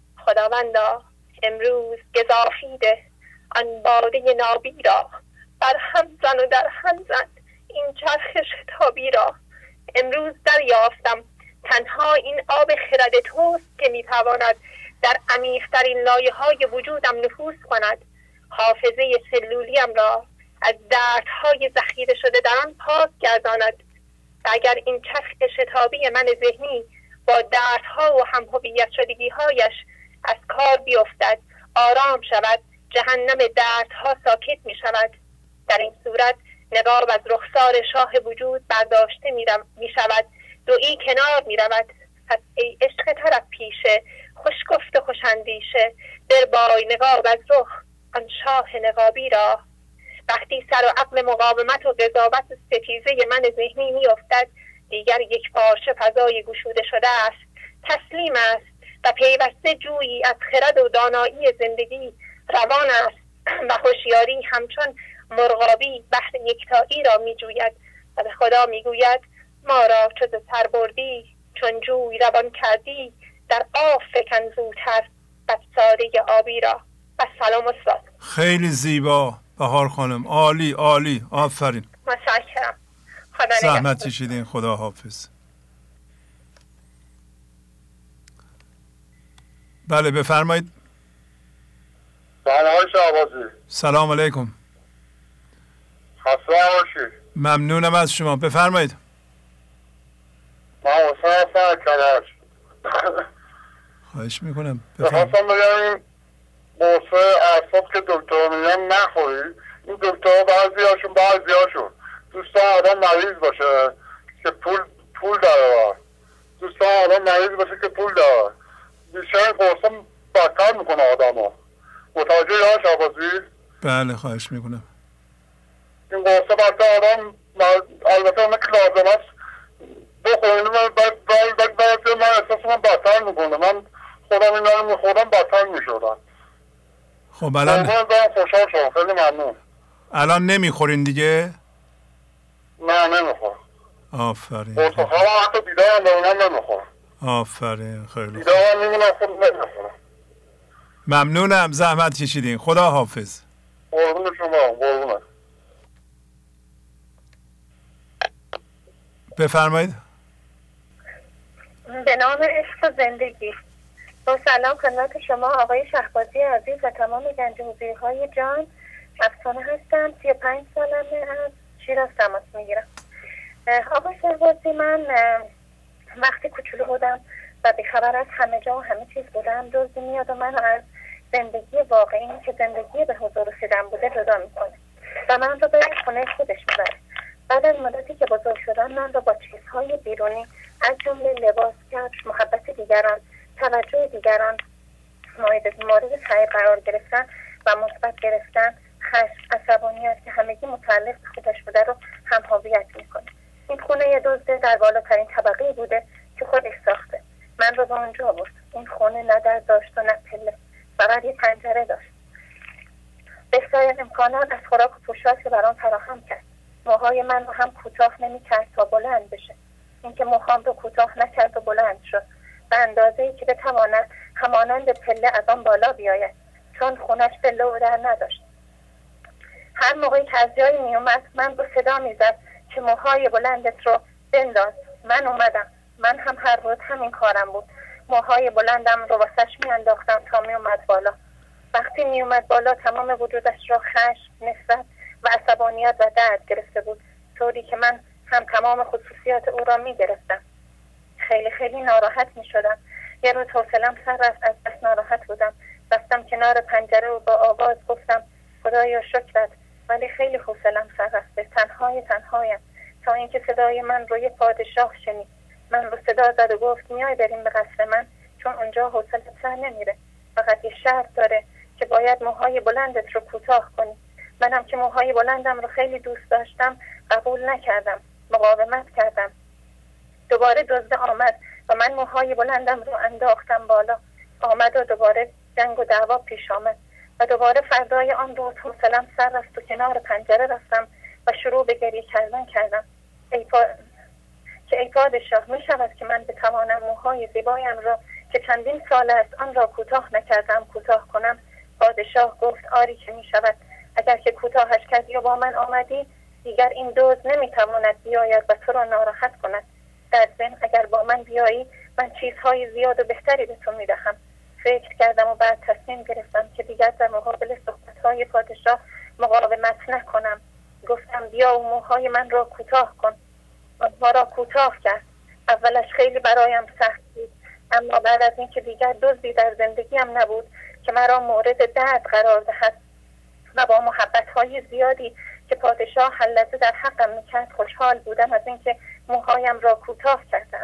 خداوندا، امروز گزافیده آن باده نابی را، بر هم زن و در هم زن این چرخ شتابی را. امروز دریافتم تنها این آب خرد توست که میتواند در عمیق‌ترین لایه‌های وجودم نفوذ کند، حافظه سلولیم را از دردهای ذخیره شده در آن پاک گرداند. و اگر این چرخ شتابی من ذهنی با دردها و هم‌هویت شدگی‌هایش از کار بیفتد، آرام شود، جهنم دردها ساکت می شود. در این صورت نقاب از رخسار شاه وجود برداشته می شود، دویی کنار می رود. پس ای عشق طرف پیشه، خوش گفت و خوش اندیشه، بربای نقاب از رخ آن شاه نقابی را. وقتی سر و عقل مقاومت و قضاوت ستیزه من ذهنی می افتد، دیگر یک پارچه فضای گشوده شده است، تسلیم است و پیوسته جویی از خرد و دانایی زندگی روان است و هوشیاری همچون مرغابی بحر یکتایی را می جوید و به خدا می گوید ما را چو ز سر بردی، چون جوی روان کردی، در آب فکن زودتر بساده آبی را. و سلام استاد. خیلی زیبا بهار خانم، عالی عالی، آفرین. متشکرم. زحمت کشیدین، خدا حافظ. بله بفرمایید. سلام شهبازی. سلام علیکم. خسته باشید. ممنونم از شما، بفرمایید. من حسین هستم کلاش. خواهش میکنم بفرمایید. بخواستم بگم این قرصه اعصاب که دکتر میگن نخوری، این دکتر بعضی هاشون بعضی هاشون دوستان آدم مریض باشه که پول پول داره، دوستان آدم مریض باشه که پول داره. بیشتر این قرصه بدتر میکنه آدم ها. متوجه یا شهبازی؟ بله خواهش میکنم. این قرصه بدتر آدم البته اونه که لازم است بخورین، بعد من احساس من بدتر میکنه. من خودم این رو میخورم بدتر میشدم. خب الان خوشحال شدم، خیلی ممنون. الان نمیخورین دیگه؟ نه نمیخورم. آفرین. قرصه خواه حتی دیده هم به اونم نمیخورم. آفرین خیلی دیده هم میمونم خود نمیخورم. ممنونم زحمت کشیدین، خدا حافظ. قربون شما، قربونم. بفرمایید. به نام عشق و زندگی. با سلام خدمت شما آقای شهبازی عزیز و تمام گنج‌حضوری‌های جان. افسانه هستم، سی و پنج سالمه، از شیراز تماس میگیرم. آقای شهبازی، من وقتی کوچولو بودم و بیخبر از همه جا و همه چیز بودم، دزدی میاد و من از زندگی واقعی که زندگی به حضور رسیدن بوده جدا میکنه و من رو به خونه خودش میبره. بعد از مدتی که بزرگ شدم، من رو با چیزهای بیرونی از جمله لباس، کفش، محبت دیگران، توجه دیگران، مورد مورد سعی قرار گرفتن و مثبت گرفتن، خشم، عصبانیت که همگی متعلق به خودش بوده رو هم هویت میکنه. این خونه دزد در بالاترین طبقه بوده که خودش ساخته. من رو به اونجا برد. این خونه نه در داشت و نه پله، فقط یه پنجره داشت. بسیار امکانات از خوراک و پوشاک برام فراهم کرد. موهای من رو هم کوتاه نمی‌کرد تا بلند بشه. اینکه موهام رو کوتاه نکرد و بلند شد به اندازه‌ای که بتواند همانند پله از آن بالا بیاید، چون خونش پله و در نداشت. هر موقعی که از جایی می اومد من با صدا می زد که موهای بلندت رو بنداز. من اومدم. من هم هر روز همین کارم بود. موهای بلندم رو واسش می انداختم تا می اومد بالا. وقتی می اومد بالا تمام وجودش را خشم، نفرت و عصبانیت و درد گرفته بود، طوری که من هم تمام خصوصیات او را می گرفتم. خیلی خیلی ناراحت می شدم. یه روز حوصله‌ام سر رفت، از بس ناراحت بودم. رفتم کنار پنجره و با آواز گفتم خدایا شکرت، ولی خیلی حوصله‌ام سر رفته. تنهای تنهایم. تا اینکه صدای من روی پادشاه شنید. من رو صدا زد و گفت میای بریم به قصر من، چون اونجا حوصله‌ت سر نمیره. فقط یه شرط داره که باید موهای بلندت رو کوتاه کنی. منم که موهای بلندم رو خیلی دوست داشتم قبول نکردم. مقاومت کردم. دوباره دزد آمد و من موهای بلندم رو انداختم بالا. آمد و دوباره جنگ و دعوا پیش آمد و دوباره فردای آن روز حوصله‌ام سر رفت و کنار پنجره رفتم و شروع به گریه کردن کردم. ای پا... که ای پادشاه، می شود که من بتوانم موهای زیبایم را که چندین سال است آن را کوتاه نکردم کوتاه کنم؟ پادشاه گفت آری که می شود. اگر که کوتاهش کردی و با من آمدی، دیگر این دزد نمیتواند بیاید و تو را ناراحت کند. در ضمن اگر با من بیایی، من چیزهای زیاد و بهتری به تو میدهم. فکر کردم و بعد تصمیم گرفتم که دیگر در مقابل صحبتهای پادشاه مقاومت نکنم. گفتم بیا و موهای من را کوتاه کن. آنها را کوتاه کرد. اولش خیلی برایم سخت بود، اما بعد از اینکه دیگر دزدی در زندگیم نبود که مرا مورد درد قرار دهد و با محبت‌های زیادی که پادشاه هلزه در حقم میکرد خوشحال بودم از اینکه موهایم را کوتاه کردم.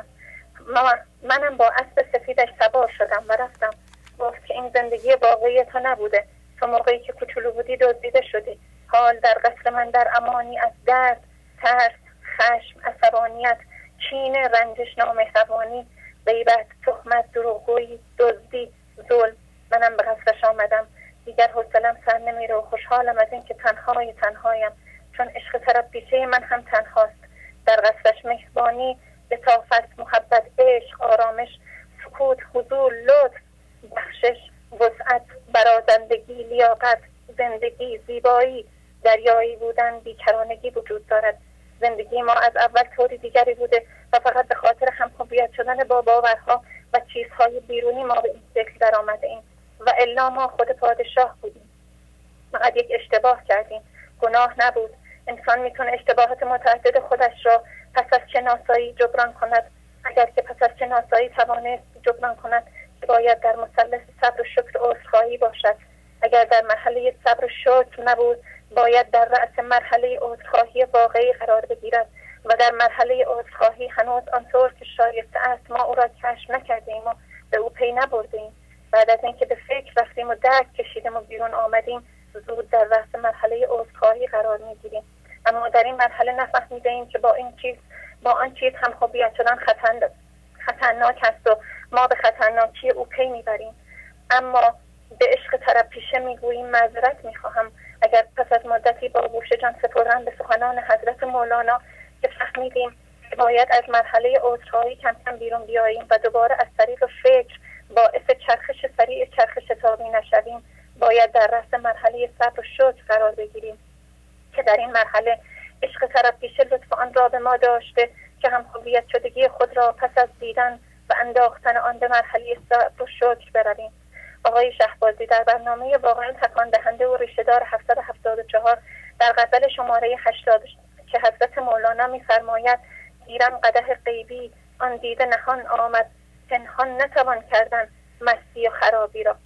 منم با اسب سفیدش سوار شدم و رفتم. گفت که این زندگی واقعی تو نبوده. تو موقعی که کوچولو بودی دزدیده شدی. حال در قصر من در امانی از درد، ترس، خشم، عصبانیت، کینه، رنجش، نامهربانی، غیبت، تهمت، دروغگویی، دزدی، ظلم. منم به قصرش آمدم. دیگر حوصله‌ام سر نمیره و خوشحالم از اینکه تنهای تنهایم، چون عشق طرف پیشه من هم تنهاست. در قصرش مهربانی، لطافت، محبت، عشق، آرامش، سکوت، حضور، لطف، بخشش، وسعت، برازندگی، لیاقت، زندگی، زیبایی، دریایی بودن، بیکرانگی وجود دارد. زندگی ما از اول طوری دیگری بوده و فقط به خاطر هم هویت شدن با باورها و چیزهای بیرونی ما به این شکل در آمده ایم و الا ما خود پادشاه بودیم. فقط یک اشتباه کردیم. گناه نبود. انسان میتونه اشتباهات متعدد خودش را پس از شناسایی جبران کند. اگر که پس از شناسایی توانست جبران کند، باید در مثلث صبر و شکر و عذرخواهی باشد. اگر در مرحله صبر و شکر نبود، باید در رأس مرحله عذرخواهی واقعی قرار بگیرد و در مرحله عذرخواهی هنوز آنطور که شایسته است ما او را کشف نکردیم و به او پی نبردیم. بعد از اینکه به فکر رفتیم و درک کشیدیم و بیرون آمدیم، زود در رأس مرحله عذرخواهی قرار میگیریم. اما در این مرحله نفهمیدیم که با این چیز با آن چیز هم هویت شدن خطرناک خطرناک است و ما به خطرناکی او پی میبریم. اما به عشق طرف پیشه میگوییم معذرت میخواهم. اگر پس از مدتی با گوش جان سپردن به سخنان حضرت مولانا که فهمیدیم که باید از مرحله عذرخواهی کم کم بیرون بیاییم و دوباره از طریق فکر باعث چرخش سریع چرخ شتابی نشویم، باید در رأس مرحله صبر و شکر قرار بگیریم که در این مرحله عشق طرف پیشه لطف آن را به ما داشته که هم هویت شدگی خود را پس از دیدن و انداختن آن به مرحله صبر و شکر برویم. آقای شهبازی در برنامه واقعا تکان دهنده و ریشه‌دار هفتصد و هفتاد و چهار در غزل شماره هشتاد که حضرت مولانا می‌فرماید گیرم قدح غیبی آن دیده نهان آمد، پنهان نتوان کردن مستی و خرابی را.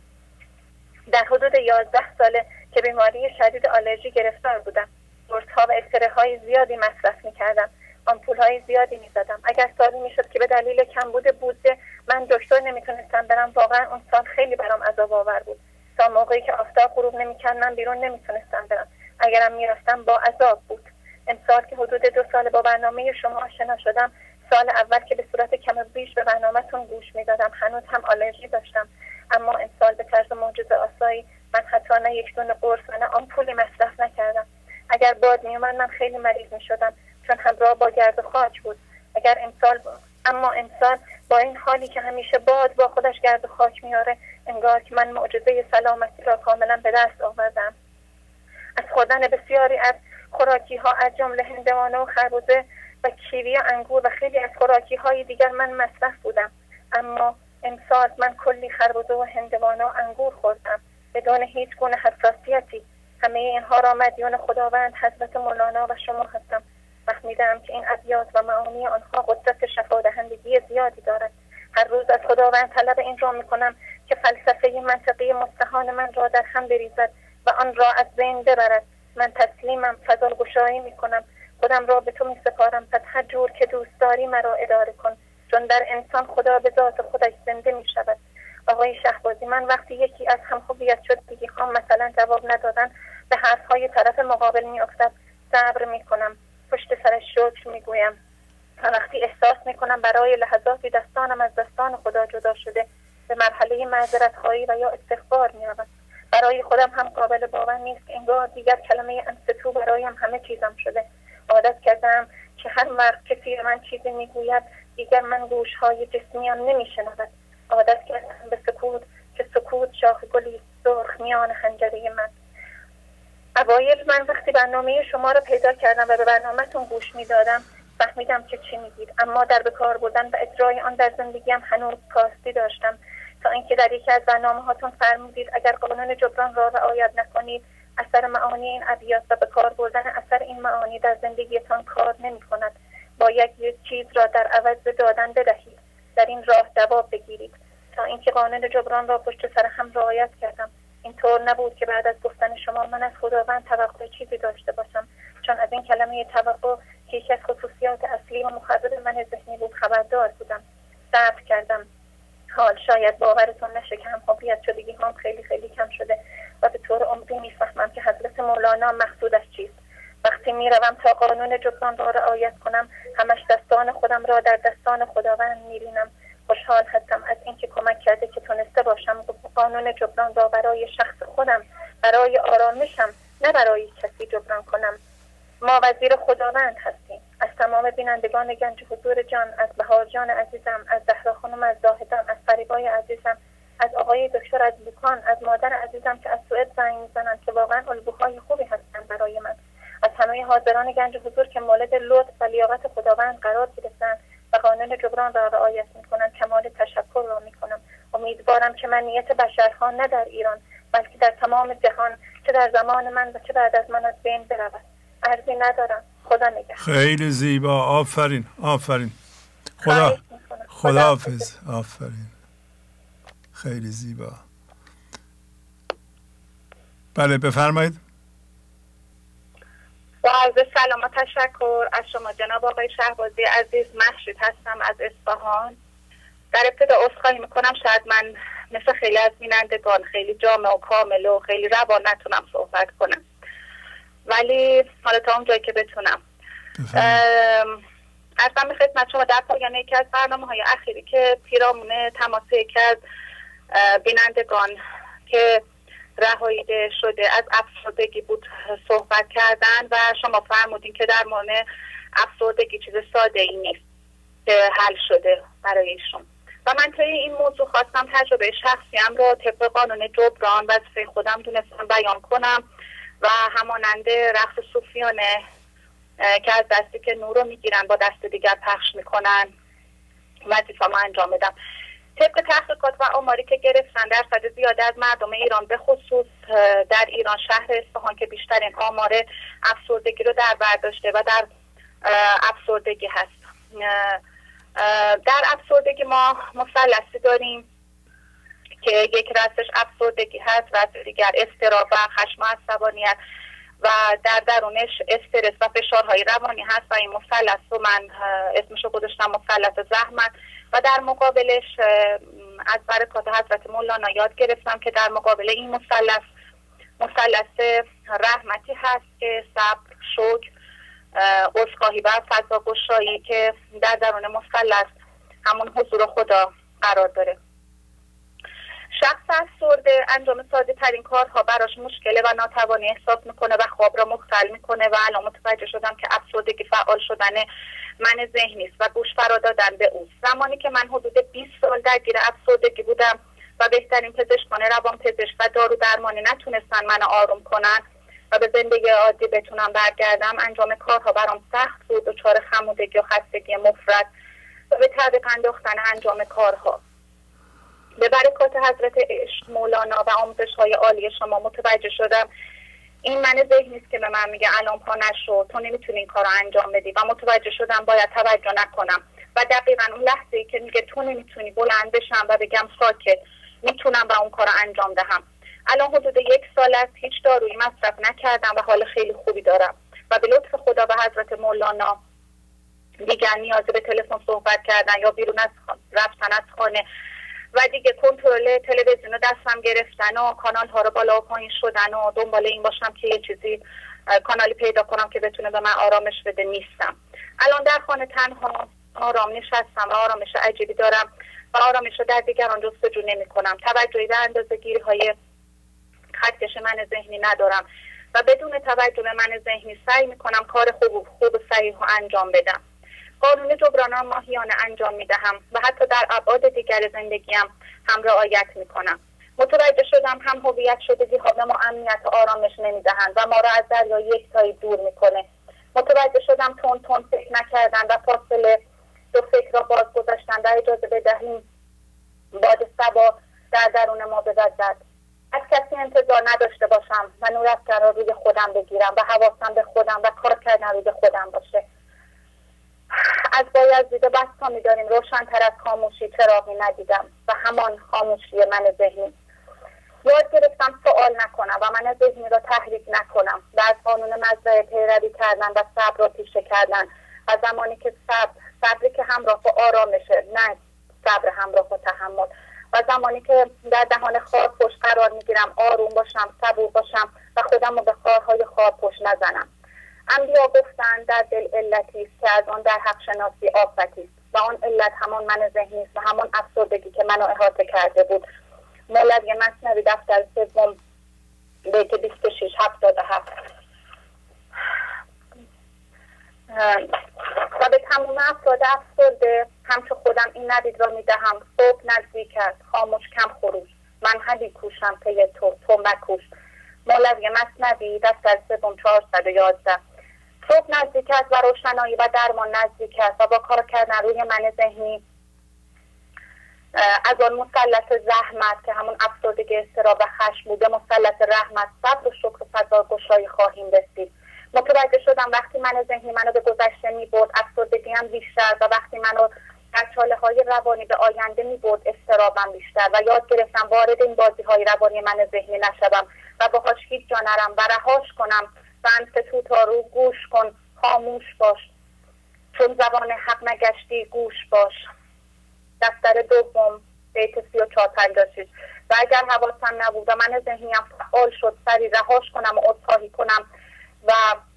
در حدود یازده ساله که بیماری شدید آلرژی گرفتار بودم. قرص‌ها و اکسره‌های زیادی مصرف می‌کردم. آمپول‌های زیادی می‌زدم. اگر سالی می‌شد که به دلیل کمبود بودجه من دکتر نمی‌تونستم برم، واقعا اون سال خیلی برام عذاب آور بود. تا موقعی که آفتاب غروب نمی‌کرد من بیرون نمی‌تونستم برم. اگرم میرفتم با عذاب بود. امسال که حدود دو سال با برنامه شما آشنا شدم، سال اول که به صورت کم بیش به برنامه‌تون گوش میدادم هنوز هم آلرژی داشتم، اما امسال به طرز معجزه آسایی من حتی نه یک دونه قرص و نه آمپولی مصرف نکردم. اگر باد میومد من خیلی مریض میشدم چون همراه با گرد و خاک بود. اگر امسال با... اما امسال با این حالی که همیشه باد با خودش گرد و خاک میاره، انگار که من معجزه سلامتی را کاملا به دست آوردم. از خوردن بسیاری از خوراکی ها از جمله هندوانه و خربوزه و کیوی و انگور و خیلی از خوراکی های دیگر من مصرف بودم، اما امسال من کلی خربوزه و هندوانه و انگور خوردم بدون هیچ گونه حساسیتی. همه اینها را مدیون خداوند حضرت مولانا و شما هستم. فهمیدم که این ابیات و معانی آنها قدرت شفادهندگی زیادی دارد. هر روز از خداوند طلب این را میکنم که فلسفه منطقی مستحان من را در هم بریزد و آن را از بین ببرد. من تسلیمم، فضلگشایی میکنم، خودم را به تو میسپارم، پس هر جور که دوست داری مرا اداره کن، چون در انسان خدا به ذات خودش زنده میشود. آقای شهبازی، من وقتی یکی از همخویت شدگی ها مثلا جواب ندادن به حرفهای طرف مقابل میافتد صبر میکنم، پشت سرش شکر میگویم و وقتی احساس میکنم برای لحظاتی دستانم از دستان خدا جدا شده به مرحله معذرت خواهی و یا استغفار میروم. برای خودم هم قابل باور نیست که انگار دیگر کلمه انستو برایم همه چیزم شده. عادت کردم که هر وقت کسی من چیزی میگوید دیگر من گوشهای جسمیم نمیشنود. عادت کردم به سکوت که سکوت شاخ گلی سرخ میان حنجره من. اوایل من وقتی برنامه شما را پیدا کردم و به برنامه‌تون گوش میدادم فهمیدم که چی میگید، اما در بکار بردن و اجرای آن در زندگیم هنوز کاستی داشتم، تا اینکه در یکی از برنامه هاتون فرمودید اگر قانون جبران را رعایت نکنید اثر معانی این ابیات و بکار بردن اثر این معانی در زندگیتان کار نمی کند. باید یک چیز را در عوض دادن بدهید، در این راه دوام بگیرید. تا اینکه قانون جبران را پشت سر هم رعایت کردم. اینطور نبود که بعد از گفتن شما من از خداوند توقع چیزی داشته باشم، چون از این کلمه توقع که یکی از خصوصیات اصلی و مخرب من ذهنی بود خبردار بودم. صبر کردم. حال شاید باورتون نشه که همخوابیت شدگی هم خیلی خیلی کم شده و به طور عمقی میفهمم که حضرت مولانا مقصودش چیست. وقتی میروم تا قانون جبران را رعایت کنم همش دستان خودم را در دستان خداوند میبینم. خوشحال هستم از اینکه کمک کرده که تونسته باشم قانون جبران را برای شخص خودم، برای آرامشم، نه برای کسی جبران کنم. ما وزیر خداوند هستیم. از تمام بینندگان گنج حضور جان، از بهار جان عزیزم، از زهرا خانم، از زاهدم، از فریبای عزیزم، از آقای دکتر از بوکان، از مادر عزیزم که از سوئد زنگ میزنند که واقعا الگوهای خوبی هستند برای من، از همه حاضران گنج حضور که مولد لطف و لیاقت خداوند قرار گرفتند و قانون جبران را رعایت میکنند کمال تشکر را میکنم. امیدوارم که من نیت بشرها نه در ایران بلکه در تمام جهان چه در زمان من و چه بعد از من از بین برود. عرضی ندارم. خدا نگهدار. خیلی زیبا. آفرین آفرین. خدا خدا حافظ. آفرین. خیلی زیبا. بله بفرمایید. با عرض سلام و تشکر از شما جناب آقای شهبازی عزیز. محشید هستم از اصفهان. در ابتدا عذرخواهی میکنم شاید من مثل خیلی از بینندگان خیلی جامع و کامل و خیلی روان نتونم صحبت کنم، ولی حالا تا اون جایی که بتونم. ارزم به خدمت شما در پایان یکی از برنامه‌های اخیری که پیرامون تماس یکی از بینندگان که رهایی شده از افسردگی بود صحبت کردن و شما فرمودین که در مورد افسردگی چیز ساده ای نیست که حل شده برای ایشون و من توی این موضوع خواستم تجربه شخصیم رو طبق قانون جبران وظیفه خودم دونستم بیان کنم و همانند رقص صوفیانه که از دستی که نور رو میگیرن با دست دیگر پخش میکنن وظیفه ما انجام بدم. طبق تحقیقات و آماری که گرفتن درصد زیاده از مردم ایران به خصوص در ایران شهر اصفهان که بیشترین آمار افسردگی رو در بر داشته و در افسردگی هست. در افسردگی ما مثلثی داریم که یک رأسش افسردگی هست و دیگر اضطراب و خشم و عصبانیت و در درونش استرس و فشارهای روانی هست و این مثلث رو من اسمشو گذاشتم مثلث زحمت و در مقابلش از برکات حضرت مولانا یاد گرفتم که در مقابل این مثلث مثلث رحمتی هست که صبر، شکر، عذرخواهی و فضاگشایی که در درون مثلث همون حضور خدا قرار داره. شخص افسرده انجام ساده ترین کارها براش مشکله و ناتوانی احساس میکنه و خواب را مختل میکنه و الان متوجه شدم که افسردگی فعال شدن من ذهنی است و گوش فرا دادن به اوست. زمانی که من حدود بیست سال درگیر افسردگی بودم و بهترین پزشکان روان پزشک و دارو درمانی نتونستن منو آروم کنن و به زندگی عادی بتونم برگردم، انجام کارها برام سخت بود، دچار خمودگی و خستگی مفرط و به تعویق انداختن انجام کارها. به برکات حضرت عشق، مولانا و آموزش های عالی شما متوجه شدم این من ذهنی است که به من میگه الان پا نشو، تو نمیتونی این کارو انجام بدی و متوجه شدم باید توجه نکنم و دقیقاً اون لحظه ای که میگه تو نمیتونی بلند بشم و بگم ساکت، میتونم و اون کارو انجام دهم. الان حدود یک سال است هیچ دارویی مصرف نکردم و حال خیلی خوبی دارم و به لطف خدا و حضرت مولانا دیگر نیازی به تلفن صحبت کردن یا بیرون از رفتن از خانه و دیگه کنترل تلویزیون دستم گرفتن و کانال ها رو بالا و پایین شدن و دنبال این باشم که یه چیزی کانالی پیدا کنم که بتونه به من آرامش بده نیستم. الان در خانه تنها آرام نشستم و آرامش عجیبی دارم و آرامش رو در دیگران جستجو نمی کنم. توجهی به اندازه گیری های خطکش من ذهنی ندارم و بدون توجه به من ذهنی سعی می کنم کار خوب خوب صحیح رو انجام بدم. قانون جبران را ماهیانه انجام می دهم و حتی در ابعاد دیگر زندگیم هم رعایت می کنم. متوجه شدم هم هویت شدگی ها به ما امنیت و آرامش نمی دهند و ما را از دریای یکتایی دور می کنه. متوجه شدم تون تون فکر نکردن و فاصله دو فکر را باز گذاشتن و اجازه بدهیم باد صبا در درون ما بوزد. از کسی انتظار نداشته باشم و نور افکن را روی خودم بگیرم و حواسم به خودم و کار کردن روی خودم باشه. از بایزید بستا می داریم روشن تر از خاموشی چراغی ندیدم و همان خاموشی من ذهنی. یاد گرفتم سوال نکنم و من ذهنی را تحریک نکنم و از قانون مزرعه پیروی کردن و صبر را پیشه کردن و زمانی که صبر صبری که همراه با آرامشه، نه صبر همراه با تحمل، و زمانی که در دهان خارپشت قرار میگیرم آروم باشم، صبور باشم و خودم رو به خارهای خارپشت نزنم. انبیا گفتند در دل علتی است که از آن در حق شناسی آفتی است و آن علت همان من ذهنی است و همان افسردگی که منو احاطه کرده بود. مولوی مثنوی دفتر سوم بیت بیست و شش هفتاد و هفت. و به تمام افراد افسرده همچون خودم این ندید را میدهم: صبح نزدیک است، خاموش کم خروش، من هلی کوشم پی تو، تو مکوش. مولوی مثنوی دفتر سوم چهارصد و یازده. صبح نزدیک است و روشنایی و درمان نزدیک است و با کار کردن روی من ذهنی از آن مثلث زحمت که همون افسردگی، اضطراب و خشم بوده، مثلث رحمت، صبر و شکر و فضاگشایی خواهیم رسید. متوجه شدم وقتی من ذهنی منو به گذشته میبرد افسردگی هم بیشتر و وقتی منو در چاله های روانی به آینده میبرد اضطرابم بیشتر و یاد گرفتم وارد این بازی های روانی من ذهنی نشدم و باهاش هیچ جا نرم و رهاش کنم. و انفتو تا رو گوش کن، خاموش باش، چون زبان حق نگشتی گوش باش. دفتر دوم بیت سی و چهار پنجاه و شش. و اگر حواسم نبود و من ذهنیم فعال شد سری رهاش کنم و عذرخواهی کنم و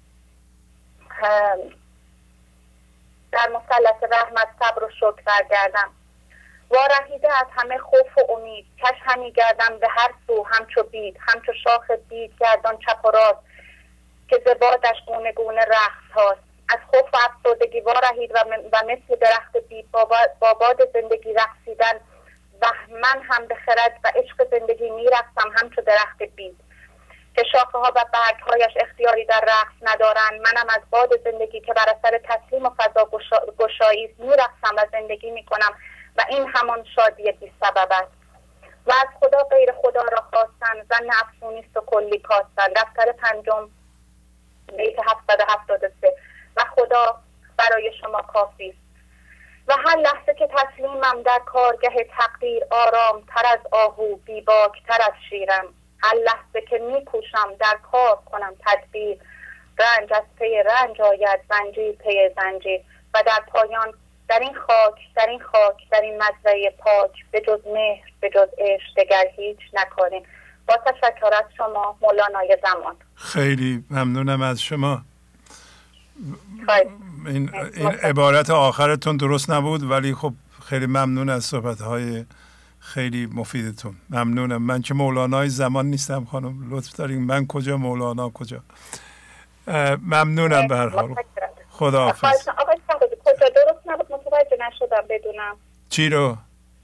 در مثلث رحمت، صبر و شکر برگردم. وارهیده از همه خوف و امید، کش همی گردم به هر سو همچو بید، همچو شاخ بید گردان چپ و راست، که زبادش گونه گونه رقص هاست. از خوف و افسردگی وارهید و, و مثل درخت بید با باد زندگی رقصیدن و من هم به خرد و عشق زندگی میرقصم همچو درخت بید که شاخه ها و برگ هایش اختیاری در رقص ندارن. منم از باد زندگی که بر اثر تسلیم و فضا گشایی میرقصم و زندگی میکنم و این همان شادی بی سبب است. و از خدا غیر خدا را خواستن زن افسونیست و کلی کاستن. دفتر پنجم بیت هفتصد و هفتاد و سه. و خدا برای شما کافی است. و هر لحظه که تسلیمم در کارگه تقدیر، آرام تر از آهو، بیباک تر از شیرم. هر لحظه که میکوشم در کار کنم تدبیر، رنج از پی رنج آید، زنجیر پی زنجیر. و در پایان در این خاک در این خاک در این مزرعه پاک به جز مهر به جز عشق دگر هیچ نکنیم. با تشکر از شما مولانای زمان. خیلی ممنونم از شما. خیلی. این, این عبارت آخرتون درست نبود ولی خب خیلی ممنون از صحبت‌های خیلی مفیدتون. ممنونم. من که مولانای زمان نیستم خانم، لطف دارین. من کجا مولانا کجا. ممنونم به هر حال. خداحافظ. آقای شهبازی کجا درست نبود متوجه نشدم بدونم. چی رو؟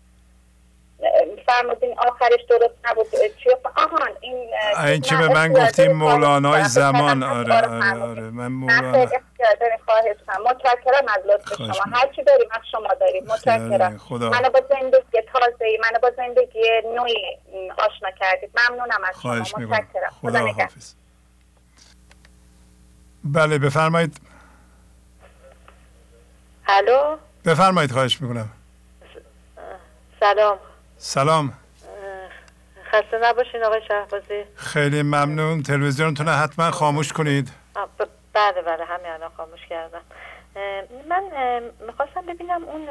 فرمودین آخرش درست نبود. چی؟ آهان این این که به من گفتیم مولانای زمان. آره آره آره من مولانا. متشکرم از لطف شما. هر چی داریم از شما داریم. متشکرم. منو با زندگی تازه‌ای، منو با زندگی نوعی آشنا کردید. ممنونم از شما. متشکرم. خدا حافظ. بله بفرمایید. الو بفرمایید خواهش میکنم. سلام. سلام. خسته نباشین آقای شهبازی. خیلی ممنون. تلویزیونتون رو حتما خاموش کنید. بله بله همین الان خاموش کردم. من میخواستم ببینم اون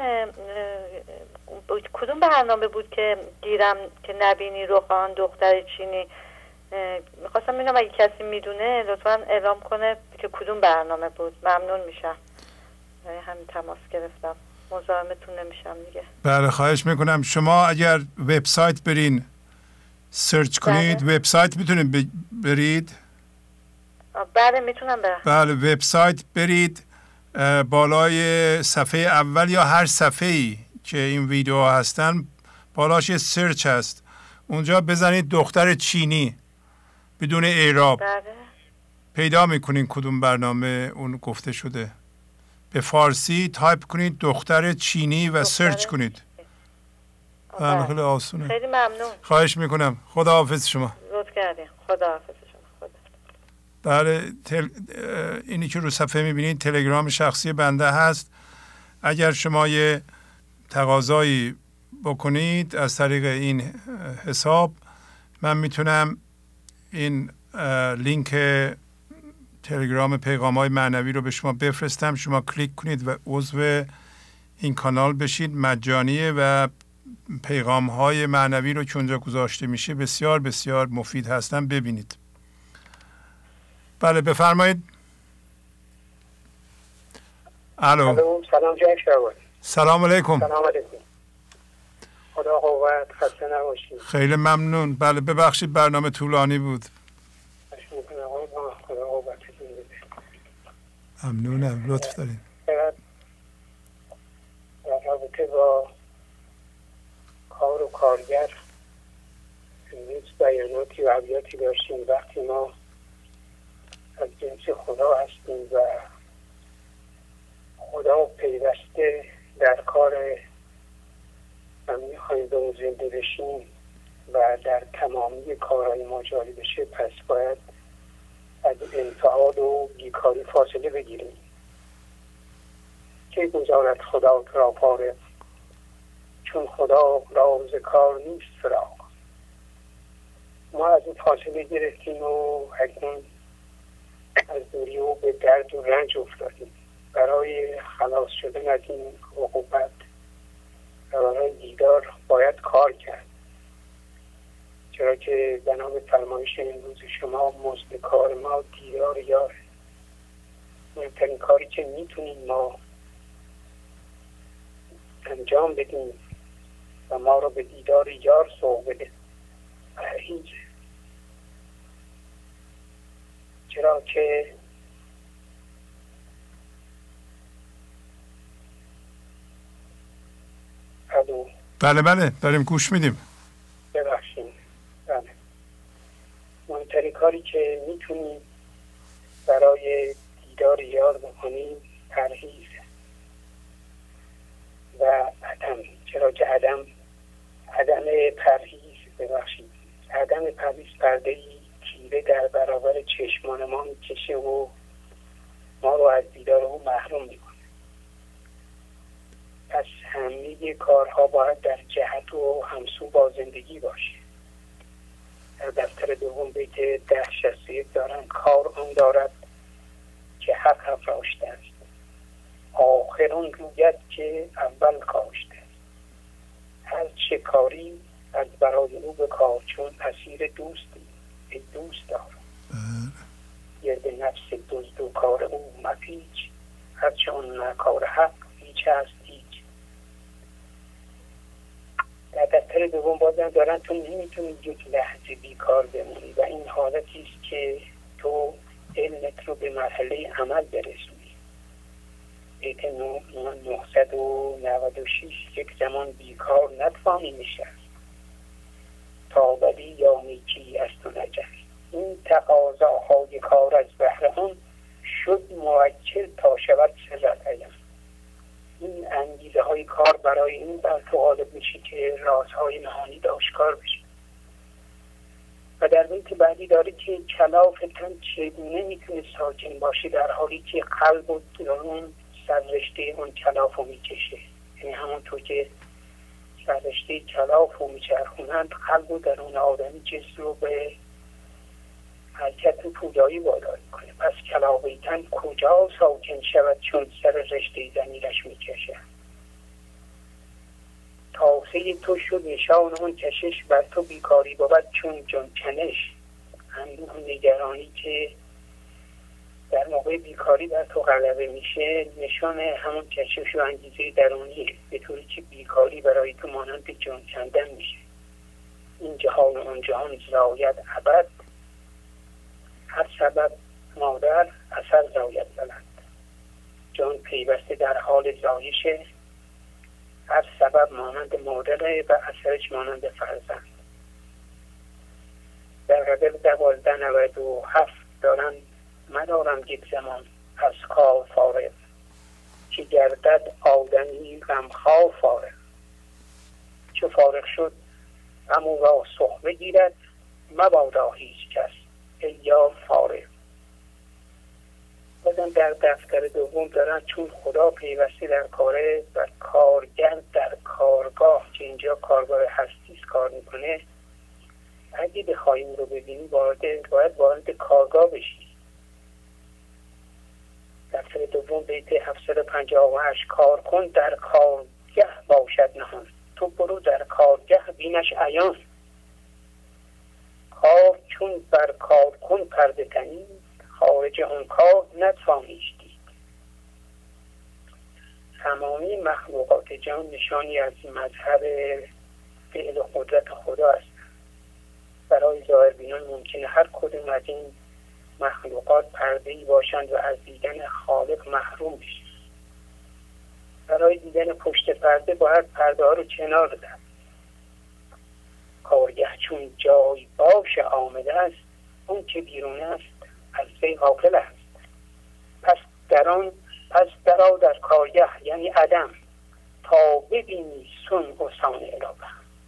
کدوم برنامه بود که گیرم که نبینی روخان دختر چینی. میخواستم ببینم اگه کسی میدونه لطفا اعلام کنه که کدوم برنامه بود. ممنون میشم. همین تماس گرفتم. مزاحمتون نمیشم دیگه. بله خواهش میکنم. شما اگر وبسایت برین سرچ کنید بله. وبسایت میتونید برید؟ بله میتونم برم. بله وبسایت برید بالای صفحه اول یا هر صفحه‌ای که این ویدیو هستن بالاش یه سرچ هست. اونجا بزنید دختر چینی بدون اعراب. بله. پیدا میکنین کدوم برنامه اون گفته شده. به فارسی تایپ کنید دختر چینی و سرچ کنید. بله خیلی آسونه. خیلی ممنون. خواهش میکنم. خدا حافظ شما. لطف کردین. خدا حافظ شما. خدا. بله تل... اینی که رو صفحه میبینید تلگرام شخصی بنده هست. اگر شما یه تقاضایی بکنید از طریق این حساب من میتونم این لینک تلگرام پیغام های معنوی رو به شما بفرستم. شما کلیک کنید و عضو این کانال بشید. مجانیه و پیغام های معنوی رو که اونجا گذاشته میشه بسیار بسیار مفید هستن. ببینید. بله بفرمایید. الو. سلام جناب شهبازی. سلام علیکم. سلام علیکم. خدا قوت. خسته نباشید. خیلی ممنون. بله ببخشید برنامه طولانی بود. خدا قوتتون بده. ممنونم. لطف دارین. در رابطه با کار و کارگر امروز بیاناتی و ابیاتی داشتیم. وقتی ما از جنس خدا هستیم و خدا پیوسته در کار و میخوایم به اون زنده بشیم و در تمامی کارهای ما جاری بشه، پس باید از انفعال و بیکاری فاصله بگیریم. که گذارد خدا را فارغ، چون خدا راز کار نیست فراغ. ما از این فاصله گرفتیم و اکنون از دوری و به درد و رنج افتادیم. برای خلاص شدن از این عقوبت و برای دیدار باید کار کرد، چرا که به نام فرمایش امروز شما مزد کار ما دیدار یاره. مهمترین کاری که میتونیم ما انجام بدیم و ما رو به دیدار یار سوق بده پرهیزه، چرا که ادو بله بله داریم گوش میدیم. ببخشیم. بله مهمترین کاری که میتونیم برای دیدار یار بکنیم پرهیزه و عدم، چرا که عدم عدم پرهیز ببخشید عدم پرهیز پرده‌ای تیره در برابر چشمان ما میکشه و ما رو از دیدار او محروم میکنه. پس همه کارها باید در جهت و همسو با زندگی باشه. در دفتر دوم بیت ده شصت و یک دارن کار آن دارد که حق افراشته است، آخرون روید که اول کاشته است. هر چه کاری از برای او بکار چون اسیر دوستی ای دوست دارم. گرد نفس دزد و کار او مپیچ، هرچه اون نه کار حق هیچ هست هیچ. در دفتر دوم بازم دارن تو نمیتونی یک لحظه بیکار بمونی و این حالتی است که تو علمت رو به مرحله عمل برسونی. بیت نهصد و نود و شش یک زمان بیکار نتوانی نشست، تا بدی یا نیکی از تو نجست. این تقاضاهای کار از بهر آن، شد موکل تا شود سرت عیان. این انگیزه های کار برای این بر تو غالب میشه که رازهای نهانی آشکار بشه. و در بیت بعدی داره که کلاف تن چگونه میتونه ساکن باشه در حالی که قلب و درون سررشته اون کلاف رو میکشه. یعنی همونطور که سررشته کلاف رو میچرخونند، قلب و درون آدمی جسم رو به حرکت پویایی وادار میکنه. پس کلاوه تن کجا ساکن شود چون سر رشته ضمیرش میکشه. تاسه تو شد نشان اون کشش، بر تو بیکاری بود چون جان کنش. اندوه نگرانی که در موقع بیکاری بر تو غلبه میشه نشان همون کشش و انگیزه درونیه، به طوری که بیکاری برای تو مانند جان کندن میشه. این جهان و اون جهان زاید ابد، هر سبب مادر اثر زاید بلند. جان پیوسته در حال زایشه، هر سبب مانند مادره و اثرش مانند فرزند. در غزل دوازده نود و هفت دارن مدارم یک زمان از کار فارغ، که گردد آدمی غمخوار فارغ. چو فارغ شد غم او را صحبه گیرد، مبادا هیچ کس ای یار فارغ. بازم در دفتر دوم دارن چون خدا پیوسته در کاره و کارگر در کارگاه، که اینجا کارگاه هستیست کار میکنه، اگه بخوایی اون رو ببینی باید باید وارد کارگاه بشی. دفتر دوم بیت هفتصد و پنجاه و هشت کار کن در کارگه باشد نهان، تو برو در کارگه بینش عیان. کار چون بر کار کن پرده تنی، خارج آن کار نتوانیش دید. تمامی مخلوقات جان نشانی از مظهر فعل و قدرت خدا است. برای ظاهربینان ممکنه هر کدوم از این مخلوقات پرده‌ای باشند و از دیدن خالق محروم بشن. برای دیدن پشت پرده باید پرده ها رو کنار داد. کارگه چون جای باش آمده است، اون که بیرون است از وی غافل است. پس در آن پس درآ در کارگه یعنی عدم، تا ببینی سن و صانع الهه.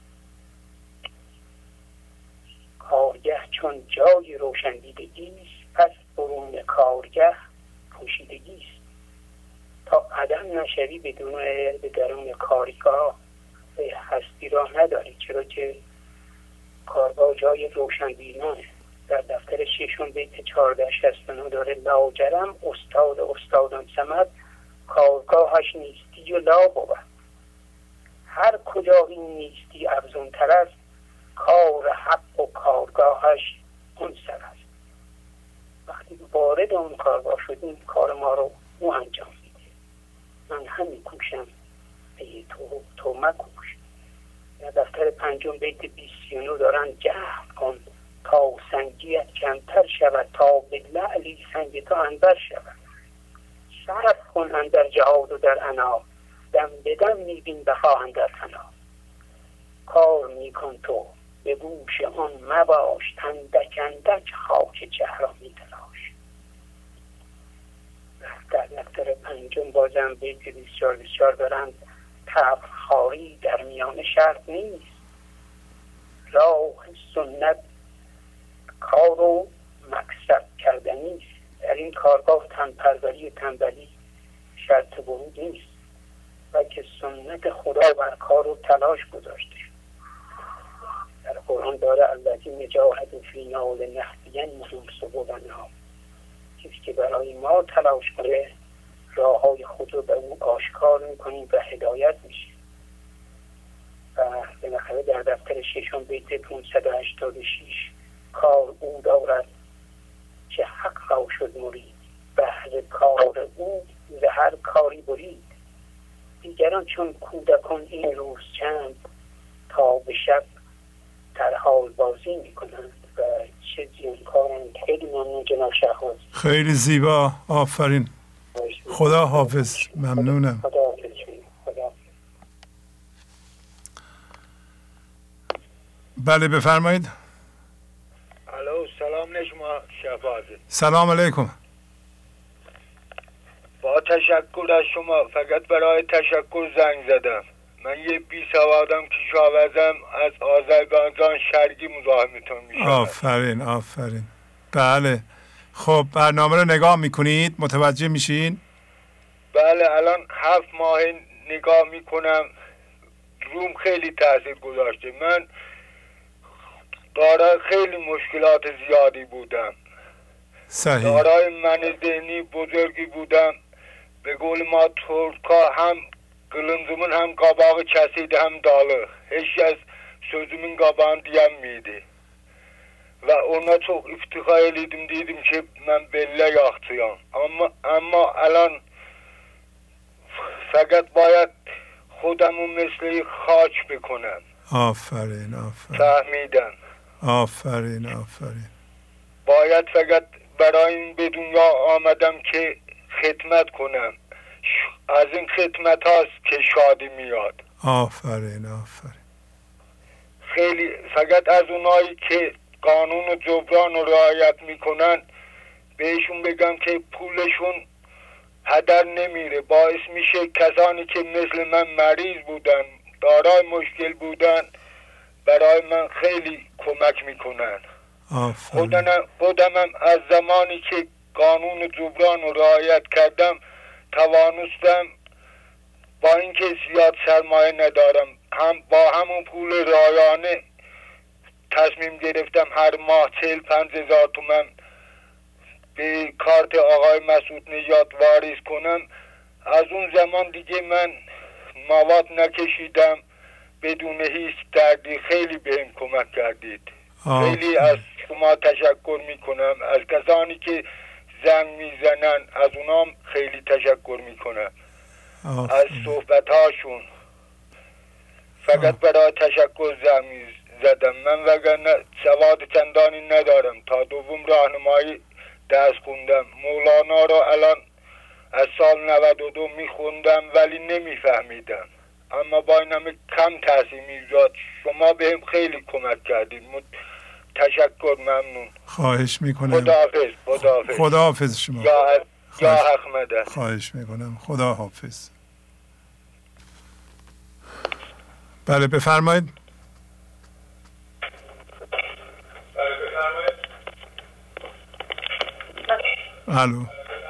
کارگه چون جای روشن دیدگی است، پس برون کارگه پوشیدگی است. تا عدم نشوی بدون به درون کارگاه به هستی راه نداری، چرا که کارگاه جای روشنبینانه. در دفتر ششم بیت چهارده شصت و نه داره لاجرم استاد استادان سمد، کارگاهش نیستی و لا بود. هر کجا این نیستی افزون تر است، کار حق و کارگاهش اون سر است. وقتی وارد اون کارگاه شدیم کار ما رو او انجام میده. من همین کوشم به تو تو مکوش. در دفتر پنجم بیت بیست و نه دارن جهد کن تا سنگیت کمتر شود، تا به لعلی سنگ تو انبر شود. صرف کن اندر جهاد و در عنا، دم به دم میبین بها اندر فنا. کار میکن تو به گوش آن مباش، اندک اندک خاک چهرا میتلاش. در دفتر پنجم بازم بیت بیست و چهار بیست و چهار دارند تبخاری در میان شرط نیست، راه سنت کار و مکسب کردنی است. در این کارگاه تنپروری و تنبلی شرط ورود نیست، بلکه سنت خدا بر کار و تلاش گذاشته. در قرآن داره الذین جاهدوا فینا لنهدینهم سبلنا، کسی که برای ما تلاش کنه راه های خود رو به او آشکار میکنیم و هدایت میشه. و بالاخره نحوه در دفتر ششم بیت پانصد و هشتاد و شش کار او دارد چه حق را شد مرید بهر کار او ز هر کاری برید دیگران چون کودکان این روز چند تا به شب در حال بازی میکنند و چه زیانکارند. خیلی ممنون جناب شهبازی. خیلی زیبا، آفرین. خدا حافظ. ممنونم. خدا حافظ. خدا حافظ. بله بفرمایید. الو سلام نشما شهبازی. سلام علیکم. با تشکر از شما، فقط برای تشکر زنگ زدم. من یه بی سوادم کشاورزم، از آذربایجان شرقی مزاحمتون میشم. آفرین آفرین. بله خب برنامه رو نگاه میکنید، متوجه میشین؟ بله الان هفت ماه نگاه میکنم، روم خیلی تاثیر گذاشته. من دارای خیلی مشکلات زیادی بودم. صحیح. دارای من ذهنی بزرگی بودم، به قول ما ترکا هم قلنزمون هم قاباğı کسید هم dalı. Hiç az sözümün qabağını diyen miydi? Ve ona çok iftihar ediydim, dedim ki ben belli yaxçıyam. Ama ama alan fakat باید خودمو مثل خاک بکنم. آفرین آفرین. فهمیدم. آفرین آفرین. باید فقط برای این به دنیا آمدم که خدمت کنم. از این خدمت هاست که شادی میاد. آفرین آفرین. خیلی فقط از اونایی که قانون و جبران رو رعایت میکنن بهشون بگم که پولشون هدر نمیره. باعث میشه کسانی که مثل من مریض بودن، دارای مشکل بودن، برای من خیلی کمک میکنن. آفرین. خودم از زمانی که قانون جبران رو رعایت کردم توانستم، با اینکه زیاد سرمایه ندارم، هم با همون پول رایانه تصمیم گرفتم هر ماه چهل پنج هزار تومن به کارت آقای مسعود نژاد واریز کنم. از اون زمان دیگه من مواد نکشیدم بدون هیچ دردی. خیلی بهم کمک کردید. آفرین. خیلی از شما تشکر میکنم، از کسانی که زنگ میزنن از اونام خیلی تشکر میکنم. از صحبت هاشون فقط برای تشکر زنگ زدم. من وگرنه سواد چندانی ندارم، تا دوم راهنمایی درس خوندم. مولانا رو الان از سال نود و دو میخوندم ولی نمیفهمیدم، اما با این همه کم تحصیل میزاد. شما بهم خیلی کمک کردید. تشکر، ممنون. خواهش میکنم. خداحافظ. خداحافظ. خداحافظ شما. یا یا احمد. خواهش میکنم. خدا حافظ. بله بفرمایید. بله بفرمایید. الو.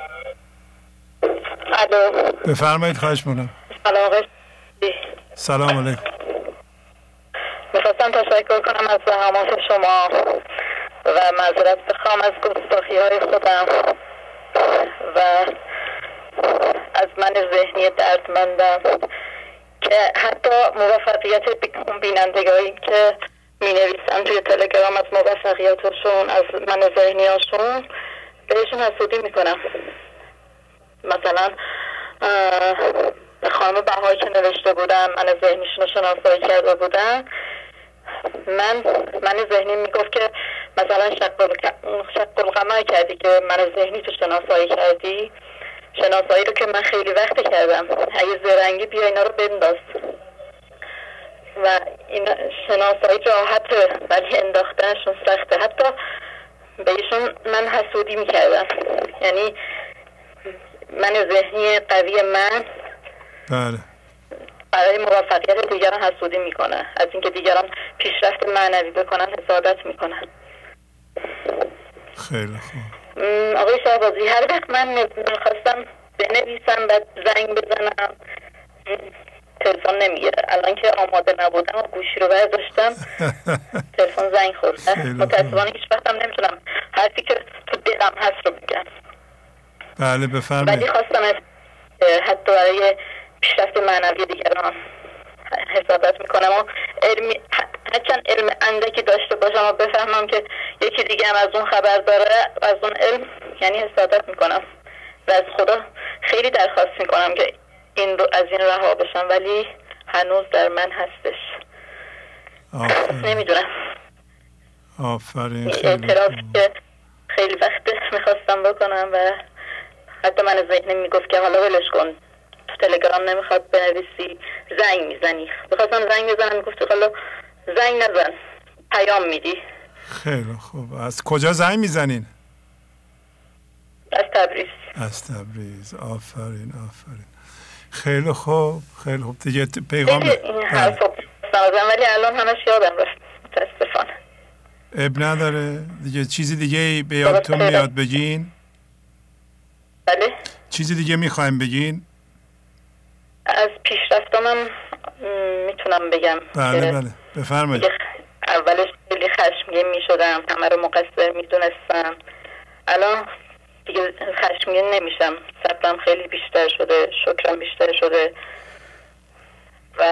الو. بفرمایید. خواهش میکنم. سلام. سلام علیکم. میخواستم تشکر کنم از زحمات شما و معذرت بخوام از گستاخی های خودم و از من ذهنی دردمندم که حتی موفقیت اون بینندگانی که می نویسن توی تلگرام از موفقیتشون، از من ذهنی هاشون بهشون حسودی میکنم. مثلا خانم بهایی که نوشته بودن من ذهنیشون رو شناسایی کرده بودن، من من ذهنی میگفت که مثلا شق القمر کردی که من ذهنی تو شناسایی کردی، شناسایی رو که من خیلی وقت کردم، اگه زرنگی بیا اینا رو بنداز. و این شناسایی راحته ولی انداختنشون سخته. حتی بهشون من حسودی میکردم، یعنی من ذهنی قوی من بله برای موفقیت دیگران حسودی میکنه، از اینکه دیگران پیشرفت معنوی بکنن حسادت میکنن. خیلی خوب. آقای شهبازی، هر وقت من میخواستم بنویسم بعد زنگ بزنم تلفن نمیگیره. الان که آماده نبودم و گوشی رو برداشتم تلفن زنگ خورده. متاسفانه هیچ وقتم نمیتونم حرفی که تو دلم هست رو بگم. بله بفرمایید. ولی خواستم حتی برای پیشرفت معنوی دیگران حسادت میکنم و علمی هرچند علم اندکی داشته باشم و بفهمم که یکی دیگه هم از اون خبر داره، از اون علم یعنی حسادت میکنم و از خدا خیلی درخواست میکنم که این رو از این رها بشم، ولی هنوز در من هستش. نمیدونم. آفرین. اعتراضی که خیلی وقت میخواستم بکنم و حتی من ذهنم میگفت که حالا ولش کن، تو تلگرام نمیخواد بنویسی، زنگ میزنی. بخواستم زنگ بزنم میگفت حالا زنگ نزن، پیام میدی. خیلی خوب. از کجا زنگ میزنین؟ از تبریز. از تبریز. آفرین آفرین. خیلی خوب خیلی خوب. دیگه پیغام این حرف رو بزنم ولی الان همش یادم رفت متاسفانه. اب نداره دیگه. چیزی دیگه به یادتون میاد بگین؟ بله. چیزی دیگه میخوایم بگین؟ از پیشرفتم میتونم بگم. بله بله بفرمایید. اولش خیلی خشمگین میشدم، همه رو مقصر میدونستم. الان دیگه خشمگین نمیشم، صبرم خیلی بیشتر شده، شکرم بیشتر شده و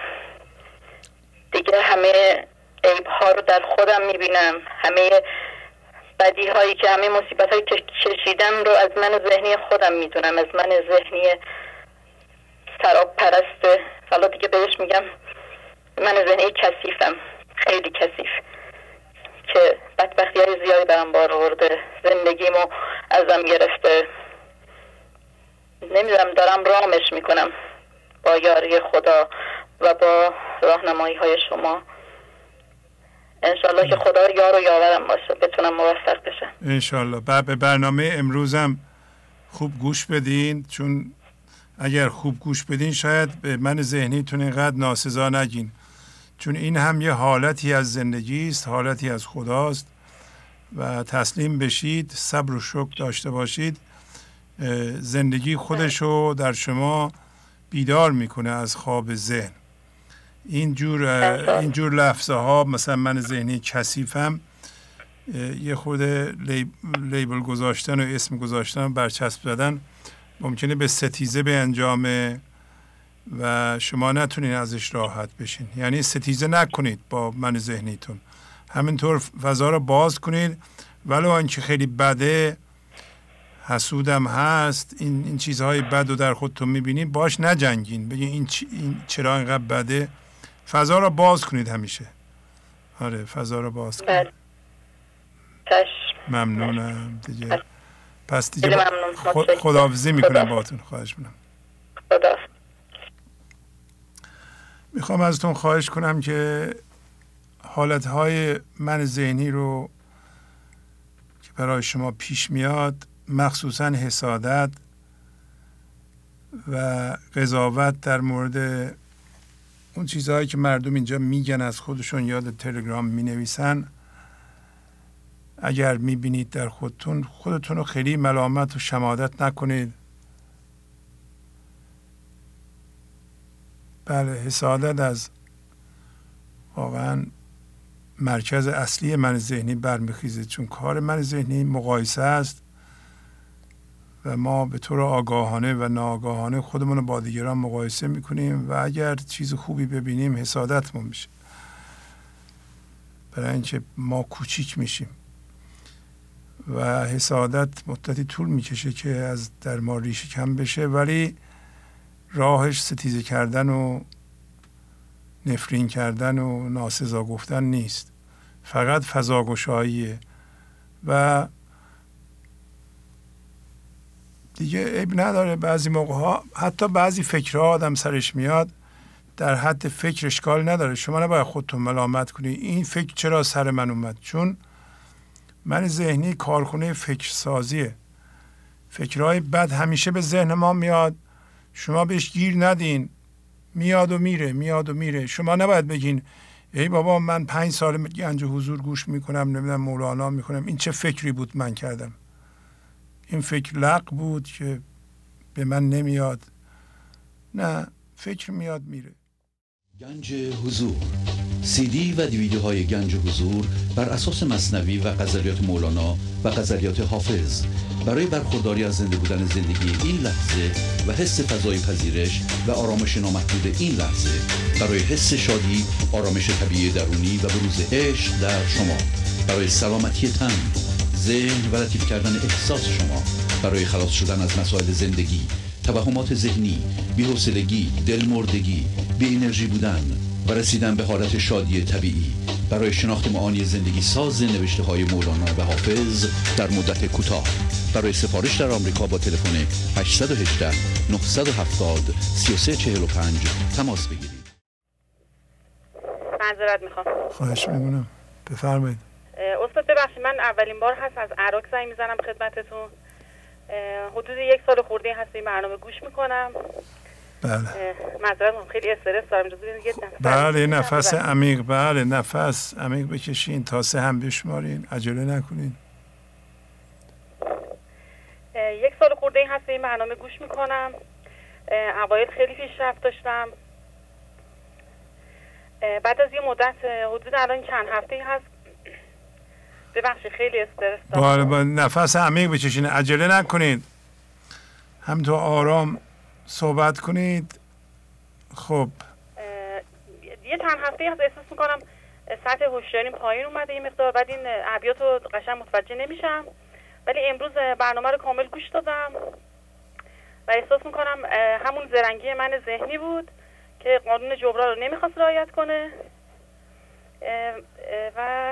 دیگه همه عیب ها رو در خودم میبینم، همه بدی هایی که همه مصیبت هایی که کشیدم رو از من ذهنی خودم میدونم، از من ذهنی سراب پرسته. حالا دیگه بهش میگم من ذهنی کثیفم، خیلی کثیف، که بدبختی های زیادی برام بار آورده، زندگیمو ازم گرفته. نمیدونم، دارم رامش میکنم با یاری خدا و با راهنمایی های شما. انشالله که خدا یار و یاورم باشه، بتونم موفق بشم انشالله. به برنامه امروزم خوب گوش بدین، چون اگر خوب گوش بدین شاید به من ذهنیتون اینقدر ناسزا نگین، چون این هم یه حالتی از زندگی است، حالتی از خداست و تسلیم بشید، صبر و شکر داشته باشید. زندگی خودشو در شما بیدار میکنه از خواب ذهن. اینجور اینجور لفظه ها مثلا من ذهنی کثیفم، یه خود لیبل گذاشتن و اسم گذاشتن و برچسب زدن ممکنه به ستیزه به انجامه و شما نتونین ازش راحت بشین. یعنی ستیزه نکنید با من ذهنیتون، همینطور فضا رو باز کنید، ولو اینکه خیلی بده، حسودم هست، این این چیزهای بد رو در خودتون میبینید، باش نجنگین، بگین این, چ... این چرا اینقدر بده. فضا رو باز کنید همیشه. آره فضا رو باز کنید. ممنونم دیگه. پس دیگه با... خداحافظی میکنم باهاتون. خواهش میکنم. خدا. میخوام ازتون خواهش کنم که حالتهای من ذهنی رو که برای شما پیش میاد، مخصوصا حسادت و قضاوت در مورد اون چیزهایی که مردم اینجا میگن از خودشون، یاد تلگرام مینویسن، اگر میبینید در خودتون، خودتون رو خیلی ملامت و شماتت نکنید. بله، حسادت از واقعا مرکز اصلی من ذهنی برمیخیزه، چون کار من ذهنی مقایسه است و ما به طور آگاهانه و ناآگاهانه خودمون رو با دیگران مقایسه میکنیم و اگر چیز خوبی ببینیم حسادتمون میشه، برای اینکه ما کوچیک میشیم و حسادت مدتی طول میکشه که از در ما ریشه کم بشه، ولی راهش ستیزه کردن و نفرین کردن و ناسزا گفتن نیست، فقط فضاگشاییه. و دیگه عیب نداره بعضی موقع ها حتی بعضی فکرها آدم سرش میاد، در حد فکر اشکال نداره، شما نباید خودتون ملامت کنی این فکر چرا سر من اومد، چون من ذهنی کارخونه فکر سازیه. فکرهای بد همیشه به ذهن ما میاد، شما بهش گیر ندین، میاد و میره میاد و میره. شما نباید بگین ای بابا من پنج سال گنج حضور گوش میکنم، نمیدونم مولانا میکنم، این چه فکری بود من کردم، این فکر لق بود که به من نمیاد. نه، فکر میاد میره. گنج حضور سی دی و دیویدیوهای گنج حضور بر اساس مثنوی و غزلیات مولانا و غزلیات حافظ برای برخورداری از زنده بودن زندگی این لحظه و حس فضای پذیرش و آرامش نامحدود این لحظه، برای حس شادی، آرامش طبیعی درونی و بروز عشق در شما، برای سلامتی تن، ذهن و لطیف کردن احساس شما، برای خلاص شدن از مسائل زندگی، توهمات ذهنی، بی‌حوصلگی، دلمردگی، بی انرژی بودن و رسیدن به حالت شادی طبیعی، برای شناخت معانی زندگی ساز نوشته های مولانا و حافظ در مدت کوتاه. برای سفارش در آمریکا با تلفن هشت یک هشت نه هفت صفر سه سه چهار پنج تماس بگیرید. معذرت میخوام. خواهش میکنم. بفرمایید. استاد ببخشید، من اولین بار هست از عراق زنگ میزنم خدمتتون. حدود یک سال خورده هست این برنامه گوش میکنم. بله. معذرت میخوام، خیلی استرس دارم. اجازه بدید یه نفس. بله نفس عمیق، بله نفس عمیق بکشین تا سه هم بشمارین، عجله نکنین. یک سال خورده این هست این برنامه گوش میکنم. اوایل خیلی پیشرفت داشتم. بعد از یه مدت حدود الان چند هفته هست ببخشید خیلی استرس دارم. بله با نفس عمیق بکشین، عجله نکنید، همینطور آرام صحبت کنید. خب یه چند هفته هست احساس میکنم سطح هوشیاریم پایین اومده یه مقدار، بعد این ابیات رو قشنگ متوجه نمیشم، ولی امروز برنامه رو کامل گوش دادم و احساس میکنم همون زرنگی من ذهنی بود که قانون جبران رو نمیخواست رعایت کنه و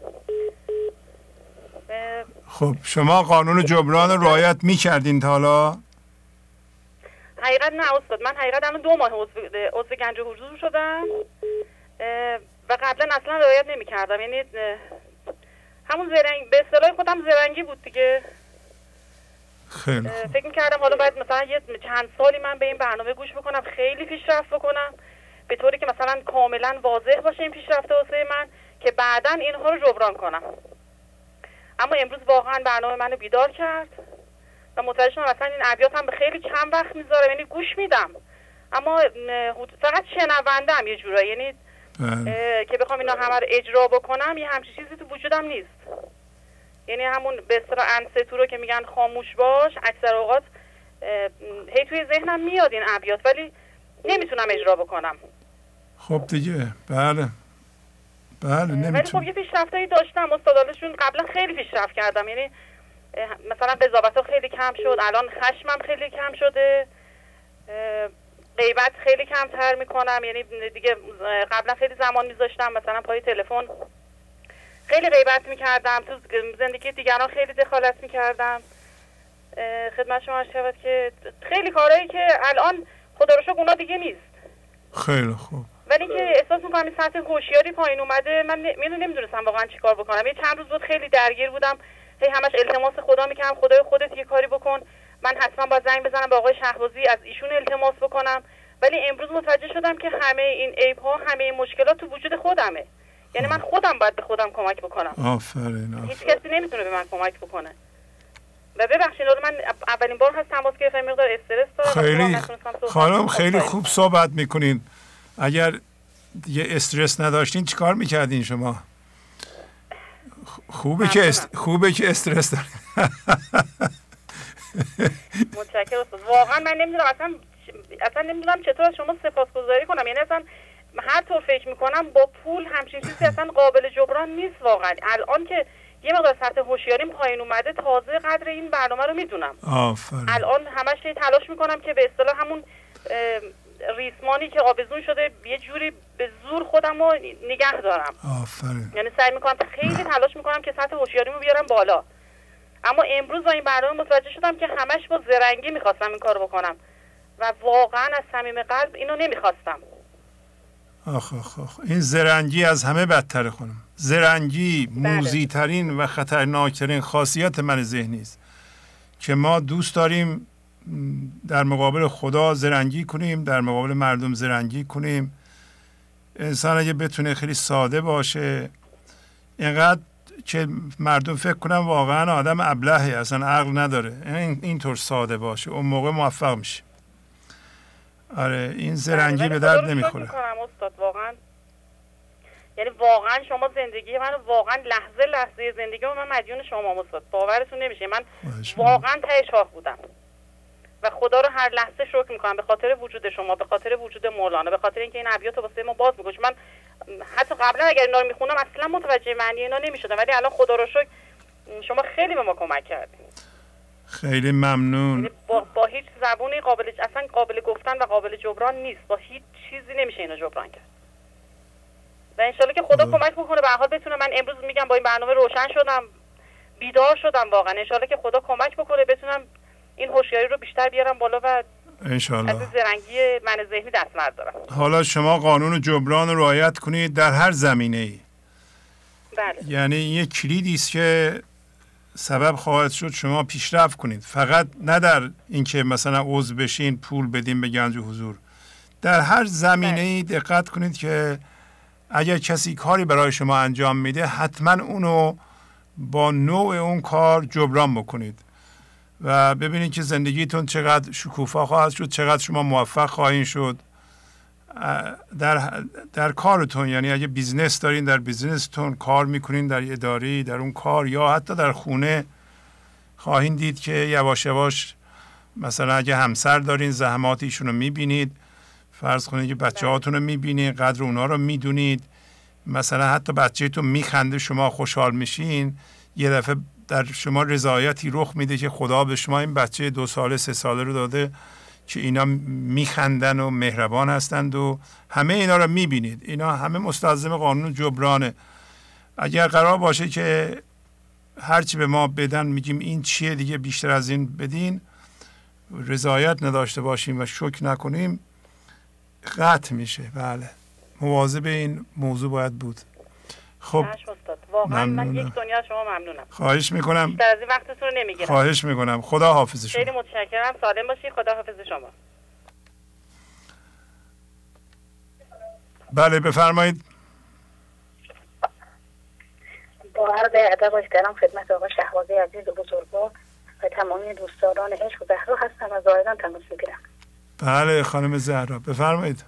خب شما قانون جبران رو رعایت میکردین تا حالا؟ حقیقت نه استاد، من حقیقت الان دو ماه عضو عضو گنج حضور شدم و قبلا اصلا رعایت نمیکردم، یعنی همون زرنگ به اصطلاح خودم زرنگی بود دیگه. خیلی فکر میکردم حالا باید مثلا یه چند سالی من به این برنامه گوش بکنم، خیلی پیشرفت بکنم به طوری که مثلا کاملا واضح باشه این پیشرفت واسه من که بعداً اینها رو جبران کنم. اما امروز واقعا برنامه منو بیدار کرد و متوجه شدم مثلا این ابیات هم به خیلی کم وقت میذارم، یعنی گوش میدم اما فقط شنوندم یه جورایی، یعنی که بخوام اینا همه رو اجرا بکنم یه همچین چیزی تو وجودم نیست. یعنی همون به اصطلاح انستو رو که میگن خاموش باش، اکثر اوقات هی توی ذهنم میاد این ابیات ولی نمیتونم اجرا بکنم. خب دیگه بله بله نمیتونم. ولی خب یه پیشرفتایی داشتم استادالشون، قبلا خیلی پیشرفت کردم، یعنی مثلا قضاوت‌ها خیلی کم شد، الان خشمم خیلی کم شده، غیبت خیلی کمتر میکنم، یعنی دیگه قبلا خیلی زمان میذاشتم مثلا پای تلفن خیلی غیبت میکردم، تو زندگی دیگران خیلی دخالت میکردم. خدمت شما عرض شود که خیلی کارهایی که الان خدا رو شکر اونا دیگه نیست. خیلی خوب. ولی که احساس میکنم این سطح هوشیاری پایین اومده، من نمیدونستم واقعا چیکار بکنم. یه چند روز بود خیلی درگیر بودم، هی همش التماس خدا میکردم، خدای خودت یه کاری بکن، من حتما باید زنگ بزنم به آقای شهبازی از ایشون التماس بکنم. ولی امروز متوجه شدم که همه این عیب ها، همه این مشکلات تو وجود خودمه، یعنی من خودم باید به خودم کمک بکنم. آفرین آفرین. هیچ کسی نمیتونه به من کمک بکنه. و ببخشید من اولین بار هست تماس گرفتم، مقدار استرس دارم. خیلی خانم خیلی خوب صحبت میکنین. اگر یه استرس نداشتین چیکار میکردین شما؟ خوبه که است... خوبه که استرس دارین. متشکرم استاد. واقعا من نمیدونم اصلا اصلا نمیدونم چطور از شما سپاسگزاری کنم، یعنی اصلا هر طور فکر میکنم با پول همچین چیزی اصلا قابل جبران نیست واقعا. الان که یه مقدار سطح هوشیاریم پایین اومده تازه قدر این برنامه رو میدونم. آفرین. الان همش تلاش میکنم که به اصطلاح همون ریسمانی که آویزون شده یه جوری به زور خودم رو نگه دارم. آفرین. یعنی سعی میکنم خیلی تلاش میکنم که سطح هوشیاریمو بیارم بالا. اما امروز با این برنامه متوجه شدم که همش با زرنگی میخواستم این کارو بکنم و واقعا از صمیم قلب اینو نمیخواستم. آخ آخ آخ این زرنگی از همه بدتره خانم. زرنگی بله. موذی‌ترین و خطرناکترین خاصیت من ذهنی است که ما دوست داریم در مقابل خدا زرنگی کنیم، در مقابل مردم زرنگی کنیم. انسان اگه بتونه خیلی ساده باشه، اینقدر که مردم فکر کنن واقعا آدم ابلهه، اصلا عقل نداره، این اینطور ساده باشه، اون موقع موفق میشه. آره این زرنگی به درد نمیخوره. استاد واقعا یعنی واقعا شما زندگی من واقعا لحظه لحظه زندگی من مدیون شما استاد، باورتون نمیشه. من واقعا ته شاخ بودم و خدا رو هر لحظه شکر میکنم به خاطر وجود شما، به خاطر وجود مولانا، به خاطر اینکه این ابیات رو واسه ما باز میگه. من حتی قبلا اگر اینا رو میخونم اصلا متوجه معنی اینا نمیشدم، ولی الان خدا رو شکر شما خیلی به ما کمک کردین. خیلی ممنون. با, با هیچ زبونی قابل اصلا قابل گفتن و قابل جبران نیست، با هیچ چیزی نمیشه اینو جبران کرد. و انشالله که خدا کمک بکنه به هر حال بتونم. من امروز میگم با این برنامه روشن شدم، بیدار شدم واقعا. انشالله که خدا کمک بکنه بتونم این هوشیاری رو بیشتر بیارم بالا و انشالله از زرنگی من ذهنی دست بردارم. حالا شما قانون جبران رو رعایت کنید در هر زمینه‌ای. بله. یعنی یه کلیدی است که سبب خواهد شد شما پیشرفت کنید. فقط نه در اینکه مثلا عضو بشین پول بدین به گنج حضور. در هر زمینه‌ای دقت کنید که اگر کسی کاری برای شما انجام میده حتما اونو با نوع اون کار جبران بکنید و ببینید که زندگیتون چقدر شکوفا خواهد شد، چقدر شما موفق خواهید شد در در کارتون. یعنی اگه بیزنس دارین در بیزنستون کار میکنین، در اداری در اون کار، یا حتی در خونه خواهید دید که یواش یواش مثلا اگه همسر دارین زحمات ایشون رو میبینید، فرض کنید که بچه هاتون رو میبینید، قدر اونا رو میدونید، مثلا حتی بچه‌تون میخنده شما خوشحال میشین، یه دفعه در شما رضایتی رخ میده که خدا به شما این بچه دو ساله سه ساله رو داده که اینا میخندن و مهربان هستند و همه اینا رو میبینید. اینا همه مستلزم قانون جبرانه. اگر قرار باشه که هرچی به ما بدن میگیم این چیه دیگه بیشتر از این بدین، رضایت نداشته باشیم و شکر نکنیم، قطع میشه. بله، مواظب این موضوع باید بود. خب واقعا من یک دنیا شما ممنونم. خواهش میکنم. بیشتر از این وقتتون رو نمیگیرم. خواهش میکنم. خدا حافظ شما. خیلی متشکرم. سالم باشید. خدا حافظ شما. بله بفرمایید. با عرض ادب و احترام خدمت آقای شهبازی عزیز و بزرگوار و تمامی دوستداران عشق و زهرا هستم، از زاهدان تماس میگیرم. بله خانم زهرا بفرمایید.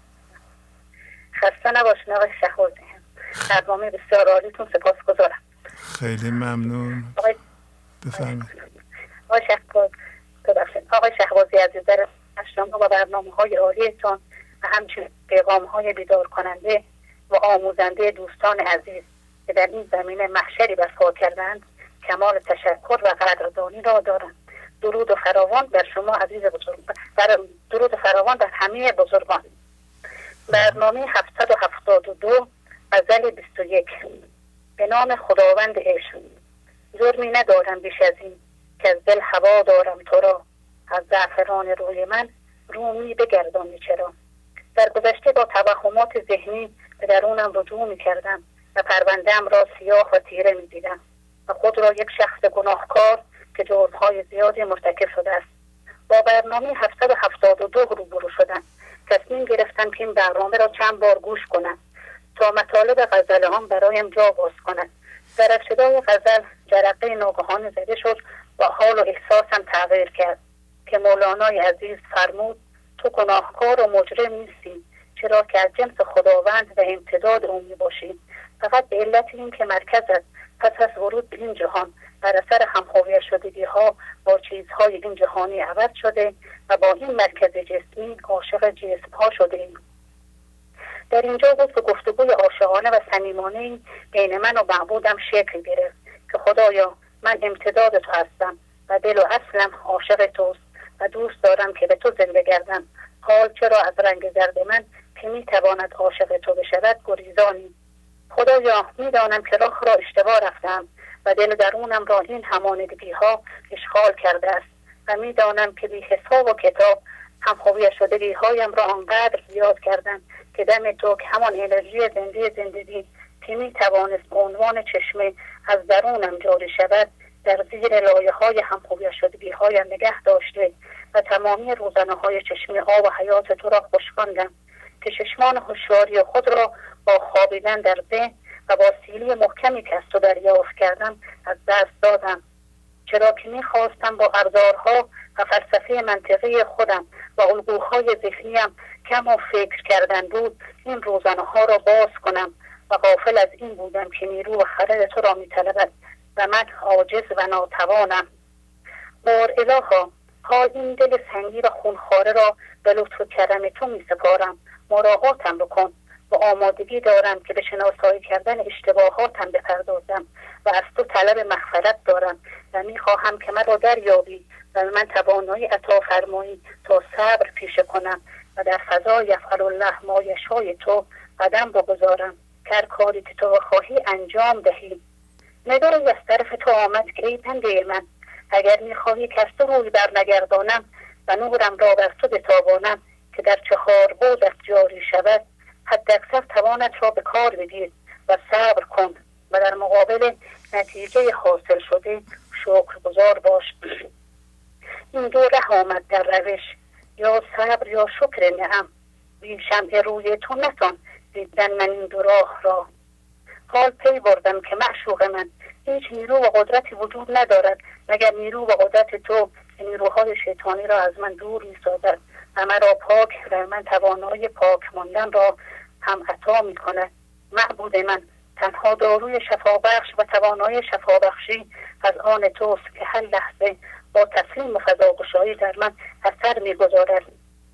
خسته نباشین آقای شهبازی. برنامه بسیار عالیتون سپاسگزارم. خیلی ممنون. آقای بفرمایید. آقای شهبازی ببخشید. آقای شهبازی عزیز، در شما و برنامه‌های عالیتون و همچنین پیغام‌های بیدار کننده و آموزنده دوستان عزیز که در این زمینه محشری برپا کردند کمال تشکر و قدردانی را دارم. درود و فراوان بر شما عزیز بزرگ، بر درود و فراوان بر همه بزرگان. برنامه هفتصد و هفتاد و دو غزل بیست و یک. به نام خداوند عشق. جرمی ندارم بیش از این که از دل هوا دارم تو را، از زعفران روی من رومی بگردانی چرا. در گذشته با توهمات ذهنی به درونم رجوع می کردم و پرونده‌ام را سیاه و تیره می دیدم و خود را یک شخص گناهکار که جرم‌های زیادی مرتکب شده است. با برنامه هفتصد و هفتاد و دو روبرو شدم. تصمیم گرفتم که این برنامه را چند بار گوش کنم تا مطالب غزل هم برایم جا باز کند. در ابتدای غزل جرقه ناگهان زده شد و حال و احساسم تغییر کرد که مولانای عزیز فرمود تو گناهکار و مجرم نیستی، چرا که از جنس خداوند و امتداد او میباشی. فقط به علت این که مرکزت پس از ورود به این جهان بر اثر همهویت شدگی ها با چیزهای این جهانی عوض شده و با این مرکز جسمی عاشق جسم ها شده ایم. در اینجا بود که گفتگوی عاشقانه و صمیمانه بین من و معبودم شکل گرفت که خدایا من امتداد تو هستم و دل و اصلم عاشق توست و دوست دارم که به تو زنده گردم. حال چرا از رنگ زرد من که میتواند عاشق تو بشود گریزانی. خدایا میدانم که راه را اشتباه رفتم و دل درونم را این همانگی ها اشغال کرده است و میدانم که بی حساب و کتاب هم هویت شدگی هایم را آنقدر زیاد کردم که دم تو که همان انرژی زنده زندگی که می توانست به عنوان چشمه از درونم جاری شود در زیر لایه های هم هویت شدگی هایم نگه داشته و تمامی روزنه های چشمه آب و حیات تو را خوشخواندم که چشمان هوشیاری خود را با خوابیدن در ذهن و با سیلی محکمی که از تو دریافت کردم از دست دادم، چرا که میخواستم با ابزارها و فلسفه منطقی خودم و الگوهای ذهنیم که ما فکر کردن بود این روزنه ها را باز کنم و غافل از این بودم که نیرو و خرد تو را می‌طلبد و من عاجز و ناتوانم. بار الها حال این دل سنگی و خونخواره را به لطف و کرم تو می‌سپارم. مراعاتم بکن و آمادگی دارم که به شناسایی کردن اشتباهاتم بپردازم و از تو طلب مغفرت دارم و میخواهم که مرا دریابی و من توانایی عطا فرمایی تا صبر پیشه کنم و در فضای یفعل الله ما یشای تو قدم بگذارم که هر کاری که تو خواهی انجام دهی. نداری از طرف تو آمد که ای بنده من، اگر میخواهی که از تو روی بر نگردانم و نورم را بر تو بتابانم که در چهار بعدت جاری شود، حد اکثر توانت را به کار بگیر و صبر کن و در مقابل نتیجه حاصل شده شکرگزار باش. این دو ره آمد در روش، یا صبر یا شکر نعم. بی شمع روی تو نتان دیدن من این دو راه را. حال پی بردم که معشوق من هیچ نیرو و قدرتی وجود ندارد مگر نیرو و قدرت تو نیروهای شیطانی را از من دور می سازد و مرا پاک و من توانایی پاک ماندن را هم عطا می کند. معبود من، تنها داروی شفابخش و توانایی شفابخشی از آن توست که هر لحظه با تسلیم و فضاگشایی در من اثر می گذارد.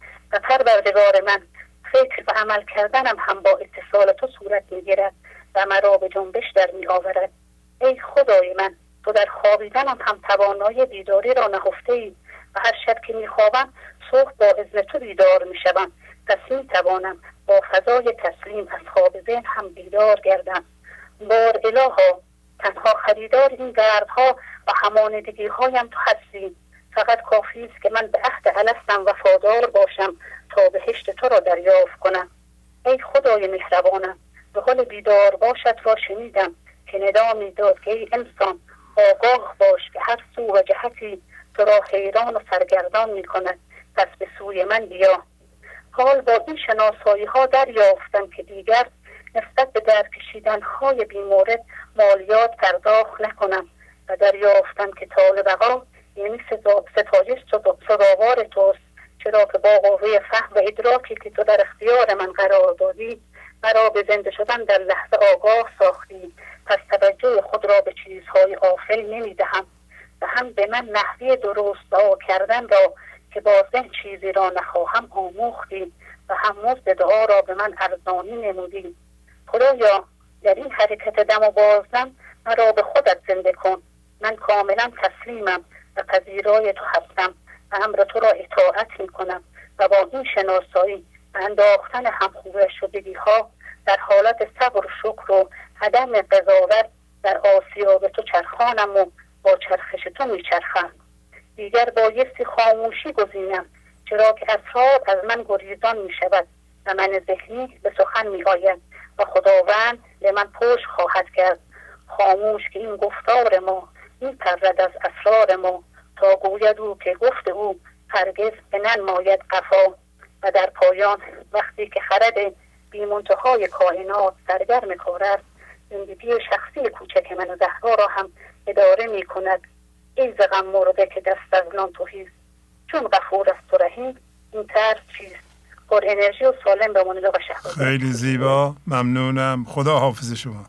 و پروردگار من، فکر و عمل کردنم هم با اتصال تو صورت می گیرد و مرا به جنبش در می آورد. ای خدای من، تو در خوابیدنم هم توانایی بیداری را نهفته ای و هر شب که می خوابم صبح با اذن تو بیدار می شوم. پس می توانم با فضای تسلیم از خواب ذهن هم بیدار گردم. بار الها، تنها خریدار این دردها و همانندگی هایم تو هستی. فقط کافی است که من به عهد الستم وفادار باشم تا بهشت تو را دریافت کنم. ای خدای مهربانم، به حال بیدار باشد را شنیدم که ندا می داد که ای انسان آگاه باش که هر سو و جهتی تو را حیران و سرگردان می کند، پس به سوی من بیا. حال با این شناسایی ها دریافتم که دیگر نسبت به درکشیدن های بیمورد مالیات پرداخت نکنم و دریافتم که طال بقا یعنی ستایش سزاوار توست، چرا که با قوه فهم و ادراکی که تو در اختیار من قرار دادی مرا به زنده شدن در لحظه آگاه ساختی. پس توجه خود را به چیزهای غافل نمی دهم و هم به من نحوی درست دعا کردن را که با ذهن چیزی را نخواهم آموختی و هم مزد دعا را به من ارزانی نمودی. خدایا، در این حرکت دم و بازدم مرا به خودت زنده کن. من کاملا تسلیمم و پذیرای تو هستم و امر تو را اطاعت می کنم و با این شناسایی و انداختن همخوبه شدگی ها در حالت صبر و شکر و عدم قضاوت در آسیاب تو چرخانم و با چرخش تو می چرخم. دیگر بایستی خاموشی گزینم، چرا که اسرار از من گریزان می شود و من ذهنی به سخن می آید و خداوند به من پشت خواهد کرد. خاموش که این گفتار ما می پرد از اسرار ما تا گوید او که گفت او هرگز به ننماید قفا. و در پایان وقتی که خرد بی منتهای کائنات سرگرم کار است، زندگی شخصی کوچک من و زهرا را هم اداره می کند. ای ز غم مرده که دست از نان تهی، چون غفور است و رحیم، این طرز چیست؟ پر انرژی و سالم بمانید آقا شهبازی. خیلی زیبا، ممنونم. خدا حافظ شما.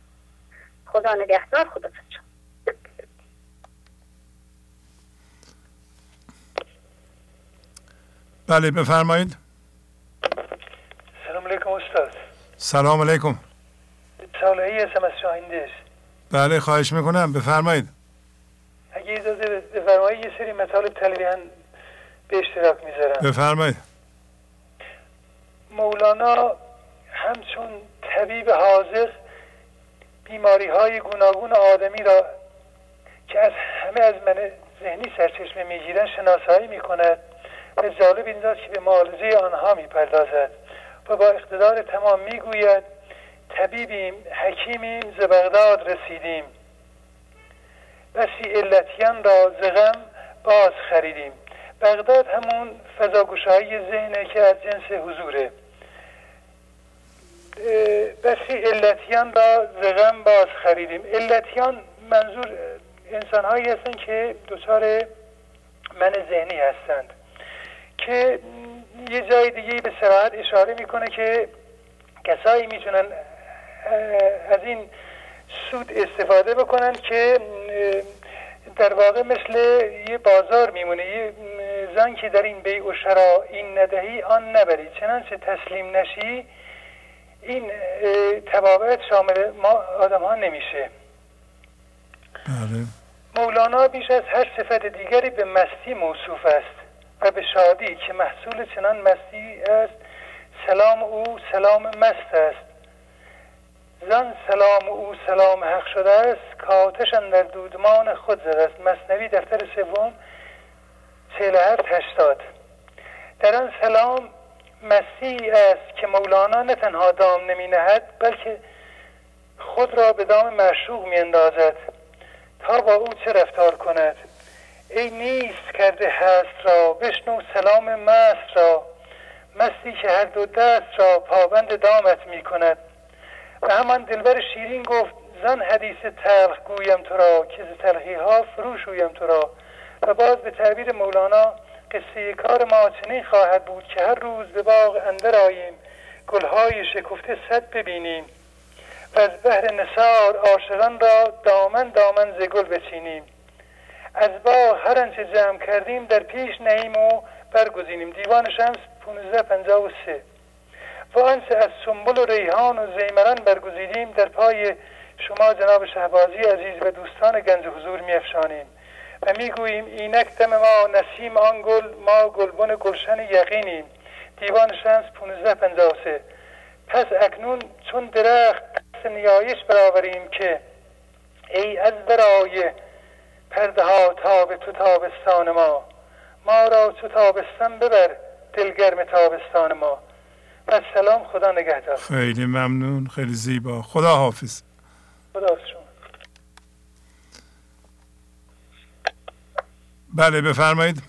خدا نگهدار. خدا شما. بله بفرمایید. سلام علیکم استاد. سلام علیکم. صالحی هستم از شاهینده. بله خواهش میکنم بفرمایید. اگه اجازه بفرمایید یه سری مطالب تلویحاً به اشتراک میذارم. بفرمایید. مولانا همچون طبیب حاذق بیماری های گوناگون آدمی را که از همه از من ذهنی سرچشمه میگیرن شناسایی میکند و جالب اینجاست که به معالجه آنها میپردازد و با اقتدار تمام میگوید طبیبیم حکیمیم ز بغداد رسیدیم، بسی علتیان را ز غم باز خریدیم. بغداد همون فضاگشایی ذهنه که از جنس حضوره. بسی علتیان را ز غم باز خریدیم. علتیان منظور انسان هایی هستن که دچار من ذهنی هستند که یه جای دیگه به صراحت اشاره میکنه که کسایی میتونن از این سود استفاده بکنن که در واقع مثل یه بازار میمونه، یه زن که در این بیع و شرا این ندهی آن نبری، چنانچه تسلیم نشی این تبابت شامل ما آدم ها نمیشه. بله. مولانا بیش از هر صفت دیگری به مستی موصوف است و به شادی که محصول چنان مستی است. سلام او سلام مست است، زن سلام او سلام حق شده است، کاتش اندر دودمان خود زده است. مثنوی دفتر سوم چهل و هفت هشتاد. در آن سلام مستی است که مولانا نه تنها دام نمی نهد بلکه خود را به دام معشوق می اندازد تا با او چه رفتار کند. ای نیست کرده هست را بشنو سلام مست را، مستی که هر دو دست را پابند دامت می کند. و همان دلبر شیرین گفت زن حدیث تلخ گویم تو را که ز تلخی ها فروشویم تو را. و باز به تعبیر مولانا قصه کار ما چنین خواهد بود که هر روز به باغ اندر آییم، گلهای شکفته صد ببینیم و از بحر نثار عاشقان را دامن دامن ز گل بچینیم. از باغ هر آنچه جمع کردیم در پیش نهیم و برگزینیم. دیوان شمس پانزده پنجاه و سه. و آنچه از سنبل و ریحان و زیمران برگزیدیم در پای شما جناب شهبازی عزیز و دوستان گنج حضور می افشانیم و می گوییم اینک دم ما نسیم آن گل، ما گلبن گلشن یقینیم. دیوان شمس پانزده پنجاه و سه. پس اکنون چون درخت دست نیایش برآوریم که ای از برای پرده ها تاب تو تابستان ما، ما را چو تابستان ببر دلگرم تابستان ما. و سلام، خدا نگهدار. خیلی ممنون، خیلی زیبا. خدا حافظ. خدا حافظ شما. بله بفرمایید.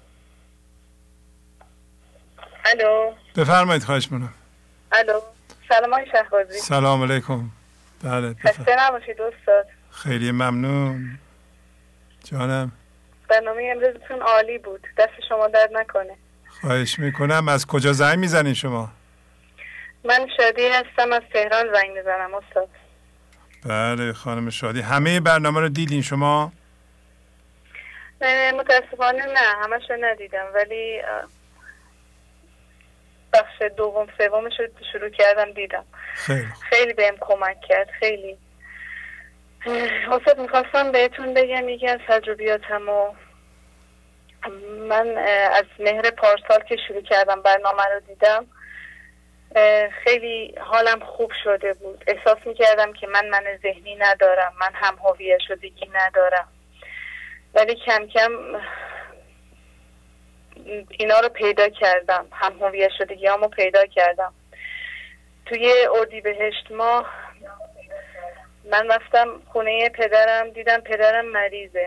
الو بفرمایید، خواهش می‌کنم. الو سلام آقای شهبازی. سلام علیکم. بله خسته نباشید استاد. خیلی ممنون جانم. برنامه امروزتون عالی بود، دست شما درد نکنه. خواهش میکنم. از کجا زنگ میزنین شما؟ من شادی هستم، از تهران زنگ میزنم استاد. بله خانم شادی، همه برنامه رو دیدین شما؟ نه متاسفانه نه، همش رو ندیدم، ولی بخش دوم سومش رو شروع کردم دیدم. خیلی خیلی بهم کمک کرد، خیلی. استاد میخواستم بهتون بگم یکی از تجربیاتم و من از مهر پارسال که شروع کردم برنامه رو دیدم، خیلی حالم خوب شده بود. احساس میکردم که من من ذهنی ندارم، من هم هویت شدگی ندارم، ولی کم کم اینا رو پیدا کردم، هم هویت شدگی همو پیدا کردم. توی اردیبهشت ماه من رفتم خونه پدرم، دیدم پدرم مریضه.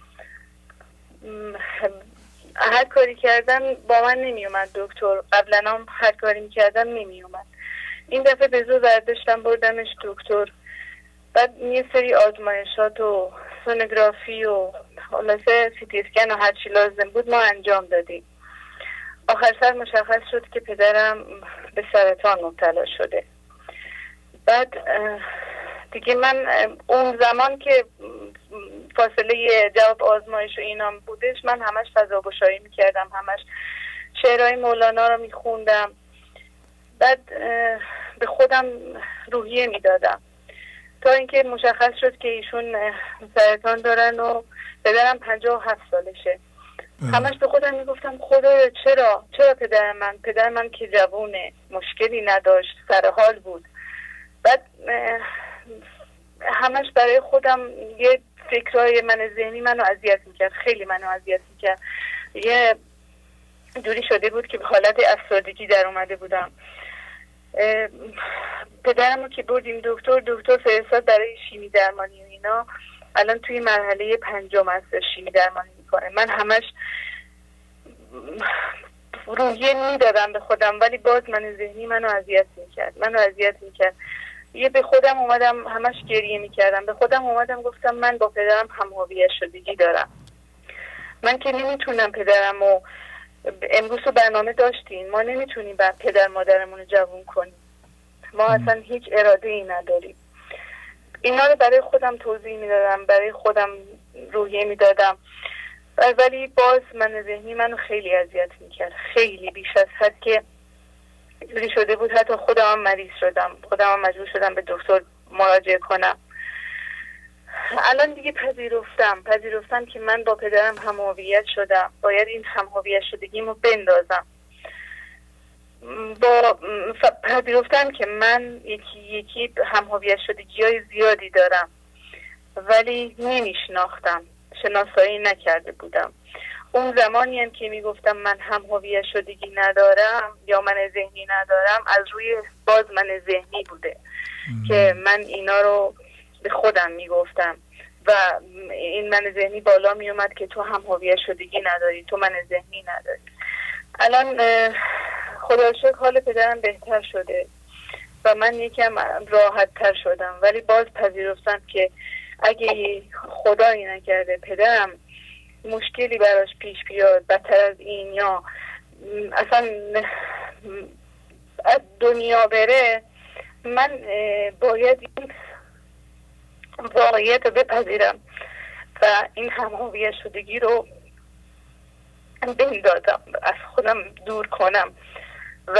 هر کاری کردم با من نمی اومد دکتر، قبلا هم هر کاری میکردم نمی اومد. این دفعه به زور برداشتم بردمش دکتر، بعد یه سری آزمایشات و سونوگرافی و خلاصه سیتی اسکن و هر چی لازم بود ما انجام دادیم. آخر سر مشخص شد که پدرم به سرطان مبتلا شده. بعد دیگه من اون زمان که فاصله جواب آزمایش و اینام بودش، من همش فضاگشایی میکردم، همش شعرهای مولانا رو میخوندم. بعد به خودم روحیه میدادم تا اینکه مشخص شد که ایشون سرطان دارن و پدرم پنجاه و هفت سالشه. همش به خودم میگفتم خدایا چرا چرا پدر من پدر من که جوونه، مشکلی نداشت، سر حال بود. بعد همش برای خودم یه فکرای من ذهنی منو اذیت میکرد، خیلی منو اذیت میکرد. یه دوری شده بود که به حالت افسردگی در اومده بودم. پدرمو که بردیم دکتر، دکتر فرستاد برای شیمی درمانی و اینا. الان توی مرحله پنجم است شیمی درمانی میکنه. من همش روحیه میدادم به خودم، ولی باز من ذهنی منو اذیت میکرد منو اذیت میکرد یه به خودم اومدم همش گریه میکردم، به خودم اومدم گفتم من با پدرم هم هویت شدگی دارم. من که نمیتونم پدرم و امروز رو برنامه داشتین، ما نمیتونیم بر پدر مادرمون رو جوون کنیم. ما اصلا هیچ اراده ای نداریم. اینا رو برای خودم توضیح میدادم، برای خودم روحیه میدادم، ولی باز من ذهنی منو خیلی اذیت میکرد، خیلی بیش از حد، که جوری شده بود حتی خودم هم مریض شدم، خودم هم مجبور شدم به دکتر مراجعه کنم. الان دیگه پذیرفتم پذیرفتم که من با پدرم هم هویت شدم، باید این هم هویت شدگیمو بندازم. با پذیرفتم که من یکی یکی هم هویت شدگی های زیادی دارم، ولی نمیشناختم، شناسایی نکرده بودم. اون زمانی هم که میگفتم من هم هویت شدگی ندارم یا من ذهنی ندارم، از روی باز من ذهنی بوده ام. که من اینا رو به خودم میگفتم و این من ذهنی بالا میومد که تو هم هویت شدگی نداری، تو من ذهنی نداری. الان خدا رو شکر حال پدرم بهتر شده و من یکم راحت تر شدم، ولی باز پذیرفتم که اگه خدایی نکرده پدرم مشکلی براش پیش بیاد بدتر از این یا اصلا از دنیا بره، من باید این واقعیت رو بپذیرم و این هم هویت شدگی رو بندازم، از خودم دور کنم و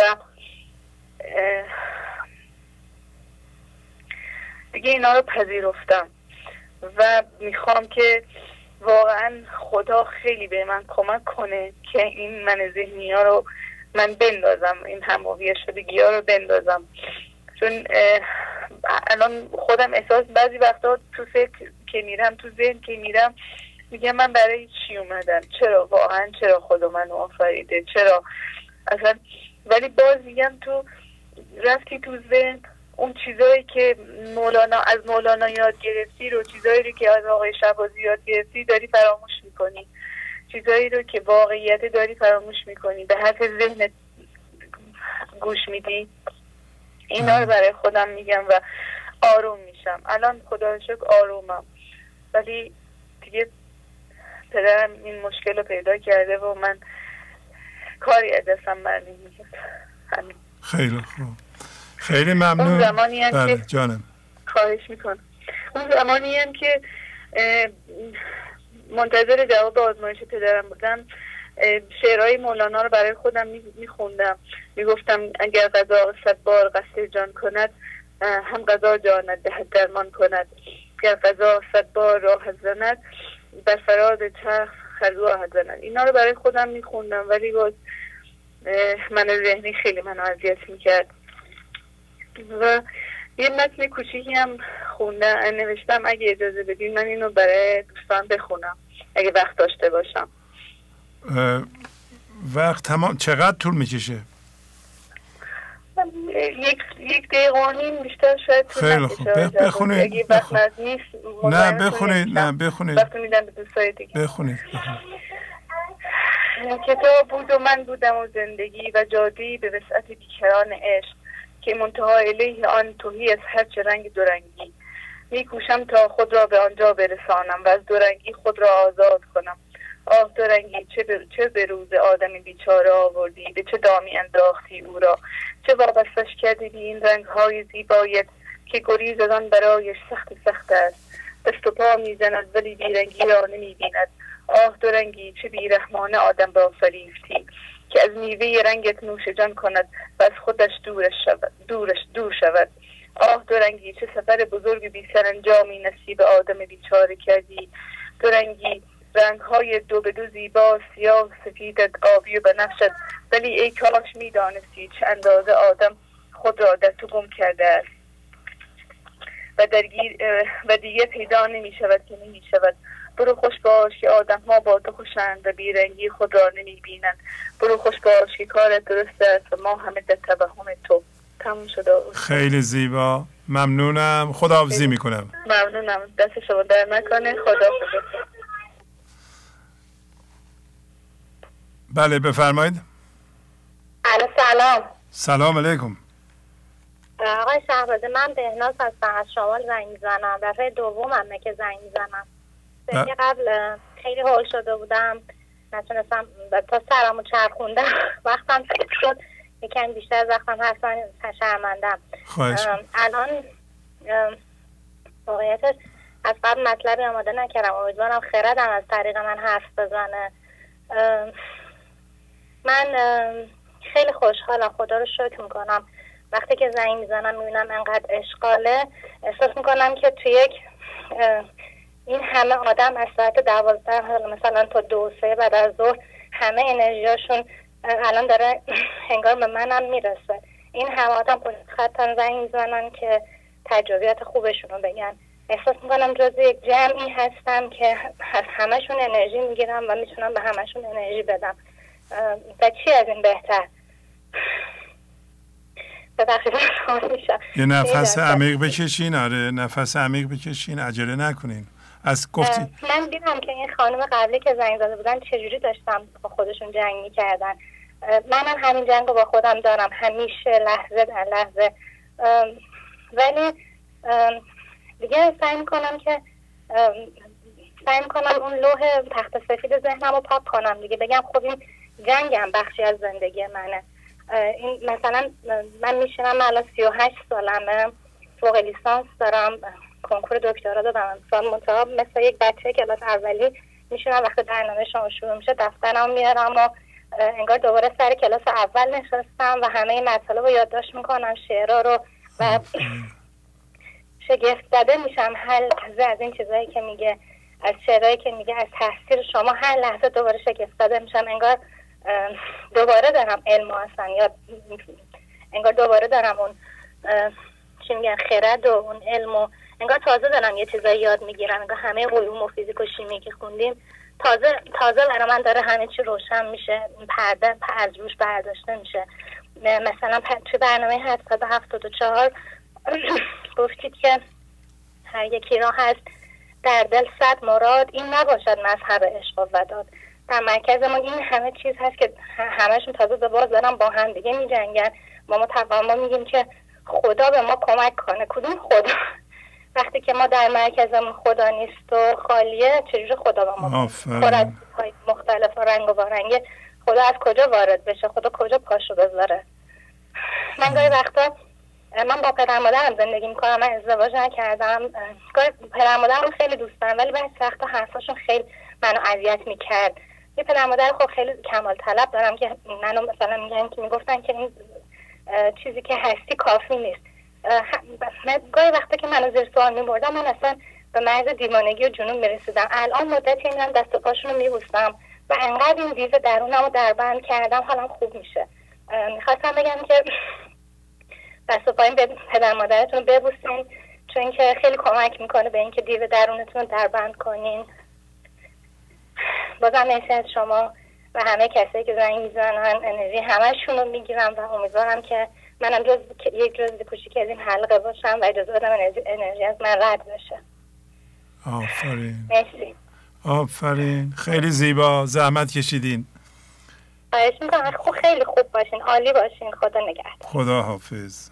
دیگه اینا رو پذیرفتم و میخوام که واقعا خدا خیلی به من کمک کنه که این من ذهنی ها رو من بندازم، این هم هویت شدگی ها رو بندازم. چون الان خودم احساس بعضی وقتا تو فکر که میرم، تو ذهن که میرم، میگم من برای چی اومدم، چرا واقعا چرا خدا منو آفریده، چرا اصلا. ولی باز میگم تو رفتی تو ذهن اون چیزایی که مولانا از مولانا یاد گرفتی رو، چیزایی رو که از آقای شهبازی یاد گرفتی داری فراموش میکنی، چیزایی رو که واقعیت داری فراموش میکنی، به حرف ذهنت گوش میدی. اینا رو برای خودم میگم و آروم میشم. الان خدا رو شکر آرومم، ولی دیگه پدرم این مشکل رو پیدا کرده و من کاری از دستم بر نمیاد. همین. خیلی خوب، خیلی ممنون. اون زمانی هم بله که جانم خواهش میکنم، اون زمانی هم که منتظر جواب آزمایش پدرم بودم، شعرهای مولانا رو برای خودم میخوندم، میگفتم اگر قضا صد بار قصد جان کند، هم قضا جانت دهد درمان کند، اگر قضا صد بار راه زند، بر فراز چرخ خرگاه زند. اینا رو برای خودم میخوندم، ولی باز من ذهنی خیلی منو اذیت میکرد و یه متن کوچیکی هم خوندم، نوشتم اگه اجازه بدین من اینو برای دوستان بخونم اگه وقت داشته باشم. وقت تمام چقدر طول میکشه؟ یک یک دقیقه و نیم بیشتر شاید طول خیلی خوب، بخونید. اگه وقت نیست نه بخونید، نه بخونید، وقت میدم به دوستای دیگه. بخونید. کتاب بود و من بودم و زندگی و جادی به وسعت بیکران عشق، که منتها الیه آن توهی از هر چه رنگ دورنگی. میکوشم تا خود را به آنجا برسانم و از دورنگی خود را آزاد کنم. آه دورنگی چه به, چه به روز آدم بیچاره آوردی، به چه دامی انداختی او را، چه وابستش کردی به این رنگ های زیبایت که گریز از آن برایش سخت سخت است. دست و پا میزند ولی بیرنگی را نمیبیند. آه دورنگی چه بیرحمانه آدم را فریفتی که از میوه رنگت نوش جان کند و از خودش دورش شود دورش دور شود. آه دورنگی چه سفر بزرگ بی سرانجامی نصیب آدم بیچاره کردی. دورنگی رنگ های دو به دو زیبا، سیاه سفیدت، آبی و بنفشت، ولی ای کاش میدانستی چه اندازه آدم خود را در تو گم کرده است و درگیر و دیگه پیدا نمی شود که نمی شود. برو خوش باش که آدم ها با تو خوشند و بیرنگی خود را نمی بینند. برو خوش باش که کارت درست است و ما همه در توهم تو. تموم شده. خیلی زیبا، ممنونم، خداحافظی میکنم. ممنونم، دست شما در نکنه. خداحافظ. بله بفرمایید. الو سلام. سلام علیکم. آقای شهبازی، من بهناز هستم، از شمال زنگ میزنم. دفعه دوممه که زنگ میزنم. دفعه قبل خیلی هول شده بودم، نتونستم تا سرمو چرخوندم. وقتم فکر شد یکم بیشتر از وقتم حرفم شرمندم. الان واقعیتش از قبل مطلبی آماده نکردم، امیدوارم خردم از طریق من حرف بزنه. من خیلی خوشحالم، خدا رو شکر میکنم وقتی که زنگ میزنم میبینم انقدر اشغاله، احساس میکنم که توی یک این همه آدم از ساعت دوازده مثلا تا دو سه بعد از ظهر همه انرژیاشون الان داره انگار به منم میرسه. این همه آدم پشت خطم زنگ میزنن که تجربیات خوبشون رو بگن. احساس میکنم جز یک جمعی هستم که از همشون انرژی میگیرم و میتونم به همشون انرژی بدم و چی از این بهتر. یه نفس عمیق بکشین. آره نفس عمیق بکشین، عجله نکنین. از گفتی من دیدم که این خانم قبلی که زنگ زده بودن چجوری داشتم با خودشون جنگ میکردن. منم همین جنگ رو با خودم دارم همیشه، لحظه در لحظه. ولی دیگه سعی میکنم که سعی میکنم اون لوح تخت سفید ذهنم رو پاک کنم دیگه، بگم خب این جنگم بخشی از زندگی منه. این مثلا من میشینم الان سی و هشت سالمه، فوق لیسانس دارم، کنکور دکترا دادم سال منتها مثل یک بچه کلاس اولی میشینم وقتی برنامه شما شروع میشه دفترم میارم و انگار دوباره سر کلاس اول نشستم و همه این مطالب رو یادداشت میکنم، شعرها رو، و شگفت زده میشم هر لحظه از این چیزایی که میگه، از شعرهایی که میگه، از تاثیر شما هر لحظه دوباره شگفت زده میشم. انگار دوباره دارم علم اصلا یا انگار دوباره دارم اون چی میگن خرد و اون علم و انگار تازه دارم یه چیزایی یاد میگیرم. انگار همه علوم و فیزیک و شیمی که خوندیم تازه تازه برای من داره همه چی روشن میشه، پرده از روش برداشته میشه. مثلا توی برنامه هفتصد و هفتاد و چهار گفتید که هر یکی را هست در دل صد مراد، این نباشد مذهب عشق و وداد. در مرکز ما این همه چیز هست که همشون تازه به باز دارن با هم دیگه می جنگن. ما متقاما ما میگیم که خدا به ما کمک کنه. کدوم خدا؟ وقتی که ما در مرکزمون خدا نیست و خالیه، چجوری خدا به ما خورد های مختلف و رنگ و بارنگه خدا از کجا وارد بشه؟ خدا کجا پاشو بذاره؟ من گاهی وقتا من با پدر مادرم زندگی میکنم، من ازدواج نکردم. گاهی پدر مادرم خیلی دوست دارم ولی بعضی وقتا حرفاشون خیلی منو اذیت میکرد. یه پدر مادر خب خیلی کمال طلب دارم که منو مثلا میگن که میگفتن که این چیزی که هستی کافی نیست. گاهی وقتا که منو زیر سوال میبردم من اصلا به مرز دیوانگی و جنون میرسیدم. الان مدتی میرم دست و پاشون رو میبوسم و انقدر این دیو درونم رو دربند کردم حالم خوب میشه. میخواستم بگم که دست و پایین به پدر مادرتون رو ببوسین، چون که خیلی کمک میکنه به اینکه دیو درونتون رو دربند کنین. بازم مرسی از شما و همه کسایی که زنگ میزنن، انرژی همشون رو میگیرم و امیدوارم که منم جز یک جزء کوچیکی از این حلقه باشم و اجازه بدم انرژی, انرژی از من رد بشه. آفرین. مرسی. آفرین، خیلی زیبا، زحمت کشیدین. خواهش میکنم. خوب خیلی خوب باشین، عالی باشین. خدا نگهدار. خدا حافظ.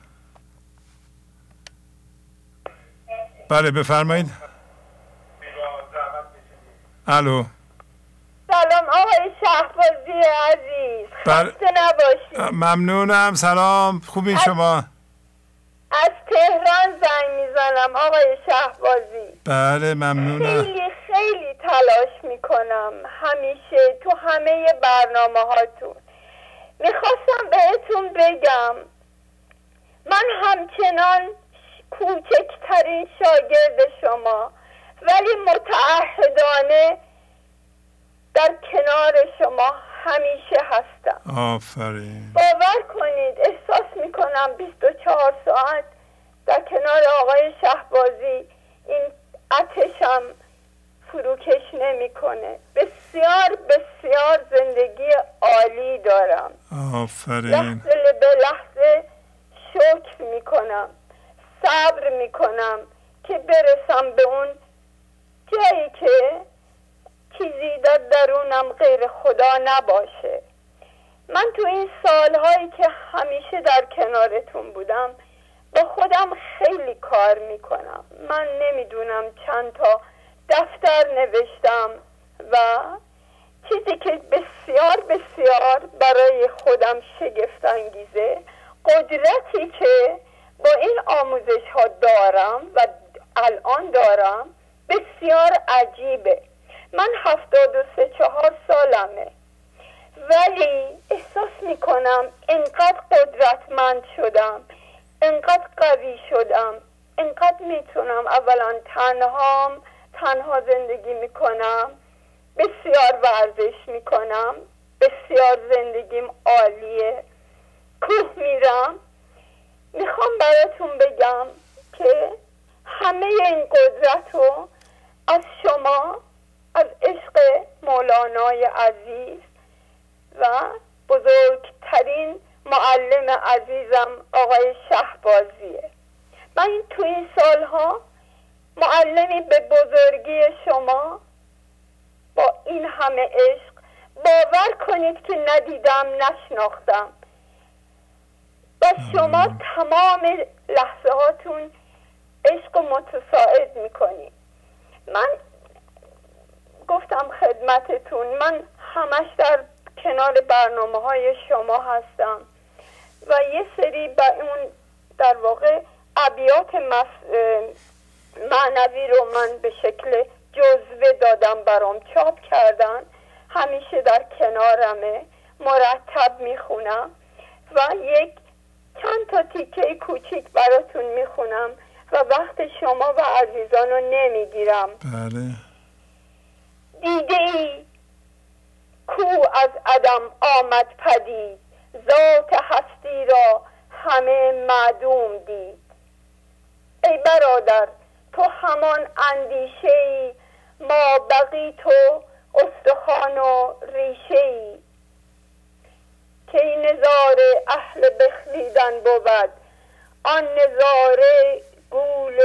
بله بفرمایید. الو. سلام آقای شهبازی عزیز. بر... خسته نباشید. ممنونم. سلام، خوبین شما؟ از تهران زنگ میزنم آقای شهبازی. بله ممنونم. خیلی خیلی تلاش میکنم همیشه تو همه برنامه هاتون. میخواستم بهتون بگم من همچنان کوچکترین شاگرد شما ولی متعهدانه در کنار شما همیشه هستم. آفرین. باور کنید احساس میکنم بیست و چهار ساعت در کنار آقای شهبازی این آتشم فروکش نمیکنه. بسیار بسیار زندگی عالی دارم. آفرین. لحظه به لحظه شکر میکنم، صبر میکنم که برسم به اون جایی که چیزی در درونم غیر خدا نباشه. من تو این سالهایی که همیشه در کنارتون بودم با خودم خیلی کار میکنم. من نمیدونم چند تا دفتر نوشتم و چیزی که بسیار بسیار برای خودم شگفت انگیزه، قدرتی که با این آموزش ها دارم و الان دارم بسیار عجیبه. من هفتاد و سه چهار سالمه ولی احساس میکنم انقدر قدرتمند شدم، انقدر قوی شدم، انقدر میتونم اولا تنهام تنها زندگی میکنم، بسیار ورزش میکنم، بسیار زندگیم عالیه، کوه میرم. میخوام براتون بگم که همه این قدرت رو از شما، از عشق مولانای عزیز و بزرگترین معلم عزیزم آقای شهبازیه. من تو این سالها معلمی به بزرگی شما با این همه عشق، باور کنید که ندیدم، نشناختم و شما تمام لحظه هاتون عشق و متساعد میکنید. من گفتم خدمتتون، من همش در کنار برنامه های شما هستم و یه سری با اون در واقع ابیات معنوی رو من به شکل جزوه دادم، برام چاپ کردن، همیشه در کنارمه، مرتب میخونم و یک چند تا تیکه کوچیک براتون میخونم و وقت شما و عزیزان رو نمیگیرم. بله. دیده ای کو از عدم آمد پدید، ذات هستی را همه معدوم دید. ای برادر تو همان اندیشه ای، ما بقی تو استخوان و ریشه ای. که این نظاره اهل بخزیدن بود، آن نظاره گول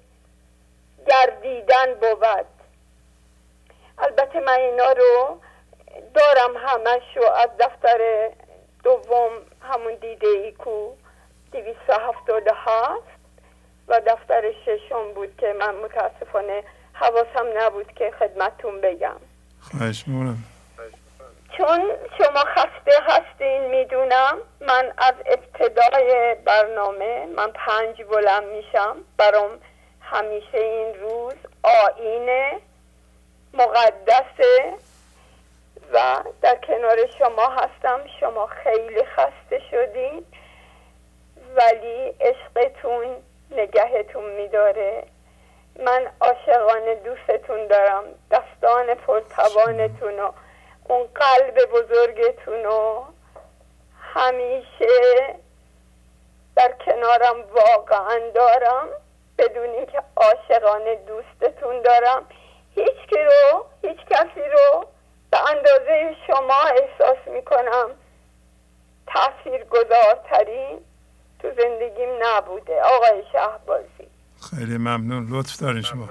گردیدن بود. البته من اینا رو دارم همش رو از دفتر دوم، همون دیده ای کو دویست و هفتاد و هفت و دفتر ششم بود که من متاسفانه حواسم نبود که خدمتتون بگم. خواهش می‌کنم. چون شما خسته هستین میدونم، من از ابتدای برنامه من پنج بلند میشم، برام همیشه این روز آیین مقدسه و در کنار شما هستم. شما خیلی خسته شدین ولی عشقتون نگهتون میداره. من عاشقانه دوستتون دارم، دستان پرتوانتون و اون قلب بزرگتون رو همیشه در کنارم واقعا دارم، بدون اینکه عاشقانه دوستتون دارم. هیچ کی رو هیچ کسی رو به اندازه شما احساس میکنم تأثیر گذارترین تو زندگیم نبوده. آقای شهبازی خیلی ممنون، لطف دارین شما.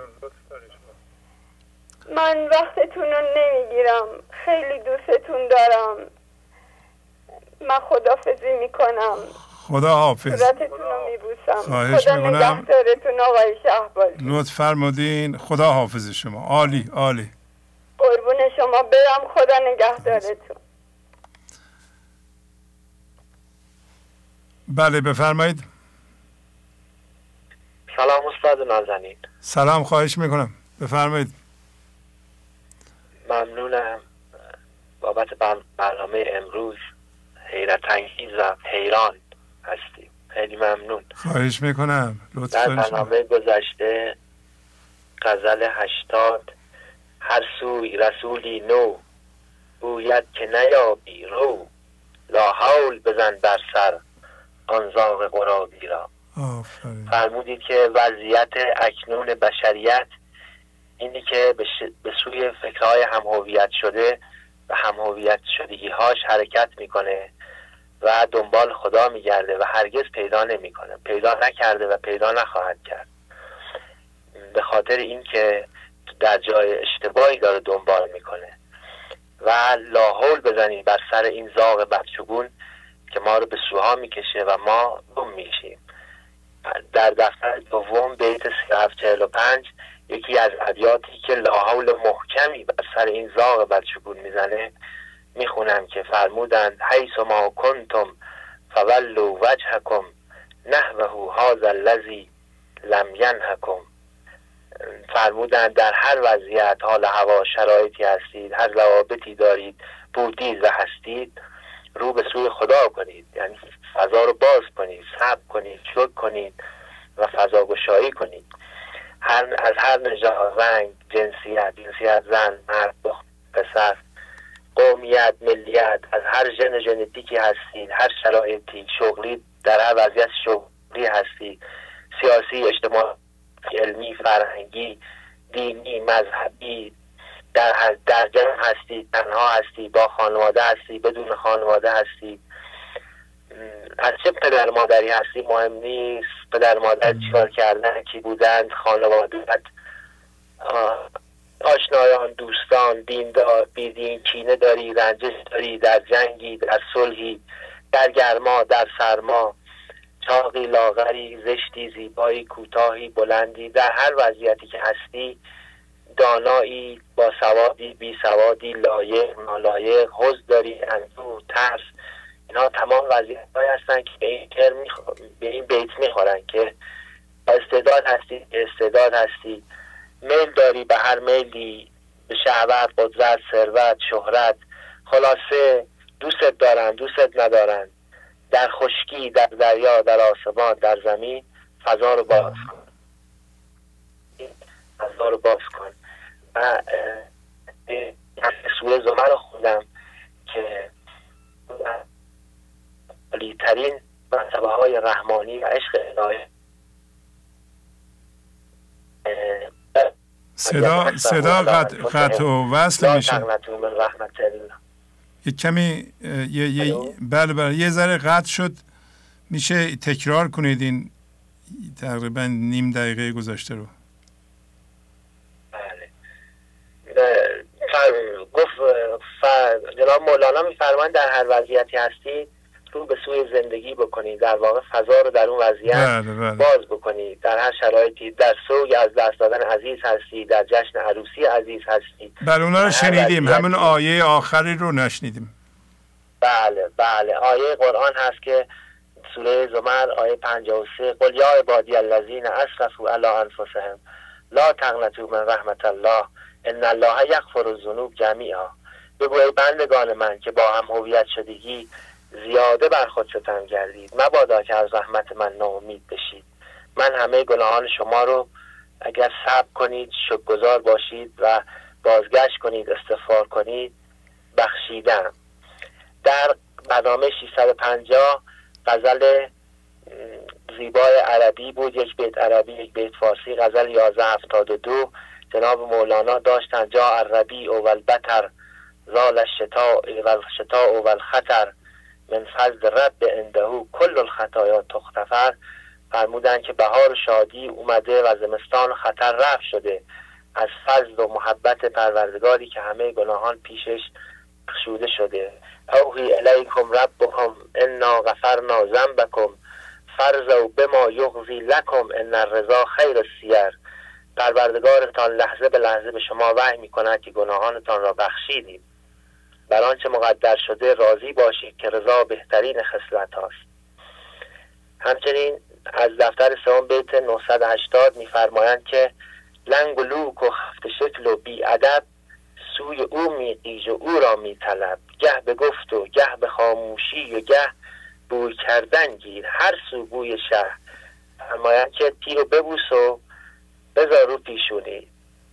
من وقتتون رو نمیگیرم، خیلی دوستتون دارم. من خداحافظی میکنم. خدا حافظ. صورتتون رو میبوسم. خواهش خدا میکنم. نگهدارتون آقای شهبازی. لطف فرمودین. خدا حافظ شما. عالی عالی. قربون شما برم. خدا نگهدارتون. بله بفرمایید. سلام استاد نازنین. سلام، خواهش میکنم بفرمایید. ممنونم بابت برنامه امروز، حیرت انگیز و حیران هستیم. خیلی ممنون. خواهش میکنم. لطف در دارین. برنامه گذشته غزل هشتاد، هر سوی رسولی نو، گوید که نیابی رو، لا حول بزن بر سر آن زاغ قرابی را. آفرین. فرمودید که وضعیت اکنون بشریت اینی که به, ش... به سوی فکرهای هم‌هویت شده و هم‌هویت شدگی‌هاش حرکت میکنه و دنبال خدا میگرده و هرگز پیدا نمیکنه، پیدا نکرده و پیدا نخواهد کرد، به خاطر اینکه در جای اشتباهی داره دنبال میکنه. و لا حول بزنید بر سر این زاغ بدشگون که ما رو به سوها میکشه و ما گم میشیم. در دفتر دوم بیت سی و هفت چهل و پنج یکی از ابیاتی که لا حول محکمی بر سر این زاغ بدشگون میزنه میخونم که فرمودند حیث ما کنتم فولوا وجهکم نحوه هذا الذی لم ینهکم. فرمودند در هر وضعیت، حال هوا، شرایطی هستید، هر روابطی دارید، بودید و هستید، رو به سوی خدا کنید، یعنی فضا رو باز کنید، صبر کنید، شکر کنید و فضا گشایی کنید. هر از هر نژاد، رنگ، جنسیت، جنسیت زن، مرد، دختر، پسر، قومیت، ملیت، از هر ژن ژنتیکی هستید، هر شرایطی، شغلی، در هر وضعیت شغلی هستید، سیاسی، اجتماعی، علمی، فرهنگی، دینی، مذهبی، در هر در جمع هستی، تنها هستی، با خانواده هستی، بدون خانواده هستی، از چه پدر مادری هستی مهم نیست، پدر مادر چیکار کردن، کی بودند، خانواده‌ات، آشنایان، دوستان، دیندار، بیدین، کینه داری، رنجش داری، در جنگی، در صلحی، در گرما، در سرما، چاقی، لاغری، زشتی، زیبایی، کوتاهی، بلندی، در هر وضعیتی که هستی، دانایی، با سوادی، بی سوادی، لایق، نالایق، حزن داری، اندوه، ترس، اینا تمام وضعیت‌هایی هستن که به این ترم میخ... به این بیت میخورن که استعداد هستی، استعداد هستی، میل داری به هر میلی، به شهوت، قدرت، ثروت، شهرت، خلاصه دوستت دارن، دوستت ندارن، در خشکی، در دریا، در آسمان، در زمین، فضا رو باز کن، فضا رو باز کن. و سوره زمر رو خوندم که عالی‌ترین مرتبه های رحمانی و عشق الهی. صدا صدا قطع قطع و وصل میشه. یه کمی یه یه بله بله یه ذره قطع شد. میشه تکرار کنید این تقریبا نیم دقیقه گذشته رو؟ بله. گفت جناب مولانا میفرمایند در هر وضعیتی هستی رو به سوی زندگی بکنید، در واقع فضا رو در اون وضعیت بله بله. باز بکنید. در هر شرایطی، در سوگ از دست دادن عزیز هستی، در جشن عروسی عزیز هستی. بله اونا رو شنیدیم، همون آیه آخری رو نشنیدیم. بله بله آیه قرآن هست که سوره زمر آیه پنجاه و سه قل یا عبادی الذین اسرفوا علی انفسهم لا تقنطوا من رحمت الله ان الله یغفر الذنوب جمیعا. بگو ای بندگان من که با هم هویت شدگی زیاده بر خود ستم کردید، مبادا که از رحمت من ناامید بشید. من همه گناهان شما رو اگر صبر کنید، شکرگزار باشید و بازگشت کنید، استغفار کنید، بخشیدم. در برنامه ششصد و پنجاه غزل زیبای عربی بود، یک بیت عربی یک بیت فارسی، غزل یازده هفتاد و دو جناب مولانا داشتن جا الربیع و البتر زال الشتاء و الشتاء و الخطر من فضل رب عنده کل الخطایا تغتفر. فرمودن که بهار شادی اومده و زمستان خطر رفت شده از فضل و محبت پروردگاری که همه گناهان پیشش بخشوده شده. اوحی الیکم ربکم انا غفرنا ذنبکم فرضوا بما یغزی لکم ان الرضا خیر السیر. پروردگارتان لحظه به لحظه به شما وحی میکند که گناهانتان را بخشیدیم، بر آنچه مقدر شده راضی باشید که رضا بهترین خصلت هاست. همچنین از دفتر سوم بیت نهصد و هشتاد میفرمایند که لنگ و لوک و خفت شکل و بی ادب سوی او میقیج و او را میطلب. گه به گفت و گه به خاموشی و گه بوی کردن گیر هر سو بوی شه. فرمایند که تیر و ببوس و بذار رو پیشونی.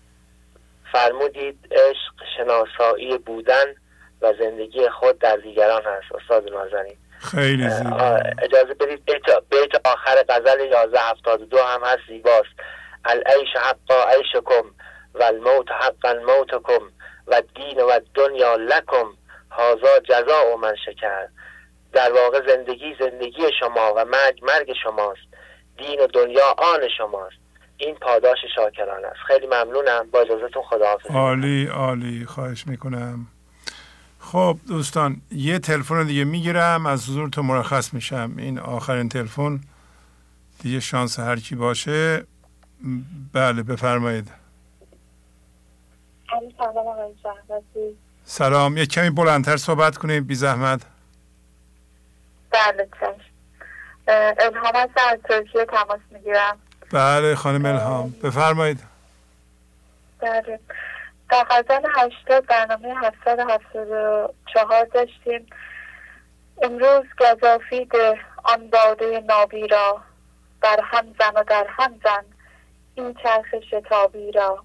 فرمودید عشق شناسایی بودن و زندگی خود در دیگران هست. استاد نازنین خیلی زیبا. اجازه بدید بیت, بیت آخر غزل یازده هفتاد و دو هم هست، زیباست. العیش حقا عیشکم و الموت حقا موتکم و الدین و الدنیا لکم هذا جزاء من شکر. در واقع زندگی زندگی شما و مرگ مرگ شماست، دین و دنیا آن شماست، این پاداش شاکران است. خیلی ممنونم، با اجازهتون خداحافظ. عالی عالی، خواهش میکنم. خب دوستان یه تلفن دیگه میگیرم، از حضورتون مرخص میشم. این آخرین تلفن دیگه، شانس هر کی باشه. بله بفرمایید. سلام آقای شهبازی. سلام، یک کمی بلندتر صحبت کنید بی زحمت. بله چشم. الهام هست از ترکیه تماس میگیرم. بله خانم الهام بفرمایید. بله در غزل هشتاد برنامه هفتصد و هفتاد و چهار داشتیم. امروز گزافی ده آن باده نابی را، در هم زن و در هم زن این چرخ شتابی را.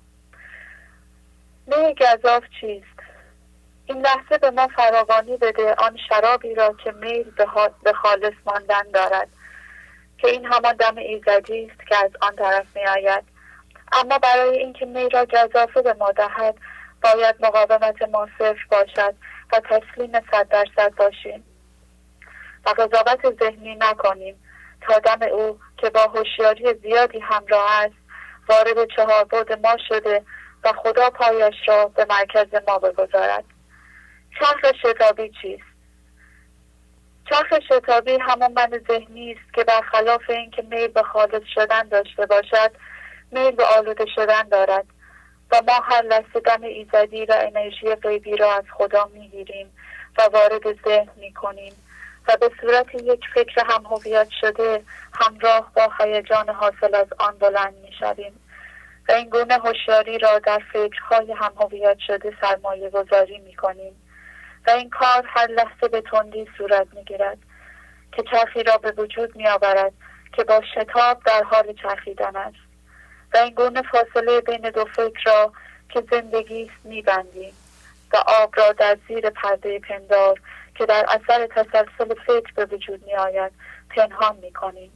می گزاف چیست؟ این لحظه به ما فراوانی بده آن شرابی را که میل به خالص ماندن دارد، که این همان دم ایزدی است که از آن طرف می آید. اما برای اینکه می را گزافه به ما دهد باید مقاومت ما صفر باشد و تسلیم صد درصد باشیم و قضاوت ذهنی نکنیم تا دم او که با هوشیاری زیادی همراه است وارد چهار بعد ما شده و خدا پایش را به مرکز ما بگذارد. چرخ شتابی چیست؟ چرخ شتابی همان من ذهنی است که برخلاف اینکه میل به خالص شدن داشته باشد میل به آلوده شدن دارد و ما هر لحظه دم ایزدی و انرژی غیبی را از خدا میگیریم و وارد ذهن میکنیم و به صورت یک فکر هم هویت شده همراه با هیجان حاصل از آن بلند میشویم و این گونه هوشیاری را در فکرهای هم هویت شده سرمایه گذاری میکنیم و این کار هر لحظه به تندی صورت میگیرد که چرخی را به وجود میآورد که با شتاب در حال چرخیدن است و این گونه فاصله بین دو فکر را که زندگی است میبندیم و آب را در زیر پرده پندار که در اثر تسلسل فکر به وجود می آید پنهان می کنیم.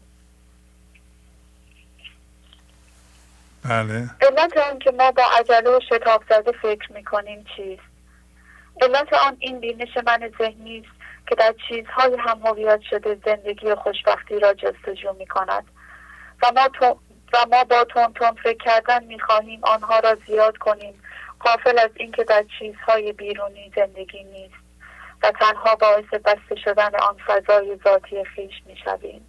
بله. علت آن که ما با عجله و شتاب زده فکر می کنیم چیست؟ علت آن این بینش من ذهنی است که در چیزهای هم هویت شده زندگی خوشبختی را جستجو می کند و ما, تو و ما با تون تون فکر کردن می خواهیم آنها را زیاد کنیم، غافل از اینکه در چیزهای بیرونی زندگی نیست و تنها باعث بسته شدن آن فضای ذاتی خویش می شویم.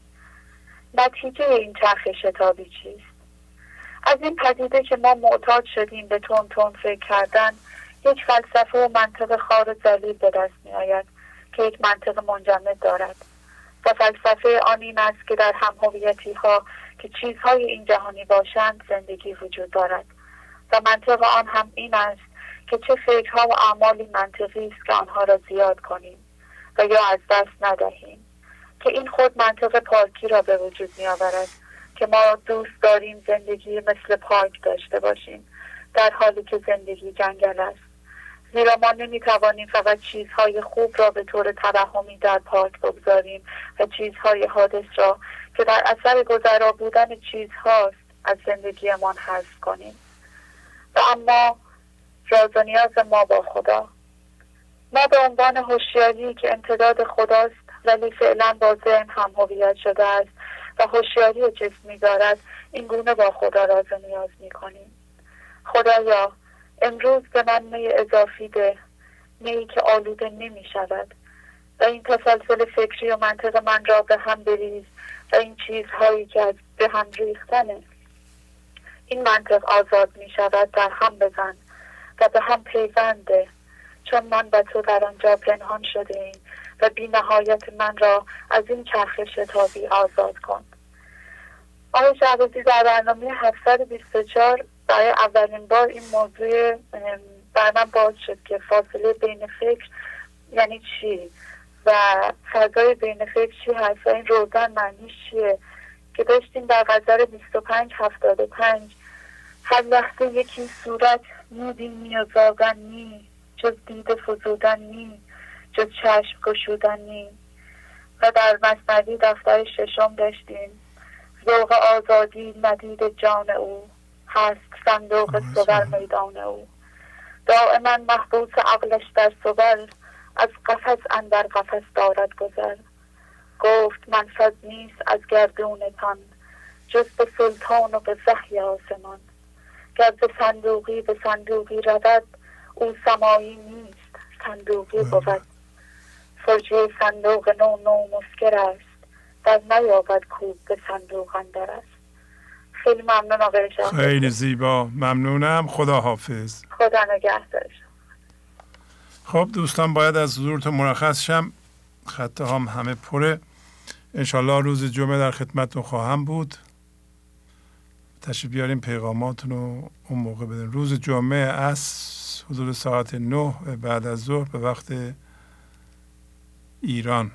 نتیجه این چرخ شتابی چیست؟ از این پدیده که ما معتاد شدیم به تون تون فکر کردن یک فلسفه و منطق خار و ذلیل به دست می آید که یک منطق منجمد دارد و فلسفه آن این است که در هم هویتی ها که چیزهای این جهانی باشند زندگی وجود دارد و منطق آن هم این است که چه فکرها و اعمالی منطقی است که آنها را زیاد کنیم و یا از دست ندهیم، که این خود منطق پارکی را به وجود می آورد که ما دوست داریم زندگی مثل پارک داشته باشیم در حالی که زندگی جنگل است، زیرا ما نمی توانیم فقط چیزهای خوب را به طور توهمی در پارک بگذاریم و چیزهای حادث را که در اثر گذرا بودن چیزهاست از زندگیمان حذف کنیم. و اما راز و نیاز ما با خدا، ما به عنوان هوشیاری که امتداد خداست ولی فعلا با ذهن هم هویت شده است و هوشیاری جسمی دارد، این گونه با خدا راز و نیاز می کنیم. خدایا امروز به من می اضافی ده، می که آلوده نمی شود و این تسلسل فکری و منطق من را به هم بریز و این چیزهایی که از به هم ریختنه این منطق آزاد می شود در هم بزن و به هم پیونده، چون من و تو در آنجا پنهان شده ایم و بی نهایت من را از این چرخ شتابی آزاد کن. آقای شهبازی در برنامه هفتصد و بیست و چهار برای اولین بار این موضوع بر من باز شد که فاصله بین فکر یعنی چی و فضای بین فکر چی هست و این روزن معنیش چیه، که داشتیم در غزل بیست و پنج هفتاد و پنج هر لحظه یکی صورت نودینی و زاغن نی، جز دید فزودن نی، جز چشم گشودن نی. و در مثنوی دفتر ششم داشتیم ذوق آزادی ندید جان او، هست صندوق صور میدان او. دائما محبوس عقلش در صور، از قفس اندر قفس دارد گذر. گفت منفذ نیست از گردونتان، جز به سلطان و به وحی آسمان. گر به صندوقی به صندوقی رود، او سمایی نیست صندوقی بود. فرجه صندوق نو نو مسکر است، در نیابد کوب به صندوق اندر است. خیلی ممنون آقای شهبازی. خیلی زیبا، ممنونم. خدا حافظ. خدا خدا نگهدارش. خب دوستان باید از حضورتون مرخص شم، خط هم همه پره. انشالله روز جمعه در خدمتتون خواهم بود. تشریف بیاریم پیغاماتون رو اون موقع بدین. روز جمعه از حدود ساعت نه بعد از ظهر به وقت ایران.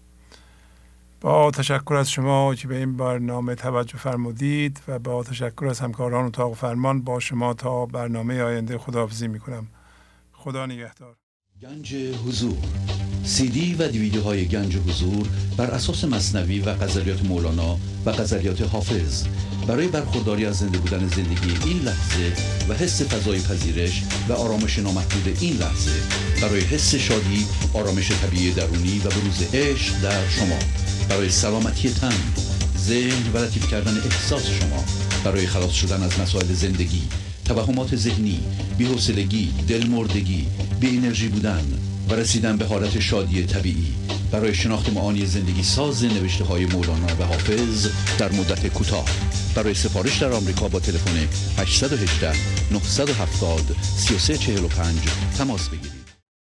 با تشکر از شما که به این برنامه توجه فرمودید و با تشکر از همکاران اتاق فرمان با شما تا برنامه آینده خداحافظی میکنم. خدا نگهدار. گنج حضور، سی دی و دیویدیوهای گنج حضور بر اساس مثنوی و غزلیات مولانا و غزلیات حافظ برای برخورداری از زنده بودن زندگی این لحظه و حس فضای پذیرش و آرامش نامحدود این لحظه، برای حس شادی، آرامش طبیعی درونی و بروز عشق در شما، برای سلامتی تن، ذهن و لطیف کردن احساس شما، برای خلاص شدن از مسائل زندگی، توهمات ذهنی، بی‌حوصلگی، دلمردگی، بی انرژی بودن و رسیدن به حالت شادی طبیعی، برای شناخت معانی زندگی ساز نوشته های مولانا و حافظ در مدت کوتاه. برای سفارش در آمریکا با تلفن هشت یک هشت نه هفت صفر سه سه چهار پنج تماس بگیرید.